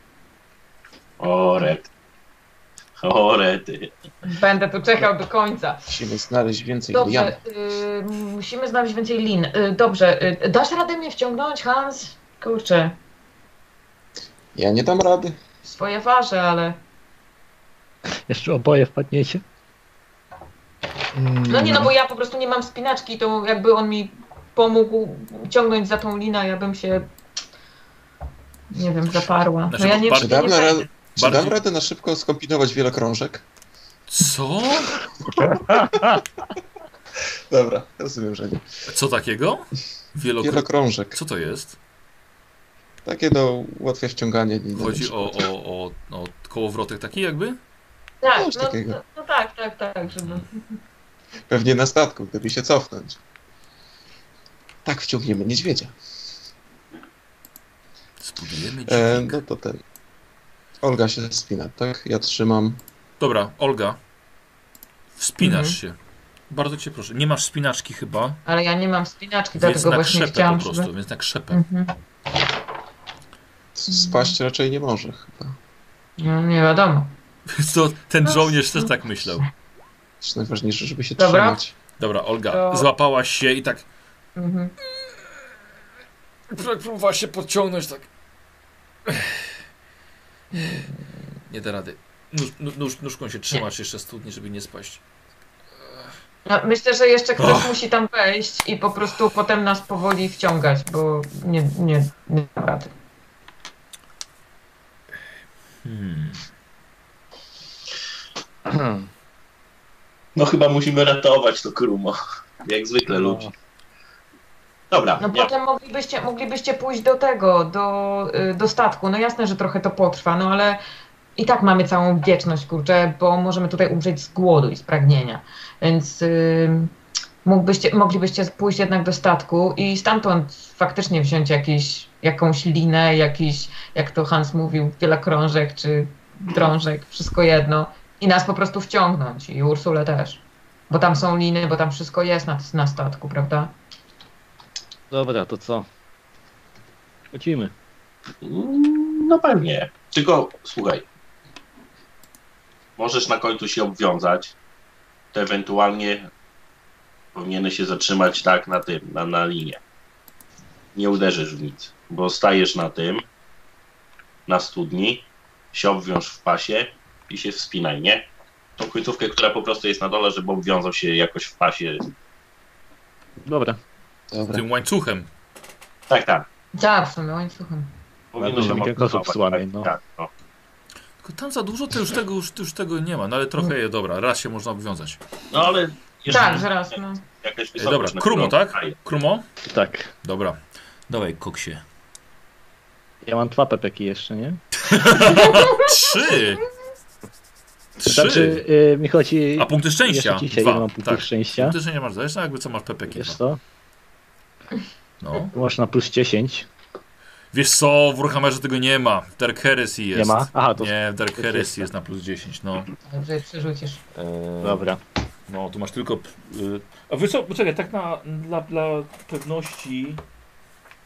[SPEAKER 5] O, red. O, rety.
[SPEAKER 2] Będę tu czekał do końca.
[SPEAKER 3] Musimy znaleźć więcej lian.
[SPEAKER 2] Dobrze, y, musimy znaleźć więcej lin. Y, dobrze, y, dasz radę mnie wciągnąć, Hans? Kurczę,
[SPEAKER 3] Ja nie dam rady.
[SPEAKER 2] swoje wasze, ale...
[SPEAKER 4] Jeszcze oboje wpadniecie?
[SPEAKER 2] No nie, no bo ja po prostu nie mam spinaczki, to jakby on mi pomógł ciągnąć za tą linę, ja bym się... Nie wiem, zaparła. No
[SPEAKER 1] Znaczy,
[SPEAKER 2] ja nie,
[SPEAKER 1] bo
[SPEAKER 3] Czy
[SPEAKER 2] nie
[SPEAKER 3] dam, na
[SPEAKER 2] wejdę.
[SPEAKER 3] ra- czy
[SPEAKER 1] Bardziej-
[SPEAKER 3] dam radę na szybko skombinować wielokrążek?
[SPEAKER 1] Co?
[SPEAKER 3] Dobra, rozumiem, że nie.
[SPEAKER 1] Co takiego? Wielokro...
[SPEAKER 3] Wielokrążek.
[SPEAKER 1] Co to jest?
[SPEAKER 3] Takie do ułatwia ściąganie liny.
[SPEAKER 1] Chodzi o, o, o, o kołowrotek taki jakby?
[SPEAKER 2] Tak,
[SPEAKER 3] Coś
[SPEAKER 2] no,
[SPEAKER 3] takiego.
[SPEAKER 2] no, no tak, tak, tak, żeby...
[SPEAKER 3] Pewnie na statku, gdyby się cofnąć. Tak wciągniemy niedźwiedzia.
[SPEAKER 1] Spudujemy
[SPEAKER 3] E,
[SPEAKER 1] dźwig.
[SPEAKER 3] no to ten. Olga się spina, tak? Ja trzymam.
[SPEAKER 1] Dobra, Olga. Wspinasz
[SPEAKER 2] Mhm.
[SPEAKER 1] się. Bardzo cię proszę. Nie masz spinaczki chyba,
[SPEAKER 2] Ale ja nie mam spinaczki,
[SPEAKER 1] więc
[SPEAKER 2] dlatego
[SPEAKER 1] na
[SPEAKER 2] właśnie
[SPEAKER 1] krzepę
[SPEAKER 2] chciałam,
[SPEAKER 1] po prostu,
[SPEAKER 2] żeby...
[SPEAKER 1] więc na krzepę.
[SPEAKER 2] Mhm.
[SPEAKER 3] Spaść raczej nie może chyba.
[SPEAKER 2] No nie wiadomo.
[SPEAKER 1] Więc to ten żołnierz też tak myślał.
[SPEAKER 3] Jest najważniejsze, żeby się
[SPEAKER 2] Dobra.
[SPEAKER 3] trzymać.
[SPEAKER 1] Dobra, Olga,
[SPEAKER 2] To-
[SPEAKER 1] złapałaś się i tak
[SPEAKER 2] Mhm.
[SPEAKER 1] próbowała się podciągnąć tak. Nie da rady. Nóż, nóż, nóżką się trzymasz jeszcze studnie, żeby nie spaść.
[SPEAKER 2] No, myślę, że jeszcze ktoś
[SPEAKER 1] Och.
[SPEAKER 2] musi tam wejść i po prostu potem nas powoli wciągać, bo nie, nie, nie da rady.
[SPEAKER 1] Hmm.
[SPEAKER 5] No chyba musimy ratować to Krumo. Jak zwykle ludzi. Dobra,
[SPEAKER 2] No
[SPEAKER 5] ja,
[SPEAKER 2] potem moglibyście, moglibyście pójść do tego, do, y, do statku. No jasne, że trochę to potrwa, no ale i tak mamy całą wdzięczność, kurczę, bo możemy tutaj umrzeć z głodu i z pragnienia. Więc y, mógłbyście, moglibyście pójść jednak do statku i stamtąd faktycznie wziąć jakiś, jakąś linę, jakiś, jak to Hans mówił, wielokrążek czy drążek, wszystko jedno i nas po prostu wciągnąć i Ursulę też. Bo tam są liny, bo tam wszystko jest na, na statku, prawda?
[SPEAKER 4] Dobra, to co? Lecimy.
[SPEAKER 5] Mm, no pewnie. Tylko słuchaj. Możesz na końcu się obwiązać. To ewentualnie powinieneś się zatrzymać tak na tym, na, na linie. Nie uderzysz w nic, bo stajesz na tym, na studni, się obwiąż w pasie i się wspinaj, nie? Tą końcówkę, która po prostu jest na dole, żeby obwiązał się jakoś w pasie.
[SPEAKER 4] Dobra.
[SPEAKER 3] Dobra.
[SPEAKER 1] Tym łańcuchem.
[SPEAKER 5] Tak, tak.
[SPEAKER 2] Tak, w sumie łańcuchem.
[SPEAKER 5] Powinno się
[SPEAKER 4] kilka osób
[SPEAKER 5] obwiązywać,
[SPEAKER 4] słabej,
[SPEAKER 5] tak,
[SPEAKER 4] no.
[SPEAKER 5] tak, no.
[SPEAKER 1] Tylko tam za dużo to już tego, już, już tego nie ma, no ale trochę je, dobra, raz się można obwiązać.
[SPEAKER 5] No ale jeżeli
[SPEAKER 2] Tak, zaraz, no.
[SPEAKER 5] jakaś
[SPEAKER 1] Ej,
[SPEAKER 5] wysokość,
[SPEAKER 1] dobra,
[SPEAKER 5] na
[SPEAKER 1] Krumo,
[SPEAKER 5] którą-
[SPEAKER 1] tak? Krumo?
[SPEAKER 4] Tak.
[SPEAKER 1] Dobra. Dawaj, koksie.
[SPEAKER 4] Ja mam dwa pepeki jeszcze, nie?
[SPEAKER 1] Trzy! Trzy!
[SPEAKER 4] Znaczy, y, mi chodzi...
[SPEAKER 1] A punkty szczęścia?
[SPEAKER 4] Jeszcze dzisiaj
[SPEAKER 1] Dwa,
[SPEAKER 4] nie mam punktów
[SPEAKER 1] tak.
[SPEAKER 4] szczęścia.
[SPEAKER 1] Punkty szczęścia masz, zresztą jakby co masz pepeki.
[SPEAKER 4] Wiesz
[SPEAKER 1] dwa.
[SPEAKER 4] co?
[SPEAKER 1] No.
[SPEAKER 4] Można plus dziesięć.
[SPEAKER 1] Wiesz co, w Warhammerze tego nie ma. W Dark Heresy jest.
[SPEAKER 4] Nie ma? Aha, to...
[SPEAKER 1] Nie, w Dark
[SPEAKER 4] to
[SPEAKER 1] Heresy
[SPEAKER 4] jest.
[SPEAKER 1] jest na plus dziesięć, no.
[SPEAKER 2] Dobrze, przerzucisz.
[SPEAKER 1] Eee,
[SPEAKER 4] Dobra.
[SPEAKER 1] No, tu masz tylko... Y... A wiesz co, poczekaj, tak na, dla, dla pewności...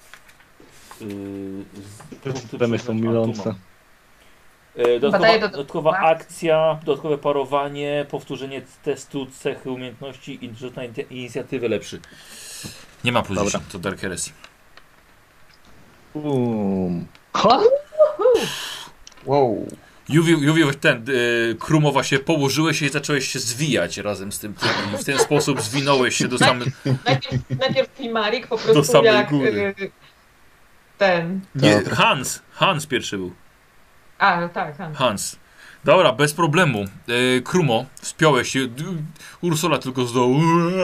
[SPEAKER 1] z
[SPEAKER 4] Temy są milące.
[SPEAKER 1] E, Dodatkowa,
[SPEAKER 2] Badaje do-
[SPEAKER 1] dodatkowa akcja, dodatkowe parowanie, powtórzenie testu cechy umiejętności i rzut na in- inicjatywę lepszy. Nie ma plus
[SPEAKER 4] Dobra.
[SPEAKER 1] dziesięć, to Dark Heresy.
[SPEAKER 4] Bum. Ha!
[SPEAKER 3] Wow.
[SPEAKER 1] Juwi, Juwi ten, y, Krumowa się położyłeś się i zacząłeś się zwijać razem z tym tym i w ten sposób zwinąłeś się do samej...
[SPEAKER 2] Najpierw, najpierw Klimarik po
[SPEAKER 1] Do
[SPEAKER 2] prostu
[SPEAKER 1] samej
[SPEAKER 2] jak
[SPEAKER 1] góry.
[SPEAKER 2] y, ten.
[SPEAKER 1] Nie,
[SPEAKER 3] Dobra.
[SPEAKER 1] Hans, Hans pierwszy był.
[SPEAKER 2] A, tak, Hans.
[SPEAKER 1] Hans. Dobra, bez problemu. E, Krumo, wspiąłeś się. D- Ursula tylko z dołu.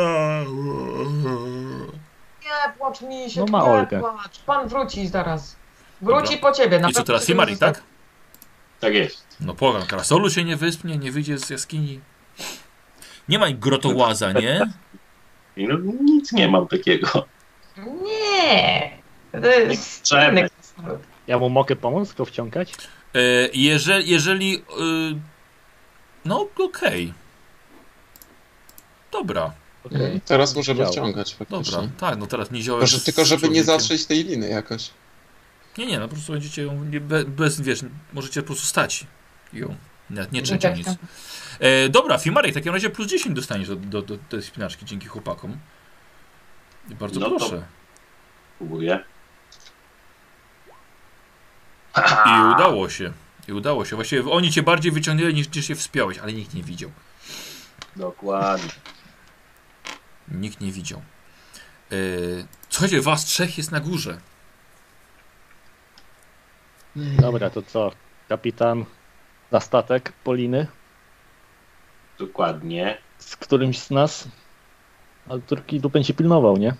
[SPEAKER 2] Nie płacz mi się,
[SPEAKER 4] No ma
[SPEAKER 2] nie
[SPEAKER 4] Olgę.
[SPEAKER 2] płacz. Pan wróci zaraz. Wróci
[SPEAKER 1] Dobra.
[SPEAKER 2] po ciebie. Na
[SPEAKER 1] I co
[SPEAKER 2] pewno
[SPEAKER 1] teraz,
[SPEAKER 2] cię
[SPEAKER 1] Simari,
[SPEAKER 2] zostawi.
[SPEAKER 1] tak?
[SPEAKER 5] Tak jest.
[SPEAKER 1] No pogan, Krasolu się nie wyspnie, nie wyjdzie z jaskini. Nie ma grotołaza, nie?
[SPEAKER 5] I no, nic nie mam takiego.
[SPEAKER 2] Nie. To jest
[SPEAKER 5] Trzeba.
[SPEAKER 2] inny
[SPEAKER 4] Ja mu mogę pomóc go wciągać?
[SPEAKER 1] E, jeżeli, jeżeli... E, no, okej. Dobra,
[SPEAKER 4] Okej.
[SPEAKER 3] Teraz możemy
[SPEAKER 4] Działa.
[SPEAKER 3] wciągać faktycznie.
[SPEAKER 1] dobra. Tak, no teraz niziołek...
[SPEAKER 3] Tylko, że,
[SPEAKER 1] z
[SPEAKER 3] tylko żeby nie
[SPEAKER 1] człowiekiem.
[SPEAKER 3] zatrzeć tej liny jakoś.
[SPEAKER 1] Nie, nie, no po prostu będziecie ją... Nie, be- bez, wiesz, możecie po prostu stać i ją... Nie, nie trzecie nic. E, dobra, Fimarek, w takim razie plus dziesięć dostaniesz do, do, do tej spinaczki dzięki chłopakom. I bardzo
[SPEAKER 5] No to-
[SPEAKER 1] proszę.
[SPEAKER 5] Próbuję.
[SPEAKER 1] I udało się. I udało się. Właściwie oni cię bardziej wyciągnęli niż, niż się wspiąłeś, ale nikt nie widział.
[SPEAKER 5] Dokładnie.
[SPEAKER 1] Nikt nie widział. E, słuchajcie, was trzech jest na górze.
[SPEAKER 4] Dobra, to co? Kapitan na statek Poliny
[SPEAKER 5] Dokładnie.
[SPEAKER 4] z którymś z nas. Ale Turki tu będzie pilnował, nie?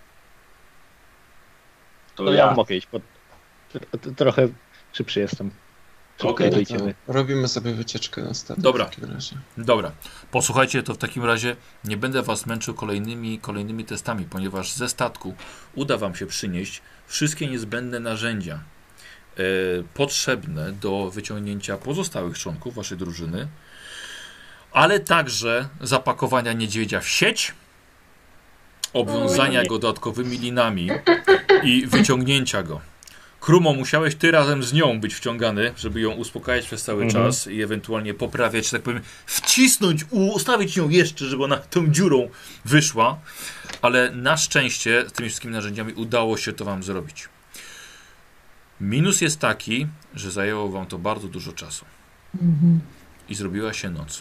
[SPEAKER 5] To
[SPEAKER 4] To ja
[SPEAKER 5] ja.
[SPEAKER 4] mogę iść, bo tr- tr- trochę szybszy jestem. Szybko
[SPEAKER 5] Okej,
[SPEAKER 3] No
[SPEAKER 4] dojdziemy.
[SPEAKER 3] to robimy sobie wycieczkę na statek
[SPEAKER 1] Dobra.
[SPEAKER 3] w takim razie.
[SPEAKER 1] Dobra. Posłuchajcie, to w takim razie nie będę was męczył kolejnymi, kolejnymi testami, ponieważ ze statku uda wam się przynieść wszystkie niezbędne narzędzia e, potrzebne do wyciągnięcia pozostałych członków waszej drużyny, ale także zapakowania niedźwiedzia w sieć, obwiązania go dodatkowymi linami i wyciągnięcia go. Krumo, musiałeś ty razem z nią być wciągany, żeby ją uspokajać przez cały
[SPEAKER 4] Mhm.
[SPEAKER 1] czas i ewentualnie poprawiać, że tak powiem, wcisnąć, ustawić ją jeszcze, żeby ona tą dziurą wyszła, ale na szczęście z tymi wszystkimi narzędziami udało się to wam zrobić. Minus jest taki, że zajęło wam to bardzo dużo czasu
[SPEAKER 2] Mhm.
[SPEAKER 1] i zrobiła się noc.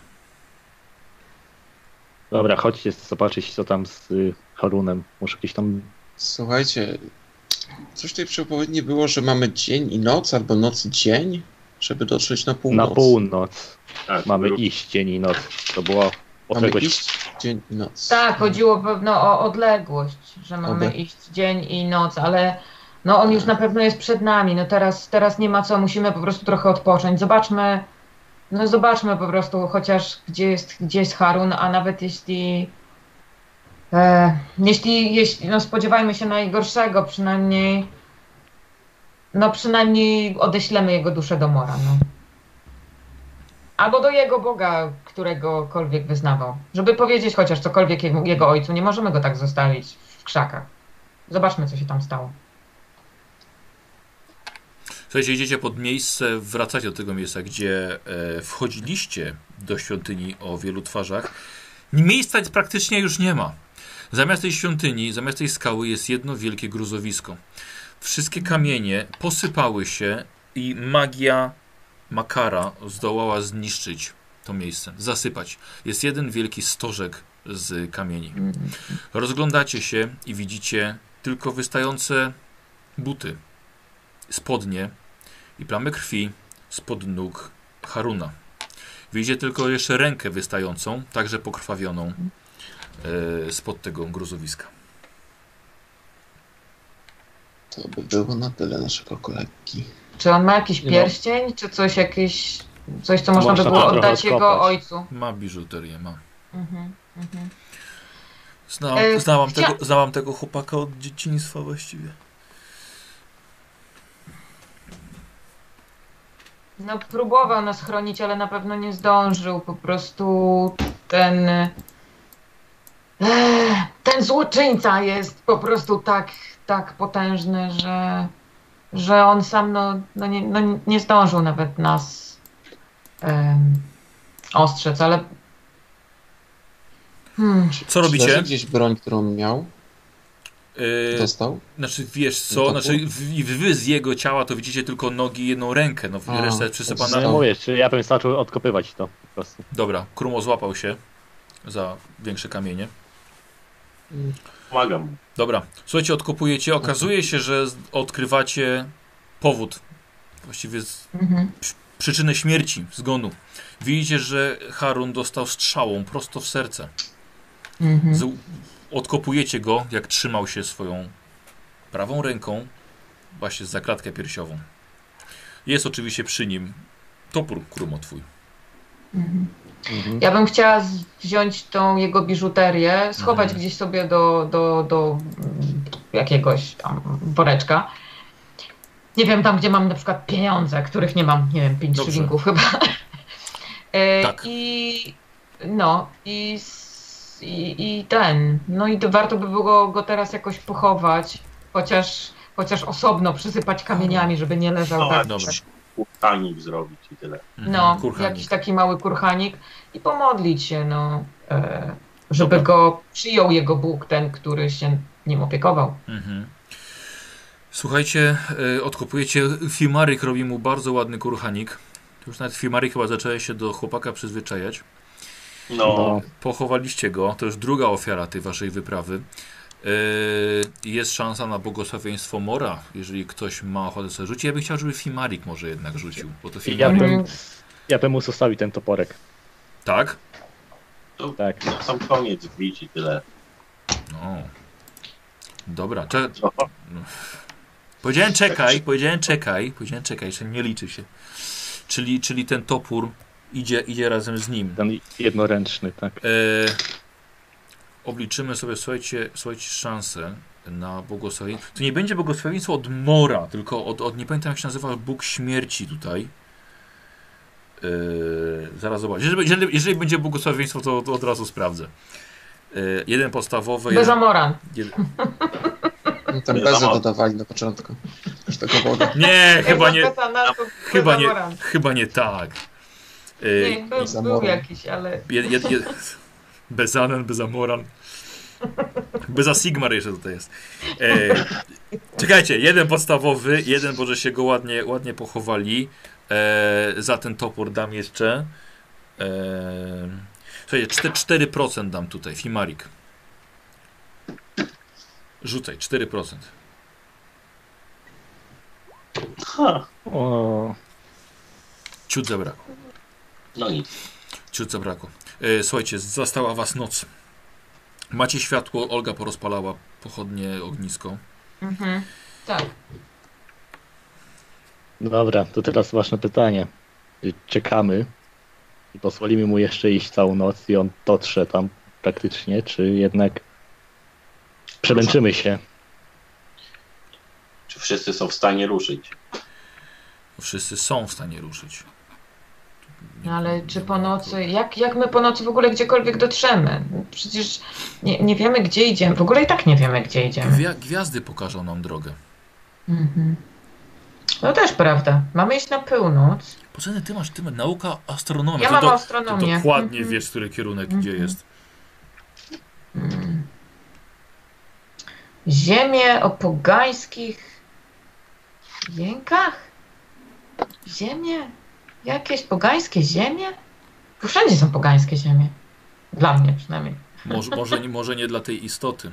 [SPEAKER 4] Dobra, chodźcie zobaczyć co tam z y, Harunem. Muszę gdzieś tam...
[SPEAKER 3] Słuchajcie, coś tutaj przepowiedni było, że mamy dzień i noc, albo noc i dzień, żeby dotrzeć na północ.
[SPEAKER 4] Na północ
[SPEAKER 5] Tak,
[SPEAKER 4] mamy
[SPEAKER 5] rób-
[SPEAKER 4] iść dzień i noc. To było od
[SPEAKER 3] Mamy
[SPEAKER 4] czegoś...
[SPEAKER 3] iść dzień i noc.
[SPEAKER 2] Tak, chodziło pewno o odległość, że mamy
[SPEAKER 3] Oby.
[SPEAKER 2] iść dzień i noc, ale no on już na pewno jest przed nami. No teraz, teraz nie ma co, musimy po prostu trochę odpocząć. Zobaczmy, no zobaczmy po prostu chociaż gdzie jest, gdzie jest Harun, a nawet jeśli e, jeśli, jeśli no spodziewajmy się najgorszego, przynajmniej no przynajmniej odeślemy jego duszę do mora, no. Albo do jego Boga, któregokolwiek wyznawał. Żeby powiedzieć chociaż cokolwiek jego, jego ojcu. Nie możemy go tak zostawić w krzakach. Zobaczmy, co się tam stało.
[SPEAKER 1] Słuchajcie, idziecie pod miejsce, wracacie do tego miejsca, gdzie e, wchodziliście do świątyni o wielu twarzach. Miejsca praktycznie już nie ma. Zamiast tej świątyni, zamiast tej skały jest jedno wielkie gruzowisko. Wszystkie kamienie posypały się i magia Makara zdołała zniszczyć to miejsce, zasypać. Jest jeden wielki stożek z kamieni. Rozglądacie się i widzicie tylko wystające buty, spodnie i plamy krwi spod nóg Haruna. Widzicie tylko jeszcze rękę wystającą, także pokrwawioną e, spod tego gruzowiska.
[SPEAKER 3] To by było na tyle naszego kolegi.
[SPEAKER 2] Czy on ma jakiś
[SPEAKER 4] No.
[SPEAKER 2] pierścień, czy coś jakieś, coś, co można by
[SPEAKER 4] Można
[SPEAKER 2] było
[SPEAKER 4] to trochę
[SPEAKER 2] oddać jego
[SPEAKER 4] odkopać.
[SPEAKER 2] ojcu?
[SPEAKER 1] Ma biżuterię, ma.
[SPEAKER 2] Mhm, mhm.
[SPEAKER 1] Zna,
[SPEAKER 2] E,
[SPEAKER 1] znałam,
[SPEAKER 2] chcia-
[SPEAKER 1] tego, znałam tego chłopaka od dzieciństwa właściwie.
[SPEAKER 2] No próbował nas chronić, ale na pewno nie zdążył. Po prostu ten... Ech, ten złoczyńca jest po prostu tak, tak potężny, że że on sam no, no, nie, no nie zdążył nawet nas um, ostrzec, ale... Hmm.
[SPEAKER 1] Co robicie?
[SPEAKER 3] Leży gdzieś broń, którą miał?
[SPEAKER 1] Yy,
[SPEAKER 3] Dostał?
[SPEAKER 1] Znaczy, wiesz co,
[SPEAKER 3] No
[SPEAKER 1] znaczy wy, wy z jego ciała to widzicie tylko nogi i jedną rękę, no
[SPEAKER 3] A,
[SPEAKER 1] reszta jest przysypana.
[SPEAKER 3] to
[SPEAKER 4] No mówię, czy ja bym zaczął odkopywać to po prostu.
[SPEAKER 1] Dobra, Krumo złapał się za większe kamienie.
[SPEAKER 5] Pomagam mu.
[SPEAKER 1] Dobra, słuchajcie, odkopujecie, okazuje się, że z- odkrywacie powód, właściwie z,
[SPEAKER 2] Mhm.
[SPEAKER 1] przyczynę śmierci, zgonu. Widzicie, że Harun dostał strzałą prosto w serce.
[SPEAKER 2] Mhm.
[SPEAKER 1] Z, odkopujecie go, jak trzymał się swoją prawą ręką właśnie za klatkę piersiową. Jest oczywiście przy nim topór, Krumo, twój.
[SPEAKER 2] Mhm.
[SPEAKER 3] Mhm.
[SPEAKER 2] Ja bym chciała z- wziąć tą jego biżuterię, schować
[SPEAKER 1] Mhm.
[SPEAKER 2] gdzieś sobie do, do, do mm, jakiegoś tam woreczka. Nie wiem, tam gdzie mam na przykład pieniądze, których nie mam, nie wiem, pięć
[SPEAKER 1] Dobrze.
[SPEAKER 2] szylingów chyba. E,
[SPEAKER 1] Tak.
[SPEAKER 2] I no, i, s- i, i ten, no i to warto by było go teraz jakoś pochować, chociaż, chociaż osobno przysypać kamieniami, żeby nie leżał
[SPEAKER 5] No,
[SPEAKER 2] tak.
[SPEAKER 1] Dobrze.
[SPEAKER 5] Kurtanik zrobić i tyle.
[SPEAKER 1] Mhm,
[SPEAKER 2] No,
[SPEAKER 1] kurhanik.
[SPEAKER 2] jakiś taki mały kurhanik i pomodlić się, no, e, żeby
[SPEAKER 1] Dobra.
[SPEAKER 2] go przyjął jego Bóg, ten, który się nim opiekował.
[SPEAKER 1] Mhm. Słuchajcie, y, odkopujecie, Fimaryk robi mu bardzo ładny kurhanik. Już nawet Fimaryk chyba zaczęła się do chłopaka przyzwyczajać.
[SPEAKER 5] No,
[SPEAKER 4] No.
[SPEAKER 1] Pochowaliście go, to już druga ofiara tej waszej wyprawy. Y, jest szansa na błogosławieństwo Mora, jeżeli ktoś ma ochotę sobie rzucić. Ja bym chciał, żeby Fimaryk może jednak rzucił, bo to
[SPEAKER 4] Ja
[SPEAKER 1] Fimaryk...
[SPEAKER 4] bym, ja bym mu zostawił ten toporek.
[SPEAKER 1] Tak?
[SPEAKER 4] Tak.
[SPEAKER 5] na sam koniec wbić i tyle.
[SPEAKER 1] No. Dobra, cze...
[SPEAKER 5] Co?
[SPEAKER 1] powiedziałem czekaj, powiedziałem czekaj, powiedziałem czekaj, jeszcze nie liczy się. Czyli, czyli ten topór idzie, idzie razem z nim.
[SPEAKER 4] Ten jednoręczny, tak.
[SPEAKER 1] E, obliczymy sobie, słuchajcie, słuchajcie, szansę na błogosławieństwo. To nie będzie błogosławieństwo od Mora, tylko od, od nie pamiętam jak się nazywa, Bóg śmierci tutaj. E, zaraz zobaczę. Jeżeli, jeżeli, jeżeli będzie błogosławieństwo, to, to od razu sprawdzę. E, jeden podstawowy. Jeden,
[SPEAKER 2] Bezamoran.
[SPEAKER 1] jeden,
[SPEAKER 3] No, Tam
[SPEAKER 5] Nie
[SPEAKER 3] bezę
[SPEAKER 5] za mało.
[SPEAKER 3] dodawali na początku. Już tego woda.
[SPEAKER 1] nie, chyba nie,
[SPEAKER 2] Bezana, to
[SPEAKER 1] chyba nie,
[SPEAKER 2] Bezamoran.
[SPEAKER 1] chyba nie tak. E,
[SPEAKER 2] Nie, był, był
[SPEAKER 3] Bezamoran.
[SPEAKER 2] jakiś, ale...
[SPEAKER 1] Jed, jed, jed, Bezanen, Bezamoran. Beza Sigmar jeszcze tutaj jest. E, czekajcie, jeden podstawowy, jeden, bo że się go ładnie, ładnie pochowali. E, za ten topór dam jeszcze. E, słuchajcie, cztery procent dam tutaj, Fimarik. Rzucaj, cztery procent.
[SPEAKER 5] Ha,
[SPEAKER 4] O,
[SPEAKER 1] Ciut zabrakło.
[SPEAKER 5] no nic.
[SPEAKER 1] Ciut zabrakło. E, słuchajcie, zastała was noc. Macie światło, Olga porozpalała pochodnie, ognisko.
[SPEAKER 2] Mhm. Tak.
[SPEAKER 4] dobra, to teraz ważne pytanie. Czy czekamy i pozwolimy mu jeszcze iść całą noc i on dotrze tam praktycznie, czy jednak przemęczymy się?
[SPEAKER 5] Czy wszyscy są w stanie ruszyć?
[SPEAKER 1] Wszyscy są w stanie ruszyć.
[SPEAKER 2] No ale czy po nocy, jak, jak my po nocy w ogóle gdziekolwiek dotrzemy? Przecież nie, nie wiemy, gdzie idziemy. W ogóle i tak nie wiemy, gdzie idziemy.
[SPEAKER 1] Gwia gwiazdy pokażą nam drogę.
[SPEAKER 2] Mhm. No też prawda. Mamy iść na północ.
[SPEAKER 1] Poza ty masz, ty masz nauka astronomia.
[SPEAKER 2] Ja
[SPEAKER 1] to
[SPEAKER 2] mam
[SPEAKER 1] do, to
[SPEAKER 2] astronomię.
[SPEAKER 1] dokładnie
[SPEAKER 2] Mhm.
[SPEAKER 1] wiesz, który kierunek
[SPEAKER 2] Mhm.
[SPEAKER 1] gdzie jest.
[SPEAKER 2] Mm. Ziemię o pogańskich jękach? Ziemię? Jakieś pogańskie ziemie? Bo wszędzie są pogańskie ziemie. Dla mnie przynajmniej.
[SPEAKER 1] Może, może, nie, może nie dla tej istoty.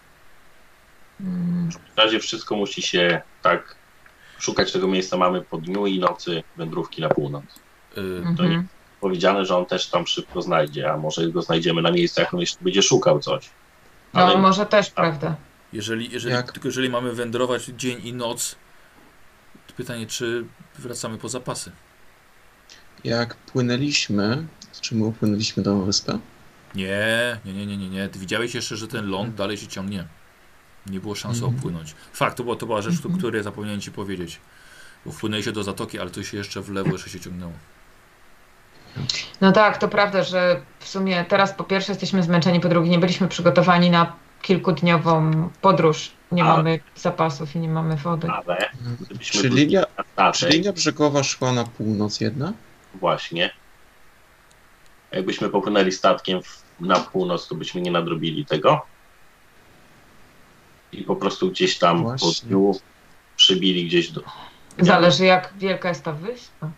[SPEAKER 2] Mm.
[SPEAKER 5] W razie wszystko musi się tak szukać tego miejsca. Mamy po dniu i nocy wędrówki na północ.
[SPEAKER 1] Y,
[SPEAKER 5] To nie
[SPEAKER 2] Mhm.
[SPEAKER 5] powiedziane, że on też tam szybko znajdzie, a może go znajdziemy na miejscu, jak on jeszcze będzie szukał coś.
[SPEAKER 2] No
[SPEAKER 5] Ale
[SPEAKER 2] może też prawda.
[SPEAKER 1] jeżeli, jeżeli,
[SPEAKER 3] Jak?
[SPEAKER 1] tylko jeżeli mamy wędrować dzień i noc, to pytanie, czy wracamy po zapasy?
[SPEAKER 3] Jak płynęliśmy, to czy my upłynęliśmy do wyspy?
[SPEAKER 1] Nie, nie, nie, nie, nie, nie. Ty widziałeś jeszcze, że ten ląd dalej się ciągnie. Nie było szansy
[SPEAKER 3] Mhm.
[SPEAKER 1] opłynąć. Fakt, to była, to była rzecz,
[SPEAKER 2] Mhm.
[SPEAKER 1] o której zapomniałem ci powiedzieć. Bo wpłynęliście do zatoki, ale to się jeszcze w lewo jeszcze się ciągnęło.
[SPEAKER 2] No tak, to prawda, że w sumie teraz po pierwsze jesteśmy zmęczeni, po drugie nie byliśmy przygotowani na kilkudniową podróż nie
[SPEAKER 5] A.
[SPEAKER 2] mamy zapasów i nie mamy wody.
[SPEAKER 5] Ale gdybyśmy
[SPEAKER 3] Czy
[SPEAKER 5] wrócili
[SPEAKER 3] linia,
[SPEAKER 5] na statek,
[SPEAKER 3] czy linia brzegowa szła na północ jedna?
[SPEAKER 5] właśnie, jakbyśmy popłynęli statkiem w, na północ, to byśmy nie nadrobili tego. I po prostu gdzieś tam po
[SPEAKER 3] Właśnie.
[SPEAKER 5] dniu przybili gdzieś do...
[SPEAKER 2] Zależy jak wielka jest ta wyspa.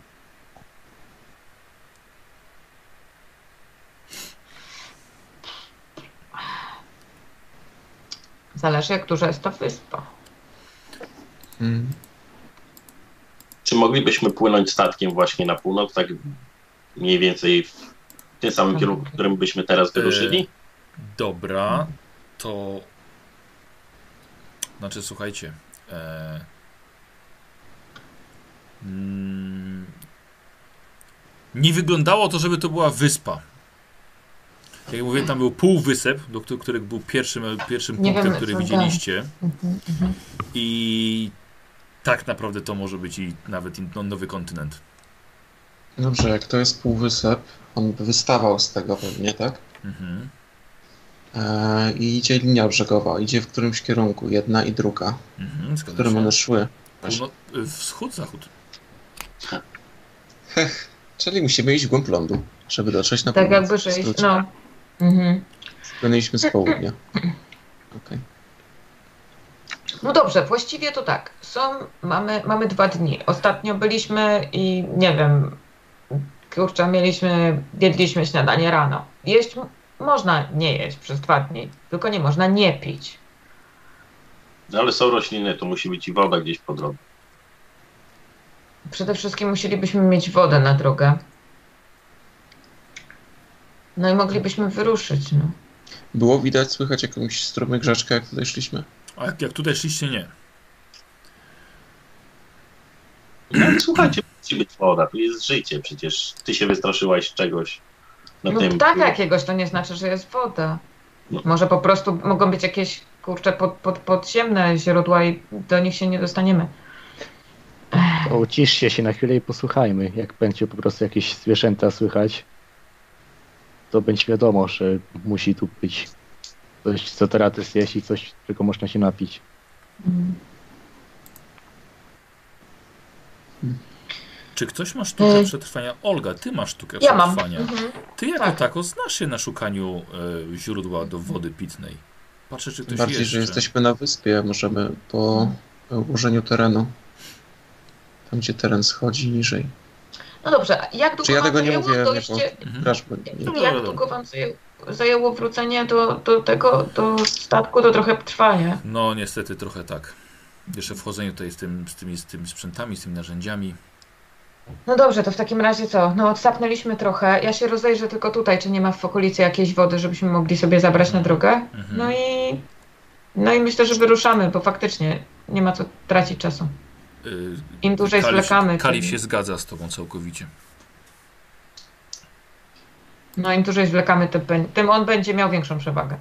[SPEAKER 2] Zależy jak duża jest ta wyspa.
[SPEAKER 3] Hmm.
[SPEAKER 5] Czy moglibyśmy płynąć statkiem właśnie na północ, tak mniej więcej w tym samym kierunku, w którym byśmy teraz wyruszyli?
[SPEAKER 1] Dobra, to... Znaczy, słuchajcie... E... Mm... Nie wyglądało to, żeby to była wyspa. Jak mówię, tam był półwysep, do którego który był pierwszym, pierwszym
[SPEAKER 2] Nie
[SPEAKER 1] punktem,
[SPEAKER 2] wiem,
[SPEAKER 1] który
[SPEAKER 2] co
[SPEAKER 1] widzieliście.
[SPEAKER 2] Mhm, mhm.
[SPEAKER 1] I tak naprawdę to może być i nawet i no, nowy kontynent.
[SPEAKER 3] Dobrze, jak to jest półwysep, on by wystawał z tego pewnie, tak?
[SPEAKER 1] Mhm.
[SPEAKER 3] E, I idzie linia brzegowa, idzie w którymś kierunku, jedna i druga,
[SPEAKER 1] Mhm,
[SPEAKER 3] w
[SPEAKER 1] zgadza
[SPEAKER 3] którym
[SPEAKER 1] się.
[SPEAKER 3] one szły.
[SPEAKER 1] Półno... Wschód, zachód.
[SPEAKER 3] Hech, czyli musimy iść w głąb lądu, żeby dotrzeć na
[SPEAKER 2] Tak
[SPEAKER 3] północ.
[SPEAKER 2] jakby, że iść,
[SPEAKER 3] Skrócie.
[SPEAKER 2] no. Mhm.
[SPEAKER 3] Spłynęliśmy z południa. Okej.
[SPEAKER 2] No dobrze, właściwie to tak. Są, mamy, mamy dwa dni. Ostatnio byliśmy i nie wiem, kurczę, mieliśmy, jedliśmy śniadanie rano. Jeść m- można nie jeść przez dwa dni, tylko nie można nie pić.
[SPEAKER 5] No ale są rośliny, to musi być i woda gdzieś po drodze.
[SPEAKER 2] Przede wszystkim musielibyśmy mieć wodę na drogę. No i moglibyśmy wyruszyć, no.
[SPEAKER 3] Było widać, słychać jakąś strumyk rzeczkę, jak tutaj szliśmy?
[SPEAKER 1] A jak, jak tutaj szliście, nie.
[SPEAKER 5] No, ale słuchajcie, musi być woda, tu jest życie, przecież ty się wystraszyłaś czegoś na
[SPEAKER 2] No
[SPEAKER 5] tym.
[SPEAKER 2] tak jakiegoś, to nie znaczy, że jest woda.
[SPEAKER 5] No.
[SPEAKER 2] Może po prostu mogą być jakieś, kurczę, pod, pod, podziemne źródła i do nich się nie dostaniemy.
[SPEAKER 4] To uciszcie się na chwilę i posłuchajmy. Jak będzie po prostu jakieś zwierzęta słychać, to będzie wiadomo, że musi tu być coś, co teraz jest i coś, czego można się napić.
[SPEAKER 2] Mm.
[SPEAKER 1] Czy ktoś ma sztukę
[SPEAKER 2] Mm.
[SPEAKER 1] przetrwania? Olga, ty masz sztukę
[SPEAKER 2] Ja mam.
[SPEAKER 1] przetrwania.
[SPEAKER 2] Mhm.
[SPEAKER 1] Ty jako
[SPEAKER 2] Tak.
[SPEAKER 1] tako znasz się na szukaniu e, źródła do wody pitnej. Patrzę, czy ktoś
[SPEAKER 3] Bardziej,
[SPEAKER 1] jeszcze.
[SPEAKER 3] że jesteśmy na wyspie, możemy po ułożeniu terenu, tam gdzie teren schodzi niżej.
[SPEAKER 2] No dobrze, a jak długo
[SPEAKER 3] Czy ja
[SPEAKER 2] wam
[SPEAKER 3] tego nie
[SPEAKER 2] zajęło
[SPEAKER 3] mówię,
[SPEAKER 2] dojście,
[SPEAKER 3] nie
[SPEAKER 1] Mhm.
[SPEAKER 3] Grasz, bo nie.
[SPEAKER 1] Dobra,
[SPEAKER 2] jak
[SPEAKER 1] dobra.
[SPEAKER 2] długo wam zajęło, zajęło wrócenie do, do tego, do statku, to trochę trwa, nie?
[SPEAKER 1] No niestety trochę tak. Jeszcze wchodzenie tutaj z, tym, z, tymi, z tymi sprzętami, z tymi narzędziami.
[SPEAKER 2] No dobrze, to w takim razie co? No odsapnęliśmy trochę. Ja się rozejrzę tylko tutaj, czy nie ma w okolicy jakiejś wody, żebyśmy mogli sobie zabrać na drogę.
[SPEAKER 1] Mhm.
[SPEAKER 2] No i no i myślę, że wyruszamy, bo faktycznie nie ma co tracić czasu.
[SPEAKER 1] Y,
[SPEAKER 2] Im dłużej
[SPEAKER 1] Kalif,
[SPEAKER 2] zwlekamy,
[SPEAKER 1] Kalif
[SPEAKER 2] tym,
[SPEAKER 1] się zgadza z tobą całkowicie.
[SPEAKER 2] no im dłużej zwlekamy, tym, bę- tym on będzie miał większą przewagę.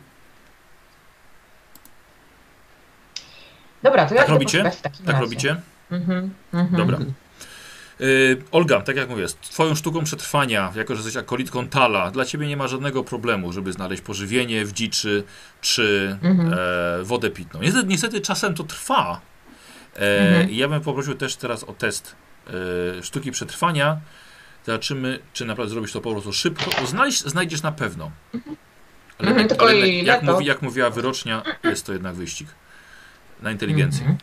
[SPEAKER 2] Dobra, to ja
[SPEAKER 1] Tak
[SPEAKER 2] idę
[SPEAKER 1] robicie?
[SPEAKER 2] poszukać w takim
[SPEAKER 1] Tak
[SPEAKER 2] razie.
[SPEAKER 1] robicie?
[SPEAKER 2] Mhm, mhm.
[SPEAKER 1] Dobra. Y, Olga, tak jak mówię, z twoją sztuką przetrwania, jako że jesteś akolitką Tala, dla ciebie nie ma żadnego problemu, żeby znaleźć pożywienie w dziczy czy
[SPEAKER 2] Mhm.
[SPEAKER 1] e, wodę pitną. Niestety, niestety czasem to trwa. E,
[SPEAKER 2] Mhm.
[SPEAKER 1] Ja bym poprosił też teraz o test e, sztuki przetrwania. Zobaczymy, czy naprawdę zrobisz to po prostu szybko. O, znaleźć znajdziesz na pewno. Ale,
[SPEAKER 2] Mhm, tylko
[SPEAKER 1] ale
[SPEAKER 2] ile
[SPEAKER 1] jak,
[SPEAKER 2] to?
[SPEAKER 1] mówi, jak mówiła wyrocznia, jest to jednak wyścig. Na inteligencję.
[SPEAKER 2] Mhm.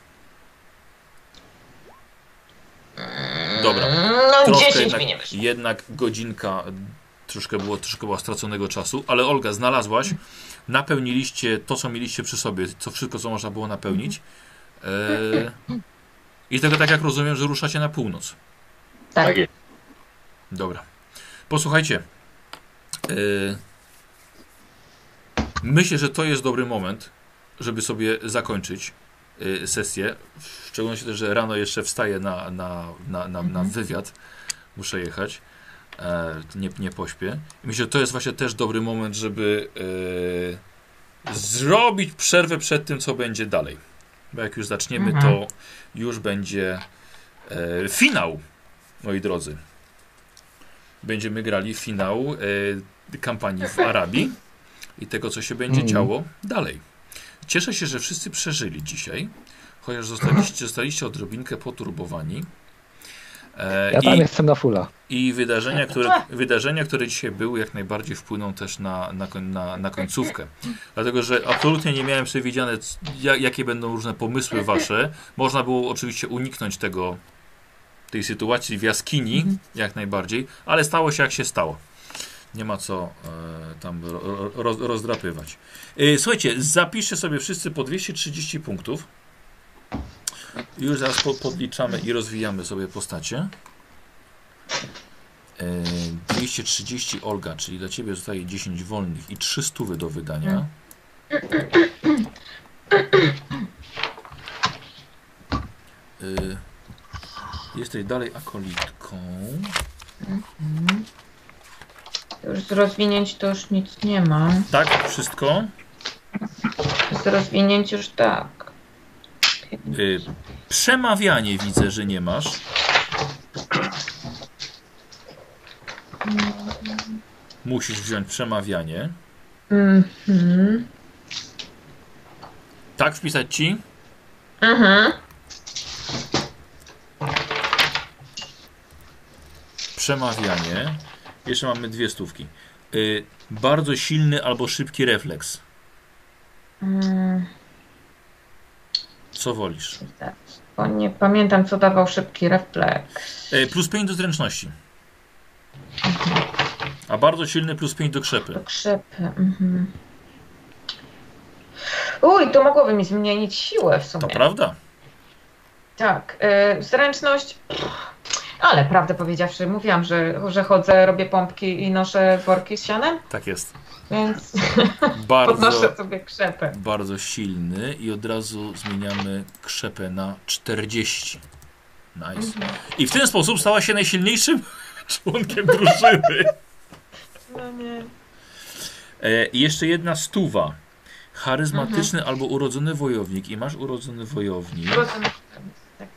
[SPEAKER 1] Dobra.
[SPEAKER 2] No
[SPEAKER 1] Troszkę
[SPEAKER 2] dziesięć
[SPEAKER 1] jednak,
[SPEAKER 2] mi nie wyszło.
[SPEAKER 1] jednak godzinka, troszkę było, troszkę było straconego czasu, ale Olga, znalazłaś, napełniliście to, co mieliście przy sobie, co wszystko, co można było napełnić. E, I tego, tak jak rozumiem, że ruszacie na północ.
[SPEAKER 2] Tak.
[SPEAKER 5] Tak jest.
[SPEAKER 1] Dobra. Posłuchajcie. Yy, myślę, że to jest dobry moment, żeby sobie zakończyć yy, sesję. W szczególności też, że rano jeszcze wstaję na, na, na, na, na wywiad. Muszę jechać. E, nie, nie pośpię. I myślę, że to jest właśnie też dobry moment, żeby yy, zrobić przerwę przed tym, co będzie dalej. Bo jak już zaczniemy,
[SPEAKER 2] Mhm.
[SPEAKER 1] to już będzie e, finał, moi drodzy. Będziemy grali finał e, kampanii w Arabii i tego, co się będzie
[SPEAKER 3] Mhm.
[SPEAKER 1] działo dalej. Cieszę się, że wszyscy przeżyli dzisiaj, chociaż zostaliście, zostaliście odrobinkę poturbowani. E,
[SPEAKER 4] Ja tam
[SPEAKER 1] i,
[SPEAKER 4] jestem na fulla.
[SPEAKER 1] I wydarzenia które, wydarzenia, które dzisiaj były, jak najbardziej wpłyną też na, na, na, na końcówkę. Dlatego, że absolutnie nie miałem przewidziane, c- ja- jakie będą różne pomysły wasze. Można było oczywiście uniknąć tego, tej sytuacji w jaskini, jak najbardziej, ale stało się jak się stało. Nie ma co e, tam ro, ro, rozdrapywać. E, słuchajcie, zapiszcie sobie wszyscy po dwieście trzydzieści punktów. Już zaraz po, podliczamy i rozwijamy sobie postacie. E, dwieście trzydzieści Olga, czyli dla ciebie zostaje dziesięć wolnych i trzy stówy do wydania. E, jesteś dalej akolitką.
[SPEAKER 2] Mhm. Już z rozwinięć to już nic nie ma.
[SPEAKER 1] Tak, wszystko.
[SPEAKER 2] Z rozwinięć już tak.
[SPEAKER 1] Y, przemawianie widzę, że nie masz. Musisz wziąć przemawianie.
[SPEAKER 2] Mhm.
[SPEAKER 1] Tak wpisać ci?
[SPEAKER 2] Mhm.
[SPEAKER 1] Przemawianie. Jeszcze mamy dwie stówki. Y, bardzo silny albo szybki refleks.
[SPEAKER 2] Mm,
[SPEAKER 1] Co wolisz?
[SPEAKER 2] bo nie pamiętam, co dawał szybki refleks.
[SPEAKER 1] Y, plus pięć do zręczności. A bardzo silny plus pięć do krzepy.
[SPEAKER 2] Do krzepy. Mhm. Uj, to mogłoby mi zmienić siłę w sumie.
[SPEAKER 1] To prawda.
[SPEAKER 2] Tak. Y, zręczność. Pff, ale prawdę powiedziawszy, mówiłam, że, że chodzę, robię pompki i noszę worki z sianem,
[SPEAKER 1] Tak jest.
[SPEAKER 2] więc
[SPEAKER 1] Bardzo,
[SPEAKER 2] podnoszę sobie krzepę.
[SPEAKER 1] bardzo silny i od razu zmieniamy krzepę na czterdzieści. Nice. I w ten sposób stała się najsilniejszym członkiem drużyny.
[SPEAKER 2] No nie.
[SPEAKER 1] E, i jeszcze jedna stuwa. Charyzmatyczny albo urodzony wojownik. I masz urodzony wojownik.
[SPEAKER 2] Tak.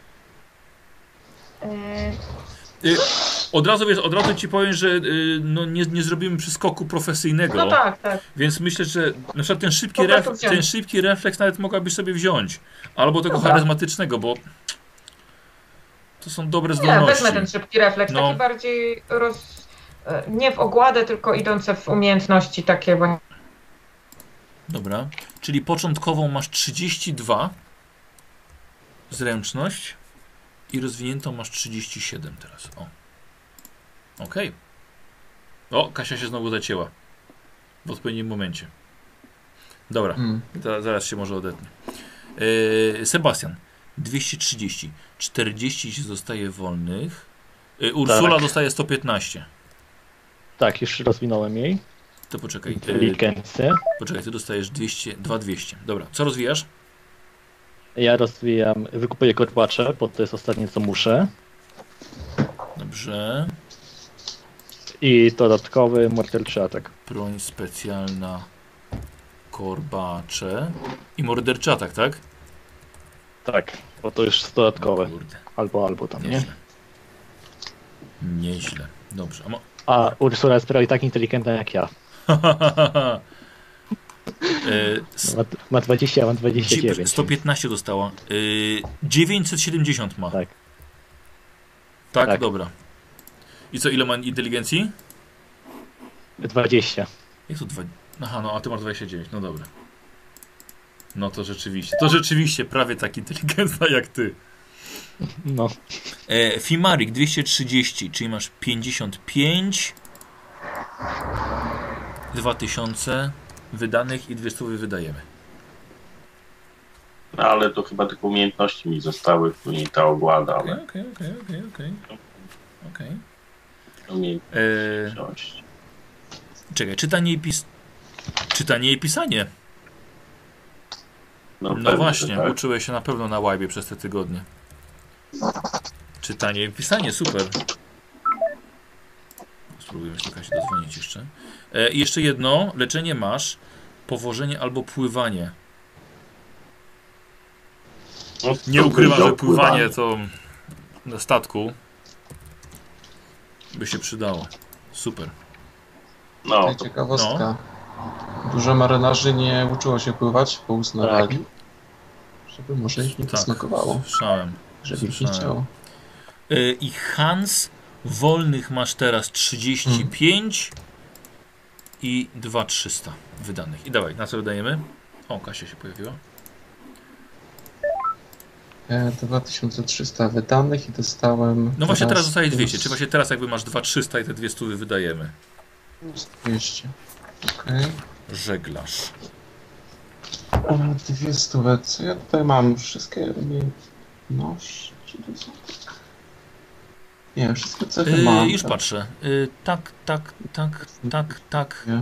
[SPEAKER 2] E,
[SPEAKER 1] Y, od razu wiesz, od razu ci powiem, że y, no nie, nie zrobimy przeskoku profesyjnego.
[SPEAKER 2] no tak, tak.
[SPEAKER 1] Więc myślę, że na przykład ten szybki,
[SPEAKER 2] Po prostu
[SPEAKER 1] ref,
[SPEAKER 2] wziąć.
[SPEAKER 1] ten szybki refleks nawet mogłabyś sobie wziąć. Albo tego
[SPEAKER 2] Dobra.
[SPEAKER 1] charyzmatycznego, bo to są dobre
[SPEAKER 2] Nie,
[SPEAKER 1] zdolności.
[SPEAKER 2] wezmę ten szybki refleks,
[SPEAKER 1] No.
[SPEAKER 2] taki bardziej roz... e, nie w ogładę, tylko idące w umiejętności takie właśnie.
[SPEAKER 1] Dobra, czyli początkową masz trzydzieści dwa zręczność i rozwiniętą masz trzydzieści siedem teraz. O. Okej. O, Kasia się znowu zacięła. W odpowiednim momencie. Dobra,
[SPEAKER 3] Mm.
[SPEAKER 1] za, zaraz się może odetnie. Yy, Sebastian, dwieście trzydzieści. czterdzieści się zostaje wolnych. Yy, Ursula
[SPEAKER 4] Tak.
[SPEAKER 1] dostaje sto piętnaście.
[SPEAKER 4] Tak, już rozwinąłem jej.
[SPEAKER 1] To poczekaj. Yy,
[SPEAKER 4] Inteligencję.
[SPEAKER 1] poczekaj, ty dostajesz dwieście, dwa dwieście. Dobra, co rozwijasz?
[SPEAKER 4] Ja rozwijam, wykupuję korbacze, bo to jest ostatnie co muszę.
[SPEAKER 1] Dobrze.
[SPEAKER 4] I dodatkowy morderczy atak.
[SPEAKER 1] Broń specjalna, korbacze i morderczy atak, tak?
[SPEAKER 4] Tak, bo to już jest dodatkowe.
[SPEAKER 1] Kurde,
[SPEAKER 4] Albo, albo tam, nie?
[SPEAKER 1] nieźle. Nieźle. Dobrze. A mo-
[SPEAKER 4] A Ursula jest prawie tak inteligentna jak ja.
[SPEAKER 1] e, s-
[SPEAKER 4] Ma, ma dwadzieścia, a mam dwadzieścia dziewięć.
[SPEAKER 1] sto piętnaście dostała. Y, dziewięćset siedemdziesiąt ma.
[SPEAKER 4] Tak.
[SPEAKER 1] Tak,
[SPEAKER 4] Tak.
[SPEAKER 1] dobra. I co, ile ma inteligencji?
[SPEAKER 4] dwadzieścia.
[SPEAKER 1] Jak to dwa... Aha, no a ty masz dwadzieścia dziewięć, no dobra. No to rzeczywiście, to rzeczywiście prawie tak inteligentna jak ty.
[SPEAKER 4] No.
[SPEAKER 1] E, Fimarik dwieście trzydzieści, czyli masz pięćdziesiąt pięć, dwa tysiące wydanych i dwie stówy wydajemy.
[SPEAKER 5] No, ale to chyba tylko umiejętności mi zostały, później ta ogłada,
[SPEAKER 1] Okej,
[SPEAKER 5] ale
[SPEAKER 1] okej, okej, okej, okej. Okej.
[SPEAKER 5] umiejętności.
[SPEAKER 1] E, Czekaj, czytanie i pis... Czytanie i pisanie.
[SPEAKER 5] No,
[SPEAKER 1] No
[SPEAKER 5] pewnie,
[SPEAKER 1] właśnie,
[SPEAKER 5] że tak.
[SPEAKER 1] uczyłeś się na pewno na łajbie przez te tygodnie. Czytanie i pisanie, super. Spróbujemy się Kasi dodzwonić jeszcze. E, I jeszcze jedno, leczenie masz, powożenie albo pływanie.
[SPEAKER 5] No,
[SPEAKER 1] Nie
[SPEAKER 5] to
[SPEAKER 1] ukrywam,
[SPEAKER 5] będzie
[SPEAKER 1] że pływanie
[SPEAKER 5] opływanie.
[SPEAKER 1] to na statku by się przydało. Super.
[SPEAKER 5] No,
[SPEAKER 3] Tutaj
[SPEAKER 5] to
[SPEAKER 3] ciekawostka. Dużo marynarzy nie uczyło się pływać, bo uznawali, żeby może ich nie
[SPEAKER 1] Tak,
[SPEAKER 3] posmakowało,
[SPEAKER 1] słyszałem.
[SPEAKER 3] żeby ich nie
[SPEAKER 1] słyszałem.
[SPEAKER 3] chciało.
[SPEAKER 1] Y, I Hans, wolnych masz teraz trzydzieści pięć i dwa tysiące trzysta wydanych. I dawaj, na co wydajemy? O, Kasia się pojawiła.
[SPEAKER 3] E, dwa tysiące trzysta wydanych i dostałem...
[SPEAKER 1] No właśnie teraz zostaje
[SPEAKER 3] plus
[SPEAKER 1] dwieście, czy właśnie teraz jakby masz dwa tysiące trzysta i te dwie stówy wydajemy.
[SPEAKER 3] dwieście. Okej.
[SPEAKER 1] Żeglarz.
[SPEAKER 3] Okay. Dwie stówy. Co ja tutaj mam? Wszystkie umiejętności? Nie, wszystkie cechy
[SPEAKER 1] Yy,
[SPEAKER 3] mam.
[SPEAKER 1] już
[SPEAKER 3] tak.
[SPEAKER 1] patrzę. Yy, tak, tak, tak, tak, tak.
[SPEAKER 3] Nie.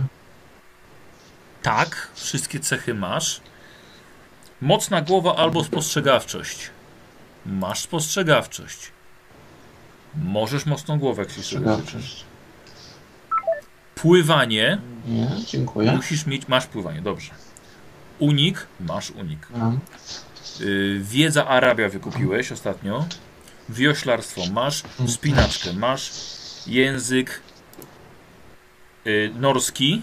[SPEAKER 1] Tak, wszystkie cechy masz. Mocna głowa albo spostrzegawczość. Masz spostrzegawczość. Możesz mocną głowę, jak się sobie życzysz.
[SPEAKER 3] Spostrzegawczość.
[SPEAKER 1] Pływanie.
[SPEAKER 3] Nie, dziękuję.
[SPEAKER 1] Musisz mieć, masz pływanie, dobrze. Unik, masz unik.
[SPEAKER 3] Mam.
[SPEAKER 1] Yy, wiedza Arabia wykupiłeś ostatnio. Wioślarstwo masz. Wspinaczkę masz. Język yy, norski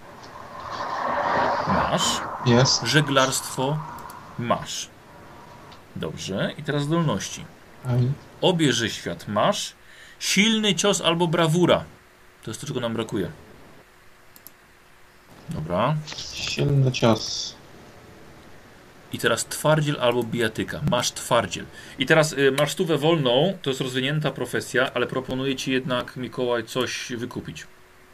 [SPEAKER 1] masz.
[SPEAKER 3] Jest.
[SPEAKER 1] Żeglarstwo masz. Dobrze. I teraz zdolności.
[SPEAKER 3] Aj.
[SPEAKER 1] Obieży świat masz. Silny cios albo brawura. To jest to, czego nam brakuje. Dobra.
[SPEAKER 3] Silny cios.
[SPEAKER 1] I teraz twardziel albo bijatyka. Masz twardziel. I teraz y, masz stówę wolną. To jest rozwinięta profesja, ale proponuję ci jednak, Mikołaj, coś wykupić.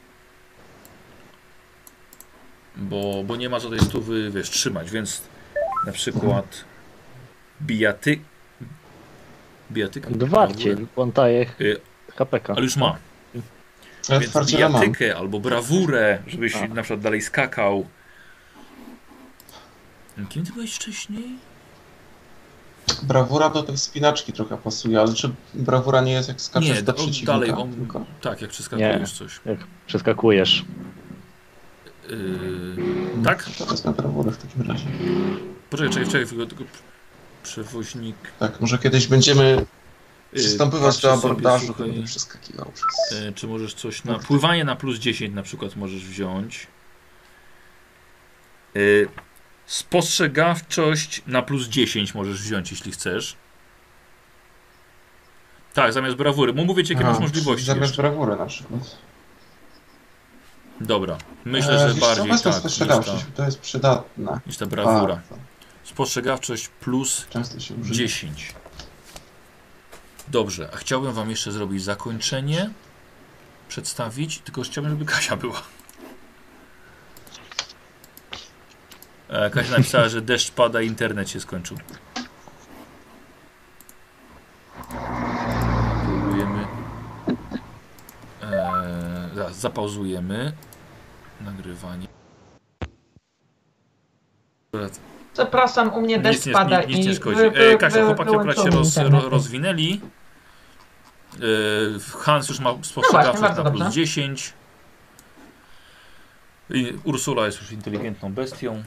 [SPEAKER 1] Bo, bo nie ma co tej stówy, wiesz, trzymać, więc na przykład bijaty... bijatyka.
[SPEAKER 4] Dwarciel, on daje
[SPEAKER 1] Y,
[SPEAKER 4] H P K.
[SPEAKER 1] ale już ma.
[SPEAKER 3] Ja
[SPEAKER 1] Więc
[SPEAKER 3] twardziela mam.
[SPEAKER 1] bijatykę albo brawurę, żebyś
[SPEAKER 4] A.
[SPEAKER 1] na przykład dalej skakał. Kim ty byłeś wcześniej?
[SPEAKER 3] Brawura do tej spinaczki trochę pasuje, ale czy brawura nie jest jak skaczesz
[SPEAKER 1] Nie,
[SPEAKER 3] do
[SPEAKER 1] o,
[SPEAKER 3] przeciwnika?
[SPEAKER 1] dalej on,
[SPEAKER 3] Tylko...
[SPEAKER 1] tak, jak przeskakujesz
[SPEAKER 4] Nie.
[SPEAKER 1] coś.
[SPEAKER 4] Jak przeskakujesz.
[SPEAKER 1] Yy, tak?
[SPEAKER 3] To wezmę brawurę w takim razie.
[SPEAKER 1] Poczekaj, czekaj, czekaj, tylko, tylko przewoźnik.
[SPEAKER 3] Tak, może kiedyś będziemy
[SPEAKER 1] Yy,
[SPEAKER 3] przystępować
[SPEAKER 1] patrzę
[SPEAKER 3] do
[SPEAKER 1] sobie,
[SPEAKER 3] abordażu,
[SPEAKER 1] słuchaj,
[SPEAKER 3] który przeskakiwał przez...
[SPEAKER 1] yy, czy możesz coś na pływanie na plus dziesięć na przykład możesz wziąć. Yy, spostrzegawczość na plus dziesięć możesz wziąć, jeśli chcesz. Tak, zamiast brawury. Bo mówię ci, jakie
[SPEAKER 3] Aha,
[SPEAKER 1] masz możliwości.
[SPEAKER 3] Zamiast
[SPEAKER 1] jeszcze.
[SPEAKER 3] brawury na przykład.
[SPEAKER 1] Dobra, myślę,
[SPEAKER 3] E,
[SPEAKER 1] że
[SPEAKER 3] wiesz co,
[SPEAKER 1] bardziej
[SPEAKER 3] wezmę
[SPEAKER 1] tak niż ta,
[SPEAKER 3] spostrzegawczość, to jest przydatne.
[SPEAKER 1] niż ta brawura.
[SPEAKER 3] Bardzo.
[SPEAKER 1] Spostrzegawczość plus
[SPEAKER 3] Często się używa.
[SPEAKER 1] dziesięć. Dobrze, a chciałbym wam jeszcze zrobić zakończenie, przedstawić, tylko chciałbym, żeby Kasia była. E, Kasia napisała, że deszcz pada i internet się skończył. Próbujemy. E, zaraz, zapauzujemy nagrywanie.
[SPEAKER 2] Przepraszam, u mnie deszcz
[SPEAKER 1] Nic nie,
[SPEAKER 2] pada
[SPEAKER 1] nic, nic nie
[SPEAKER 2] i
[SPEAKER 1] szkodzi.
[SPEAKER 2] wy- wy-
[SPEAKER 1] E, Kasia,
[SPEAKER 2] wy-
[SPEAKER 1] chłopaki akurat się
[SPEAKER 2] wyłączyło mi
[SPEAKER 1] roz,
[SPEAKER 2] internet.
[SPEAKER 1] ro, rozwinęli. E, Hans już ma
[SPEAKER 2] No
[SPEAKER 1] spostrzegawczość
[SPEAKER 2] właśnie,
[SPEAKER 1] na
[SPEAKER 2] bardzo
[SPEAKER 1] plus
[SPEAKER 2] dobrze.
[SPEAKER 1] dziesięć. I Ursula jest już inteligentną bestią.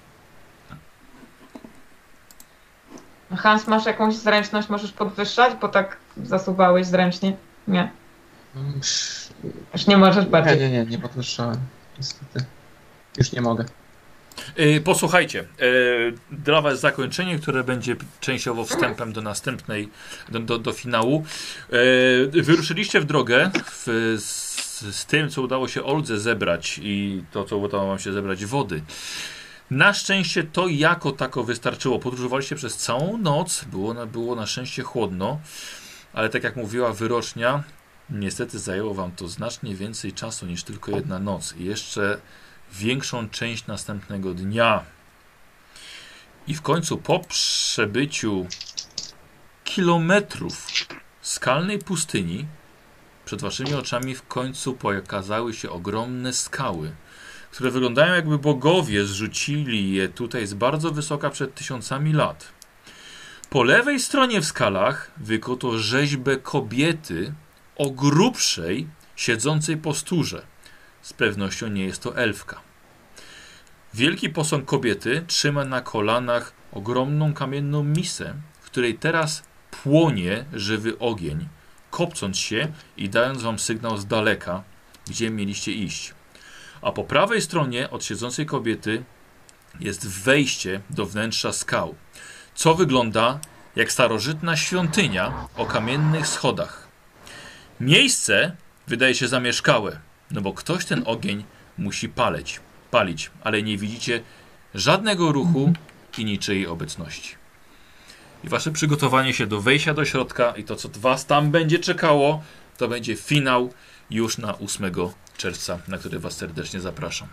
[SPEAKER 2] Hans, masz jakąś zręczność, możesz podwyższać, bo tak zasuwałeś zręcznie? Nie,
[SPEAKER 3] Mm,
[SPEAKER 2] już nie możesz
[SPEAKER 3] Nie,
[SPEAKER 2] bardziej.
[SPEAKER 3] nie, nie, nie podwyższałem. Niestety. Już nie mogę.
[SPEAKER 1] E, posłuchajcie, e, dla was zakończenie, które będzie częściowo wstępem do następnej, do, do, do finału. E, wyruszyliście w drogę w, z, z tym, co udało się Oldze zebrać i to, co udało wam się zebrać wody. Na szczęście to jako tako wystarczyło. Podróżowaliście przez całą noc, było na, było na szczęście chłodno, ale tak jak mówiła wyrocznia, niestety zajęło wam to znacznie więcej czasu niż tylko jedna noc i jeszcze większą część następnego dnia. I w końcu po przebyciu kilometrów skalnej pustyni przed waszymi oczami w końcu pokazały się ogromne skały, które wyglądają jakby bogowie zrzucili je tutaj z bardzo wysoka przed tysiącami lat. Po lewej stronie w skalach wykuto rzeźbę kobiety o grubszej, siedzącej posturze. Z pewnością nie jest to elfka. Wielki posąg kobiety trzyma na kolanach ogromną kamienną misę, w której teraz płonie żywy ogień, kopcąc się i dając wam sygnał z daleka, gdzie mieliście iść. A po prawej stronie od siedzącej kobiety jest wejście do wnętrza skał, co wygląda jak starożytna świątynia o kamiennych schodach. Miejsce wydaje się zamieszkałe, no bo ktoś ten ogień musi paleć, palić, ale nie widzicie żadnego ruchu i niczyjej obecności. I wasze przygotowanie się do wejścia do środka i to, co was tam będzie czekało, to będzie finał już na ósmego czerwca, na który was serdecznie zapraszam.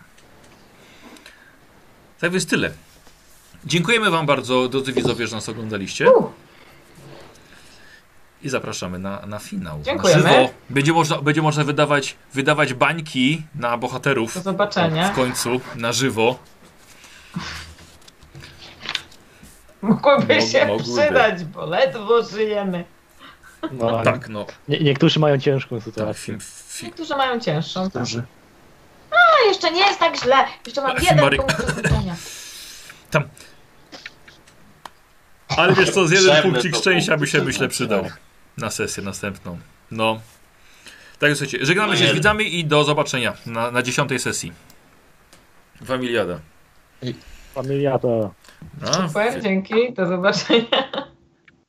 [SPEAKER 1] Tak więc tyle. Dziękujemy wam bardzo, drodzy widzowie, że nas oglądaliście. I zapraszamy na, na finał.
[SPEAKER 2] Dziękujemy.
[SPEAKER 1] Na żywo. Będzie można, będzie można wydawać, wydawać bańki na bohaterów.
[SPEAKER 2] Do zobaczenia.
[SPEAKER 1] W końcu, na żywo.
[SPEAKER 2] Mogłoby
[SPEAKER 1] Mog-
[SPEAKER 2] się
[SPEAKER 1] mogłyby.
[SPEAKER 2] przydać, bo ledwo żyjemy.
[SPEAKER 4] No,
[SPEAKER 1] Tak, no.
[SPEAKER 4] nie, niektórzy mają ciężką
[SPEAKER 1] Tak,
[SPEAKER 4] sytuację.
[SPEAKER 1] film, fi,
[SPEAKER 2] Niektórzy mają cięższą. Tak.
[SPEAKER 3] Duży.
[SPEAKER 2] A jeszcze nie jest tak źle. Jeszcze mam jeden
[SPEAKER 1] Marek-
[SPEAKER 2] punkt przeznaczenia.
[SPEAKER 1] ale wiesz co, z jeden
[SPEAKER 5] Potrzebne
[SPEAKER 1] punkcik
[SPEAKER 5] to
[SPEAKER 1] szczęścia by
[SPEAKER 5] punkty
[SPEAKER 1] się myślę
[SPEAKER 5] przeznaczenia.
[SPEAKER 1] przydał. Na sesję następną. No. Tak, słuchajcie, żegnamy
[SPEAKER 5] No
[SPEAKER 1] się z
[SPEAKER 5] nie.
[SPEAKER 1] widzami i do zobaczenia na, na dziesiątej sesji. Familiada.
[SPEAKER 4] Familia to...
[SPEAKER 1] A,
[SPEAKER 2] Super, dzięki. Do zobaczenia.